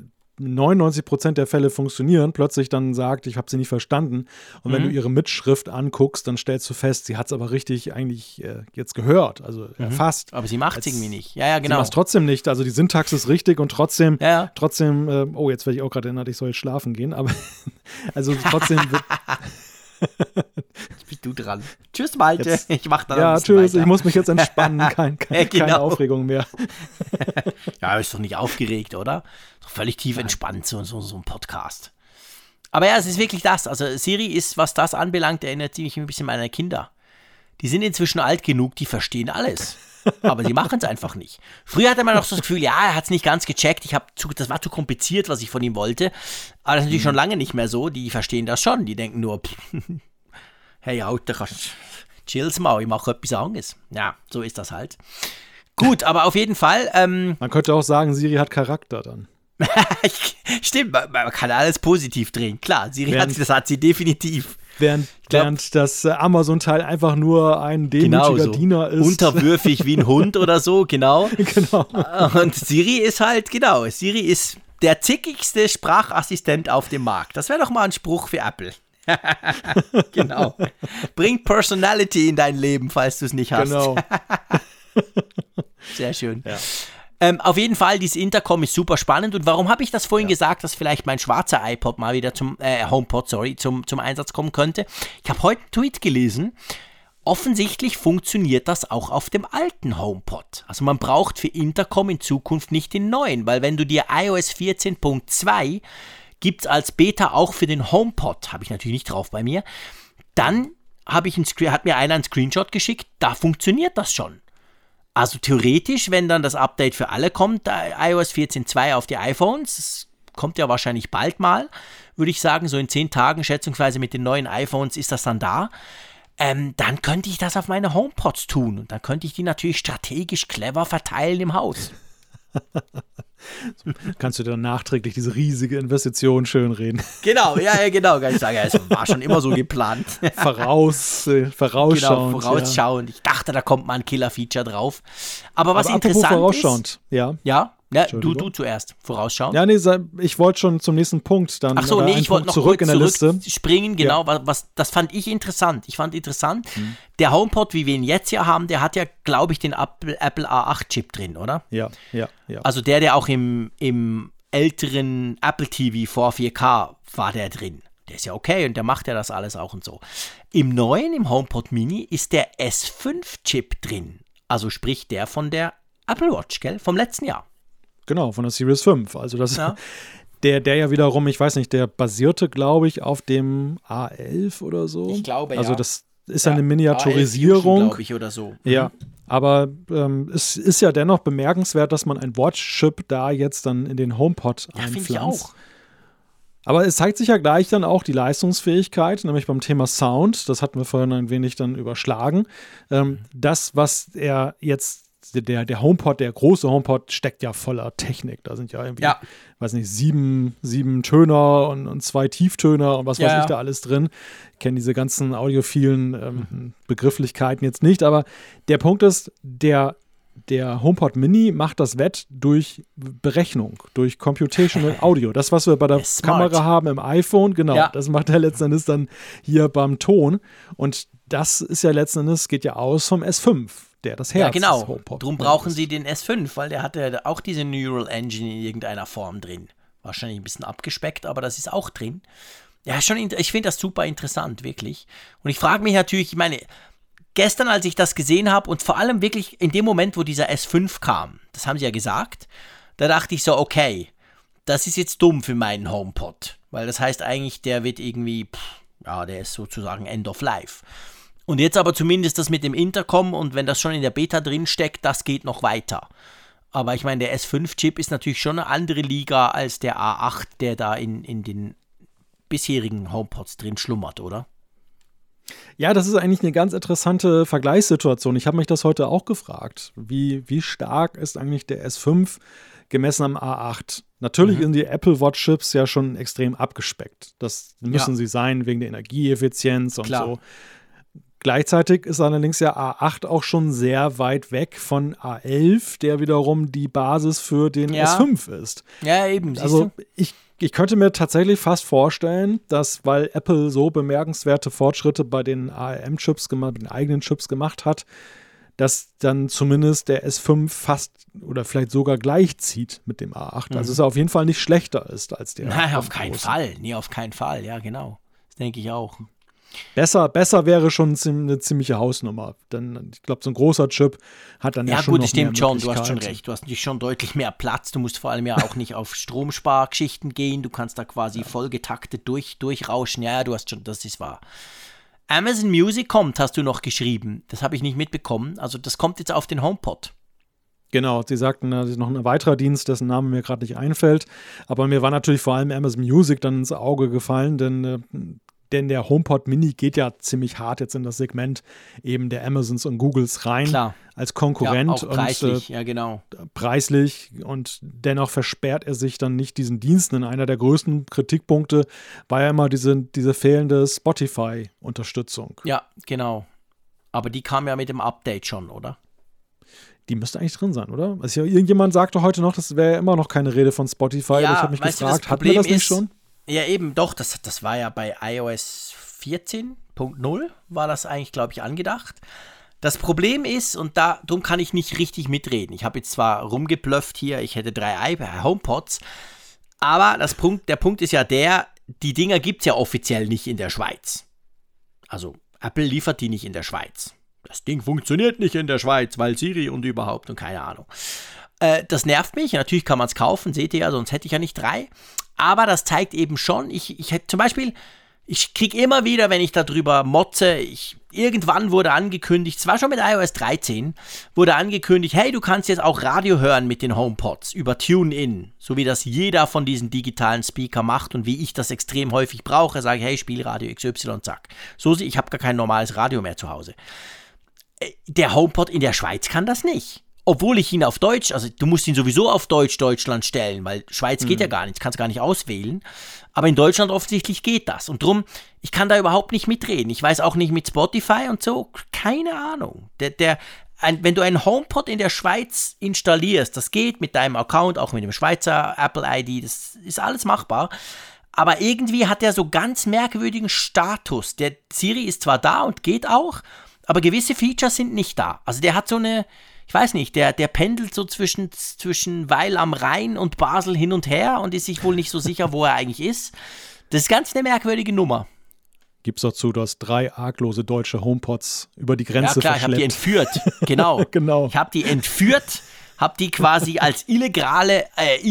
99% der Fälle funktionieren, plötzlich dann sagt, ich habe sie nicht verstanden. Und wenn du ihre Mitschrift anguckst, dann stellst du fest, sie hat es aber richtig eigentlich jetzt gehört, also erfasst. Aber sie macht es irgendwie nicht. Ja, genau. Sie macht es trotzdem nicht. Also die Syntax ist richtig und trotzdem, oh, jetzt werde ich auch gerade erinnert, ich soll jetzt schlafen gehen, aber also trotzdem wird Jetzt bist du dran. Tschüss, Malte. Jetzt, ich mach dann ja, ein bisschen tschüss. weiter. Ich muss mich jetzt entspannen. Keine Aufregung mehr. Ja, ist doch nicht aufgeregt, oder? Doch völlig tief entspannt, so ein Podcast. Aber ja, es ist wirklich das. Also Siri ist, was das anbelangt, erinnert mich ein bisschen an meine Kinder. Die sind inzwischen alt genug, die verstehen alles. Aber sie machen es einfach nicht. Früher hatte man noch so das Gefühl, ja, er hat es nicht ganz gecheckt. Das war zu kompliziert, was ich von ihm wollte. Aber das ist natürlich schon lange nicht mehr so. Die verstehen das schon. Die denken nur, hey, Alter, chill's mal, ich mache etwas anderes. Ja, so ist das halt. Gut, aber auf jeden Fall. Man könnte auch sagen, Siri hat Charakter dann. Stimmt, man kann alles positiv drehen. Klar, Siri das hat sie definitiv. Während das Amazon-Teil einfach nur ein demütiger Diener ist. Unterwürfig wie ein Hund oder so, genau. Genau. Und Siri ist halt, Siri ist der zickigste Sprachassistent auf dem Markt. Das wäre doch mal ein Spruch für Apple. Genau. Bring Personality in dein Leben, falls du es nicht hast. Genau. Sehr schön. Ja. Auf jeden Fall, dieses Intercom ist super spannend. Und warum habe ich das vorhin gesagt, dass vielleicht mein schwarzer iPod mal wieder HomePod zum Einsatz kommen könnte? Ich habe heute einen Tweet gelesen. Offensichtlich funktioniert das auch auf dem alten HomePod. Also man braucht für Intercom in Zukunft nicht den neuen, weil wenn du dir iOS 14.2 gibt es als Beta auch für den HomePod, habe ich natürlich nicht drauf bei mir, dann hat mir einer einen Screenshot geschickt, da funktioniert das schon. Also theoretisch, wenn dann das Update für alle kommt, iOS 14.2 auf die iPhones, das kommt ja wahrscheinlich bald mal, würde ich sagen, so in 10 Tagen schätzungsweise mit den neuen iPhones ist das dann da, dann könnte ich das auf meine HomePods tun und dann könnte ich die natürlich strategisch clever verteilen im Haus. Kannst du dann nachträglich diese riesige Investition schönreden. Genau, genau. Kann ich sagen, es war schon immer so geplant. Vorausschauend. Genau, vorausschauend. Ja. Ich dachte, da kommt mal ein Killer-Feature drauf. Aber was interessant vorausschauend, ist... Ja, du zuerst. Vorausschauend. Ja, nee, ich wollte schon zum nächsten Punkt dann. Ach so, nee, ich wollte noch zurück in der Liste springen, genau. Ja. Das fand ich interessant. Der HomePod, wie wir ihn jetzt hier haben, der hat ja, glaube ich, den Apple A8-Chip drin, oder? Ja. Also der auch im älteren Apple TV vor 4K war der drin. Der ist ja okay und der macht ja das alles auch und so. Im neuen, im HomePod Mini, ist der S5-Chip drin. Also sprich der von der Apple Watch, gell? Vom letzten Jahr. Genau, von der Series 5. Also das der ja wiederum, ich weiß nicht, der basierte, glaube ich, auf dem A11 oder so. Ich glaube, also das ist eine Miniaturisierung. Glaube ich, oder so. Ja, aber es ist ja dennoch bemerkenswert, dass man ein Watch-Chip da jetzt dann in den HomePod einpflanzt. Finde ich auch. Aber es zeigt sich ja gleich dann auch die Leistungsfähigkeit, nämlich beim Thema Sound, das hatten wir vorhin ein wenig dann überschlagen. Das, was er jetzt der HomePod, der große HomePod, steckt ja voller Technik. Da sind ja irgendwie, weiß nicht, sieben Töner und 2 Tieftöner und was weiß ich da alles drin. Ich kenne diese ganzen audiophilen Begrifflichkeiten jetzt nicht, aber der Punkt ist, der HomePod Mini macht das wett durch Berechnung, durch Computational Audio. Das, was wir bei der Kamera haben im iPhone, genau, das macht er letzten Endes dann hier beim Ton. Und das ist ja letzten Endes, geht ja aus vom S5. Der das Herz des HomePod. Drum brauchen sie den S5, weil der hat ja auch diese Neural Engine in irgendeiner Form drin. Wahrscheinlich ein bisschen abgespeckt, aber das ist auch drin. Ja, ich finde das super interessant, wirklich. Und ich frage mich natürlich, ich meine, gestern, als ich das gesehen habe und vor allem wirklich in dem Moment, wo dieser S5 kam, das haben sie ja gesagt, da dachte ich so, okay, das ist jetzt dumm für meinen HomePod, weil das heißt eigentlich, der wird irgendwie, der ist sozusagen End of Life. Und jetzt aber zumindest das mit dem Intercom und wenn das schon in der Beta drin steckt, das geht noch weiter. Aber ich meine, der S5-Chip ist natürlich schon eine andere Liga als der A8, der da in den bisherigen HomePods drin schlummert, oder? Ja, das ist eigentlich eine ganz interessante Vergleichssituation. Ich habe mich das heute auch gefragt. Wie stark ist eigentlich der S5 gemessen am A8? Natürlich sind die Apple Watch Chips ja schon extrem abgespeckt. Das müssen sie sein wegen der Energieeffizienz und so. Gleichzeitig ist allerdings ja A8 auch schon sehr weit weg von A11, der wiederum die Basis für den S5 ist. Ja, eben. Also ich könnte mir tatsächlich fast vorstellen, dass, weil Apple so bemerkenswerte Fortschritte bei den ARM-Chips gemacht, den eigenen Chips gemacht hat, dass dann zumindest der S5 fast oder vielleicht sogar gleichzieht mit dem A8. Also es auf jeden Fall nicht schlechter ist als der. Nein, auf keinen Fall. Nee, auf keinen Fall. Ja, genau. Das denke ich auch. Besser wäre schon eine ziemliche Hausnummer. Denn ich glaube, so ein großer Chip hat dann ja schon gut, noch das stimmt mehr schon, du hast Möglichkeiten. schon recht. Du hast natürlich schon deutlich mehr Platz. Du musst vor allem ja auch nicht auf Stromspargeschichten gehen. Du kannst da quasi vollgetaktet durchrauschen. Ja, du hast schon, das ist wahr. Amazon Music kommt, hast du noch geschrieben. Das habe ich nicht mitbekommen. Also das kommt jetzt auf den HomePod. Genau, sie sagten, das ist noch ein weiterer Dienst, dessen Name mir gerade nicht einfällt. Aber mir war natürlich vor allem Amazon Music dann ins Auge gefallen, denn der HomePod Mini geht ja ziemlich hart jetzt in das Segment eben der Amazons und Googles rein. Klar. Als Konkurrent. Ja, auch preislich, und, ja genau. Preislich, und dennoch versperrt er sich dann nicht diesen Diensten. Und einer der größten Kritikpunkte war ja immer diese fehlende Spotify-Unterstützung. Ja, genau. Aber die kam ja mit dem Update schon, oder? Die müsste eigentlich drin sein, oder? Also ja, irgendjemand sagte heute noch, das wäre ja immer noch keine Rede von Spotify. Ja, ich habe mich weißt du, gefragt, das hatten wir das Problem nicht schon? Ja, eben, doch, das war ja bei iOS 14.0 war das eigentlich, glaube ich, angedacht. Das Problem ist, und darum kann ich nicht richtig mitreden. Ich habe jetzt zwar rumgeblufft hier, ich hätte 3 HomePods, aber der Punkt ist ja die Dinger gibt es ja offiziell nicht in der Schweiz. Also Apple liefert die nicht in der Schweiz. Das Ding funktioniert nicht in der Schweiz, weil Siri und überhaupt und keine Ahnung. Das nervt mich. Natürlich kann man es kaufen, seht ihr ja, sonst hätte ich ja nicht 3. Aber das zeigt eben schon, ich hätte zum Beispiel, ich kriege immer wieder, wenn ich darüber motze, irgendwann wurde angekündigt, zwar schon mit iOS 13, wurde angekündigt, hey, du kannst jetzt auch Radio hören mit den HomePods über TuneIn, so wie das jeder von diesen digitalen Speaker macht und wie ich das extrem häufig brauche, sage ich, hey, spiel Radio XY, zack. So, ich habe gar kein normales Radio mehr zu Hause. Der HomePod in der Schweiz kann das nicht. Obwohl ich ihn auf Deutsch, also du musst ihn sowieso auf Deutschland stellen, weil Schweiz geht ja gar nicht, kannst gar nicht auswählen. Aber in Deutschland offensichtlich geht das. Und drum, ich kann da überhaupt nicht mitreden. Ich weiß auch nicht mit Spotify und so, keine Ahnung. Wenn du einen HomePod in der Schweiz installierst, das geht mit deinem Account, auch mit dem Schweizer Apple-ID, das ist alles machbar. Aber irgendwie hat der so ganz merkwürdigen Status. Der Siri ist zwar da und geht auch, aber gewisse Features sind nicht da. Also der hat so eine, ich weiß nicht, der pendelt so zwischen Weil am Rhein und Basel hin und her und ist sich wohl nicht so sicher, wo er eigentlich ist. Das ist ganz eine merkwürdige Nummer. Gib's dazu, du hast 3 arglose deutsche HomePods über die Grenze verschleppt. Ja klar, ich habe die entführt, genau. Genau. Ich habe die entführt, habe die quasi als illegale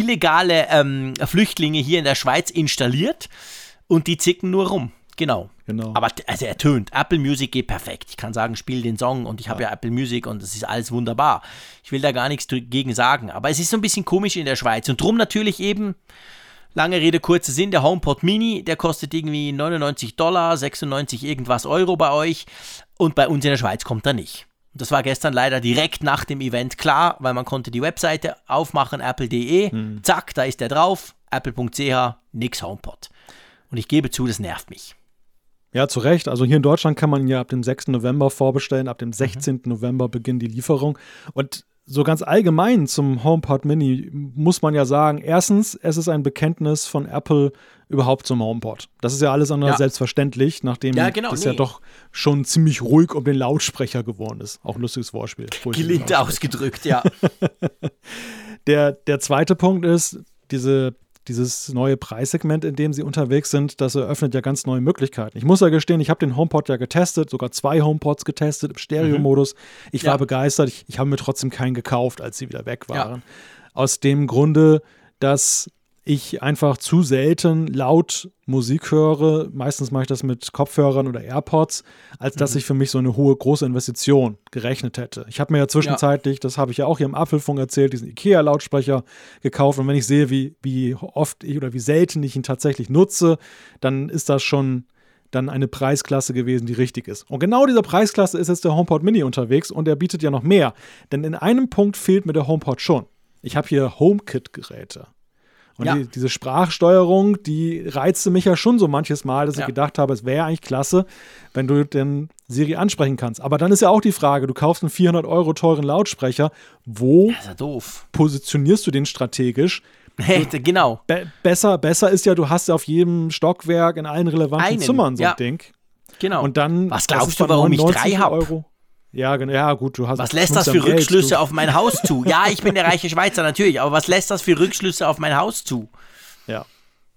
Flüchtlinge hier in der Schweiz installiert und die zicken nur rum. Genau. Aber also er tönt. Apple Music geht perfekt. Ich kann sagen, spiel den Song und ich habe ja Apple Music und das ist alles wunderbar. Ich will da gar nichts dagegen sagen. Aber es ist so ein bisschen komisch in der Schweiz. Und drum natürlich eben, lange Rede, kurzer Sinn, der HomePod Mini, der kostet irgendwie $99, 96 irgendwas Euro bei euch. Und bei uns in der Schweiz kommt er nicht. Und das war gestern leider direkt nach dem Event klar, weil man konnte die Webseite aufmachen, apple.de. Zack, da ist der drauf. Apple.ch, nix HomePod. Und ich gebe zu, das nervt mich. Ja, zu Recht. Also hier in Deutschland kann man ihn ja ab dem 6. November vorbestellen. Ab dem 16. November beginnt die Lieferung. Und so ganz allgemein zum HomePod Mini muss man ja sagen, erstens, es ist ein Bekenntnis von Apple überhaupt zum HomePod. Das ist ja alles andere selbstverständlich, nachdem das ja doch schon ziemlich ruhig um den Lautsprecher geworden ist. Auch ein lustiges Wortspiel. Gelinde ausgedrückt, ja. Der zweite Punkt ist, dieses neue Preissegment, in dem sie unterwegs sind, das eröffnet ja ganz neue Möglichkeiten. Ich muss ja gestehen, ich habe den HomePod ja getestet, sogar 2 HomePods getestet im Stereo-Modus. Ich war begeistert. Ich habe mir trotzdem keinen gekauft, als sie wieder weg waren. Ja. Aus dem Grunde, dass ich einfach zu selten laut Musik höre. Meistens mache ich das mit Kopfhörern oder AirPods, als dass ich für mich so eine große Investition gerechnet hätte. Ich habe mir ja zwischenzeitlich, das habe ich ja auch hier im Apfelfunk erzählt, diesen IKEA-Lautsprecher gekauft. Und wenn ich sehe, wie oft oder wie selten ich ihn tatsächlich nutze, dann ist das schon dann eine Preisklasse gewesen, die richtig ist. Und genau dieser Preisklasse ist jetzt der HomePod Mini unterwegs und er bietet ja noch mehr. Denn in einem Punkt fehlt mir der HomePod schon. Ich habe hier HomeKit-Geräte. Und diese Sprachsteuerung, die reizte mich ja schon so manches Mal, dass ich gedacht habe, es wäre eigentlich klasse, wenn du den Siri ansprechen kannst. Aber dann ist ja auch die Frage, du kaufst einen 400 € teuren Lautsprecher, wo positionierst du den strategisch? Genau. Besser ist ja, du hast ja auf jedem Stockwerk in allen relevanten Zimmern so ein Ding. Genau. Und dann, was glaubst du, warum ich 3 habe? Ja, gut, du hast. Was lässt das für Rückschlüsse auf mein Haus zu? Ja, ich bin der reiche Schweizer natürlich, aber was lässt das für Rückschlüsse auf mein Haus zu? Ja.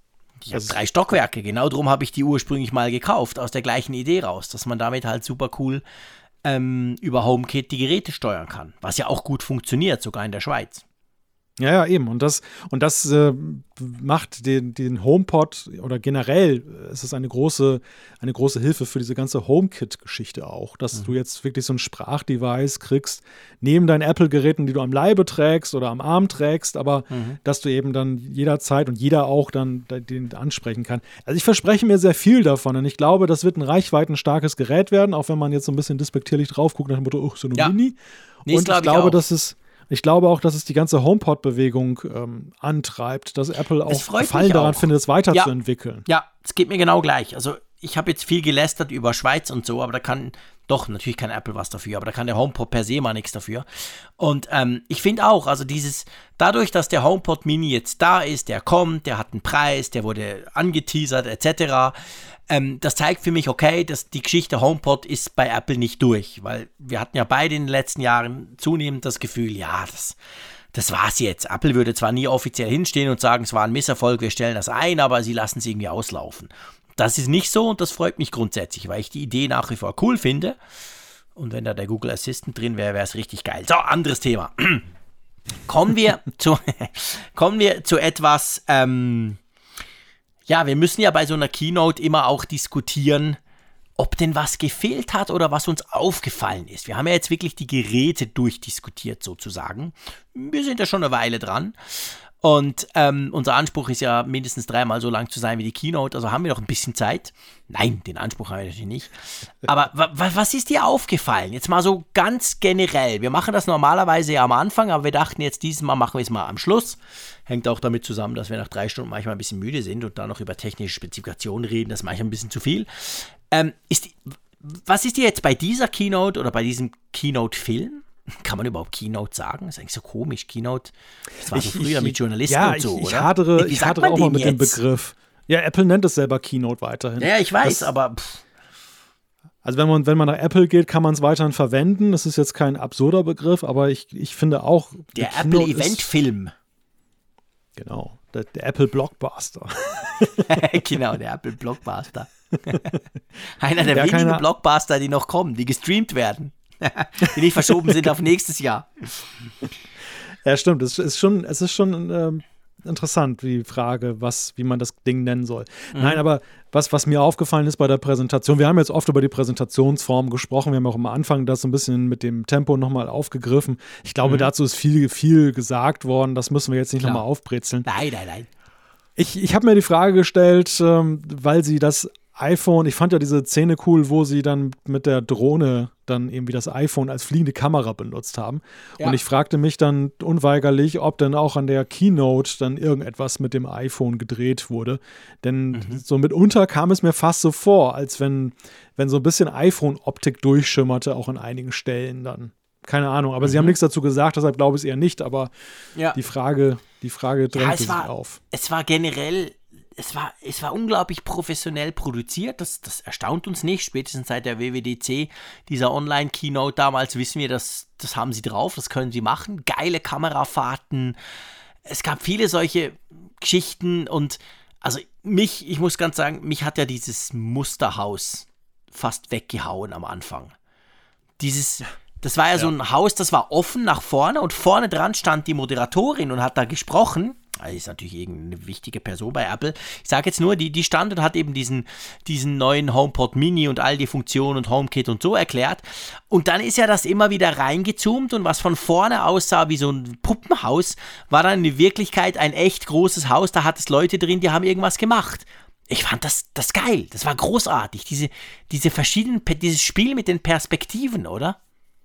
Ich habe 3 Stockwerke, genau darum habe ich die ursprünglich mal gekauft, aus der gleichen Idee raus, dass man damit halt super cool über HomeKit die Geräte steuern kann, was ja auch gut funktioniert, sogar in der Schweiz. Ja, eben. Und das macht den HomePod oder generell ist es eine große Hilfe für diese ganze HomeKit-Geschichte auch, dass du jetzt wirklich so ein Sprachdevice kriegst, neben deinen Apple-Geräten, die du am Leibe trägst oder am Arm trägst, aber dass du eben dann jederzeit und jeder auch dann den ansprechen kann. Also ich verspreche mir sehr viel davon und ich glaube, das wird ein reichweitenstarkes Gerät werden, auch wenn man jetzt so ein bisschen despektierlich drauf guckt nach dem Motto, so eine Mini. Nee, und ich glaube auch, dass es die ganze HomePod-Bewegung antreibt, dass Apple auch Gefallen daran findet, es weiterzuentwickeln. Ja, es geht mir genau gleich. Also ich habe jetzt viel gelästert über Schweiz und so, aber natürlich kann Apple was dafür, aber da kann der HomePod per se mal nichts dafür. Und ich finde auch, also dadurch, dass der HomePod Mini jetzt da ist, der kommt, der hat einen Preis, der wurde angeteasert etc., das zeigt für mich, okay, dass die Geschichte HomePod ist bei Apple nicht durch, weil wir hatten ja beide in den letzten Jahren zunehmend das Gefühl, ja, das war's jetzt. Apple würde zwar nie offiziell hinstehen und sagen, es war ein Misserfolg, wir stellen das ein, aber sie lassen es irgendwie auslaufen. Das ist nicht so und das freut mich grundsätzlich, weil ich die Idee nach wie vor cool finde. Und wenn da der Google Assistant drin wäre, wäre es richtig geil. So, anderes Thema. Kommen wir zu etwas, wir müssen ja bei so einer Keynote immer auch diskutieren, ob denn was gefehlt hat oder was uns aufgefallen ist. Wir haben ja jetzt wirklich die Geräte durchdiskutiert sozusagen. Wir sind ja schon eine Weile dran. Und unser Anspruch ist ja mindestens 3-mal so lang zu sein wie die Keynote, also haben wir noch ein bisschen Zeit. Nein, den Anspruch haben wir natürlich nicht. Aber was ist dir aufgefallen? Jetzt mal so ganz generell. Wir machen das normalerweise ja am Anfang, aber wir dachten jetzt, dieses Mal machen wir es mal am Schluss. Hängt auch damit zusammen, dass wir nach 3 Stunden manchmal ein bisschen müde sind und dann noch über technische Spezifikationen reden. Das ist manchmal ein bisschen zu viel. Was ist dir jetzt bei dieser Keynote oder bei diesem Keynote-Film? Kann man überhaupt Keynote sagen? Das ist eigentlich so komisch, Keynote. Das war so früher mit Journalisten und so, oder? Ich hadere auch mal mit dem Begriff. Ja, Apple nennt es selber Keynote weiterhin. Ja, ich weiß, aber... Also wenn man nach Apple geht, kann man es weiterhin verwenden. Das ist jetzt kein absurder Begriff, aber ich finde auch... Der Apple-Event-Film. Genau, der Apple Blockbuster. Genau, der Apple Blockbuster. Einer der wenigen Blockbuster, die noch kommen, die gestreamt werden. Die nicht verschoben sind auf nächstes Jahr. Ja, stimmt. Es ist schon interessant, die Frage, wie man das Ding nennen soll. Nein, aber was mir aufgefallen ist bei der Präsentation, wir haben jetzt oft über die Präsentationsform gesprochen, wir haben auch am Anfang das so ein bisschen mit dem Tempo nochmal aufgegriffen. Ich glaube, dazu ist viel gesagt worden, das müssen wir jetzt nicht nochmal aufbrezeln. Nein. Ich habe mir die Frage gestellt, weil sie das iPhone, ich fand ja diese Szene cool, wo sie dann mit der Drohne dann irgendwie das iPhone als fliegende Kamera benutzt haben. Ja. Und ich fragte mich dann unweigerlich, ob dann auch an der Keynote dann irgendetwas mit dem iPhone gedreht wurde. Denn so mitunter kam es mir fast so vor, als wenn so ein bisschen iPhone-Optik durchschimmerte, auch an einigen Stellen dann. Keine Ahnung, aber sie haben nichts dazu gesagt, deshalb glaube ich es eher nicht, aber die Frage drängte sich auf. Es war generell... Es war unglaublich professionell produziert, das erstaunt uns nicht, spätestens seit der WWDC, dieser Online-Keynote damals, wissen wir, das haben sie drauf, das können sie machen, geile Kamerafahrten, es gab viele solche Geschichten und also ich muss ganz sagen, mich hat ja dieses Musterhaus fast weggehauen am Anfang. Das war ja so ein Haus, das war offen nach vorne und vorne dran stand die Moderatorin und hat da gesprochen. Also ist natürlich irgendeine wichtige Person bei Apple. Ich sage jetzt nur, die stand und hat eben diesen neuen HomePod Mini und all die Funktionen und HomeKit und so erklärt. Und dann ist ja das immer wieder reingezoomt und was von vorne aussah wie so ein Puppenhaus, war dann in Wirklichkeit ein echt großes Haus. Da hat es Leute drin, die haben irgendwas gemacht. Ich fand das geil. Das war großartig. Dieses Spiel mit den Perspektiven, oder?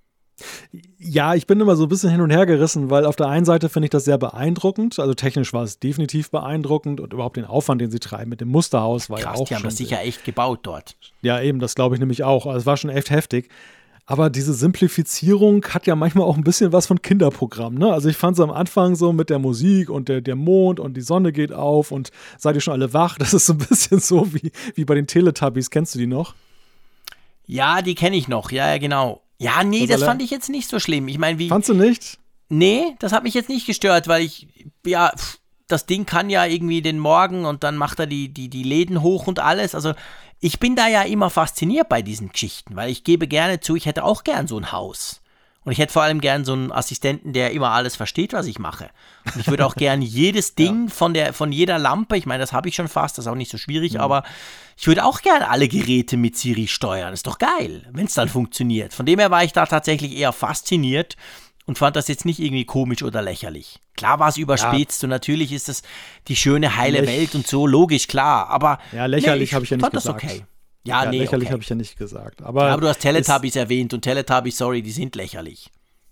Ja, ich bin immer so ein bisschen hin und her gerissen, weil auf der einen Seite finde ich das sehr beeindruckend, also technisch war es definitiv beeindruckend und überhaupt den Aufwand, den sie treiben mit dem Musterhaus war krass, ja auch die haben das sicher echt gebaut dort. Ja, eben, das glaube ich nämlich auch, also es war schon echt heftig, aber diese Simplifizierung hat ja manchmal auch ein bisschen was von Kinderprogramm, ne? Also ich fand es am Anfang so mit der Musik und der Mond und die Sonne geht auf und seid ihr schon alle wach, das ist so ein bisschen so wie bei den Teletubbies, kennst du die noch? Ja, die kenne ich noch, ja, genau. Ja, nee, das fand ich jetzt nicht so schlimm. Ich meine, Fandst du nicht? Nee, das hat mich jetzt nicht gestört, weil das Ding kann ja irgendwie den Morgen und dann macht er die Läden hoch und alles. Also ich bin da ja immer fasziniert bei diesen Geschichten, weil ich gebe gerne zu, ich hätte auch gern so ein Haus. Und ich hätte vor allem gern so einen Assistenten, der immer alles versteht, was ich mache. Und ich würde auch gern jedes Ding von jeder Lampe, ich meine, das habe ich schon fast, das ist auch nicht so schwierig, aber ich würde auch gern alle Geräte mit Siri steuern. Ist doch geil, wenn es dann funktioniert. Von dem her war ich da tatsächlich eher fasziniert und fand das jetzt nicht irgendwie komisch oder lächerlich. Klar war es überspitzt und natürlich ist das die schöne, heile Welt und so, logisch, klar. Aber ja, lächerlich habe ich ja nicht gesagt. gesagt. Das okay. Ja, nee, lächerlich okay. habe ich ja nicht gesagt. Aber du hast Teletubbies erwähnt und Teletubbies, sorry, die sind lächerlich.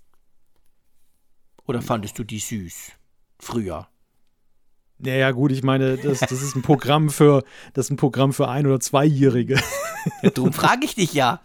Oder fandest du die süß? Früher? Ja, gut, ich meine, das ist ein Programm für 1- oder 2-Jährige. Ja, darum frage ich dich ja.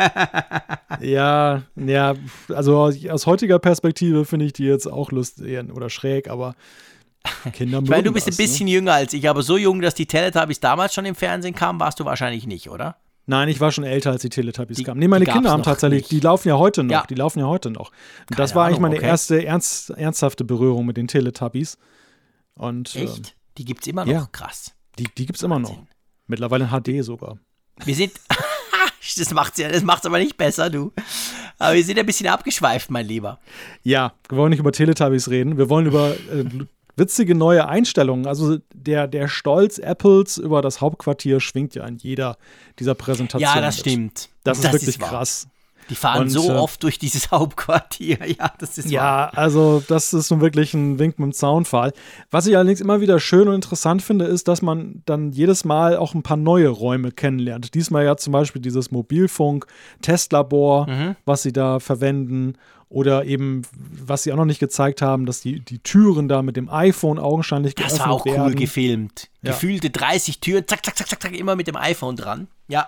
Ja, also aus heutiger Perspektive finde ich die jetzt auch lustig oder schräg, aber Kinder mögen Ich meine, du bist das, ein bisschen jünger als ich, aber so jung, dass die Teletubbies damals schon im Fernsehen kamen, warst du wahrscheinlich nicht, oder? Nein, ich war schon älter, als die Teletubbies kamen. Nee, meine die Kinder gab's haben noch tatsächlich, nicht. die laufen ja heute noch. Ja. Die laufen ja heute noch. Und Keine das war eigentlich Ahnung, meine okay. erste ernsthafte Berührung mit den Teletubbies. Und, Echt? Die gibt's immer noch? ja. Krass. Die gibt es immer noch. Wahnsinn. Mittlerweile in HD sogar. Wir sind, das macht's aber nicht besser, du. Aber wir sind ein bisschen abgeschweift, mein Lieber. Ja, wir wollen nicht über Teletubbies reden. Wir wollen über witzige neue Einstellungen. Also der Stolz Apples über das Hauptquartier schwingt ja in jeder dieser Präsentationen. Ja, das mit. stimmt. Das ist wirklich wahr. krass. Die fahren Und, so oft durch dieses Hauptquartier. Ja, das ist wahr. Ja, also das ist nun wirklich ein Wink mit dem Zaunpfahl. Was ich allerdings immer wieder schön und interessant finde, ist, dass man dann jedes Mal auch ein paar neue Räume kennenlernt. Diesmal ja zum Beispiel dieses Mobilfunk-Testlabor, was sie da verwenden. Oder eben, was sie auch noch nicht gezeigt haben, dass die Türen da mit dem iPhone augenscheinlich geöffnet Das war auch werden. cool gefilmt. Ja. Gefühlte 30 Türen, zack, zack, zack, zack, zack, immer mit dem iPhone dran. Ja.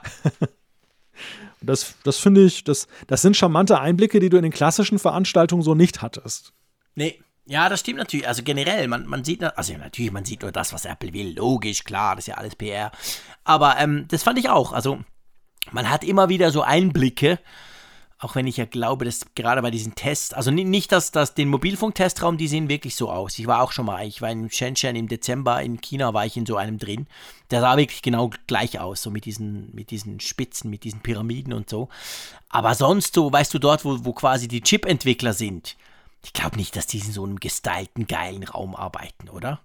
Das finde ich, das sind charmante Einblicke, die du in den klassischen Veranstaltungen so nicht hattest. Nee. Ja, das stimmt natürlich. Also generell, man sieht, natürlich, man sieht nur das, was Apple will. Logisch, klar, das ist ja alles PR. Aber das fand ich auch. Also man hat immer wieder so Einblicke, auch wenn ich ja glaube, dass gerade bei diesen Tests, also nicht, dass den Mobilfunk-Testraum, die sehen wirklich so aus. Ich war in Shenzhen im Dezember in China, war ich in so einem drin. Der sah wirklich genau gleich aus, so mit diesen Spitzen, mit diesen Pyramiden und so. Aber sonst so, weißt du, dort, wo quasi die Chip-Entwickler sind, ich glaube nicht, dass die in so einem gestylten, geilen Raum arbeiten, oder?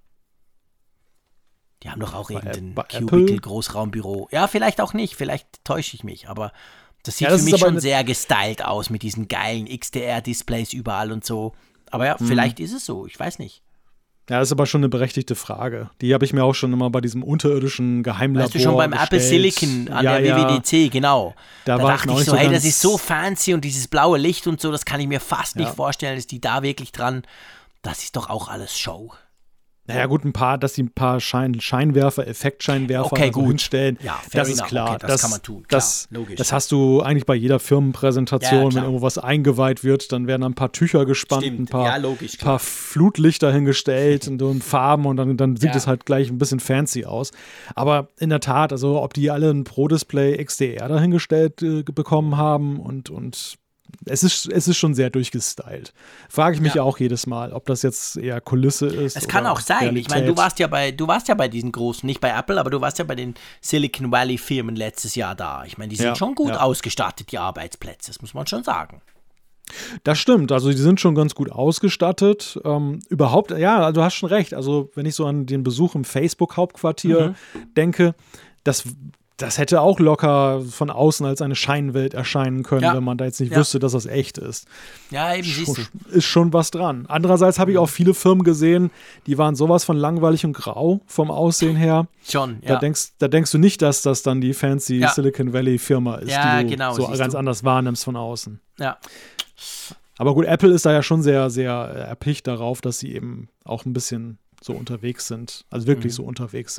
Die haben doch auch irgendein Cubicle-Großraumbüro. Ja, vielleicht auch nicht, vielleicht täusche ich mich, aber das sieht für mich schon sehr gestylt aus mit diesen geilen XDR-Displays überall und so. Aber ja, vielleicht ist es so, ich weiß nicht. Ja, das ist aber schon eine berechtigte Frage. Die habe ich mir auch schon immer bei diesem unterirdischen Geheimlabor Weißt du, schon beim gestellt. Apple Silicon an der WWDC, genau. Da dachte ich so, hey, das ist so fancy und dieses blaue Licht und so, das kann ich mir fast nicht vorstellen, dass die da wirklich dran, das ist doch auch alles Show. Naja, gut, dass sie ein paar Scheinwerfer, Effektscheinwerfer hinstellen. Ja, das ist klar. Okay, das kann man tun. Klar, logisch. Das hast du eigentlich bei jeder Firmenpräsentation, wenn irgendwo was eingeweiht wird, dann werden ein paar Tücher gespannt, ein paar Flutlichter hingestellt und Farben und dann sieht es halt gleich ein bisschen fancy aus. Aber in der Tat, also ob die alle ein Pro-Display XDR dahingestellt bekommen haben und es ist schon sehr durchgestylt. Frage ich mich ja auch jedes Mal, ob das jetzt eher Kulisse ist. Es kann auch sein. Realität. Ich meine, du warst ja bei diesen großen, nicht bei Apple, aber du warst ja bei den Silicon Valley Firmen letztes Jahr da. Ich meine, die sind schon gut ausgestattet, die Arbeitsplätze, das muss man schon sagen. Das stimmt, also die sind schon ganz gut ausgestattet. Überhaupt, ja, du hast schon recht. Also wenn ich so an den Besuch im Facebook-Hauptquartier denke, das hätte auch locker von außen als eine Scheinwelt erscheinen können, wenn man da jetzt nicht wüsste, dass das echt ist. Ja, eben siehst du. Ist schon was dran. Andererseits habe ich auch viele Firmen gesehen, die waren sowas von langweilig und grau vom Aussehen her. Schon, ja. Da denkst du nicht, dass das dann die fancy Silicon Valley Firma ist, die du so ganz anders wahrnimmst von außen. Ja. Aber gut, Apple ist da ja schon sehr, sehr erpicht darauf, dass sie eben auch ein bisschen so unterwegs sind. Also wirklich so unterwegs sind.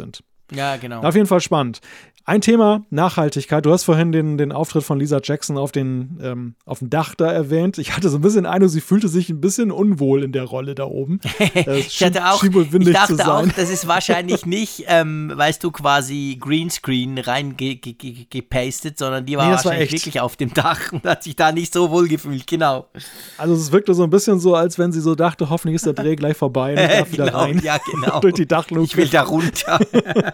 Ja, genau. Auf jeden Fall spannend. Ein Thema, Nachhaltigkeit. Du hast vorhin den Auftritt von Lisa Jackson auf dem Dach da erwähnt. Ich hatte so ein bisschen den Eindruck, sie fühlte sich ein bisschen unwohl in der Rolle da oben. Ich dachte auch, das ist wahrscheinlich nicht, weißt du, quasi Greenscreen reingepastet, sondern die war wahrscheinlich wirklich auf dem Dach und hat sich da nicht so wohl gefühlt, genau. Also es wirkte so ein bisschen so, als wenn sie so dachte, hoffentlich ist der Dreh gleich vorbei und ich darf wieder rein. Ja, genau. Durch die Dachluke. Ich will da runter.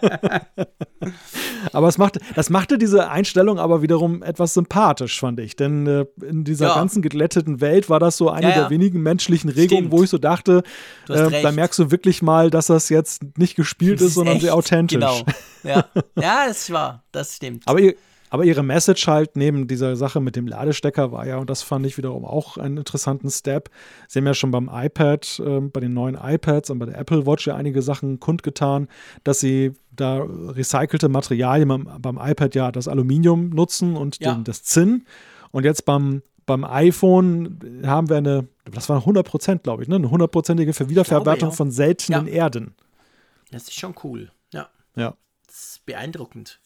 Aber das machte diese Einstellung aber wiederum etwas sympathisch, fand ich. Denn in dieser ganzen geglätteten Welt war das so eine der wenigen menschlichen Regungen, wo ich so dachte, da merkst du wirklich mal, dass das jetzt nicht gespielt ist, sondern sehr authentisch. Genau. Ja, das ist wahr, das stimmt. Aber ihre Message halt neben dieser Sache mit dem Ladestecker war ja, und das fand ich wiederum auch einen interessanten Step. Sie haben ja schon beim iPad, bei den neuen iPads und bei der Apple Watch ja einige Sachen kundgetan, dass sie da recycelte Materialien beim iPad ja das Aluminium nutzen und das Zinn. Und jetzt beim iPhone haben wir das war 100%, glaube ich, eine 100%ige Verwiederverwertung von seltenen Erden. Das ist schon cool, ja. Ja. Das ist beeindruckend.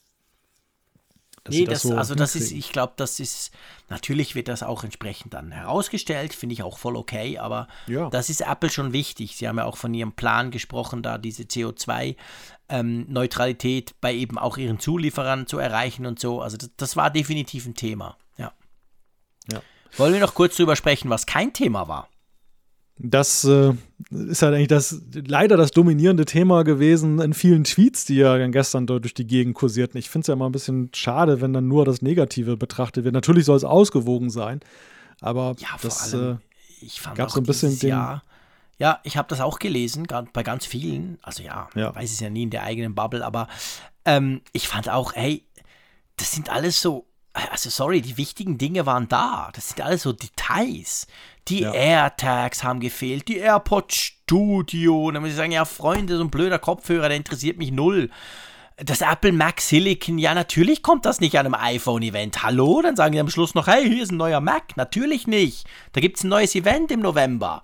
Ich glaube, natürlich wird das auch entsprechend dann herausgestellt, finde ich auch voll okay, aber das ist Apple schon wichtig. Sie haben ja auch von ihrem Plan gesprochen, da diese CO2-Neutralität bei eben auch ihren Zulieferern zu erreichen und so. Also das war definitiv ein Thema, ja. Wollen wir noch kurz drüber sprechen, was kein Thema war? Das ist halt eigentlich leider das dominierende Thema gewesen in vielen Tweets, die ja gestern durch die Gegend kursierten. Ich finde es ja immer ein bisschen schade, wenn dann nur das Negative betrachtet wird. Natürlich soll es ausgewogen sein, aber ich fand gab auch so ein bisschen Ja, ich habe das auch gelesen, bei ganz vielen. Also weiß es ja nie in der eigenen Bubble, aber ich fand auch, das sind alles so, die wichtigen Dinge waren da. Das sind alles so Details. Die AirTags haben gefehlt, die AirPods Studio. Und dann muss ich sagen, Freunde, so ein blöder Kopfhörer, der interessiert mich null. Das Apple Mac Silicon, natürlich kommt das nicht an einem iPhone-Event. Hallo? Dann sagen die am Schluss noch, hey, hier ist ein neuer Mac. Natürlich nicht. Da gibt es ein neues Event im November.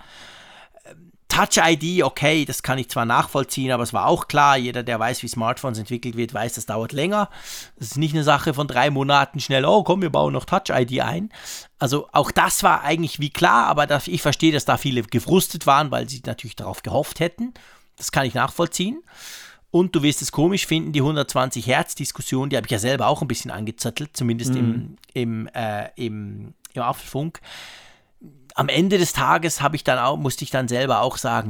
Touch ID, okay, das kann ich zwar nachvollziehen, aber es war auch klar, jeder, der weiß, wie Smartphones entwickelt wird, weiß, das dauert länger. Das ist nicht eine Sache von 3 Monaten schnell, komm, wir bauen noch Touch ID ein. Also auch das war eigentlich wie klar, aber ich verstehe, dass da viele gefrustet waren, weil sie natürlich darauf gehofft hätten. Das kann ich nachvollziehen. Und du wirst es komisch finden, die 120 Hertz-Diskussion, die habe ich ja selber auch ein bisschen angezettelt, zumindest im Apfelfunk. Am Ende des Tages musste ich dann selber auch sagen,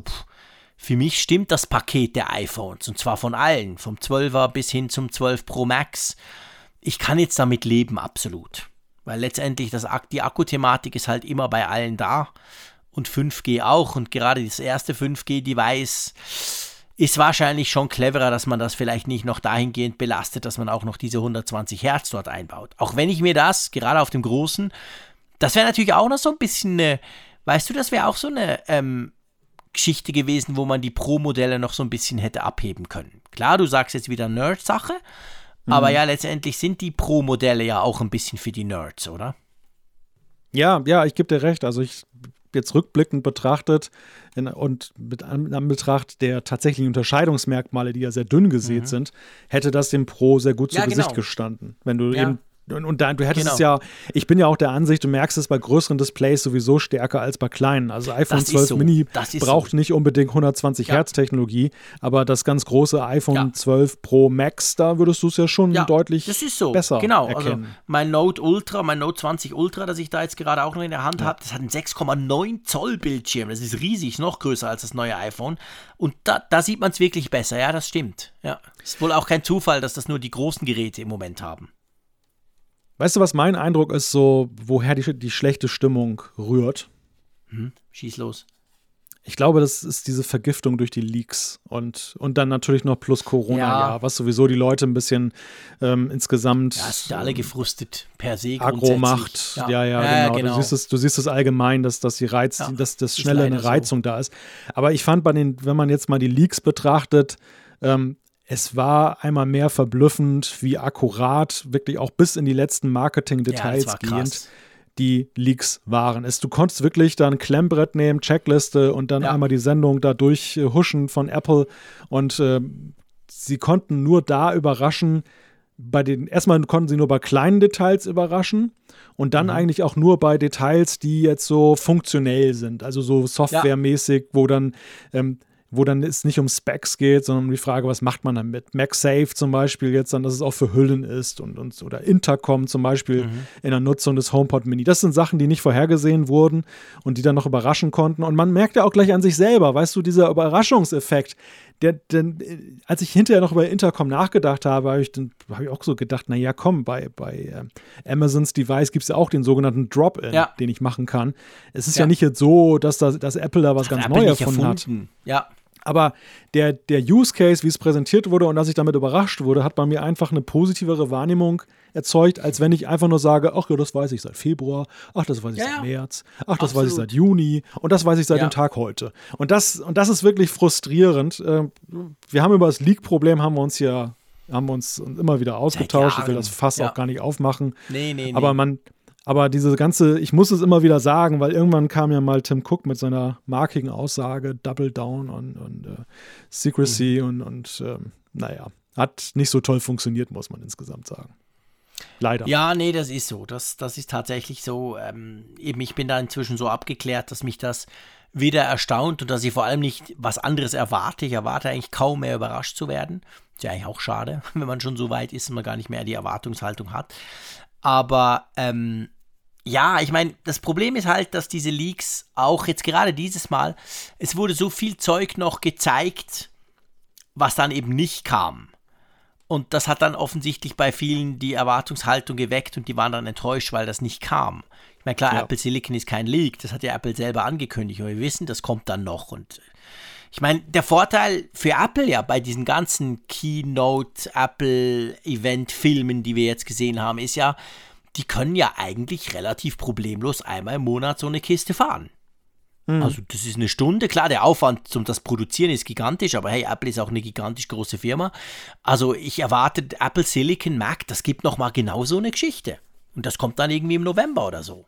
für mich stimmt das Paket der iPhones, und zwar von allen, vom 12er bis hin zum 12 Pro Max. Ich kann jetzt damit leben, absolut. Weil letztendlich die Akkuthematik ist halt immer bei allen da und 5G auch, und gerade das erste 5G-Device ist wahrscheinlich schon cleverer, dass man das vielleicht nicht noch dahingehend belastet, dass man auch noch diese 120 Hertz dort einbaut. Auch wenn ich mir das, gerade auf dem Großen, das wäre natürlich auch noch so ein bisschen das wäre auch so eine Geschichte gewesen, wo man die Pro-Modelle noch so ein bisschen hätte abheben können. Klar, du sagst jetzt wieder Nerd-Sache, aber letztendlich sind die Pro-Modelle ja auch ein bisschen für die Nerds, oder? Ja, ich gebe dir recht. Also ich jetzt rückblickend betrachtet und mit Anbetracht der tatsächlichen Unterscheidungsmerkmale, die ja sehr dünn gesät sind, hätte das dem Pro sehr gut zu Gesicht gestanden. Wenn du eben und du hättest es ich bin ja auch der Ansicht, du merkst es bei größeren Displays sowieso stärker als bei kleinen. Also iPhone 12 Mini braucht nicht unbedingt 120 Hertz Technologie, aber das ganz große iPhone 12 Pro Max, da würdest du es ja schon deutlich besser erkennen. Also mein Note 20 Ultra, das ich da jetzt gerade auch noch in der Hand habe, das hat einen 6,9 Zoll Bildschirm. Das ist riesig, noch größer als das neue iPhone. Und da sieht man es wirklich besser. Ja, das stimmt. Ja. Ist wohl auch kein Zufall, dass das nur die großen Geräte im Moment haben. Weißt du, was mein Eindruck ist, so woher die schlechte Stimmung rührt? Schieß los. Ich glaube, das ist diese Vergiftung durch die Leaks und dann natürlich noch plus Corona, was sowieso die Leute ein bisschen insgesamt sind alle gefrustet per se aggro macht. Genau. Du siehst es allgemein, dass das schnelle eine Reizung da ist. Aber ich fand wenn man jetzt mal die Leaks betrachtet, es war einmal mehr verblüffend, wie akkurat, wirklich auch bis in die letzten Marketing-Details gehend, die Leaks waren. Du konntest wirklich dann ein Klemmbrett nehmen, Checkliste und dann einmal die Sendung da durchhuschen von Apple und sie konnten nur da überraschen, erstmal konnten sie nur bei kleinen Details überraschen und dann eigentlich auch nur bei Details, die jetzt so funktionell sind, also so softwaremäßig, wo dann es nicht um Specs geht, sondern um die Frage, was macht man damit? MagSafe zum Beispiel jetzt dann, dass es auch für Hüllen ist oder Intercom zum Beispiel in der Nutzung des HomePod Mini. Das sind Sachen, die nicht vorhergesehen wurden und die dann noch überraschen konnten. Und man merkt ja auch gleich an sich selber, weißt du, dieser Überraschungseffekt, als ich hinterher noch über Intercom nachgedacht habe, habe ich auch so gedacht, naja, komm, bei Amazons Device gibt es ja auch den sogenannten Drop-In, den ich machen kann. Es ist ja nicht jetzt so, dass Apple da was ganz Neues erfunden hat. Ja. Aber der Use Case, wie es präsentiert wurde und dass ich damit überrascht wurde, hat bei mir einfach eine positivere Wahrnehmung erzeugt, als wenn ich einfach nur sage, ach ja, das weiß ich seit Februar, ach, das weiß ich seit März, ach, das weiß ich seit Juni und das weiß ich seit dem Tag heute. Und das ist wirklich frustrierend. Wir haben über das Leak-Problem haben wir uns immer wieder ausgetauscht. Ich will das Fass auch gar nicht aufmachen. Nee. Aber diese ganze, ich muss es immer wieder sagen, weil irgendwann kam ja mal Tim Cook mit seiner markigen Aussage, Double Down und Secrecy und naja, hat nicht so toll funktioniert, muss man insgesamt sagen. Leider. Ja, nee, das ist so. Das ist tatsächlich so. Eben, ich bin da inzwischen so abgeklärt, dass mich das wieder erstaunt und dass ich vor allem nicht was anderes erwarte. Ich erwarte eigentlich kaum mehr überrascht zu werden. Ist ja eigentlich auch schade, wenn man schon so weit ist und man gar nicht mehr die Erwartungshaltung hat. Aber ja, ich meine, das Problem ist halt, dass diese Leaks auch jetzt gerade dieses Mal, es wurde so viel Zeug noch gezeigt, was dann eben nicht kam. Und das hat dann offensichtlich bei vielen die Erwartungshaltung geweckt und die waren dann enttäuscht, weil das nicht kam. Ich meine, klar, Apple Silicon ist kein Leak, das hat ja Apple selber angekündigt und wir wissen, das kommt dann noch. Und ich meine, der Vorteil für Apple ja bei diesen ganzen Keynote-Apple-Event-Filmen, die wir jetzt gesehen haben, ist ja, die können ja eigentlich relativ problemlos einmal im Monat so eine Kiste fahren. Also das ist eine Stunde, klar, der Aufwand zum das Produzieren ist gigantisch, aber hey, Apple ist auch eine gigantisch große Firma. Also ich erwarte Apple Silicon Mac, das gibt nochmal genau so eine Geschichte. Und das kommt dann irgendwie im November oder so.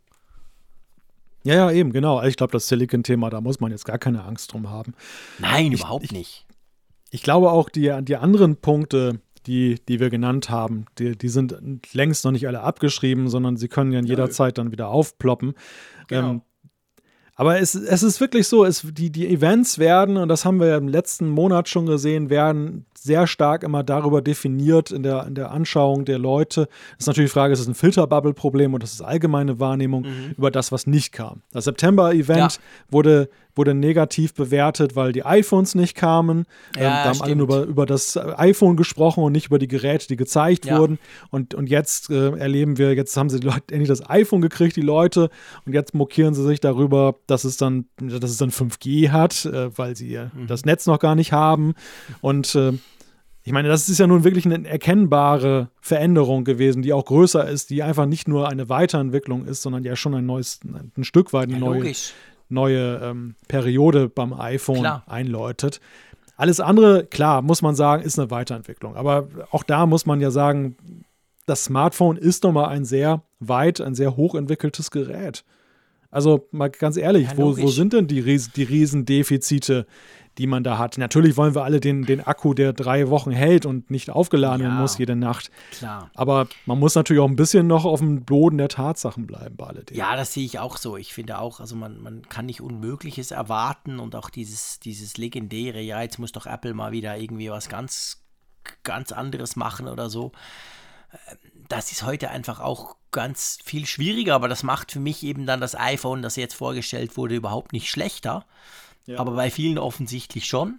Ja, eben, genau. Ich glaube, das Silicon-Thema, da muss man jetzt gar keine Angst drum haben. Nein, überhaupt nicht. Ich glaube auch, die anderen Punkte, die wir genannt haben, die sind längst noch nicht alle abgeschrieben, sondern sie können ja in jeder Zeit dann wieder aufploppen. Genau. Aber es ist wirklich so, die Events werden, und das haben wir ja im letzten Monat schon gesehen, werden sehr stark immer darüber definiert in der Anschauung der Leute. Das ist natürlich die Frage, ist es ein Filterbubble-Problem oder ist es allgemeine Wahrnehmung über das, was nicht kam. Das September-Event wurde negativ bewertet, weil die iPhones nicht kamen. Da haben alle nur über das iPhone gesprochen und nicht über die Geräte, die gezeigt wurden. Und jetzt erleben wir, jetzt haben sie die Leute endlich das iPhone gekriegt, die Leute, und jetzt mokieren sie sich darüber, dass es dann 5G hat, weil sie das Netz noch gar nicht haben. Und ich meine, das ist ja nun wirklich eine erkennbare Veränderung gewesen, die auch größer ist, die einfach nicht nur eine Weiterentwicklung ist, sondern ja schon ein Stück weit eine neue Periode beim iPhone einläutet. Alles andere, klar, muss man sagen, ist eine Weiterentwicklung. Aber auch da muss man ja sagen, das Smartphone ist doch mal ein sehr hochentwickeltes Gerät. Also mal ganz ehrlich, wo sind denn die Riesendefizite, die man da hat? Natürlich wollen wir alle den Akku, der 3 Wochen hält und nicht aufgeladen werden muss jede Nacht. Klar. Aber man muss natürlich auch ein bisschen noch auf dem Boden der Tatsachen bleiben bei alledem. Ja, das sehe ich auch so. Ich finde auch, also man kann nicht Unmögliches erwarten und auch dieses legendäre, ja, jetzt muss doch Apple mal wieder irgendwie was ganz, ganz anderes machen oder so. Das ist heute einfach auch ganz viel schwieriger, aber das macht für mich eben dann das iPhone, das jetzt vorgestellt wurde, überhaupt nicht schlechter. Ja. Aber bei vielen offensichtlich schon.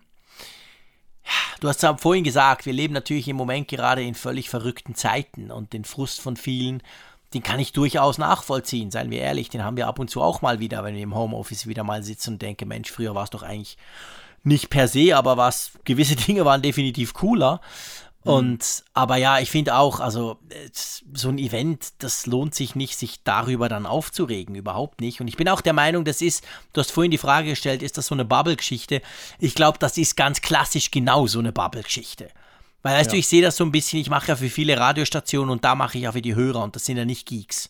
Du hast ja vorhin gesagt, wir leben natürlich im Moment gerade in völlig verrückten Zeiten und den Frust von vielen, den kann ich durchaus nachvollziehen, seien wir ehrlich, den haben wir ab und zu auch mal wieder, wenn wir im Homeoffice wieder mal sitzen und denken, Mensch, früher war es doch eigentlich nicht per se, aber gewisse Dinge waren definitiv cooler. Aber ja, ich finde auch, also so ein Event, das lohnt sich nicht, sich darüber dann aufzuregen, überhaupt nicht. Und ich bin auch der Meinung, du hast vorhin die Frage gestellt, ist das so eine Bubble-Geschichte? Ich glaube, das ist ganz klassisch genau so eine Bubble-Geschichte. Weil, weißt du, ich sehe das so ein bisschen, ich mache ja für viele Radiostationen und da mache ich ja für die Hörer und das sind ja nicht Geeks.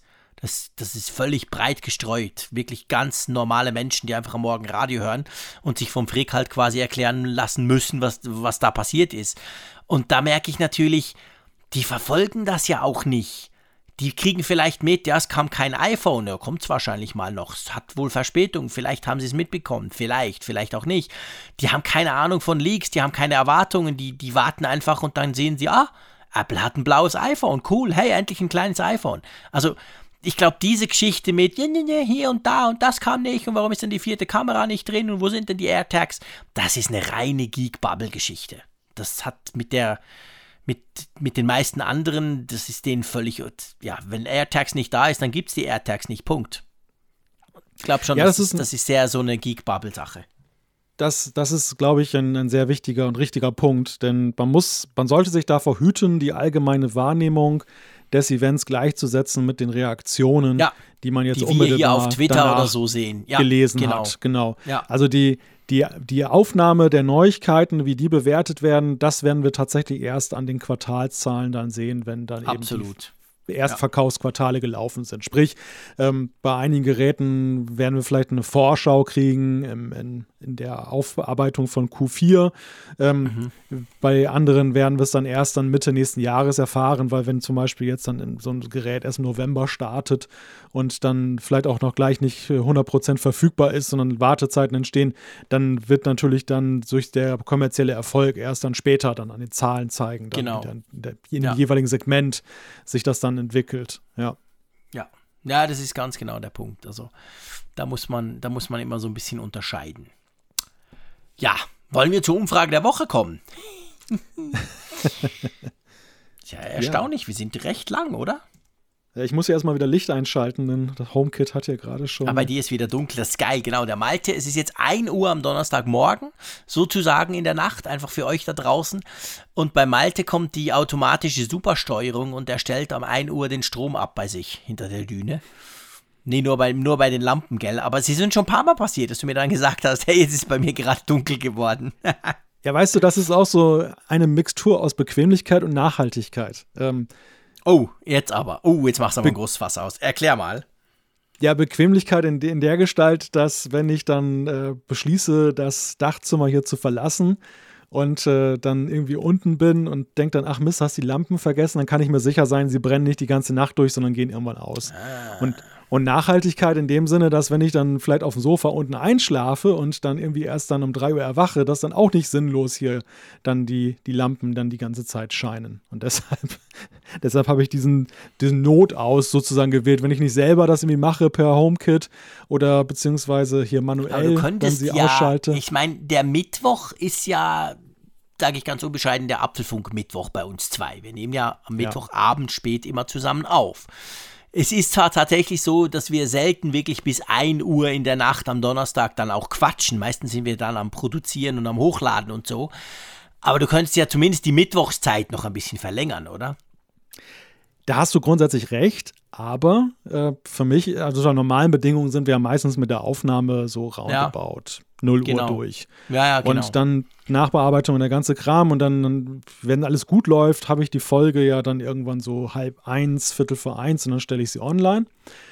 Das ist völlig breit gestreut. Wirklich ganz normale Menschen, die einfach am Morgen Radio hören und sich vom Frick halt quasi erklären lassen müssen, was da passiert ist. Und da merke ich natürlich, die verfolgen das ja auch nicht. Die kriegen vielleicht mit, ja, es kam kein iPhone, ja, kommt es wahrscheinlich mal noch, es hat wohl Verspätung, vielleicht haben sie es mitbekommen, vielleicht auch nicht. Die haben keine Ahnung von Leaks, die haben keine Erwartungen, die warten einfach und dann sehen sie, Apple hat ein blaues iPhone, cool, hey, endlich ein kleines iPhone. Also, ich glaube, diese Geschichte mit hier und da und das kam nicht und warum ist denn die 4. Kamera nicht drin und wo sind denn die AirTags, das ist eine reine Geek-Bubble-Geschichte. Das hat mit den meisten anderen, das ist denen völlig, ja, wenn AirTags nicht da ist, dann gibt es die AirTags nicht, Punkt. Ich glaube schon, das ist sehr so eine Geek-Bubble-Sache. Das ist, glaube ich, ein sehr wichtiger und richtiger Punkt, denn man sollte sich davor hüten, die allgemeine Wahrnehmung des Events gleichzusetzen mit den Reaktionen, die man jetzt unmittelbar wir hier auf Twitter oder so sehen. Ja, gelesen hat. Genau. Ja. Also die Aufnahme der Neuigkeiten, wie die bewertet werden, das werden wir tatsächlich erst an den Quartalszahlen dann sehen, wenn dann Absolut. eben die Erstverkaufsquartale gelaufen sind. Sprich, bei einigen Geräten werden wir vielleicht eine Vorschau kriegen in der Aufarbeitung von Q4. Bei anderen werden wir es dann erst Mitte nächsten Jahres erfahren, weil wenn zum Beispiel jetzt dann so ein Gerät erst im November startet und dann vielleicht auch noch gleich nicht 100% verfügbar ist, sondern Wartezeiten entstehen, dann wird natürlich dann durch der kommerzielle Erfolg erst dann später dann an den Zahlen zeigen, dann in dem jeweiligen Segment sich das dann entwickelt. Ja, das ist ganz genau der Punkt. Also da muss man immer so ein bisschen unterscheiden. Ja, wollen wir zur Umfrage der Woche kommen? Tja, erstaunlich, wir sind recht lang, oder? Ja, ich muss ja erstmal wieder Licht einschalten, denn das HomeKit hat ja gerade schon... Aber bei dir ist wieder dunkel, das ist geil, genau. Der Malte, es ist jetzt 1 Uhr am Donnerstagmorgen, sozusagen in der Nacht, einfach für euch da draußen. Und bei Malte kommt die automatische Supersteuerung und er stellt um 1 Uhr den Strom ab bei sich hinter der Düne. Nee, nur bei den Lampen, gell? Aber sie sind schon ein paar Mal passiert, dass du mir dann gesagt hast, hey, jetzt ist bei mir gerade dunkel geworden. Ja, weißt du, das ist auch so eine Mixtur aus Bequemlichkeit und Nachhaltigkeit. Jetzt machst du aber ein großes Fass aus. Erklär mal. Ja, Bequemlichkeit in der Gestalt, dass wenn ich dann beschließe, das Dachzimmer hier zu verlassen und dann irgendwie unten bin und denke dann, ach Mist, hast die Lampen vergessen, dann kann ich mir sicher sein, sie brennen nicht die ganze Nacht durch, sondern gehen irgendwann aus. Und Nachhaltigkeit in dem Sinne, dass wenn ich dann vielleicht auf dem Sofa unten einschlafe und dann irgendwie erst dann um 3 Uhr erwache, dass dann auch nicht sinnlos hier dann die Lampen dann die ganze Zeit scheinen. Und deshalb habe ich diesen Notaus sozusagen gewählt. Wenn ich nicht selber das irgendwie mache per HomeKit oder beziehungsweise hier manuell dann sie ausschalte. Ich meine, der Mittwoch ist ja, sage ich ganz unbescheiden, der Apfelfunk-Mittwoch bei uns 2. Wir nehmen ja am Mittwochabend spät immer zusammen auf. Es ist zwar tatsächlich so, dass wir selten wirklich bis 1 Uhr in der Nacht am Donnerstag dann auch quatschen. Meistens sind wir dann am Produzieren und am Hochladen und so. Aber du könntest ja zumindest die Mittwochszeit noch ein bisschen verlängern, oder? Da hast du grundsätzlich recht, aber für mich, also unter normalen Bedingungen sind wir ja meistens mit der Aufnahme so roundabout 0 Uhr durch. Ja, genau. Und dann Nachbearbeitung und der ganze Kram und dann, wenn alles gut läuft, habe ich die Folge ja dann irgendwann so 12:30, 1:45 und dann stelle ich sie online.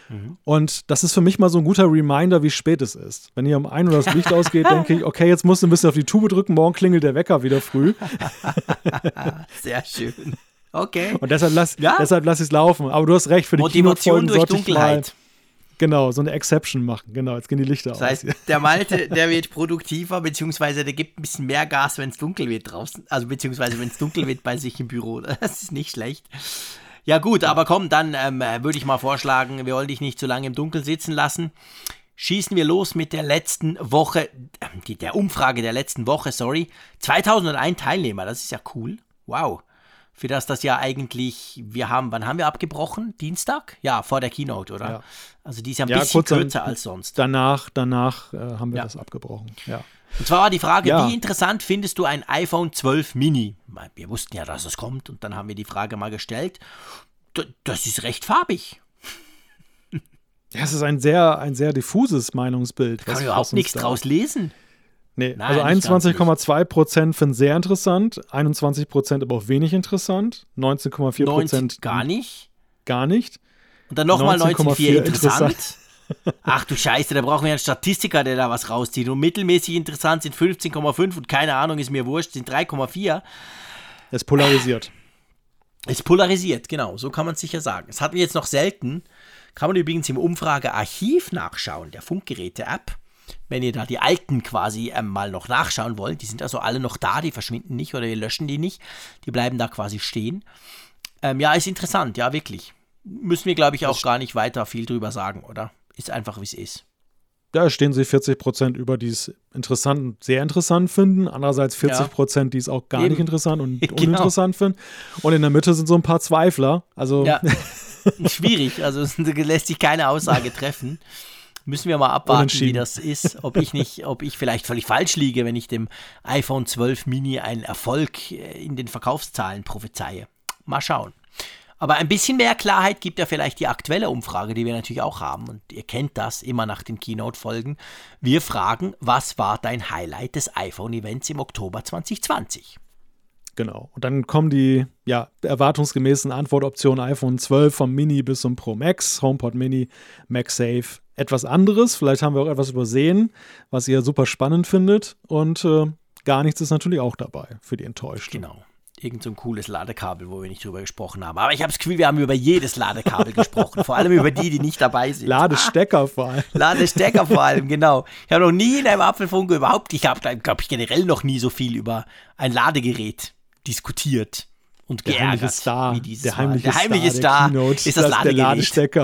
Und das ist für mich mal so ein guter Reminder, wie spät es ist. Wenn hier um 1 Uhr das Licht ausgeht, denke ich, okay, jetzt musst du ein bisschen auf die Tube drücken, morgen klingelt der Wecker wieder früh. Sehr schön. Okay. Und deshalb lass ich es laufen. Aber du hast recht, für die Motivation durch Dunkelheit. Genau, so eine Exception machen. Genau, jetzt gehen die Lichter aus. Das heißt, der Malte, der wird produktiver, beziehungsweise der gibt ein bisschen mehr Gas, wenn es dunkel wird draußen. Also beziehungsweise wenn es dunkel wird bei sich im Büro. Das ist nicht schlecht. Ja gut, aber komm, dann würde ich mal vorschlagen, wir wollen dich nicht zu lange im Dunkeln sitzen lassen. Schießen wir los mit der letzten Woche, der Umfrage der letzten Woche, 2001 Teilnehmer, das ist ja cool. Wow. Für das ja eigentlich, wann haben wir abgebrochen? Dienstag? Ja, vor der Keynote, oder? Ja. Also die ist ja ein bisschen kürzer als sonst. Danach haben wir das abgebrochen, ja. Und zwar war die Frage, wie interessant findest du ein iPhone 12 Mini? Wir wussten ja, dass es kommt und dann haben wir die Frage mal gestellt. Das ist recht farbig. Ja, es ist ein sehr diffuses Meinungsbild. Kann man überhaupt nichts draus lesen. Nee, nein, also 21,2% finden sehr interessant, 21% aber auch wenig interessant, 19,4% gar nicht. Gar nicht. Und dann nochmal 19,4 interessant. Ach du Scheiße, da brauchen wir einen Statistiker, der da was rauszieht. Und mittelmäßig interessant sind 15,5 und keine Ahnung, ist mir wurscht, sind 3,4. Es polarisiert. Es polarisiert, genau, so kann man es sicher sagen. Es hatten wir jetzt noch selten. Kann man übrigens im Umfragearchiv nachschauen, der Funkgeräte-App. Wenn ihr da die alten quasi mal noch nachschauen wollt, die sind also alle noch da, die verschwinden nicht oder wir löschen die nicht. Die bleiben da quasi stehen. Ja, ist interessant, ja, wirklich. Müssen wir, glaube ich, auch gar nicht weiter viel drüber sagen, oder? Ist einfach, wie es ist. Da stehen sie 40% über, die es interessant und sehr interessant finden. Andererseits 40%, die es auch gar nicht interessant und uninteressant finden. Und in der Mitte sind so ein paar Zweifler. Also ja. Schwierig, also es lässt sich keine Aussage treffen. Müssen wir mal abwarten, wie das ist. Ob ich vielleicht völlig falsch liege, wenn ich dem iPhone 12 Mini einen Erfolg in den Verkaufszahlen prophezeie. Mal schauen. Aber ein bisschen mehr Klarheit gibt ja vielleicht die aktuelle Umfrage, die wir natürlich auch haben. Und ihr kennt das immer nach den Keynote-Folgen. Wir fragen, was war dein Highlight des iPhone-Events im Oktober 2020? Genau. Und dann kommen die erwartungsgemäßen Antwortoptionen iPhone 12 vom Mini bis zum Pro Max, HomePod Mini, MagSafe. Etwas anderes, vielleicht haben wir auch etwas übersehen, was ihr super spannend findet. Und gar nichts ist natürlich auch dabei für die Enttäuschten. Genau. Irgend so ein cooles Ladekabel, wo wir nicht drüber gesprochen haben. Aber ich habe das Gefühl, wir haben über jedes Ladekabel gesprochen. Vor allem über die nicht dabei sind. Ladestecker vor allem. Ladestecker vor allem, genau. Ich habe noch nie in einem Apfelfunk ich habe, glaube ich, generell noch nie so viel über ein Ladegerät diskutiert und geärgert. Der heimliche Star der Keynote, ist das Ladegerät. Der Ladestecker.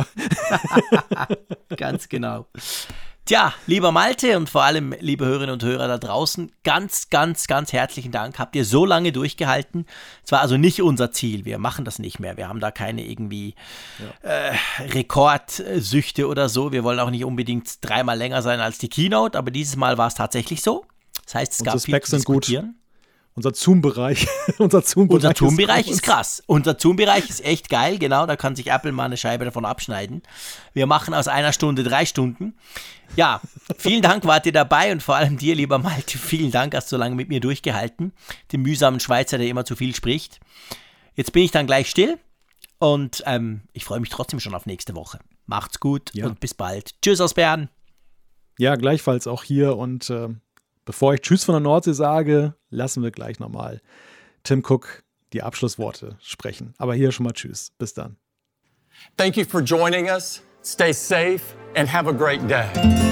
Ganz genau. Tja, lieber Malte und vor allem liebe Hörerinnen und Hörer da draußen, ganz, ganz, ganz herzlichen Dank. Habt ihr so lange durchgehalten? Es war also nicht unser Ziel. Wir machen das nicht mehr. Wir haben da keine irgendwie Rekordsüchte oder so. Wir wollen auch nicht unbedingt 3-mal länger sein als die Keynote, aber dieses Mal war es tatsächlich so. Das heißt, es gab viel zu diskutieren. Unser Zoom-Bereich. Unser Zoom-Bereich ist krass. Unser Zoom-Bereich ist echt geil, genau. Da kann sich Apple mal eine Scheibe davon abschneiden. Wir machen aus 1 Stunde 3 Stunden. Ja, vielen Dank, wart ihr dabei und vor allem dir, lieber Malte, vielen Dank, hast du so lange mit mir durchgehalten. Den mühsamen Schweizer, der immer zu viel spricht. Jetzt bin ich dann gleich still und ich freue mich trotzdem schon auf nächste Woche. Macht's gut und bis bald. Tschüss aus Bern. Ja, gleichfalls auch hier und bevor ich Tschüss von der Nordsee sage, lassen wir gleich nochmal Tim Cook die Abschlussworte sprechen. Aber hier schon mal Tschüss. Bis dann. Thank you for joining us. Stay safe and have a great day.